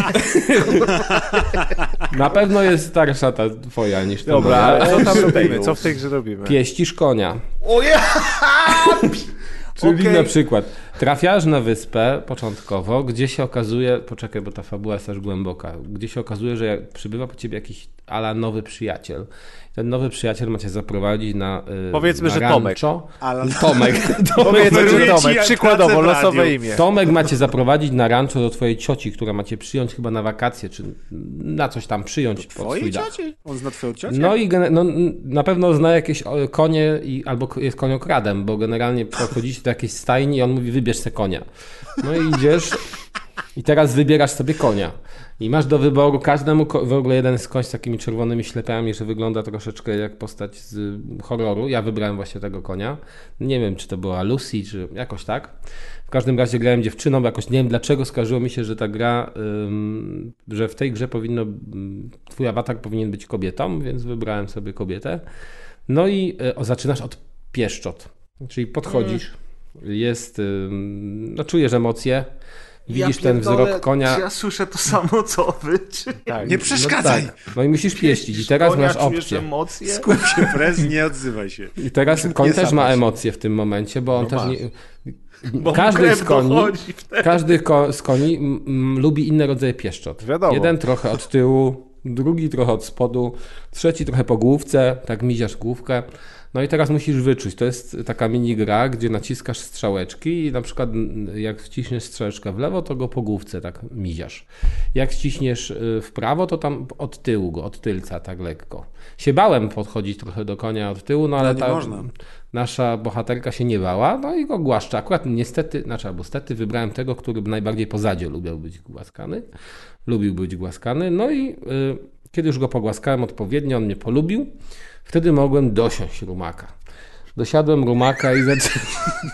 S3: Na pewno jest starsza ta twoja niż ta
S2: Dobra,
S3: moja.
S2: ale co tam robimy? Co w tej grze robimy?
S3: Pieścisz konia.
S1: Oje!
S3: Czyli
S1: Okej.
S3: na przykład trafiasz na wyspę początkowo, gdzie się okazuje, poczekaj, bo ta fabuła jest aż głęboka, gdzie się okazuje, że przybywa po ciebie jakiś ala nowy przyjaciel. Ten nowy przyjaciel ma cię zaprowadzić na
S2: Powiedzmy,
S3: na
S2: że
S3: rancho.
S4: Alan.
S3: Tomek.
S2: Powiedzmy, że
S4: Oferuję ci
S2: Tomek, przykładowo,
S4: pracę w
S2: losowe
S4: radiu.
S2: imię.
S3: Tomek ma cię zaprowadzić na rancho do twojej cioci, która ma cię przyjąć chyba na wakacje, czy na coś tam przyjąć pod swój
S4: Twojej
S3: dach.
S4: ciocie? On zna twoją ciocię?
S3: No i na pewno zna jakieś konie albo jest koniokradem, bo generalnie podchodzicie do jakiejś stajni i on mówi wybierz se konia. No i idziesz i teraz wybierasz sobie konia. I masz do wyboru każdemu, w ogóle jeden z koń z takimi czerwonymi ślepiami, że wygląda troszeczkę jak postać z horroru. Ja wybrałem właśnie tego konia. Nie wiem, czy to była Lucy, czy jakoś tak. W każdym razie grałem dziewczyną, jakoś nie wiem dlaczego skojarzyło mi się, że ta gra, że w tej grze twój awatar powinien być kobietą, więc wybrałem sobie kobietę. No i zaczynasz od pieszczot, czyli podchodzisz, czujesz emocje, widzisz ten wzrok konia.
S1: Czy ja słyszę to samo, co wy? Czy...
S2: Tak.
S4: Nie przeszkadzaj!
S3: No i musisz pieścić. I teraz
S1: konia,
S3: masz
S1: czujesz
S3: opcję.
S1: emocje?
S4: Skup się, Prez, nie odzywaj się.
S3: I teraz koń też ma emocje w tym momencie, bo on też nie... Każdy z koni lubi inne rodzaje pieszczot.
S2: Wiadomo.
S3: Jeden trochę od tyłu, drugi trochę od spodu, trzeci trochę po główce, tak miziasz główkę. No i teraz musisz wyczuć. To jest taka mini gra, gdzie naciskasz strzałeczki i na przykład jak wciśniesz strzałeczkę w lewo, to go po główce tak miziasz. Jak wciśniesz w prawo, to tam od tyłu go, od tylca tak lekko. Się bałem podchodzić trochę do konia od tyłu, no ale
S4: nie można.
S3: nasza bohaterka się nie bała, no i go głaszcza. Akurat niestety, stety wybrałem tego, który najbardziej po zadzie lubił być głaskany. No i kiedy już go pogłaskałem odpowiednio, on mnie polubił, wtedy mogłem dosiąść rumaka. Dosiadłem rumaka i zacząłem...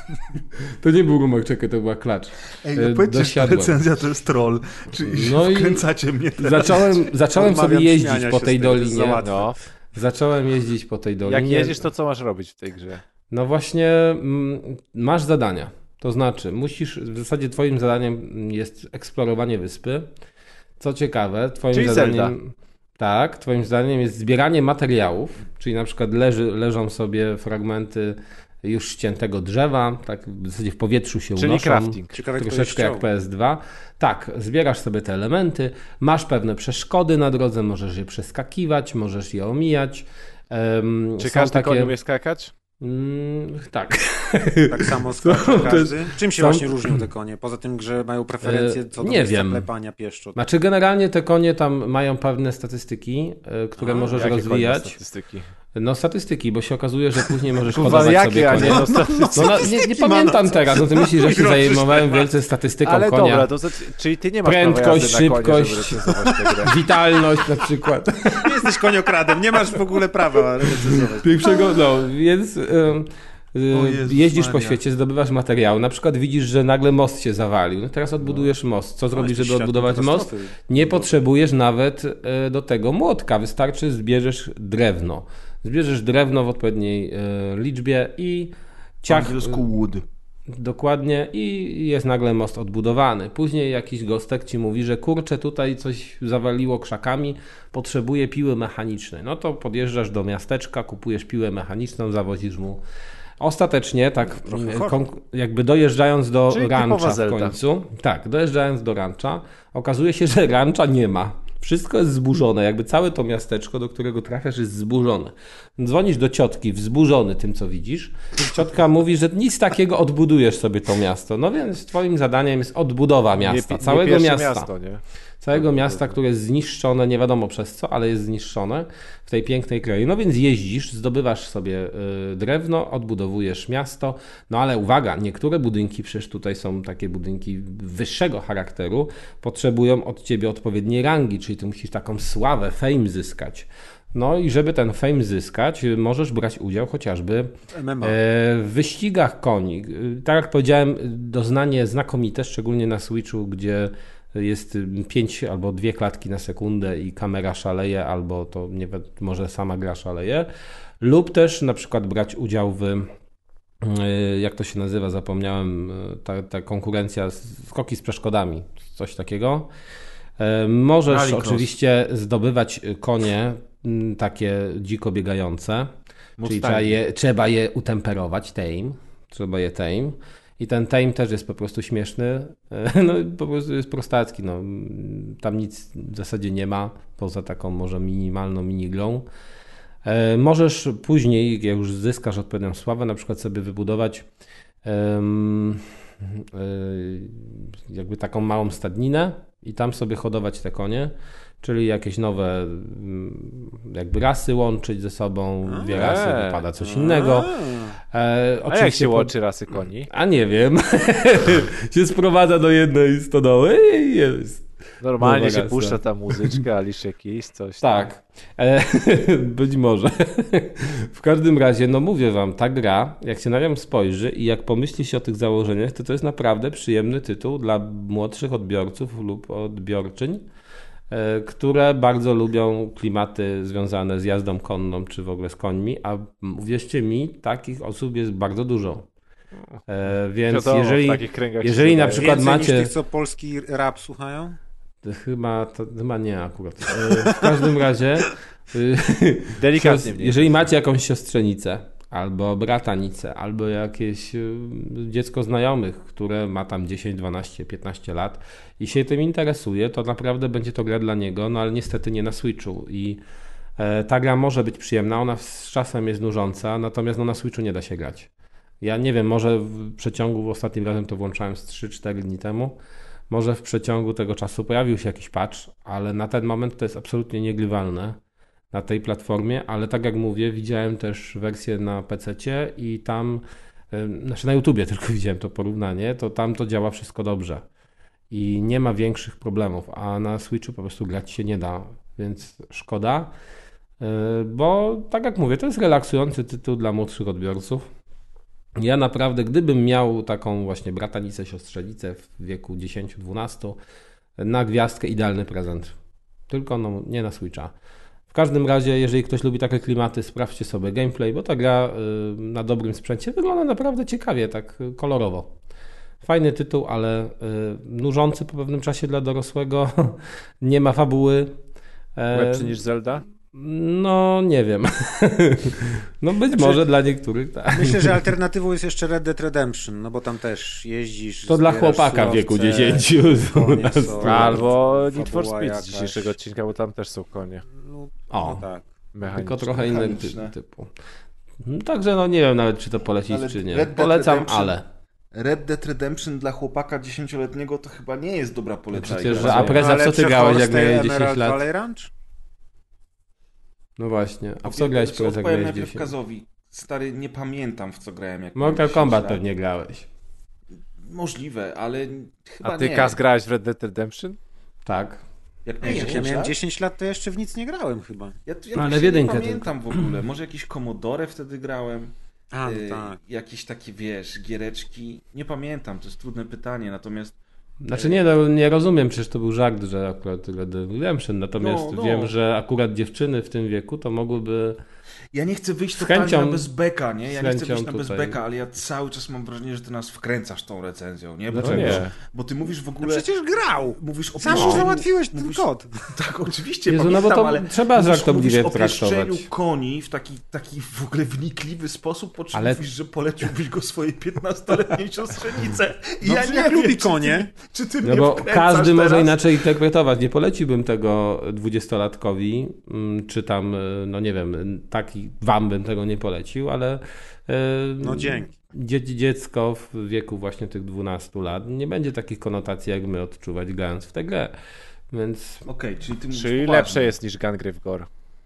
S3: To nie był rumak, czekaj, to była klacz.
S1: Ej, no powiedzcie, że ta recenzja to jest troll. Czyli
S3: No i
S1: wkręcacie mnie teraz.
S3: Zacząłem sobie
S4: Odmawiam
S3: jeździć
S4: śmiania
S3: po
S4: się
S3: tej
S4: z tego, to jest
S3: dolinie.
S4: za łatwe.
S2: No.
S3: Zacząłem jeździć po tej dolinie.
S2: Jak jedziesz, to co masz robić w tej grze?
S3: No właśnie masz zadania. To znaczy, w zasadzie twoim zadaniem jest eksplorowanie wyspy. Co ciekawe,
S2: Czyli
S3: zadaniem... Tak, twoim zdaniem jest zbieranie materiałów, czyli na przykład leżą sobie fragmenty już ściętego drzewa, tak w zasadzie w powietrzu się
S2: Czyli
S3: unoszą.
S2: crafting.
S4: Ciekawe, kto je
S3: Troszeczkę jak
S4: ściął.
S3: PS2. Tak, zbierasz sobie te elementy, masz pewne przeszkody na drodze, możesz je przeskakiwać, możesz je omijać.
S2: Czy
S3: Są
S2: każdy
S3: takie...
S2: koń umie skakać?
S3: Tak.
S4: Tak samo skacze każdy. Czym się właśnie różnią te konie? Poza tym, że mają preferencje co do
S3: nie
S4: miejsca
S3: wiem.
S4: klepania pieszczot.
S3: Znaczy generalnie te konie tam mają pewne statystyki, które możesz
S2: Jakie
S3: rozwijać.
S2: konie statystyki?
S3: No statystyki, bo się okazuje, że później możesz
S2: Kurwa,
S3: hodować
S2: jakie,
S3: sobie
S2: a
S3: konie.
S2: nie no statystyki.
S3: Nie pamiętam teraz, no ty myślisz, że się
S4: Grozisz
S3: zajmowałem
S4: temat.
S3: wielce statystyką
S2: Ale
S3: konia.
S2: dobra, czyli ty nie masz
S3: Prędkość,
S2: prawa jazdy na konie,
S3: szybkość.
S2: żeby recenzować tę grę.
S3: Witalność na przykład.
S4: Nie jesteś koniokradem, nie masz w ogóle prawa recenzować.
S3: Pierwszego, więc
S1: Jezus
S3: jeździsz po
S1: Maria.
S3: świecie, zdobywasz materiał, na przykład widzisz, że nagle most się zawalił. No teraz odbudujesz most. Co zrobisz, żeby odbudować most? Nie potrzebujesz nawet do tego młotka. Wystarczy zbierzesz drewno. Zbierzesz drewno w odpowiedniej liczbie i
S1: Po
S3: ciach...
S1: angielsku wood.
S3: Dokładnie i jest nagle most odbudowany. Później jakiś gostek ci mówi, że kurczę, tutaj coś zawaliło krzakami, potrzebuje piły mechanicznej. No to podjeżdżasz do miasteczka, kupujesz piłę mechaniczną, zawozisz mu. Ostatecznie, tak jakby dojeżdżając do
S2: Czyli
S3: rancza
S2: typowa
S3: w
S2: Zelda.
S3: końcu, tak, dojeżdżając do rancza, okazuje się, że rancza nie ma. Wszystko jest zburzone, jakby całe to miasteczko, do którego trafiasz, jest zburzone. Dzwonisz do ciotki, wzburzony tym, co widzisz. Ciotka mówi, że nic takiego, odbudujesz sobie to miasto. No więc twoim zadaniem jest odbudowa miasta, całego miasta.
S2: Miasto, nie?
S3: Całego miasta, które jest zniszczone, nie wiadomo przez co, ale jest zniszczone w tej pięknej krainie. No więc jeździsz, zdobywasz sobie drewno, odbudowujesz miasto, no ale uwaga, niektóre budynki, przecież tutaj są takie budynki wyższego charakteru, potrzebują od ciebie odpowiedniej rangi, czyli ty musisz taką sławę, fame zyskać. No i żeby ten fame zyskać, możesz brać udział chociażby
S4: MMA.
S3: w wyścigach koni. Tak jak powiedziałem, doznanie znakomite, szczególnie na Switchu, gdzie jest 5 albo 2 klatki na sekundę i kamera szaleje, albo to nie wiem, może sama gra szaleje, lub też na przykład brać udział w, jak to się nazywa, zapomniałem, ta konkurencja, skoki z przeszkodami, coś takiego. Możesz oczywiście zdobywać konie takie dziko biegające, czyli trzeba je utemperować, trzeba je tame. I ten tame też jest po prostu śmieszny, no po prostu jest prostacki, no. Tam nic w zasadzie nie ma, poza taką może minimalną minigrą. Możesz później, jak już zyskasz odpowiednią sławę, na przykład sobie wybudować jakby taką małą stadninę i tam sobie hodować te konie, czyli jakieś nowe jakby rasy łączyć ze sobą, dwie rasy, wypada coś innego.
S2: A jak się łączy rasy koni?
S3: A nie wiem. się sprowadza do jednej stodoły i jest.
S2: Normalnie się puszcza ta muzyczka, Alicia Keys, coś
S3: tak. Być może. W każdym razie, no mówię wam, ta gra, jak się na nią spojrzy i jak pomyśli się o tych założeniach, to jest naprawdę przyjemny tytuł dla młodszych odbiorców lub odbiorczyń, które bardzo lubią klimaty związane z jazdą konną, czy w ogóle z końmi, a uwierzcie mi, takich osób jest bardzo dużo. Więc
S2: wiadomo,
S3: jeżeli na przykład
S4: więcej
S3: macie...
S4: niż tych, co polski rap słuchają?
S3: Chyba nie akurat. W każdym razie,
S2: delikatnie
S3: jeżeli macie jakąś siostrzenicę, albo bratanicę, albo jakieś dziecko znajomych, które ma tam 10, 12, 15 lat i się tym interesuje, to naprawdę będzie to gra dla niego, no ale niestety nie na Switchu. I ta gra może być przyjemna, ona z czasem jest nużąca, natomiast no, na Switchu nie da się grać. Ja nie wiem, może w przeciągu, ostatnim razem to włączałem z 3-4 dni temu, może w przeciągu tego czasu pojawił się jakiś patch, ale na ten moment to jest absolutnie niegrywalne na tej platformie, ale tak jak mówię, widziałem też wersję na PC-cie i tam, znaczy na YouTubie tylko widziałem to porównanie, to tam to działa wszystko dobrze i nie ma większych problemów, a na Switchu po prostu grać się nie da, więc szkoda, bo tak jak mówię, to jest relaksujący tytuł dla młodszych odbiorców. Ja naprawdę, gdybym miał taką właśnie bratanicę, siostrzenicę w wieku 10-12, na gwiazdkę idealny prezent. Tylko no, nie na Switcha. W każdym razie, jeżeli ktoś lubi takie klimaty, sprawdźcie sobie gameplay, bo ta gra na dobrym sprzęcie wygląda naprawdę ciekawie, tak kolorowo. Fajny tytuł, ale nużący po pewnym czasie dla dorosłego. Nie ma fabuły.
S2: Lepszy niż Zelda?
S3: No, nie wiem. No być może dla niektórych tak.
S4: Myślę, że alternatywą jest jeszcze Red Dead Redemption, no bo tam też jeździsz.
S3: To dla chłopaka w wieku 10.
S2: Albo Need for Speed z dzisiejszego odcinka, bo tam też są konie.
S3: No tak. Tylko trochę innego typu. Także no nie wiem nawet, czy to polecić, czy nie. Polecam, ale...
S1: Red Dead Redemption dla chłopaka 10-letniego to chyba nie jest dobra polecajka.
S3: Przecież, a Preza, co ty grałeś, jak miałeś 10 lat?
S4: Valley Ranch?
S3: No właśnie, a w co grałeś, jak miałeś 10?
S1: Kazowi. Stary, nie pamiętam, w co grałem. Jak
S3: Mortal Kombat pewnie grałeś.
S1: Możliwe, ale chyba nie.
S2: A ty, Kaz, grałeś w Red Dead Redemption?
S3: Tak.
S4: Jak ja miałem 10 lat, to jeszcze w nic nie grałem chyba.
S1: Ja ale w jedynkę nie pamiętam w ogóle. Może jakiś Commodore wtedy grałem.
S4: A, no tak.
S1: Jakieś takie, wiesz, giereczki. Nie pamiętam, to jest trudne pytanie, natomiast...
S3: Znaczy nie rozumiem, przecież to był żart, że akurat Red Dead Redemption, natomiast wiem, że akurat dziewczyny w tym wieku to mogłyby...
S1: Ja nie chcę wyjść totalnie na bezbeka, nie? Ja nie chcę wyjść na bezbeka, ale ja cały czas mam wrażenie, że ty nas wkręcasz tą recenzją, nie? Bo ty mówisz w ogóle...
S4: No przecież grał!
S1: Mówisz o
S4: sam załatwiłeś ten kod.
S1: Tak, oczywiście,
S3: Jezu,
S1: pamiętam,
S3: no bo to
S1: ale
S3: trzeba żartobliwie traktować.
S1: Mówisz o pieszczeniu koni w taki w ogóle wnikliwy sposób, po czym mówisz, że poleciłbyś go swojej 15-letniej siostrzenicy. I
S4: no,
S1: ja nie
S4: lubi wiem, konie.
S1: Czy ty
S3: no bo każdy teraz może inaczej interpretować. Nie poleciłbym tego 20-latkowi, czy tam, no nie wiem, wam bym tego nie polecił, ale
S4: no dzięki.
S3: Dziecko w wieku właśnie tych 12 lat nie będzie takich konotacji, jak my odczuwać grając w tę grę. Więc...
S1: Okej, czyli ty
S2: Czyli lepsze jest niż Gungrave Gore.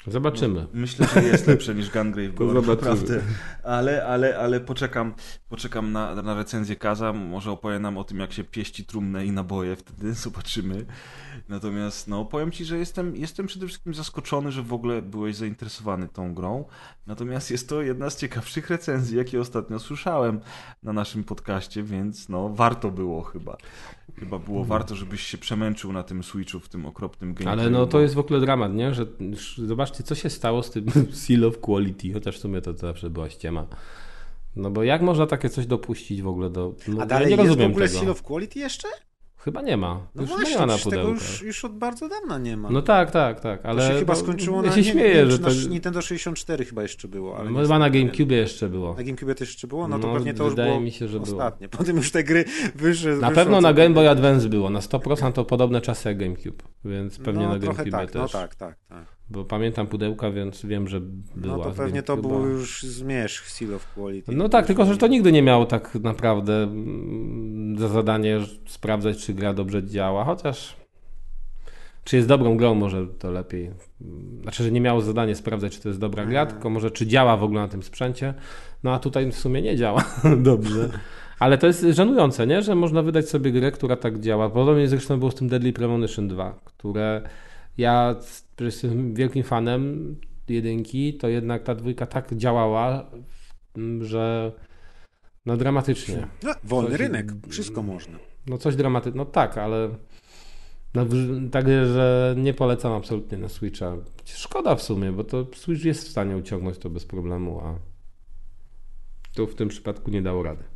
S3: Zobaczymy.
S1: Myślę, że jest lepsze niż Gungrave Gore,
S3: Zobaczymy.
S1: naprawdę. Ale poczekam na recenzję Kaza, może opowie nam o tym, jak się pieści trumnę i naboje, wtedy zobaczymy. Natomiast powiem ci, że jestem przede wszystkim zaskoczony, że w ogóle byłeś zainteresowany tą grą. Natomiast jest to jedna z ciekawszych recenzji, jakie ostatnio słyszałem na naszym podcaście, więc warto było chyba. Chyba było warto, żebyś się przemęczył na tym Switchu w tym okropnym gameplayu.
S3: Ale to jest w ogóle dramat, nie? Że zobaczcie, co się stało z tym Seal of Quality, chociaż w sumie to zawsze była ściema. No bo jak można takie coś dopuścić w ogóle do...
S4: A dalej
S3: ja nie
S4: jest
S3: rozumiem
S4: w ogóle
S3: tego.
S4: Seal of Quality jeszcze?
S3: Chyba nie ma.
S4: No
S3: Już
S4: właśnie,
S3: nie ma na
S4: tego
S3: pudełku.
S4: już od bardzo dawna nie ma.
S3: No tak, ale...
S4: To się chyba skończyło
S3: ja się śmieję, że to...
S4: Nintendo 64 chyba jeszcze było. Ale
S3: chyba na GameCube jeszcze było.
S4: Na GameCube też jeszcze było? No to pewnie to już
S3: wydaje
S4: było
S3: mi się, że
S4: ostatnie. Potem już te gry wyszły.
S3: Na pewno na Game Boy Advance było. Na 100% to podobne czasy jak GameCube. Więc pewnie na GameCube
S4: tak,
S3: też.
S4: No tak.
S3: Bo pamiętam pudełka, więc wiem, że była.
S4: No to pewnie to był już zmierzch Seal of Quality.
S3: No tak, tylko że to nigdy nie miało tak naprawdę za zadanie sprawdzać, czy gra dobrze działa, chociaż czy jest dobrą grą, może to lepiej. Znaczy, że nie miało zadanie sprawdzać, czy to jest dobra gra, tylko może czy działa w ogóle na tym sprzęcie. No a tutaj w sumie nie działa dobrze. Ale to jest żenujące, nie? Że można wydać sobie grę, która tak działa. Podobnie zresztą było z tym Deadly Premonition 2, które ja jestem wielkim fanem jedynki, to jednak ta dwójka tak działała, że dramatycznie.
S4: No, wolny rynek, wszystko można.
S3: No coś dramatycznego, no tak, ale że nie polecam absolutnie na Switcha. Szkoda w sumie, bo to Switch jest w stanie uciągnąć to bez problemu, a tu w tym przypadku nie dało rady.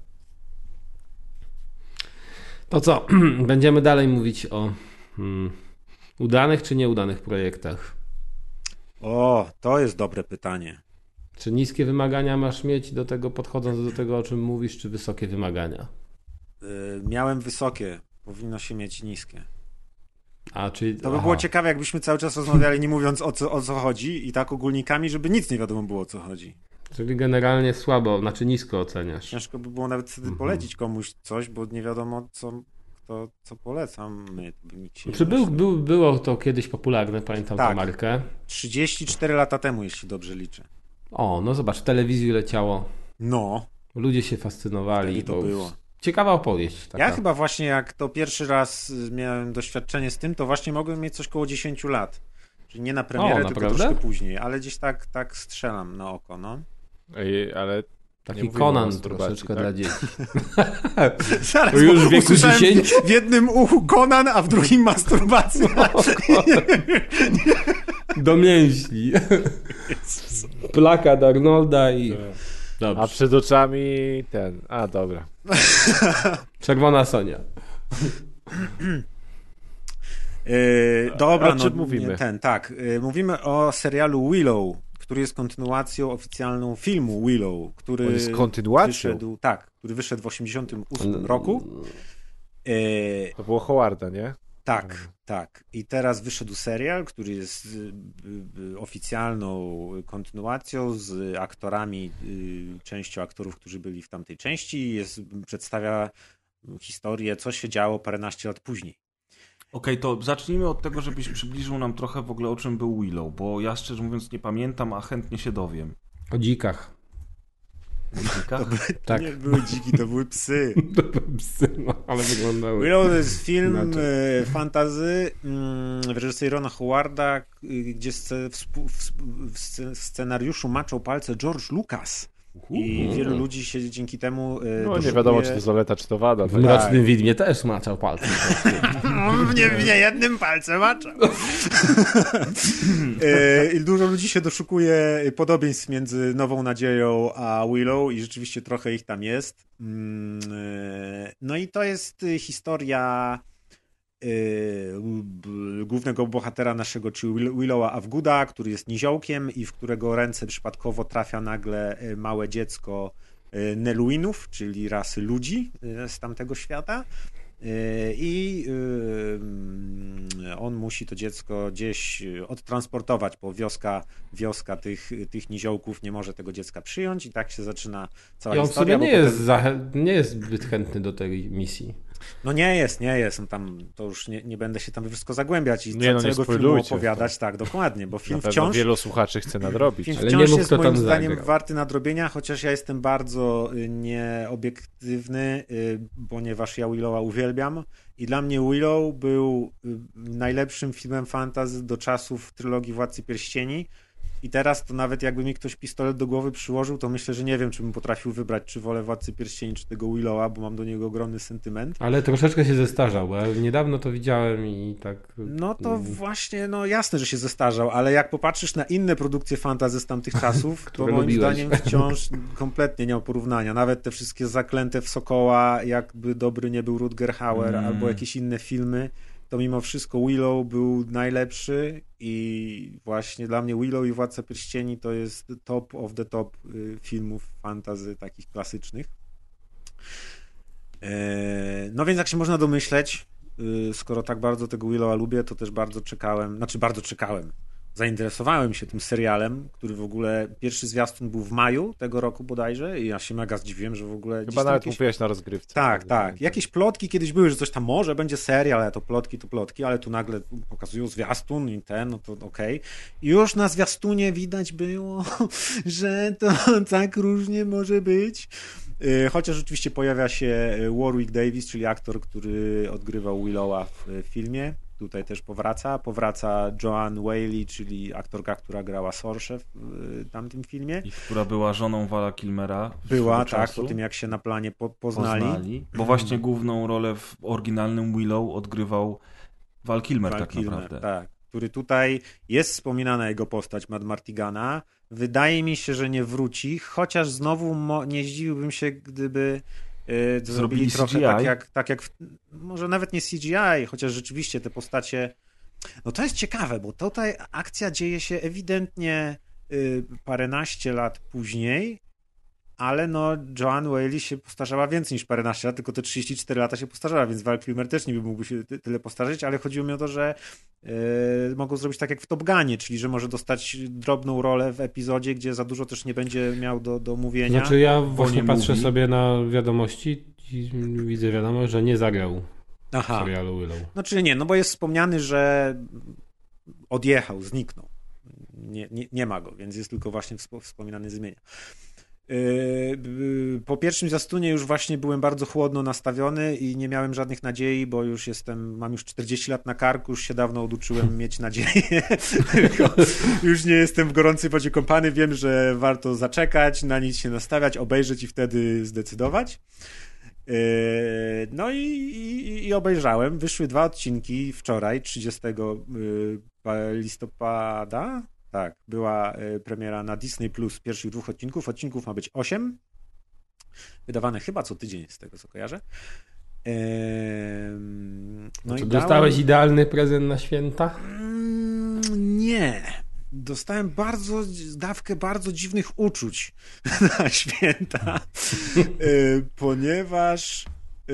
S3: To co? Będziemy dalej mówić o udanych czy nieudanych projektach?
S4: O, to jest dobre pytanie.
S3: Czy niskie wymagania masz mieć do tego, podchodząc do tego, o czym mówisz, czy wysokie wymagania?
S4: Miałem wysokie, powinno się mieć niskie. To by
S3: aha.
S4: było ciekawe, jakbyśmy cały czas rozmawiali, nie mówiąc o co chodzi i tak ogólnikami, żeby nic nie wiadomo było, o co chodzi.
S3: Czyli generalnie słabo, znaczy nisko oceniasz.
S4: Ciężko by było nawet wtedy polecić komuś coś, bo nie wiadomo, co polecam.
S3: Czy było to kiedyś popularne, pamiętam
S4: tak.
S3: tę markę?
S4: 34 lata temu, jeśli dobrze liczę.
S3: O, no zobacz, w telewizji leciało.
S4: No.
S3: Ludzie się fascynowali.
S4: Wtedy to było.
S3: Ciekawa opowieść. Taka.
S4: Ja chyba właśnie jak to pierwszy raz miałem doświadczenie z tym, to właśnie mogłem mieć coś koło 10 lat. Czyli nie na premierę, tylko troszkę później, ale gdzieś tak strzelam na oko, no.
S2: Ale
S3: taki Conan troszeczkę tak? Dla dzieci.
S4: Zaraz,
S3: to już w wieku 10?
S4: W jednym uchu Conan, a w drugim masturbacja.
S3: Do mięśni. Plakat Arnolda i...
S2: Dobrze. A przed oczami dobra.
S3: Czerwona Sonia.
S4: Dobra,
S2: o czym mówimy?
S4: Mówimy o serialu Willow, który jest kontynuacją oficjalną filmu Willow, który
S2: jest kontynuacją?
S4: który wyszedł w 1988 roku.
S2: To było Howarda, nie?
S4: Tak. I teraz wyszedł serial, który jest oficjalną kontynuacją z aktorami, częścią aktorów, którzy byli w tamtej części. Przedstawia historię, co się działo paręnaście lat później.
S1: Okej, to zacznijmy od tego, żebyś przybliżył nam trochę w ogóle, o czym był Willow, bo ja szczerze mówiąc nie pamiętam, a chętnie się dowiem.
S3: O dzikach.
S4: To nie były dziki, to były psy.
S3: To były psy, ale wyglądały.
S4: Willow to jest film fantasy w reżyserii Rona Howarda, gdzie w scenariuszu maczał palce George Lucas. I wielu ludzi się dzięki temu
S2: nie wiadomo, czy to zaleta, czy to wada.
S3: W Mrocznym Widmie też maczał palce.
S4: w nie jednym palcem maczał. I dużo ludzi się doszukuje podobieństw między Nową Nadzieją a Willow i rzeczywiście trochę ich tam jest. No i to jest historia głównego bohatera naszego, czyli Willowa Avgooda, który jest niziołkiem i w którego ręce przypadkowo trafia nagle małe dziecko Neluinów, czyli rasy ludzi z tamtego świata. I on musi to dziecko gdzieś odtransportować, bo wioska tych niziołków nie może tego dziecka przyjąć i tak się zaczyna cała historia.
S3: I on w sumie nie jest zbyt chętny do tej misji.
S4: No nie jest. No tam, to już nie będę się tam we wszystko zagłębiać i całego filmu
S2: spoilujcie,
S4: opowiadać. Tak, dokładnie, bo film
S2: na
S4: wciąż...
S2: wielu słuchaczy chce nadrobić.
S4: Film
S3: Ale
S4: wciąż
S3: nie mów,
S4: jest
S3: kto tam
S4: moim zdaniem
S3: zagrał.
S4: warty nadrobienia, chociaż ja jestem bardzo nieobiektywny, ponieważ ja Willowa uwielbiam i dla mnie Willow był najlepszym filmem fantasy do czasów trylogii Władcy Pierścieni. I teraz to nawet jakby mi ktoś pistolet do głowy przyłożył, to myślę, że nie wiem, czy bym potrafił wybrać, czy wolę Władcy Pierścieni, czy tego Willowa, bo mam do niego ogromny sentyment.
S3: Ale troszeczkę się zestarzał, bo ja niedawno to widziałem i tak...
S4: No to właśnie, no jasne, że się zestarzał, ale jak popatrzysz na inne produkcje fantasy z tamtych czasów, to moim
S3: lubiłeś.
S4: zdaniem wciąż kompletnie nie ma porównania. Nawet te wszystkie Zaklęte w Sokoła, jakby dobry nie był Rutger Hauer, albo jakieś inne filmy, to mimo wszystko Willow był najlepszy i właśnie dla mnie Willow i Władca Pierścieni to jest top of the top filmów fantasy takich klasycznych. No więc jak się można domyśleć, skoro tak bardzo tego Willowa lubię, to też bardzo czekałem, zainteresowałem się tym serialem, który w ogóle pierwszy zwiastun był w maju tego roku bodajże i ja się mega zdziwiłem, że w ogóle...
S2: Chyba nawet mówiłeś na rozgrywce.
S4: Tak. Jakieś plotki kiedyś były, że coś tam może będzie serial, ale to plotki, ale tu nagle pokazują zwiastun i no to okej. I już na zwiastunie widać było, że to tak różnie może być. Chociaż oczywiście pojawia się Warwick Davis, czyli aktor, który odgrywał Willowa w filmie. Tutaj też powraca Joanne Whaley, czyli aktorka, która grała Sorszę w tamtym filmie.
S1: I która była żoną Vala Kilmera.
S4: Była, tak, po tym jak się na planie poznali.
S1: Bo właśnie główną rolę w oryginalnym Willow odgrywał Val Kilmer tak naprawdę.
S4: Tak, który tutaj jest wspominana jego postać Mad Martigana. Wydaje mi się, że nie wróci, chociaż znowu nie zdziwiłbym się, gdyby zrobili trochę
S1: CGI?
S4: tak jak może nawet nie CGI, chociaż rzeczywiście te postacie, no to jest ciekawe, bo tutaj akcja dzieje się ewidentnie paręnaście lat później, ale no Joanne Whaley się postarzała więcej niż paręnaście lat, tylko te 34 lata się postarzała, więc Val Kilmer też nie mógłby się tyle postarzeć, ale chodziło mi o to, że mogą zrobić tak jak w Top Gunie, czyli że może dostać drobną rolę w epizodzie, gdzie za dużo też nie będzie miał do mówienia.
S3: Znaczy ja właśnie patrzę sobie na wiadomości i widzę wiadomość, że nie zagrał w serialu Willow.
S4: No czyli nie, no bo jest wspomniany, że odjechał, zniknął. Nie ma go, więc jest tylko właśnie wspominany z imienia. Po pierwszym zwiastunie już właśnie byłem bardzo chłodno nastawiony i nie miałem żadnych nadziei, bo już mam już 40 lat na karku, już się dawno oduczyłem mieć nadzieję. Już nie jestem w gorącej wodzie kąpany, wiem, że warto zaczekać, na nic się nastawiać, obejrzeć i wtedy zdecydować. No i obejrzałem. Wyszły 2 odcinki wczoraj, 30 listopada. Tak, była premiera na Disney Plus pierwszych 2 odcinków. Odcinków ma być 8. Wydawane chyba co tydzień, z tego co kojarzę. No
S3: Czy dostałeś idealny prezent na święta?
S4: Nie. Dostałem dawkę bardzo dziwnych uczuć na święta, ponieważ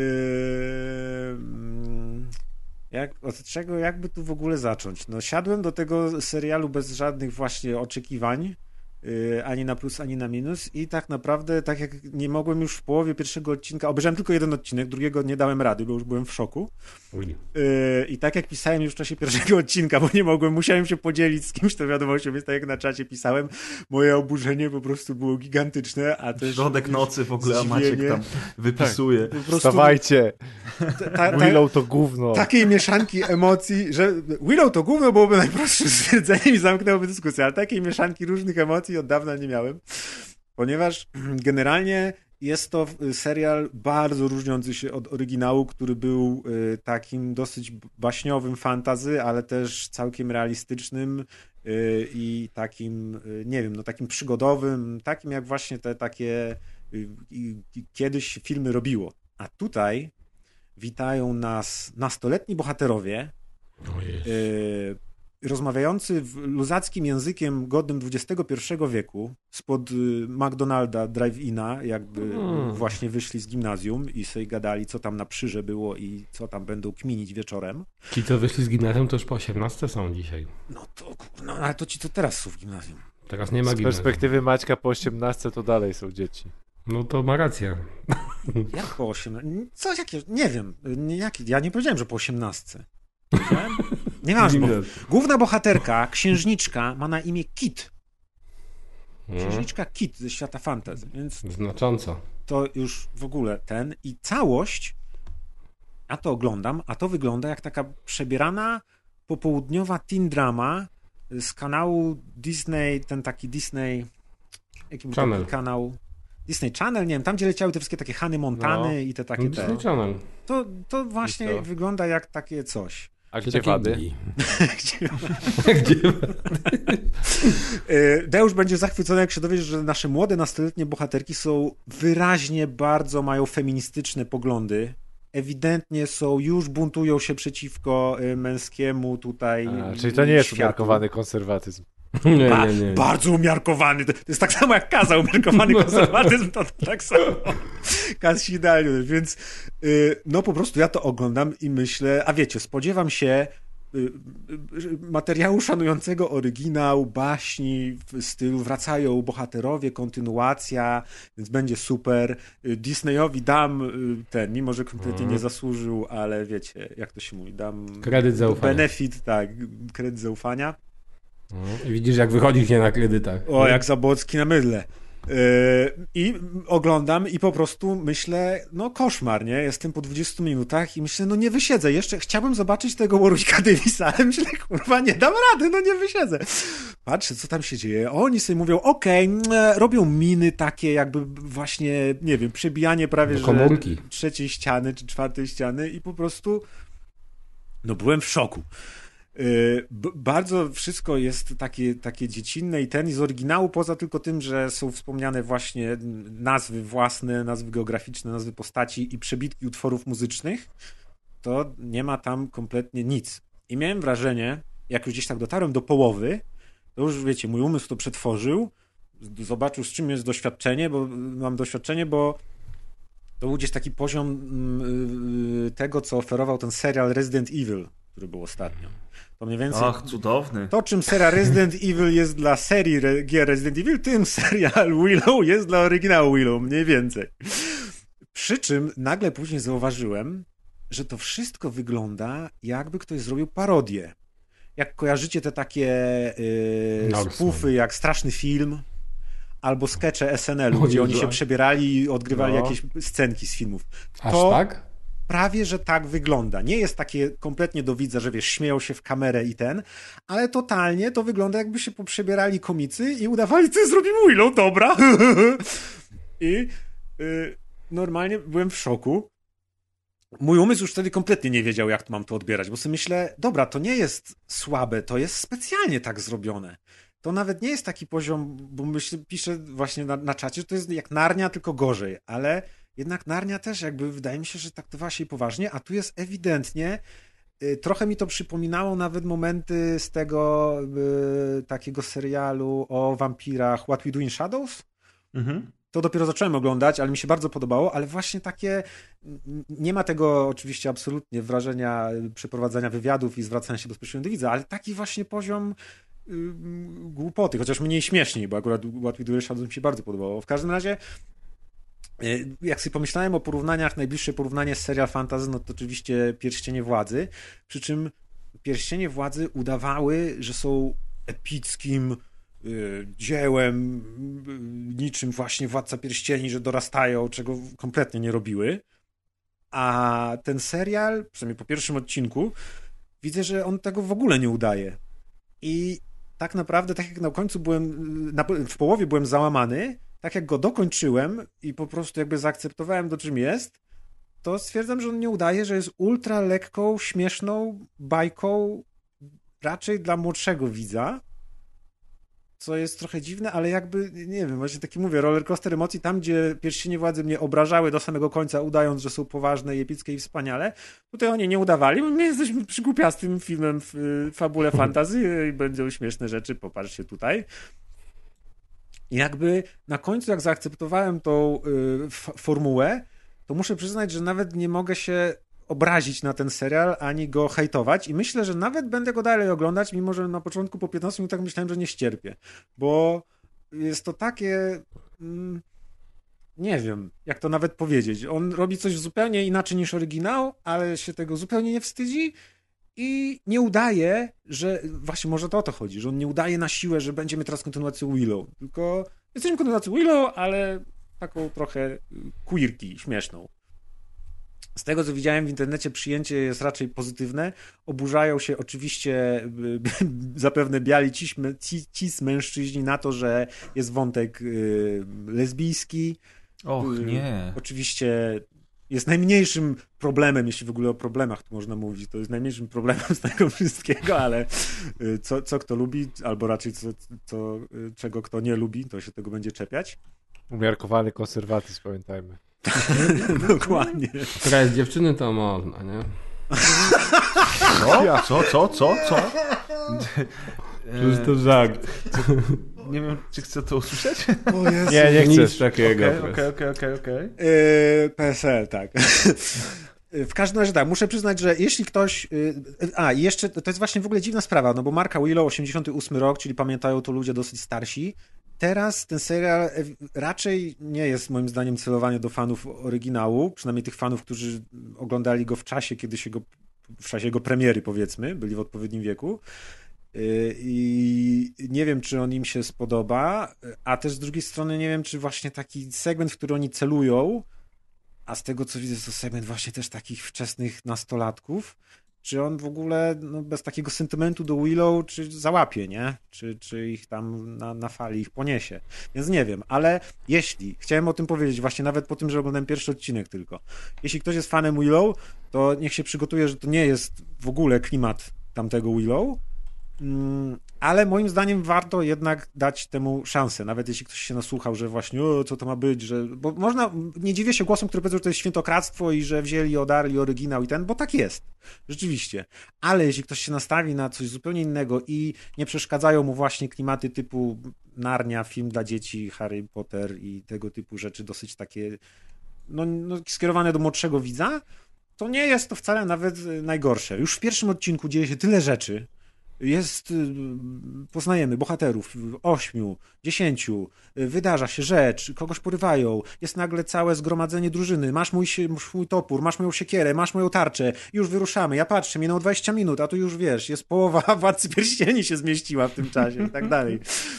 S4: jakby tu w ogóle zacząć? No siadłem do tego serialu bez żadnych właśnie oczekiwań, ani na plus, ani na minus i tak naprawdę, tak jak nie mogłem już w połowie pierwszego odcinka, obejrzałem tylko 1 odcinek, drugiego nie dałem rady, bo już byłem w szoku. I tak jak pisałem już w czasie pierwszego odcinka, bo nie mogłem, musiałem się podzielić z kimś tą wiadomością, więc tak jak na czacie pisałem, moje oburzenie po prostu było gigantyczne, a też...
S1: Środek nocy w ogóle, a Maciek tam wypisuje.
S2: Tak. Wstawajcie! Willow to gówno.
S4: Takiej mieszanki emocji, że Willow to gówno byłoby najprostszym stwierdzeniem i zamknęłoby dyskusję, ale takiej mieszanki różnych emocji od dawna nie miałem, ponieważ generalnie jest to serial bardzo różniący się od oryginału, który był takim dosyć baśniowym fantasy, ale też całkiem realistycznym i takim, nie wiem, no takim przygodowym, takim jak właśnie te takie kiedyś filmy robiło. A tutaj witają nas nastoletni bohaterowie, rozmawiający luzackim językiem godnym XXI wieku spod McDonalda Drive-Ina, jakby właśnie wyszli z gimnazjum i sobie gadali, co tam na Przyrze było i co tam będą kminić wieczorem.
S3: Ci, co wyszli z gimnazjum, to już po 18 są dzisiaj.
S4: No to, no ale to ci, co teraz są w gimnazjum.
S3: Teraz nie ma
S2: Z
S3: gimnazjum.
S2: perspektywy Maćka po 18 to dalej są dzieci.
S3: No to ma rację.
S4: Jak po 18? Coś jakiegoś, nie wiem. Ja nie powiedziałem, że po 18. Powiedziałem? Nieważne, bo główna bohaterka, księżniczka, ma na imię Kit. Księżniczka Kit ze świata fantasy, więc
S3: Znacząco.
S4: to już w ogóle i całość, ja to oglądam, a to wygląda jak taka przebierana popołudniowa teen drama z kanału Disney, ten taki Disney, jaki był taki kanał? Disney Channel, nie wiem, tam gdzie leciały te wszystkie takie Hany Montany i te takie
S3: Disney Channel.
S4: To właśnie wygląda jak takie coś.
S2: A gdzie wady?
S3: Gdzie?
S4: Deusz będzie zachwycony, jak się dowie, że nasze młode, nastoletnie bohaterki są wyraźnie mają feministyczne poglądy. Ewidentnie już buntują się przeciwko męskiemu tutaj
S2: czyli to nie jest
S4: światu.
S2: umiarkowany konserwatyzm.
S3: Nie.
S4: Bardzo umiarkowany. To jest tak samo jak Kaza, umiarkowany konserwatyzm, to tak samo. Kaz idealny, więc no po prostu ja to oglądam i myślę, a wiecie, spodziewam się materiału szanującego oryginał, baśni w stylu wracają bohaterowie, kontynuacja, więc będzie super. Disneyowi dam mimo że kompletnie nie zasłużył, ale wiecie, jak to się mówi, dam
S3: kredyt zaufania.
S4: Benefit, tak, kredyt zaufania.
S3: I widzisz, jak wychodzisz nie na kredytach.
S4: O, jak Zabłocki na mydle. I oglądam i po prostu myślę, no koszmar, nie? Jestem po 20 minutach i myślę, no nie wysiedzę. Jeszcze chciałbym zobaczyć tego Warwicka Davisa, ale myślę, kurwa, nie dam rady, no nie wysiedzę. Patrzę, co tam się dzieje. Oni sobie mówią, okej, robią miny takie jakby właśnie, nie wiem, przebijanie prawie, że trzeciej ściany czy czwartej ściany i po prostu no byłem w szoku. Bardzo wszystko jest takie dziecinne i z oryginału, poza tylko tym, że są wspomniane właśnie nazwy własne, nazwy geograficzne, nazwy postaci i przebitki utworów muzycznych, to nie ma tam kompletnie nic. I miałem wrażenie, jak już gdzieś tak dotarłem do połowy, to już wiecie, mój umysł to przetworzył, zobaczył, z czym jest doświadczenie, bo mam doświadczenie, bo to był gdzieś taki poziom tego, co oferował ten serial Resident Evil, który był ostatnio. To mniej więcej.
S1: Ach, cudowny.
S4: To, czym serial Resident Evil jest dla serii gier Resident Evil, tym serial Willow jest dla oryginału Willow, mniej więcej. Przy czym nagle później zauważyłem, że to wszystko wygląda, jakby ktoś zrobił parodię. Jak kojarzycie te takie spoofy, jak Straszny Film, albo skecze SNL-u, gdzie oni się przebierali i odgrywali jakieś scenki z filmów.
S3: Aż tak?
S4: Prawie, że tak wygląda. Nie jest takie kompletnie do widza, że wiesz, śmieją się w kamerę ale totalnie to wygląda, jakby się poprzebierali komicy i udawali, co zrobimy Willow, dobra. I normalnie byłem w szoku. Mój umysł już wtedy kompletnie nie wiedział, jak mam to odbierać, bo sobie myślę, dobra, to nie jest słabe, to jest specjalnie tak zrobione. To nawet nie jest taki poziom, bo piszę właśnie na czacie, że to jest jak Narnia, tylko gorzej, ale jednak Narnia też jakby wydaje mi się, że traktowała się poważnie, a tu jest ewidentnie, trochę mi to przypominało nawet momenty z tego takiego serialu o wampirach What We Do in Shadows. Mhm. To dopiero zacząłem oglądać, ale mi się bardzo podobało, ale właśnie takie, nie ma tego oczywiście absolutnie wrażenia przeprowadzania wywiadów i zwracania się bezpośrednio do widza, ale taki właśnie poziom głupoty, chociaż mniej śmieszniej, bo akurat What We Do in Shadows mi się bardzo podobało. W każdym razie jak sobie pomyślałem o porównaniach, najbliższe porównanie z serial fantasy, no to oczywiście Pierścienie Władzy, przy czym Pierścienie Władzy udawały, że są epickim dziełem, niczym właśnie Władca Pierścieni, że dorastają, czego kompletnie nie robiły, a ten serial, przynajmniej po pierwszym odcinku, widzę, że on tego w ogóle nie udaje. I tak naprawdę, tak jak na końcu w połowie byłem załamany, tak jak go dokończyłem i po prostu jakby zaakceptowałem, do czym jest, to stwierdzam, że on nie udaje, że jest ultra lekką, śmieszną bajką raczej dla młodszego widza, co jest trochę dziwne, ale jakby, nie wiem, właśnie taki mówię, rollercoaster emocji, tam gdzie Pierścienie Władzy mnie obrażały do samego końca, udając, że są poważne i epickie i wspaniale, tutaj oni nie udawali, my jesteśmy przygłupiastym filmem w fabule fantasy i będą śmieszne rzeczy, popatrzcie tutaj. I jakby na końcu, jak zaakceptowałem tą formułę, to muszę przyznać, że nawet nie mogę się obrazić na ten serial, ani go hejtować i myślę, że nawet będę go dalej oglądać, mimo że na początku po 15 minutach myślałem, że nie ścierpię, bo jest to takie nie wiem, jak to nawet powiedzieć. On robi coś zupełnie inaczej niż oryginał, ale się tego zupełnie nie wstydzi i nie udaje, że właśnie może to o to chodzi, że on nie udaje na siłę, że będziemy teraz kontynuacją Willow, tylko jesteśmy kontynuacją Willow, ale taką trochę queerki, śmieszną. Z tego, co widziałem w internecie, przyjęcie jest raczej pozytywne. Oburzają się oczywiście zapewne biali cis mężczyźni na to, że jest wątek lesbijski.
S1: Och, nie.
S4: Oczywiście jest najmniejszym problemem, jeśli w ogóle o problemach tu można mówić, to jest najmniejszym problemem z tego wszystkiego, ale co kto lubi, albo raczej czego kto nie lubi, to się tego będzie czepiać.
S2: Umiarkowany konserwatyzm, pamiętajmy.
S4: Dokładnie.
S3: Która jest dziewczyny, to można, nie?
S1: Co?
S3: Przecież to żart.
S1: Nie wiem, czy chcę to usłyszeć?
S2: Nie
S3: Nic
S2: chcesz.
S3: takiego.
S1: Okej.
S4: PSL, tak. W każdym razie tak, muszę przyznać, że jeśli ktoś... jeszcze to jest właśnie w ogóle dziwna sprawa, no bo marka Willow, 88 rok, czyli pamiętają to ludzie dosyć starsi. Teraz ten serial raczej nie jest moim zdaniem celowany do fanów oryginału, przynajmniej tych fanów, którzy oglądali go w czasie, w czasie jego premiery, powiedzmy, byli w odpowiednim wieku. I nie wiem, czy on im się spodoba, a też z drugiej strony nie wiem, czy właśnie taki segment, w który oni celują, a z tego co widzę, to segment właśnie też takich wczesnych nastolatków, czy on w ogóle bez takiego sentymentu do Willow, czy załapie, nie? Czy ich tam na fali ich poniesie. Więc nie wiem, ale chciałem o tym powiedzieć właśnie nawet po tym, że oglądałem pierwszy odcinek tylko. Jeśli ktoś jest fanem Willow, to niech się przygotuje, że to nie jest w ogóle klimat tamtego Willow, ale moim zdaniem warto jednak dać temu szansę, nawet jeśli ktoś się nasłuchał, że właśnie co to ma być, bo nie dziwię się głosom, które powiedzą, że to jest świętokradztwo i że wzięli, odarli oryginał bo tak jest, rzeczywiście, ale jeśli ktoś się nastawi na coś zupełnie innego i nie przeszkadzają mu właśnie klimaty typu Narnia, film dla dzieci, Harry Potter i tego typu rzeczy dosyć takie skierowane do młodszego widza, to nie jest to wcale nawet najgorsze. Już w pierwszym odcinku dzieje się tyle rzeczy, poznajemy bohaterów 8, 10, wydarza się rzecz, kogoś porywają, jest nagle całe zgromadzenie drużyny, masz mój topór, masz moją siekierę, masz moją tarczę, już wyruszamy, ja patrzę, minęło 20 minut, a tu już wiesz, jest połowa Władcy Pierścieni się zmieściła w tym czasie i tak dalej.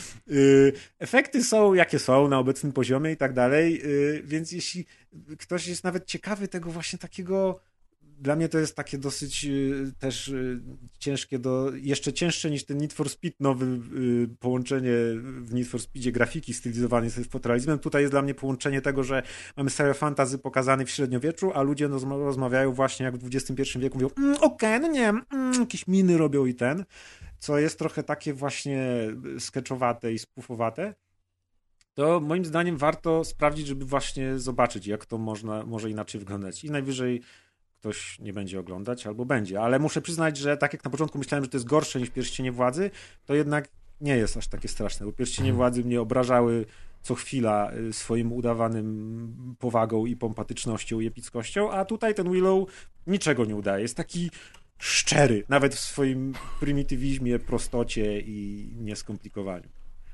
S4: Efekty są jakie są na obecnym poziomie i tak dalej, więc jeśli ktoś jest nawet ciekawy tego właśnie takiego. Dla mnie to jest takie dosyć też ciężkie, jeszcze cięższe niż ten Need for Speed nowy, połączenie w Need for Speedzie grafiki stylizowanej z fotorealizmem. Tutaj jest dla mnie połączenie tego, że mamy serial fantasy pokazany w średniowieczu, a ludzie rozmawiają właśnie jak w XXI wieku, mówią jakieś miny robią co jest trochę takie właśnie sketchowate i spoofowate. To moim zdaniem warto sprawdzić, żeby właśnie zobaczyć, jak to może inaczej wyglądać. I najwyżej ktoś nie będzie oglądać, albo będzie. Ale muszę przyznać, że tak jak na początku myślałem, że to jest gorsze niż Pierścienie Władzy, to jednak nie jest aż takie straszne, bo Pierścienie Władzy mnie obrażały co chwila swoim udawanym powagą i pompatycznością i epickością, a tutaj ten Willow niczego nie udaje. Jest taki szczery, nawet w swoim prymitywizmie, prostocie i nieskomplikowaniu.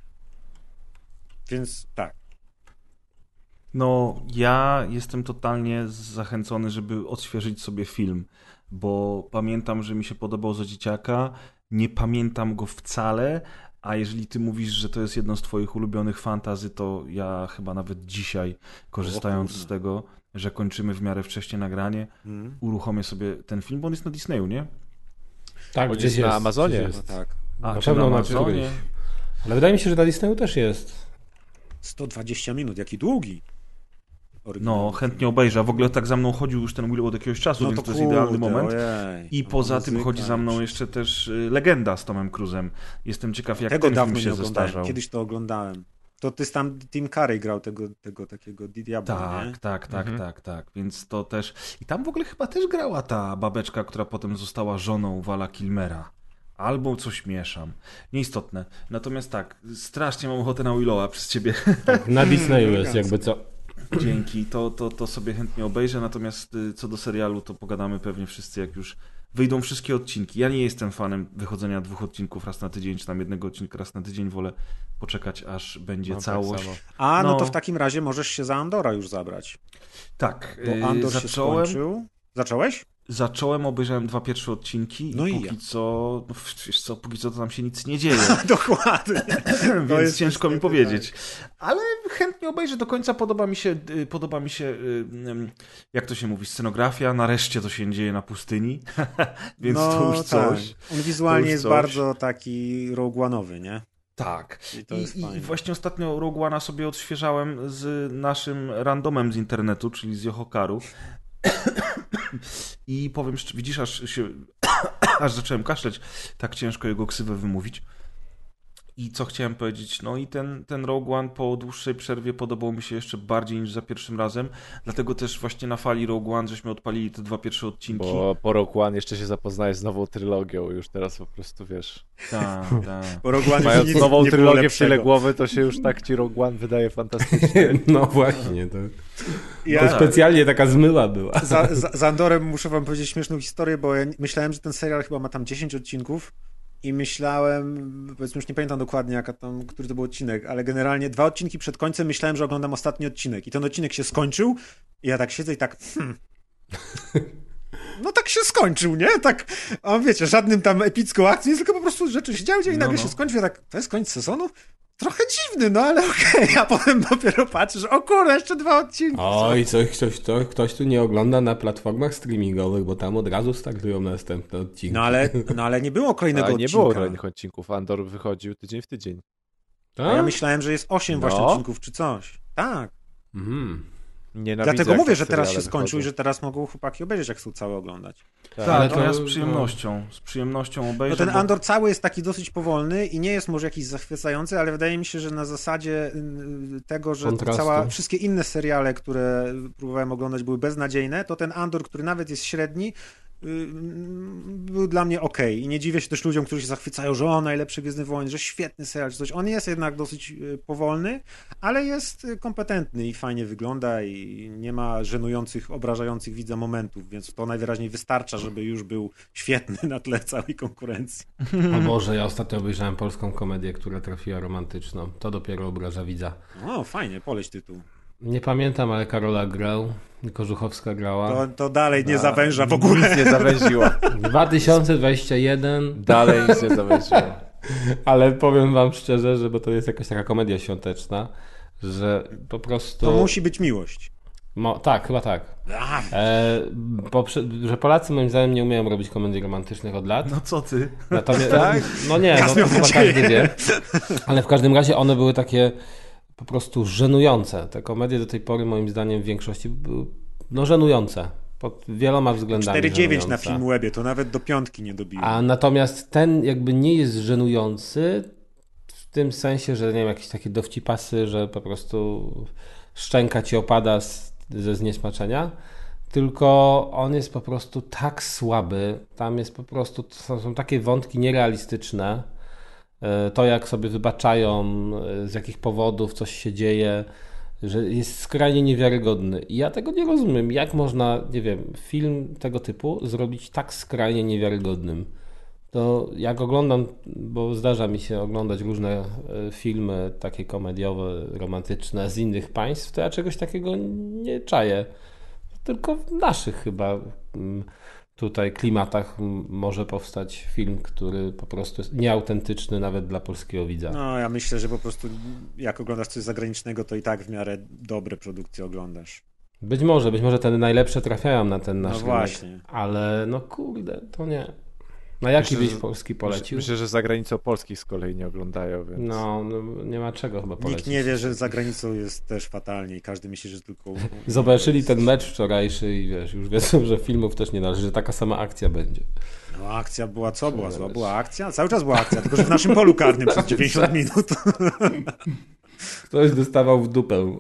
S4: Więc tak.
S1: No, ja jestem totalnie zachęcony, żeby odświeżyć sobie film, bo pamiętam, że mi się podobał za dzieciaka, nie pamiętam go wcale, a jeżeli ty mówisz, że to jest jedno z twoich ulubionych fantasy, to ja chyba nawet dzisiaj, korzystając z tego, że kończymy w miarę wcześnie nagranie, uruchomię sobie ten film, bo on jest na Disneyu, nie?
S3: Tak,
S2: gdzieś na Amazonie.
S3: Jest.
S4: Tak.
S1: A,
S3: Na
S1: czy
S3: pewno
S1: na
S3: na
S1: Amazonie?
S3: którymś. Ale wydaje mi się, że na Disneyu też jest.
S4: 120 minut, jaki długi.
S1: No, chętnie obejrzę. W ogóle tak za mną chodził już ten Willow od jakiegoś czasu, więc to jest idealny moment. I poza tym chodzi za mną jeszcze też Legenda z Tomem Cruise'em. Jestem ciekaw, jak ten film się zestarzał.
S4: Kiedyś to oglądałem. To ty tam Tim Curry grał tego takiego diabła, nie?
S1: Tak. Więc to też... I tam w ogóle chyba też grała ta babeczka, która potem została żoną Vala Kilmera. Albo coś mieszam. Nieistotne. Natomiast tak, strasznie mam ochotę na Willowa przez ciebie.
S3: Tak, na Disneyu jest jakby co.
S1: Dzięki, to sobie chętnie obejrzę, natomiast co do serialu, to pogadamy pewnie wszyscy, jak już wyjdą wszystkie odcinki. Ja nie jestem fanem wychodzenia 2 odcinków raz na tydzień, czy tam 1 odcinka raz na tydzień. Wolę poczekać, aż będzie całość.
S4: Tak no to w takim razie możesz się za Andora już zabrać.
S1: Tak.
S4: Bo Andor się skończył. Zacząłeś?
S1: Zacząłem, obejrzałem 2 pierwsze odcinki
S4: no
S1: i póki co to nam się nic nie dzieje.
S4: Dokładnie.
S1: Więc ciężko mi powiedzieć. Tak. Ale chętnie obejrzę do końca. Podoba mi się, jak to się mówi, scenografia. Nareszcie to się dzieje na pustyni. Więc to już coś.
S4: On wizualnie jest bardzo taki Rogue One'owy, nie?
S1: Tak. I właśnie ostatnio Rogue One'a sobie odświeżałem z naszym randomem z internetu, czyli z Yohokaru. I powiem, widzisz, aż zacząłem kaszleć, tak ciężko jego ksywę wymówić. I co chciałem powiedzieć, no i ten Rogue One po dłuższej przerwie podobał mi się jeszcze bardziej niż za pierwszym razem, dlatego też właśnie na fali Rogue One żeśmy odpalili te 2 pierwsze odcinki.
S2: Bo po Rogue One jeszcze się zapoznajesz z nową trylogią, już teraz po prostu wiesz.
S1: Tak.
S4: Po Rogue One
S2: mając nową trylogię w tyle głowy, to się już tak ci Rogue One wydaje fantastycznie.
S3: No właśnie, to specjalnie taka zmyła była.
S4: Z Andorem muszę wam powiedzieć śmieszną historię, bo ja myślałem, że ten serial chyba ma tam 10 odcinków. I myślałem, powiedzmy już nie pamiętam dokładnie który to był odcinek, ale generalnie 2 odcinki przed końcem myślałem, że oglądam ostatni odcinek i ten odcinek się skończył i ja tak siedzę i tak no tak się skończył, nie? Tak, a wiecie, żadnym tam epicką akcją, tylko po prostu rzeczy się działy i nagle się skończył, ja tak, to jest koniec sezonu? Trochę dziwny, no ale okej. A potem dopiero patrzysz, o kurde, jeszcze 2 odcinki.
S3: Oj, ktoś tu nie ogląda na platformach streamingowych, bo tam od razu startują następne odcinki.
S4: No ale nie było kolejnego odcinka.
S2: Nie było kolejnych odcinków. Andor wychodził tydzień w tydzień.
S4: Tak? A ja myślałem, że jest 8 właśnie odcinków czy coś. Tak.
S2: Dlatego
S4: mówię, że teraz się skończył i że teraz mogą chłopaki obejrzeć, jak chcą całe oglądać.
S1: Tak, to ja z przyjemnością obejrzę.
S4: No ten Andor cały jest taki dosyć powolny i nie jest może jakiś zachwycający, ale wydaje mi się, że na zasadzie tego, że wszystkie inne seriale, które próbowałem oglądać, były beznadziejne, to ten Andor, który nawet jest średni, był dla mnie okej. I nie dziwię się też ludziom, którzy się zachwycają, że najlepszy Gwiezdny Wojny, że świetny serial czy coś. On jest jednak dosyć powolny, ale jest kompetentny i fajnie wygląda i nie ma żenujących, obrażających widza momentów, więc to najwyraźniej wystarcza, żeby już był świetny na tle całej konkurencji.
S3: O Boże, ja ostatnio obejrzałem polską komedię, która trafiła romantyczną. To dopiero obraża widza.
S4: O, fajnie, poleć tytuł.
S3: Nie pamiętam, ale Karola grał, Korzuchowska grała.
S4: To dalej nie zawęża w ogóle.
S2: Nic nie zawęziło.
S3: 2021.
S2: Dalej nic nie zawęziło.
S3: Ale powiem wam szczerze, że bo to jest jakaś taka komedia świąteczna, że po prostu...
S4: To musi być miłość.
S3: Tak, chyba tak. Że Polacy moim zdaniem nie umieją robić komedii romantycznych od lat.
S1: No co ty?
S3: Natomiast, no nie, no to chyba każdy wie. Ale w każdym razie one były takie po prostu żenujące. Te komedie do tej pory moim zdaniem w większości były żenujące. Pod wieloma względami
S4: 4,9 na Filmwebie, to nawet do 5 nie dobiło.
S3: A natomiast ten jakby nie jest żenujący w tym sensie, że nie wiem, jakieś takie dowcipasy, że po prostu szczęka ci opada ze zniesmaczenia, tylko on jest po prostu tak słaby, tam jest po prostu, są takie wątki nierealistyczne, to jak sobie wybaczają, z jakich powodów coś się dzieje, że jest skrajnie niewiarygodny. I ja tego nie rozumiem. Jak można, nie wiem, film tego typu zrobić tak skrajnie niewiarygodnym? To jak oglądam, bo zdarza mi się oglądać różne filmy takie komediowe, romantyczne z innych państw, to ja czegoś takiego nie czaję. Tylko w naszych chyba tutaj klimatach może powstać film, który po prostu jest nieautentyczny nawet dla polskiego widza.
S4: No, ja myślę, że po prostu jak oglądasz coś zagranicznego, to i tak w miarę dobre produkcje oglądasz.
S3: Być może te najlepsze trafiają na ten nasz rynek,
S4: właśnie.
S3: Ale no kurde, to nie. Na jaki byś polski polecił?
S2: Myślę, że za granicą Polski z kolei nie oglądają, więc...
S3: No nie ma czego chyba polecić.
S4: Nikt nie wie, że za granicą jest też fatalnie i każdy myśli, że tylko...
S3: Zobaczyli ten mecz wczorajszy i wiesz, już wiedzą, że filmów też nie należy, że taka sama akcja będzie.
S4: No akcja była co? Była zła? Była akcja? Cały czas była akcja, tylko że w naszym polu karnym przez 90 minut.
S3: Ktoś dostawał w dupę.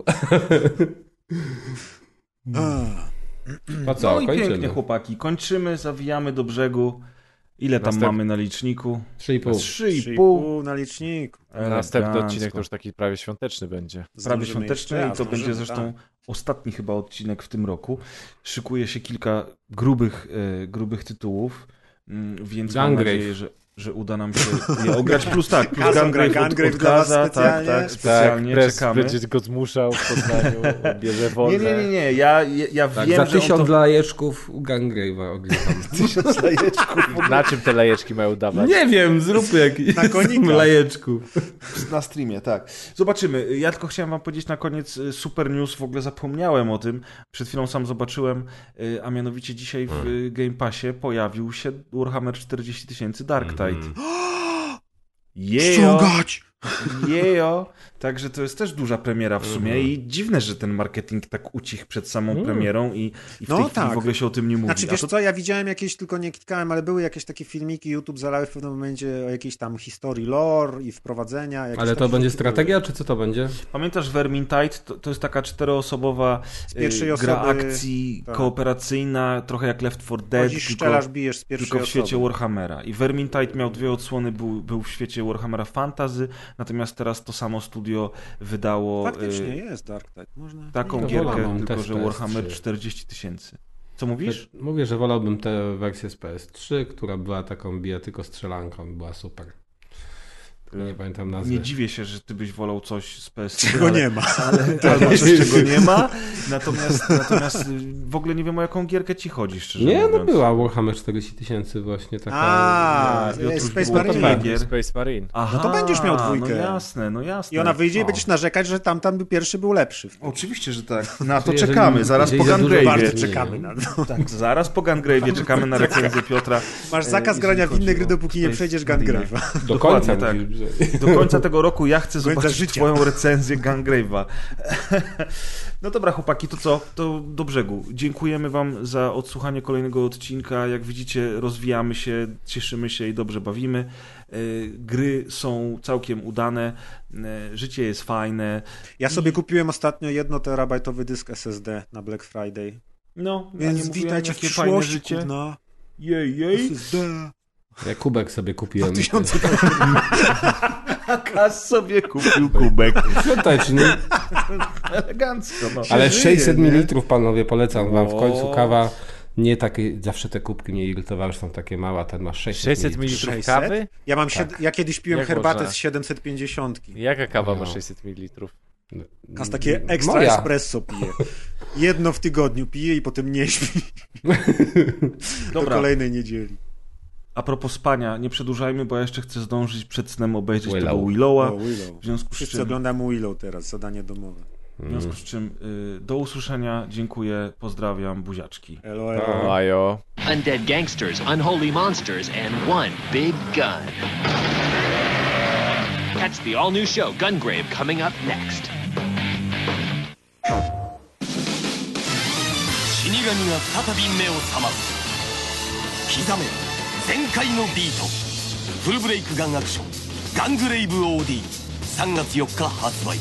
S1: No co, no i kończymy. Pięknie chłopaki, kończymy, zawijamy do brzegu. Ile tam mamy na liczniku?
S3: 3,5
S4: na liczniku.
S2: Następny odcinek to już taki prawie świąteczny będzie.
S1: Prawie świąteczny i to będzie zresztą ostatni chyba odcinek w tym roku. Szykuje się kilka grubych tytułów. więc mam nadzieję, że uda nam się je ograć. Plus Gungrave od Kaza, tak, specjalnie czekamy.
S2: Będzie go zmuszał w Poznaniu, bierze wolne.
S1: Nie, ja
S3: tak,
S1: wiem,
S3: za
S1: że
S3: 1000 lajeczków Gungrave'a oglądam.
S1: 1000 lajeczków.
S2: Na czym te lajeczki mają dawać?
S3: Nie wiem, zróbmy jakiś
S4: na konika
S3: lajeczków.
S1: Na streamie, tak. Zobaczymy. Ja tylko chciałem wam powiedzieć na koniec super news, w ogóle zapomniałem o tym. Przed chwilą sam zobaczyłem, a mianowicie dzisiaj w Game Passie pojawił się Warhammer 40 000 Dark Tide.
S4: Ściągać!
S1: Jejo! Także to jest też duża premiera w sumie i dziwne, że ten marketing tak ucichł przed samą premierą i w tej chwili w ogóle się o tym nie mówi.
S4: Znaczy wiesz co, ja widziałem jakieś, tylko nie klikałem, ale były jakieś takie filmiki, YouTube zalały w pewnym momencie o jakiejś tam historii lore i wprowadzenia.
S3: Ale to będzie strategia, czy co to będzie?
S1: Pamiętasz Vermintide? To jest taka 4-osobowa gra akcji kooperacyjna, trochę jak Left 4 Dead,
S4: chodzisz, strzelasz, bijesz z pierwszej
S1: tylko w świecie Warhammera. I Vermintide miał 2 odsłony, był w świecie Warhammera Fantasy, natomiast teraz to samo studio wydało
S4: faktycznie jest Dark Tide.
S1: taką gierkę, tylko że Warhammer 40 000. Co mówisz?
S3: Mówię, że wolałbym tę wersję z PS3, która była taką bijatyko strzelanką, była super. Nie pamiętam nazwy.
S1: Nie dziwię się, że ty byś wolał coś z PS3.
S4: Czego nie ma.
S1: Albo coś, czego nie ma. Natomiast w ogóle nie wiem, o jaką gierkę ci chodzi, szczerze mówiąc.
S3: No była Warhammer 40 000 właśnie taka.
S4: Space Marine.
S2: Space Marine.
S1: Aha,
S4: no to będziesz miał 2.
S1: No jasne.
S4: I ona wyjdzie i będziesz narzekać, że tamten pierwszy był lepszy.
S1: Oczywiście, że tak. Na to czekamy. Zaraz po Gungrave'ie.
S4: Bardzo czekamy na to.
S1: Tak, zaraz po Gungrave'ie czekamy na recenzję Piotra.
S4: Masz zakaz grania w inne gry, dopóki nie przejdziesz Gungrave'a.
S3: Do końca
S1: tak. Do końca tego roku ja chcę zobaczyć twoją recenzję Gungrave'a. No dobra, chłopaki, to co? To do brzegu. Dziękujemy wam za odsłuchanie kolejnego odcinka. Jak widzicie, rozwijamy się, cieszymy się i dobrze bawimy. Gry są całkiem udane. Życie jest fajne.
S4: Ja sobie kupiłem ostatnio 1 terabajtowy dysk SSD na Black Friday.
S1: No,
S4: więc witajcie w fajne życie.
S1: Jej.
S4: SSD.
S3: Ja kubek sobie kupiłem.
S4: 2000
S1: Kas sobie kupił kubek.
S3: Świąteczny.
S1: Elegancko. No.
S3: Ale 600 ml, panowie, polecam wam. W końcu kawa. Nie takie, zawsze te kubki mnie irytowały, że są takie małe, a ten ma 600
S2: ml kawy?
S4: Ja kiedyś piłem herbatę z 750.
S2: Jaka kawa ma 600 ml?
S4: Kas takie ekstra espresso pije. 1 w tygodniu pije i potem nie śpi. Do kolejnej niedzieli.
S1: A propos spania, nie przedłużajmy, bo ja jeszcze chcę zdążyć przed snem obejrzeć tego Willowa.
S4: W związku z czym oglądamy Willow teraz, zadanie domowe.
S1: W związku z czym do usłyszenia, dziękuję, pozdrawiam, buziaczki.
S4: Elo.
S2: Ajo.
S5: Undead gangsters, unholy monsters, and one big gun. Catch the all-new show Gungrave coming up next. 死神が再び目を覚ます刻め全開のビートフルブレイクガンアクションガングレイブ OD3 月4日発売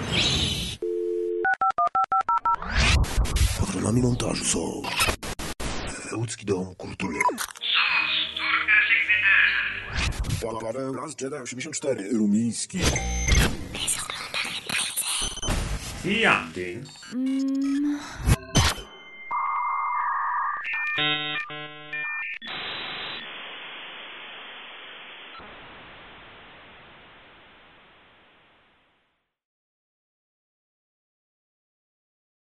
S5: Patronami montażu są Łódzki Dom Kultury Paweł Las Jedi 84 Rumiński Jandy